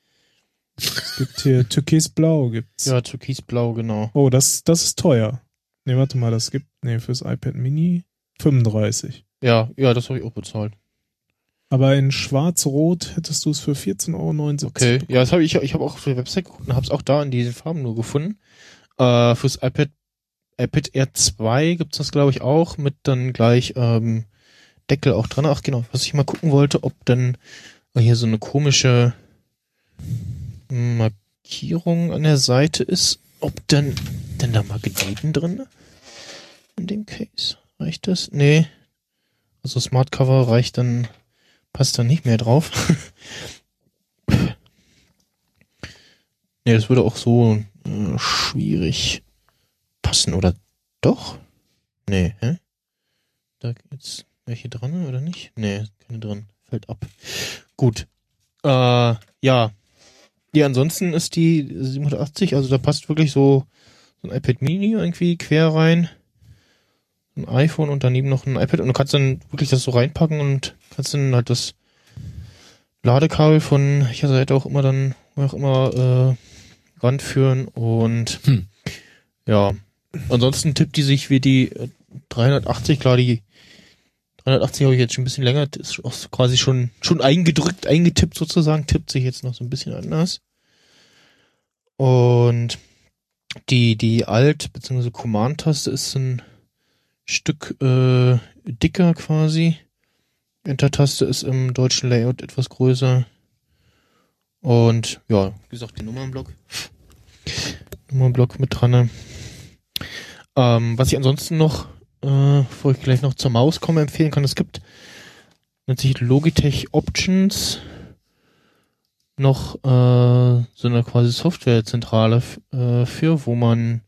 Es gibt hier Türkisblau gibt's. Ja, Türkisblau, genau. Oh, das, das ist teuer. Nee, warte mal, das gibt, nee, fürs iPad Mini fünfunddreißig. Ja, ja, das habe ich auch bezahlt. Aber in Schwarz-Rot hättest du es für vierzehn Euro neunundsiebzig. Okay, bekommen. Ja, das habe ich, ich habe auch auf der Website geguckt und habe es auch da in diesen Farben nur gefunden. Äh, fürs iPad, iPad Air zwei gibt's das, glaube ich, auch, mit dann gleich ähm, Deckel auch dran. Ach genau, was ich mal gucken wollte, ob dann hier so eine komische Markierung an der Seite ist, ob denn denn da Magneten drin in dem Case. Reicht das? Nee. Also Smart Cover reicht dann, passt dann nicht mehr drauf. Nee, das würde auch so äh, schwierig passen, oder doch? Nee, hä? Da jetzt welche dran oder nicht? Nee, keine dran. Fällt ab. Gut. Äh, ja. Ja, ansonsten ist die siebenhundertachtzig, also da passt wirklich so, so ein iPad Mini irgendwie quer rein, ein iPhone und daneben noch ein iPad und du kannst dann wirklich das so reinpacken und kannst dann halt das Ladekabel von welcher Seite auch immer dann auch immer äh, ranführen und Hm. ja, ansonsten tippt die sich wie die äh, dreihundertachtzig, klar, die dreihundertachtzig habe ich jetzt schon ein bisschen länger, das ist auch quasi schon schon eingedrückt, eingetippt sozusagen, tippt sich jetzt noch so ein bisschen anders. Und die die Alt- bzw. Command-Taste ist ein Stück äh, dicker quasi. Enter-Taste ist im deutschen Layout etwas größer. Und ja, wie gesagt, die Nummernblock. Nummernblock mit dran. Ne? Ähm, was ich ansonsten noch Äh, bevor ich gleich noch zur Maus komme, empfehlen kann, es gibt, nennt sich Logitech Options, noch äh, so eine quasi Softwarezentrale f- äh, für, wo man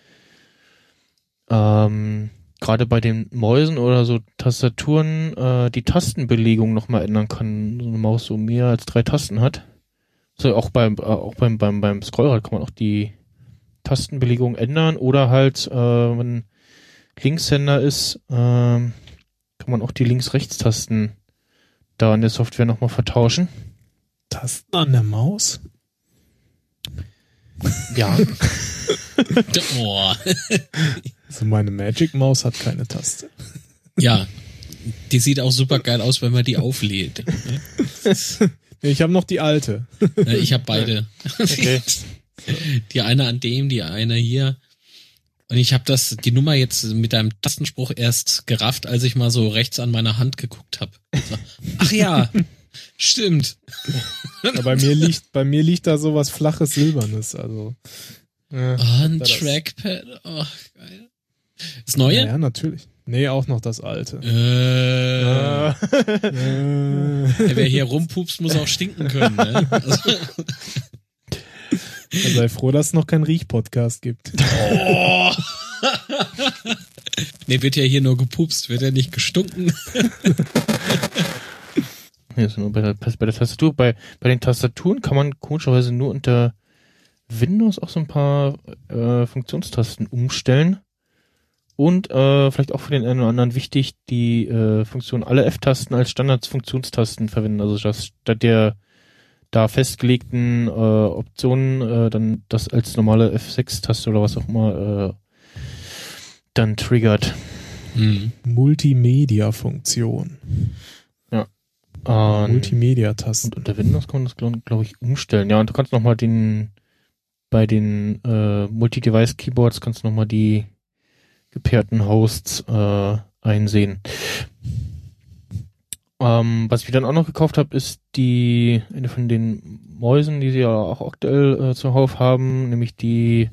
ähm, gerade bei den Mäusen oder so Tastaturen äh, die Tastenbelegung nochmal ändern kann. So eine Maus so mehr als drei Tasten hat. So auch beim äh, auch beim beim beim Scrollrad kann man auch die Tastenbelegung ändern oder halt äh, wenn Linkshänder ist, ähm, kann man auch die Links-Rechts-Tasten da in der Software nochmal vertauschen. Tasten an der Maus? Ja. Oh. Also meine Magic-Maus hat keine Taste. Ja, die sieht auch super geil aus, wenn man die auflädt. Ich habe noch die alte. Ich habe beide. Okay. Die eine an dem, die eine hier. Und ich habe das, die Nummer jetzt mit deinem Tastenspruch erst gerafft, als ich mal so rechts an meiner Hand geguckt habe. So, ach ja, stimmt. Ja, bei mir liegt, bei mir liegt da sowas flaches Silbernes, also. Ja, Oh, ein das- Trackpad. Oh, geil. Das neue? Ja, natürlich. Nee, auch noch das alte. Äh, Äh, wer hier rumpupst, muss auch stinken können. Ne? Also, sei froh, dass es noch keinen Riech-Podcast gibt. oh. Nee, wird ja hier nur gepupst, wird ja nicht gestunken. Ja, ist nur bei der, bei der Tastatur. Bei, bei den Tastaturen kann man komischerweise nur unter Windows auch so ein paar äh, Funktionstasten umstellen. Und äh, vielleicht auch für den einen oder anderen wichtig, die äh, Funktion alle F-Tasten als Standards-Funktionstasten verwenden. Also dass statt der da festgelegten äh, Optionen äh, dann das als normale F sechs Taste oder was auch immer äh, dann triggert. Hm. Multimedia-Funktion. Und, Multimedia-Tasten. und unter Windows kann man das, glaube glaub ich, umstellen. Ja, und du kannst nochmal den, bei den äh, Multi-Device-Keyboards kannst du nochmal die gepairten Hosts äh, einsehen. Ähm, was ich dann auch noch gekauft habe, ist die, eine von den Mäusen, die sie ja auch aktuell äh, zuhauf haben, nämlich die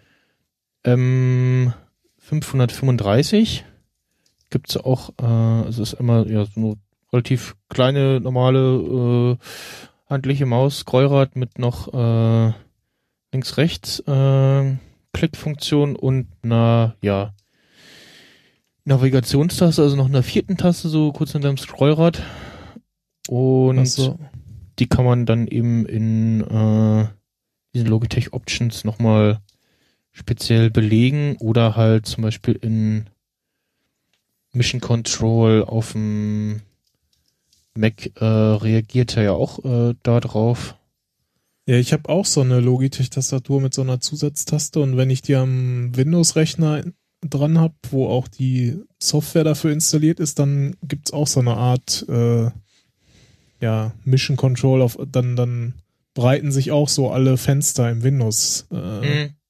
M fünfhundertfünfunddreißig. Gibt's auch, äh, es ist immer ja so eine relativ kleine, normale, äh, handliche Maus, Scrollrad mit noch äh, links-rechts äh, Klickfunktion und einer, ja, Navigationstaste, also noch einer vierten Taste, so kurz hinter dem Scrollrad. Und Ach so. die kann man dann eben in äh, diesen Logitech Options nochmal speziell belegen oder halt zum Beispiel in Mission Control auf dem Mac äh, reagiert er ja auch äh, da drauf. Ja, ich habe auch so eine Logitech-Tastatur mit so einer Zusatztaste und wenn ich die am Windows-Rechner dran habe, wo auch die Software dafür installiert ist, dann gibt's auch so eine Art äh, ja, Mission Control auf, dann, dann breiten sich auch so alle Fenster im Windows äh, Mhm.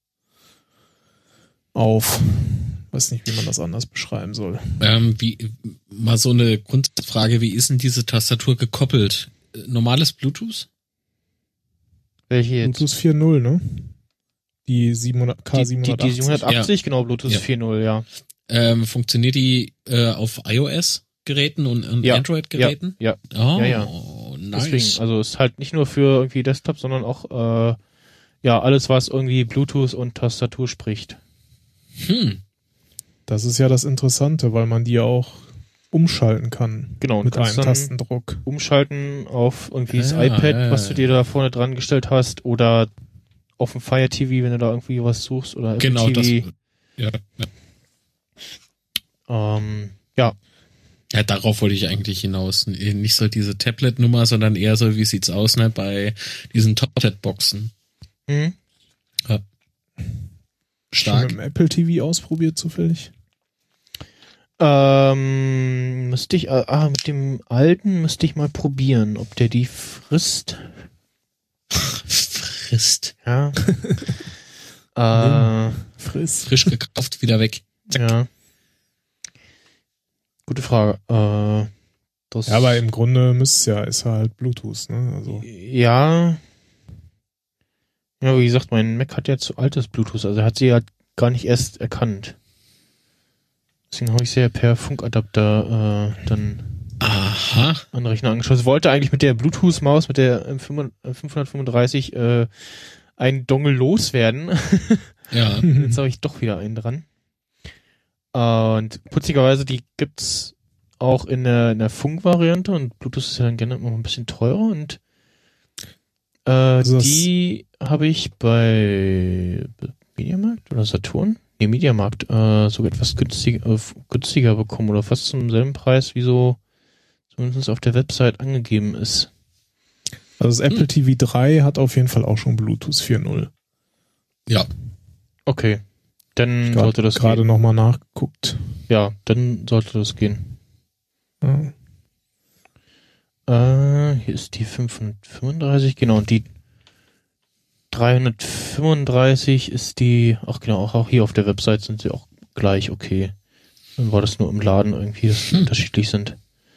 auf. Weiß nicht, wie man das anders beschreiben soll. Ähm, wie, mal so eine Grundfrage, wie ist denn diese Tastatur gekoppelt? Äh, Normales Bluetooth? Welche jetzt? Bluetooth vier Punkt null, ne? Die siebenhundert K Die, die, siebenhundertachtzig. die siebenhundertachtzig, genau, Bluetooth Ja. vier Punkt null, ja. Ähm, funktioniert die äh, auf iOS-Geräten und, und Ja, Android-Geräten? Ja, Oh, ja, ja. nice. deswegen, also ist halt nicht nur für irgendwie Desktop, sondern auch äh, ja alles, was irgendwie Bluetooth und Tastatur spricht. Hm. Das ist ja das Interessante, weil man die ja auch umschalten kann. Genau, mit einem dann Tastendruck. Umschalten auf irgendwie das Ah, iPad, ja, was du ja. dir da vorne dran gestellt hast, oder auf dem Fire T V, wenn du da irgendwie was suchst, oder Apple Genau, das. T V. Ja, ja. Ähm, ja, Ja, darauf wollte ich eigentlich hinaus. Nicht so diese Tablet-Nummer, sondern eher so, wie sieht's aus, ne, bei diesen Tablet-Boxen. hm? Ja. Schon Stark. mit dem Apple T V ausprobiert zufällig? Ähm, müsste ich, äh, ah, mit dem alten müsste ich mal probieren, ob der die frisst. Frisst. Ja. äh, Friss. Frisch gekauft, wieder weg. ja. Gute Frage. Äh, das Ja, aber im Grunde müsste es ja, ist halt Bluetooth, ne? Also. Ja. Ja, wie gesagt, mein Mac hat ja zu altes Bluetooth, also hat sie ja gar nicht erst erkannt. Deswegen habe ich sie ja per Funkadapter äh, dann Aha. an den Rechner angeschlossen. Wollte eigentlich mit der Bluetooth-Maus, mit der äh, fünfhundertfünfunddreißig äh, einen Dongle loswerden. Ja. Jetzt habe ich doch wieder einen dran. Und putzigerweise, die gibt's auch in der, in der Funk-Variante, und Bluetooth ist ja dann gerne immer ein bisschen teurer, und äh, Also das- die habe ich bei Mediamarkt oder Saturn? Nee, Mediamarkt äh, sogar etwas günstiger, äh, günstiger bekommen, oder fast zum selben Preis, wie so zumindest auf der Website angegeben ist. Also das Apple T V drei hat auf jeden Fall auch schon Bluetooth vier Punkt null. Ja. Okay, dann Ich sollte das gerade gehen. nochmal nachgeguckt. Ja, dann sollte das gehen. Ja. Äh, hier ist die fünfhundertfünfunddreißig, genau, und die dreihundertfünfunddreißig ist die, ach genau, auch, auch hier auf der Website sind sie auch gleich, okay. Dann war das nur im Laden irgendwie, dass sie Hm. unterschiedlich sind.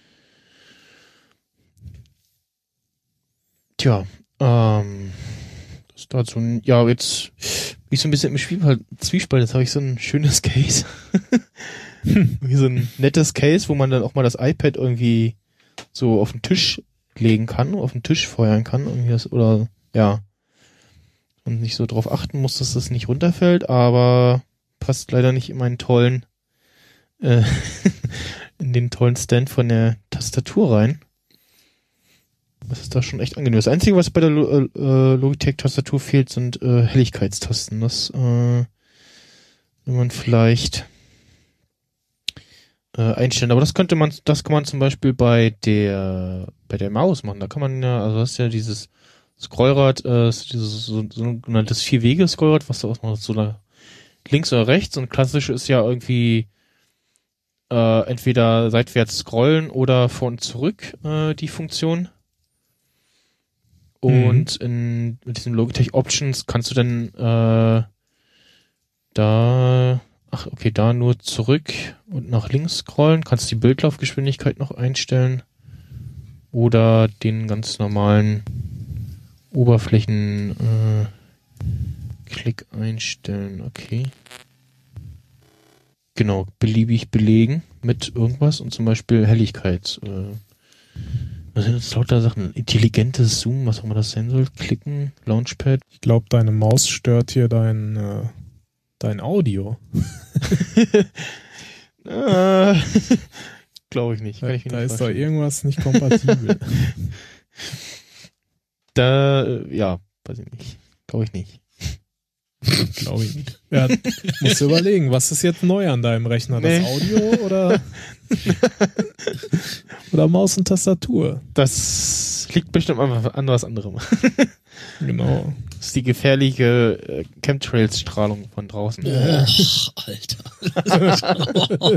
Tja, ähm, das dazu, ja, jetzt bin ich so ein bisschen im Spielball, Zwiespalt, jetzt habe ich so ein schönes Case. Wie so ein nettes Case, wo man dann auch mal das iPad irgendwie so auf den Tisch legen kann, auf den Tisch feuern kann, irgendwie das, oder, ja. Und nicht so drauf achten muss, dass das nicht runterfällt, aber passt leider nicht in meinen tollen, äh, in den tollen Stand von der Tastatur rein. Das ist da schon echt angenehm. Das Einzige, was bei der Lo- äh, Logitech-Tastatur fehlt, sind äh, Helligkeitstasten. Das, äh, wenn man vielleicht äh, einstellen. Aber das könnte man, das kann man zum Beispiel bei der, bei der Maus machen. Da kann man ja, also das ist ja dieses Scrollrad, äh, dieses so, sogenanntes Vier-Wege-Scrollrad, was da ausmacht, so nach links oder rechts. Und klassisch ist ja irgendwie äh, entweder seitwärts scrollen oder vor und zurück äh, die Funktion. Und mhm. in, mit diesen Logitech Options kannst du dann äh, da, ach okay, da nur zurück und nach links scrollen, kannst die Bildlaufgeschwindigkeit noch einstellen oder den ganz normalen Oberflächen äh, Klick einstellen, okay. Genau, beliebig belegen mit irgendwas und zum Beispiel Helligkeit. Äh, Was sind jetzt lauter Sachen? Intelligentes Zoom, was auch immer das sein soll. Klicken, Launchpad. Ich glaube, deine Maus stört hier dein, äh, dein Audio. äh, glaube ich nicht. Kann Da, ich mir da nicht ist doch vorstellen. irgendwas nicht kompatibel. Da, äh, ja, weiß ich nicht. Glaube ich nicht. Glaube ich nicht. Ja, musst du überlegen, was ist jetzt neu an deinem Rechner? Das Nee. Audio oder, oder Maus und Tastatur? Das liegt bestimmt an, an was anderem. Genau. Das ist die gefährliche äh, Chemtrails-Strahlung von draußen. Och, Alter.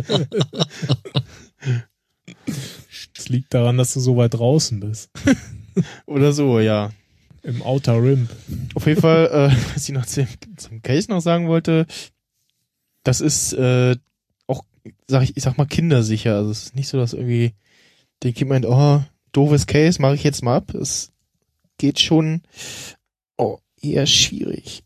Das liegt daran, dass du so weit draußen bist. Oder so, ja. Im Outer Rim. Auf jeden Fall, äh, was ich noch zum, zum Case noch sagen wollte, das ist äh, auch, sag ich, ich sag mal, kindersicher. Also es ist nicht so, dass irgendwie der Kind meint, oh, doofes Case, mache ich jetzt mal ab. Es geht schon, oh, eher schwierig.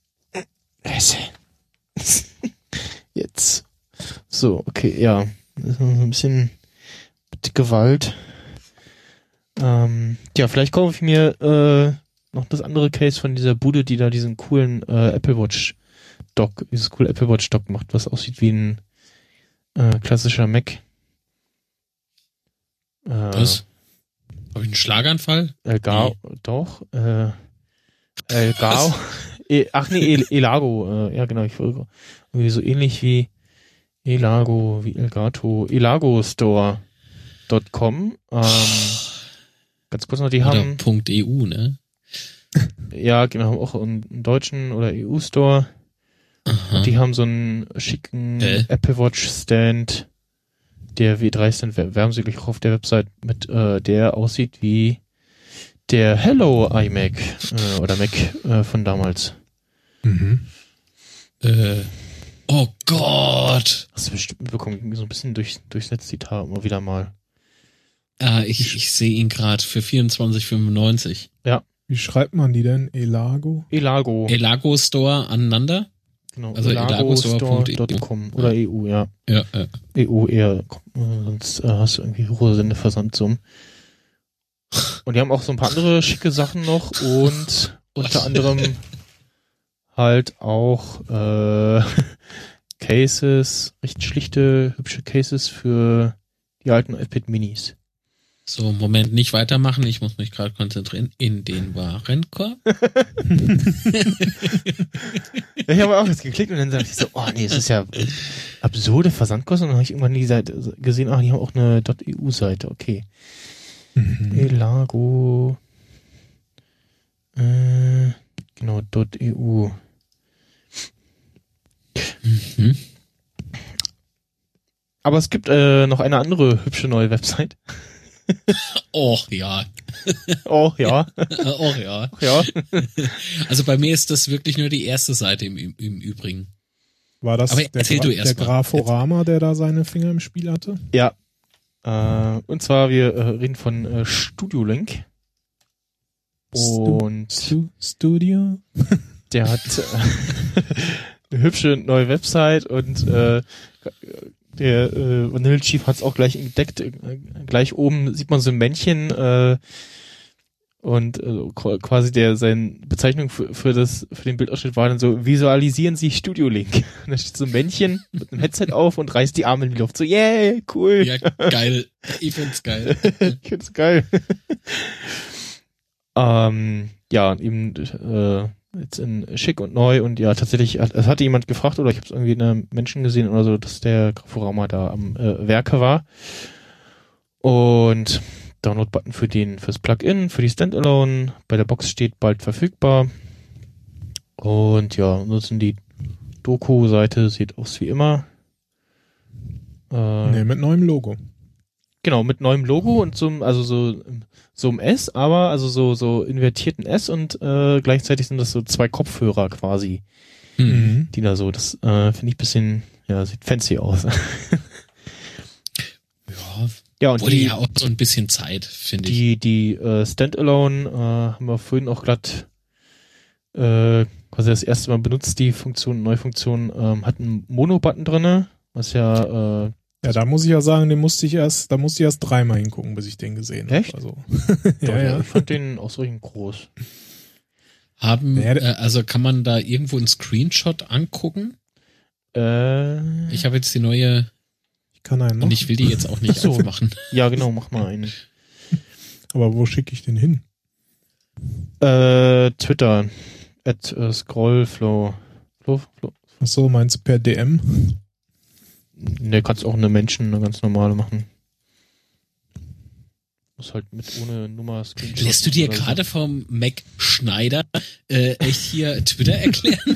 Jetzt. So, okay, ja. Das ist so ein bisschen mit Gewalt. Ähm, ja, vielleicht kaufe ich mir äh, noch das andere Case von dieser Bude, die da diesen coolen äh, Apple Watch Dock, dieses coole Apple Watch Dock macht, was aussieht wie ein äh, klassischer Mac. Äh, Was? Habe ich einen Schlaganfall? Elgao, nee. Doch. Äh, Elgao. e, ach nee, El, Elago. Äh, ja, genau. Ich wollte irgendwie so ähnlich wie Elago, wie Elgato. Elagostore Punkt com. Ähm, ganz kurz noch, die oder haben. .eu, ne? Ja, genau, auch einen deutschen oder E U-Store. Und die haben so einen schicken äh? Apple Watch Stand, der W drei Stand, werben sie gleich auch auf der Website mit, äh, der aussieht wie der Hello iMac äh, oder Mac äh, von damals. Mhm. Äh, oh Gott! Hast du bestimmt mitbekommen, so ein bisschen durch, durchs Zitat immer wieder mal. Ah, ich, ich sehe ihn gerade für vierundzwanzig fünfundneunzig. Ja. Wie schreibt man die denn? Elago? Elago. Elago Store aneinander? Genau, also elagostore Punkt com oder E U, ja. Ja, ja. E U eher, sonst äh, hast du irgendwie hohe Sendeversandsummen. Und die haben auch so ein paar andere schicke Sachen noch und unter anderem halt auch äh, Cases, recht schlichte, hübsche Cases für die alten iPad Minis. So, Moment, nicht weitermachen, ich muss mich gerade konzentrieren. In den Warenkorb. Ja, ich habe auch jetzt geklickt und dann dachte ich so, oh nee, das ist ja absurde Versandkosten. Und dann habe ich irgendwann die Seite gesehen, ach, die haben auch eine .E U-Seite, okay. Mhm. Elago äh, genau, .E U. Mhm. Aber es gibt äh, noch eine andere hübsche neue Website. Och ja. Och ja. Och ja. Och ja. Also bei mir ist das wirklich nur die erste Seite im, im, im Übrigen. War das Aber der, erzähl Gra du erst der mal. Graforama, der da seine Finger im Spiel hatte? Ja. Äh, und zwar, wir äh, reden von äh, Studio Link. Und Stu Studio? Der hat äh, eine hübsche neue Website und äh, der äh, Vanilla Chief hat es auch gleich entdeckt. Äh, gleich oben sieht man so ein Männchen äh, und äh, quasi der seine Bezeichnung für, für das für den Bildausschnitt war dann so: Visualisieren Sie Studio Link. Und da steht so ein Männchen mit einem Headset auf und reißt die Arme in die Luft. So, yeah, cool. Ja, geil. Ich find's geil. Ich find's geil. ähm, ja, eben äh, jetzt in schick und neu und ja, tatsächlich, es hatte jemand gefragt oder ich habe es irgendwie in einem Menschen gesehen oder so, dass der Graforama da am äh, Werke war. Und Download-Button für den, fürs Plugin, für die Standalone, bei der Box steht bald verfügbar. Und ja, nutzen die Doku-Seite, sieht aus wie immer. Äh, nee, mit neuem Logo. Genau, mit neuem Logo und so, also so, so einem S, aber also so, so invertierten S und äh, gleichzeitig sind das so zwei Kopfhörer quasi, Mhm. die da so, das äh, finde ich ein bisschen, ja, sieht fancy aus. Ja, Ja, und wurde die, ja auch so ein bisschen Zeit, finde ich. die, die äh, Standalone äh, haben wir vorhin auch glatt äh, quasi das erste Mal benutzt, die Funktion, neue Funktion, ähm, hat einen Mono-Button drinne, was ja äh, Ja, da muss ich ja sagen, den musste ich erst, da musste ich erst dreimal hingucken, bis ich den gesehen habe. Echt? Also, ja, ja, ja. ich fand den ausreichend groß. Haben, Ja, äh, also kann man da irgendwo einen Screenshot angucken? Äh, Ich habe jetzt die neue Ich kann einen und machen. ich will die jetzt auch nicht Ach so. aufmachen. ja, genau, mach mal einen. Aber wo schicke ich den hin? Äh, Twitter, at äh, Scrollflow. Flow, Flow. Ach so, meinst du per D M? Ne, kannst auch eine Menschen, eine ganz normale machen. Muss halt mit ohne Nummer Screenshot. Lässt du dir oder so. gerade vom Mac Schneider äh, echt hier Twitter erklären?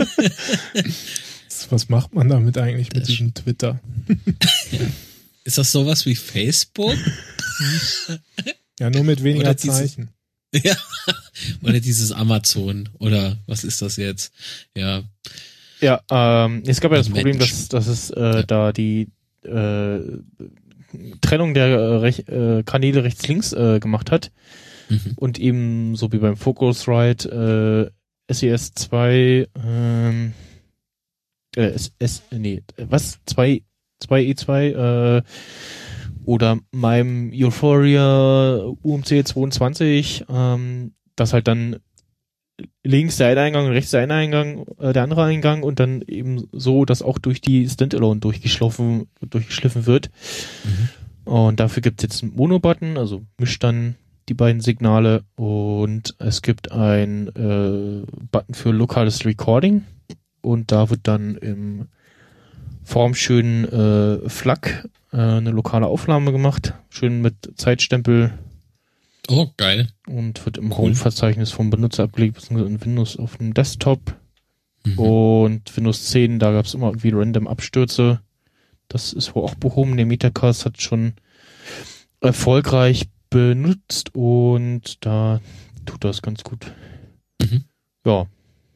Was macht man damit eigentlich mit Das- diesem Twitter? Ist das sowas wie Facebook? Ja, nur mit weniger Oder dieses- Zeichen. Ja. Oder dieses Amazon oder was ist das jetzt? Ja. Ja, ähm, es gab ja das Also Problem, Mensch. dass, dass es äh, Ja. da die äh, Trennung der äh, Rech äh, Kanäle rechts-links äh, gemacht hat Mhm. und eben so wie beim Focusrite äh, S E S zwei ähm, äh, S, S, nee, was? zwei E zwei äh, oder meinem Euphoria U M C zweiundzwanzig, ähm, das halt dann links der eine Eingang, rechts der eine Eingang, äh, der andere Eingang und dann eben so, dass auch durch die Standalone durchgeschliffen, durchgeschliffen wird. Mhm. Und dafür gibt es jetzt einen Mono-Button, also mischt dann die beiden Signale, und es gibt ein äh, Button für lokales Recording, und da wird dann im formschönen äh, F L A C äh, eine lokale Aufnahme gemacht, schön mit Zeitstempel. Oh, geil. Und wird im Cool. Home-Verzeichnis vom Benutzer abgelegt, beziehungsweise in Windows auf dem Desktop. Mhm. Und Windows zehn, da gab es immer irgendwie random Abstürze. Das ist wohl auch behoben. Der Metacast hat schon erfolgreich benutzt, und da tut das ganz gut. Mhm. Ja.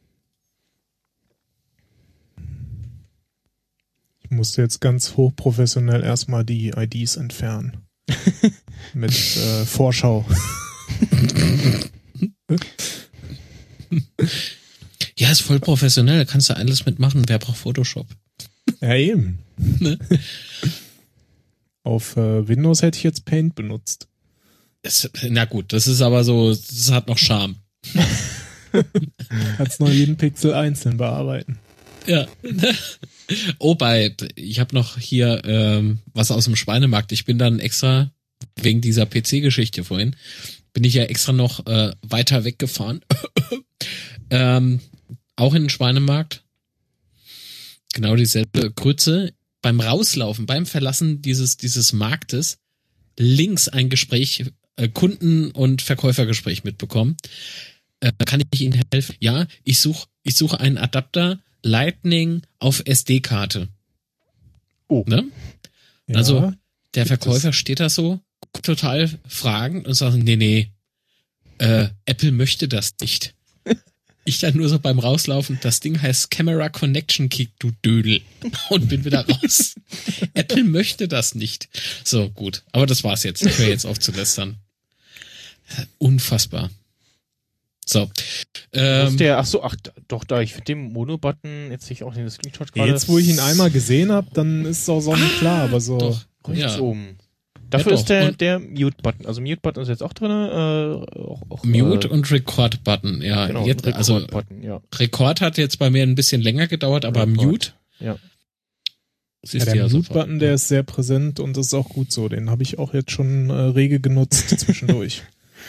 Ich musste jetzt ganz hochprofessionell erstmal die I Ds entfernen. Mit äh, Vorschau. Ja, ist voll professionell, da kannst du alles mitmachen. Wer braucht Photoshop? Ja, eben. Ne? Auf äh, Windows hätte ich jetzt Paint benutzt. Es, na gut, das ist aber so, das hat noch Charme. Kannst noch jeden Pixel einzeln bearbeiten. Ja. Oh, bei, ich habe noch hier ähm, was aus dem Schweinemarkt. Ich bin dann extra, wegen dieser P C-Geschichte vorhin, bin ich ja extra noch äh, weiter weggefahren. ähm, auch in den Schweinemarkt. Genau dieselbe Grütze. Beim Rauslaufen, beim Verlassen dieses dieses Marktes, links ein Gespräch, äh, Kunden- und Verkäufergespräch mitbekommen. Äh, kann ich Ihnen helfen? Ja, ich suche ich suche einen Adapter Lightning auf S D-Karte. Oh. Ne? Ja, Also der gibt Verkäufer steht da so, total fragend und sagt, nee, nee, äh, Apple möchte das nicht. Ich dann nur so beim Rauslaufen, das Ding heißt Camera Connection Key, du Dödel. Und bin wieder raus. Apple möchte das nicht. So, gut. Aber das war's jetzt. Ich höre jetzt auf zu lästern. Unfassbar. So. Ähm, Der, ach so, ach doch, da ich für den Mono-Button, jetzt sehe ich auch den Screenshot gerade. Jetzt, wo ich ihn einmal gesehen habe, dann ist es auch sonnenklar, aber so. doch. rechts Ja. oben. Dafür Ja, doch. ist der, Und- der Mute-Button. Also Mute-Button ist jetzt auch drin. Äh, auch, auch, Mute äh, und Record-Button, ja. genau, Jetzt, also Record-Button, ja. Rekord hat jetzt bei mir ein bisschen länger gedauert, aber Record. Mute. Ja. siehst Ja, du der ja Mute-Button, sofort. der ist sehr präsent und das ist auch gut so. Den habe ich auch jetzt schon äh, rege genutzt zwischendurch.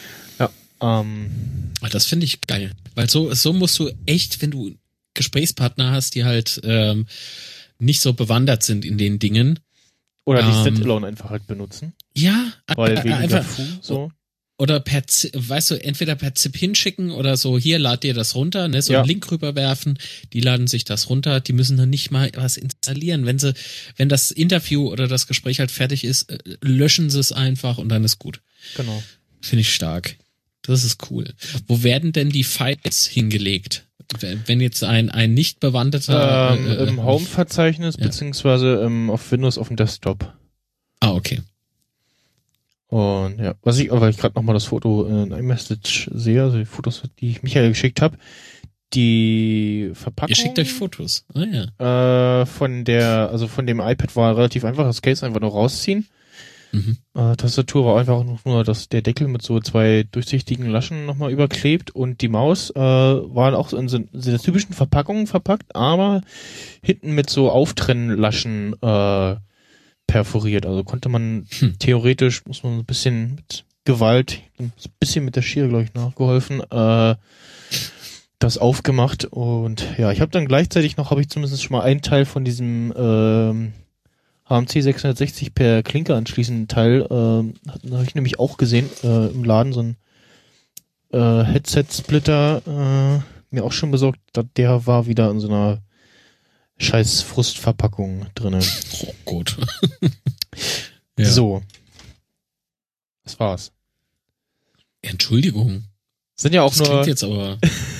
Ähm, Ah, das finde ich geil. Weil so, so musst du echt, wenn du Gesprächspartner hast, die halt ähm, nicht so bewandert sind in den Dingen. oder die Ähm, Standalone einfach halt benutzen. Ja, Weil äh, weniger einfach. Fu, so. Oder per, Z- weißt du, entweder per Zip hinschicken oder so, hier, lad dir das runter, ne, so Ja. einen Link rüberwerfen, die laden sich das runter, die müssen dann nicht mal was installieren. Wenn sie, wenn das Interview oder das Gespräch halt fertig ist, äh, löschen sie es einfach und dann ist gut. Genau. Finde ich stark. Das ist cool. Wo werden denn die Files hingelegt? Wenn wenn jetzt ein, ein nicht bewanderter Ähm, äh, äh, Im Home-Verzeichnis, ja. beziehungsweise ähm, auf Windows auf dem Desktop. Ah, okay. Und ja, was ich, weil ich gerade nochmal das Foto in iMessage sehe, also die Fotos, die ich Michael geschickt habe, die Verpackung Ihr schickt euch Fotos. Ah ja. äh, von der, also von dem iPad war relativ einfach, das Case einfach nur rausziehen. Mhm. Äh, Tastatur war einfach nur, nur das, der Deckel mit so zwei durchsichtigen Laschen nochmal überklebt, und die Maus äh, waren auch so in so, in so der typischen Verpackung verpackt, aber hinten mit so Auftrennlaschen äh, perforiert. Also konnte man Hm. theoretisch, muss man ein bisschen mit Gewalt, ein bisschen mit der Schere, glaube ich, nachgeholfen, äh, das aufgemacht. Und ja, ich habe dann gleichzeitig noch, habe ich zumindest schon mal einen Teil von diesem ähm, H M C sechshundertsechzig per Klinke anschließenden Teil, ähm, habe ich nämlich auch gesehen äh, im Laden, so ein äh, Headset-Splitter äh, mir auch schon besorgt. Da- Der war wieder in so einer scheiß Frustverpackung drinne. Oh, gut. Ja. So. Das war's. Entschuldigung. Sind ja auch Das nur, klingt jetzt aber.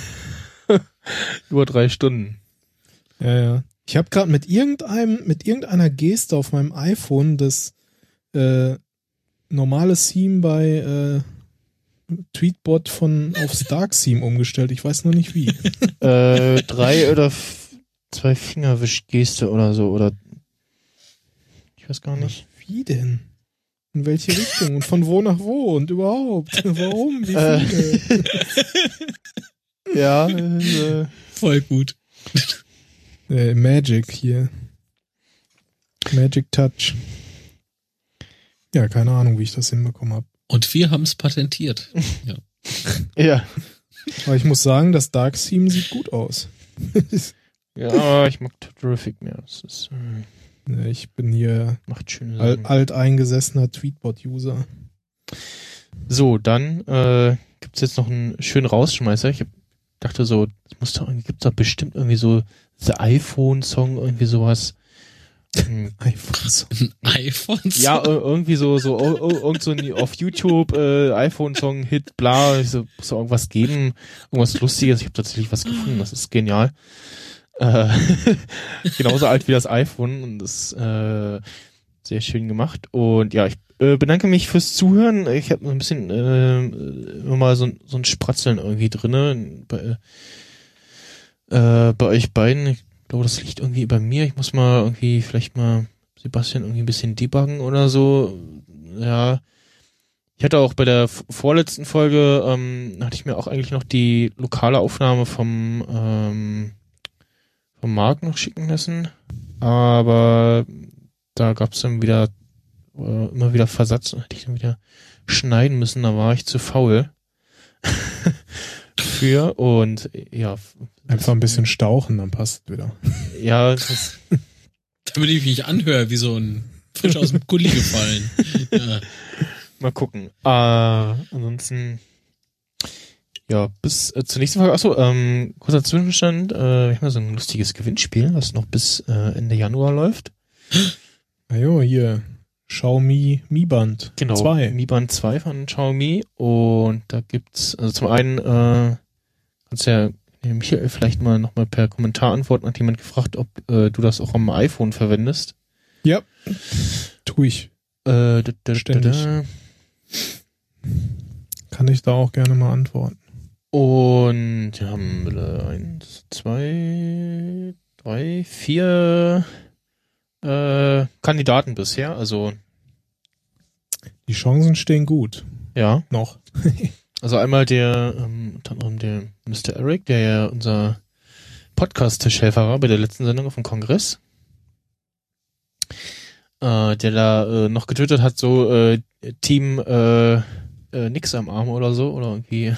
nur drei Stunden. Ja, ja. Ich habe gerade mit irgendeinem, mit irgendeiner Geste auf meinem iPhone das äh, normale Theme bei äh, Tweetbot von aufs Dark Theme umgestellt. Ich weiß noch nicht wie. äh, drei oder f- zwei Fingerwischgeste oder so, oder ich weiß gar nicht. Wie denn? In welche Richtung? Und von wo nach wo? Und überhaupt? Warum? Wie Äh. viele? Ja, äh, Voll gut. Äh, Magic hier. Magic Touch. Ja, keine Ahnung, wie ich das hinbekommen habe. Und wir haben es patentiert. Ja. Ja. Aber ich muss sagen, das Dark Theme sieht gut aus. Ja, ich mag Terrific mehr. Das ist, äh, Ich bin hier macht schöne alt, Sachen. alteingesessener Tweetbot-User. So, dann äh, gibt's jetzt noch einen schönen Rausschmeißer. Ich hab, dachte so, es muss doch irgendwie, gibt's doch bestimmt irgendwie so The iPhone-Song, irgendwie sowas. Hm. iPhone. Ein iPhone. Ja, ir- irgendwie so, so, oh, oh, irgend so ein auf YouTube äh, iPhone-Song, Hit, bla, ich so, muss doch irgendwas geben, irgendwas Lustiges. Ich habe tatsächlich was gefunden, das ist genial. Äh, genauso alt wie das iPhone und das äh, sehr schön gemacht. Und ja, ich äh, bedanke mich fürs Zuhören. Ich habe ein bisschen äh, immer mal so, so ein Spratzeln irgendwie drinne bei, äh, bei euch beiden. Ich glaube, das liegt irgendwie bei mir. Ich muss mal irgendwie vielleicht mal Sebastian irgendwie ein bisschen debuggen oder so. Ja. Ich hatte auch bei der v- vorletzten Folge, ähm, hatte ich mir auch eigentlich noch die lokale Aufnahme vom, ähm, vom Marc noch schicken lassen. Aber da gab es dann wieder äh, immer wieder Versatz und hätte ich dann wieder schneiden müssen. Da war ich zu faul für und ja. Einfach ein bisschen stauchen, dann passt es wieder. Ja, das, Damit ich mich anhöre, wie so ein frisch aus dem Gully gefallen. Ja. mal gucken. Äh, ansonsten, ja, bis äh, zur nächsten Folge. Achso, ähm, kurzer Zwischenstand. Äh, wir haben ja so ein lustiges Gewinnspiel, was noch bis äh, Ende Januar läuft. Na jo, hier. Xiaomi Mi Band Genau, zwei. Mi Band zwei von Xiaomi. Und da gibt's, also zum einen, äh, kannst ja äh, Michael vielleicht mal nochmal per Kommentar antworten. Hat jemand gefragt, ob äh, du das auch am iPhone verwendest. Ja, tu ich. Äh, da, da, da, Ständig. da. Kann ich da auch gerne mal antworten. Und wir haben äh, eins, zwei, drei, vier äh, Kandidaten bisher. Also Die Chancen stehen gut. ja, Noch. also einmal der, ähm, unter anderem der Mister Eric, der ja unser Podcast-Tischhelfer war bei der letzten Sendung auf dem Kongress. Äh, der da äh, noch getwittert hat, so äh, Team äh, äh, nix am Arm oder so, oder irgendwie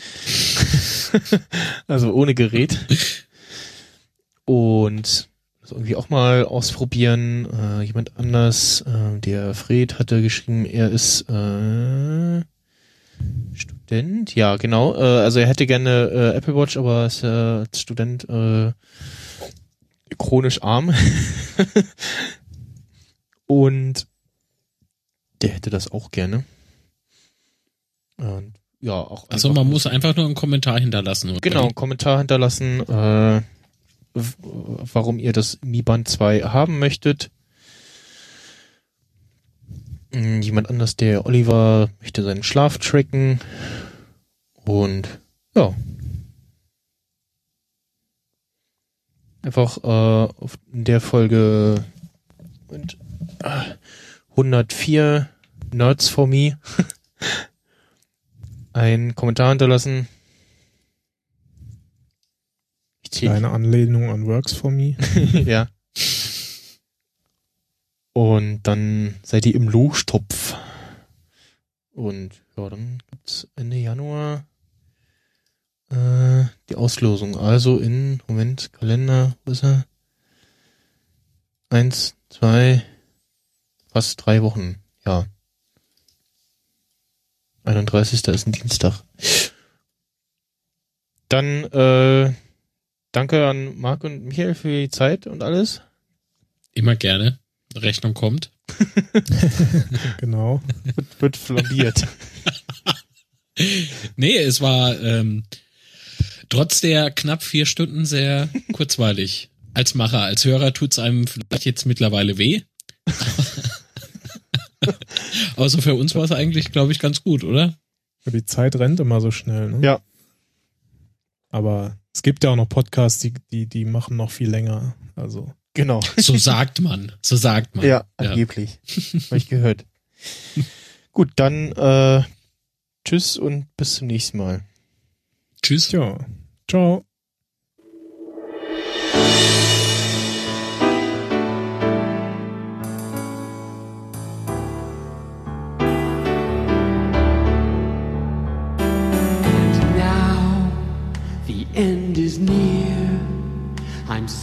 also ohne Gerät. Und das irgendwie auch mal ausprobieren. Äh, jemand anders, äh, der Fred hatte geschrieben, er ist äh, Student. Ja, genau. Äh, also er hätte gerne äh, Apple Watch, aber ist äh, als Student äh, chronisch arm. Und der hätte das auch gerne. Und ja, auch Also einfach- man muss einfach nur einen Kommentar hinterlassen. Oder? Genau, einen Kommentar hinterlassen, äh, w- warum ihr das Mi Band zwei haben möchtet. Hm, Jemand anders, der Oliver, möchte seinen Schlaf tracken. Und ja. Einfach äh, auf in der Folge und, äh, hundertvier Nerds for Me einen Kommentar hinterlassen. Ich zähl- Kleine Anlehnung an Works for Me. ja. Und dann seid ihr im Lostopf. Und ja, dann gibt's Ende Januar äh, die Auslosung. Also in, Moment, Kalender, wo ist er? Eins, zwei, fast drei Wochen. Ja. einunddreißigster ist ein Dienstag. Dann äh, danke an Marc und Michael für die Zeit und alles. Immer gerne. Rechnung kommt. Genau. Wird, wird flambiert. Nee, es war ähm, trotz der knapp vier Stunden sehr kurzweilig. Als Macher, als Hörer tut's einem vielleicht jetzt mittlerweile weh. Aber so für uns war es eigentlich, glaube ich, ganz gut, oder? Die Zeit rennt immer so schnell, ne? Ja. Aber es gibt ja auch noch Podcasts, die, die, die machen noch viel länger. Also. Genau. So sagt man. So sagt man. Ja, angeblich. Habe ich gehört. Gut, dann äh, tschüss und bis zum nächsten Mal. Tschüss. Tja. Ciao.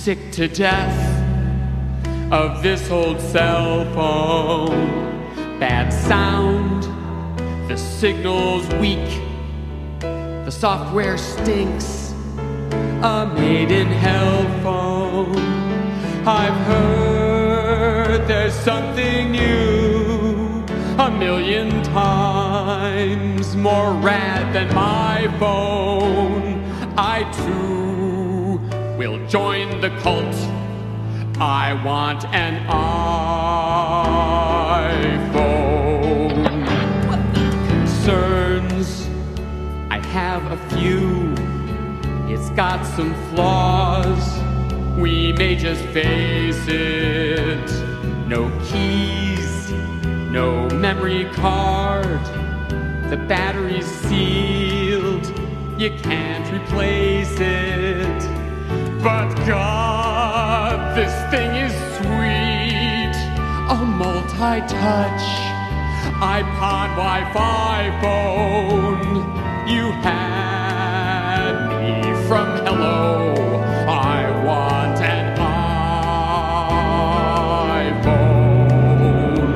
sick to death of this old cell phone. Bad sound, the signal's weak, the software stinks, a made-in-hell phone. I've heard there's something new, a million times more rad than my phone. I too will join the cult. I want an iPhone. Concerns, I have a few. It's got some flaws, we may just face it. No keys, no memory card, the battery's sealed, you can't replace it. But God, this thing is sweet, a multi-touch iPod Wi-Fi phone. You had me from hello, I want an iPhone.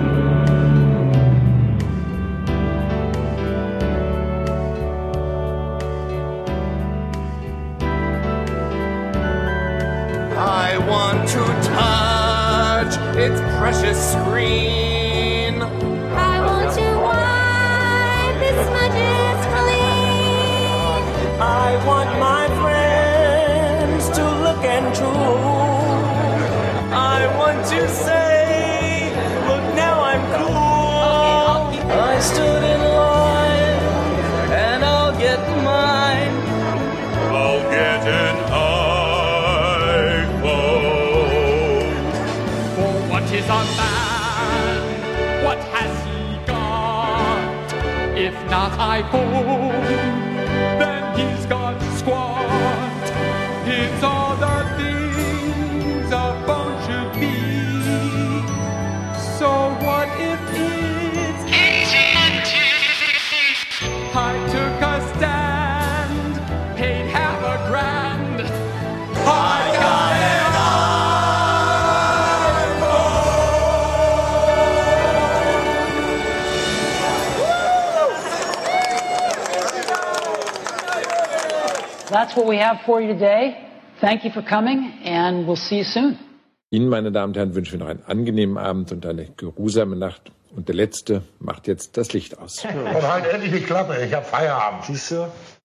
I want to touch its precious screen. I want to wipe its smudges clean. I want my friends to look and drool. I want to say, look now I'm cool. I stood in line and I'll get mine. I'll get an Is a man, what has he got? If not iPhone, then he's got squat. It's all the things a phone should be. So what if it's I took a stand, paid half a grand. I got it. That's what we have for you today. Thank you for coming, and we'll see you soon. Ihnen, meine Damen und Herren, wünschen wir noch einen angenehmen Abend und eine geruhsame Nacht. Und der Letzte macht jetzt das Licht aus. Und halt endlich die Klappe, ich hab Feierabend. Siehst du?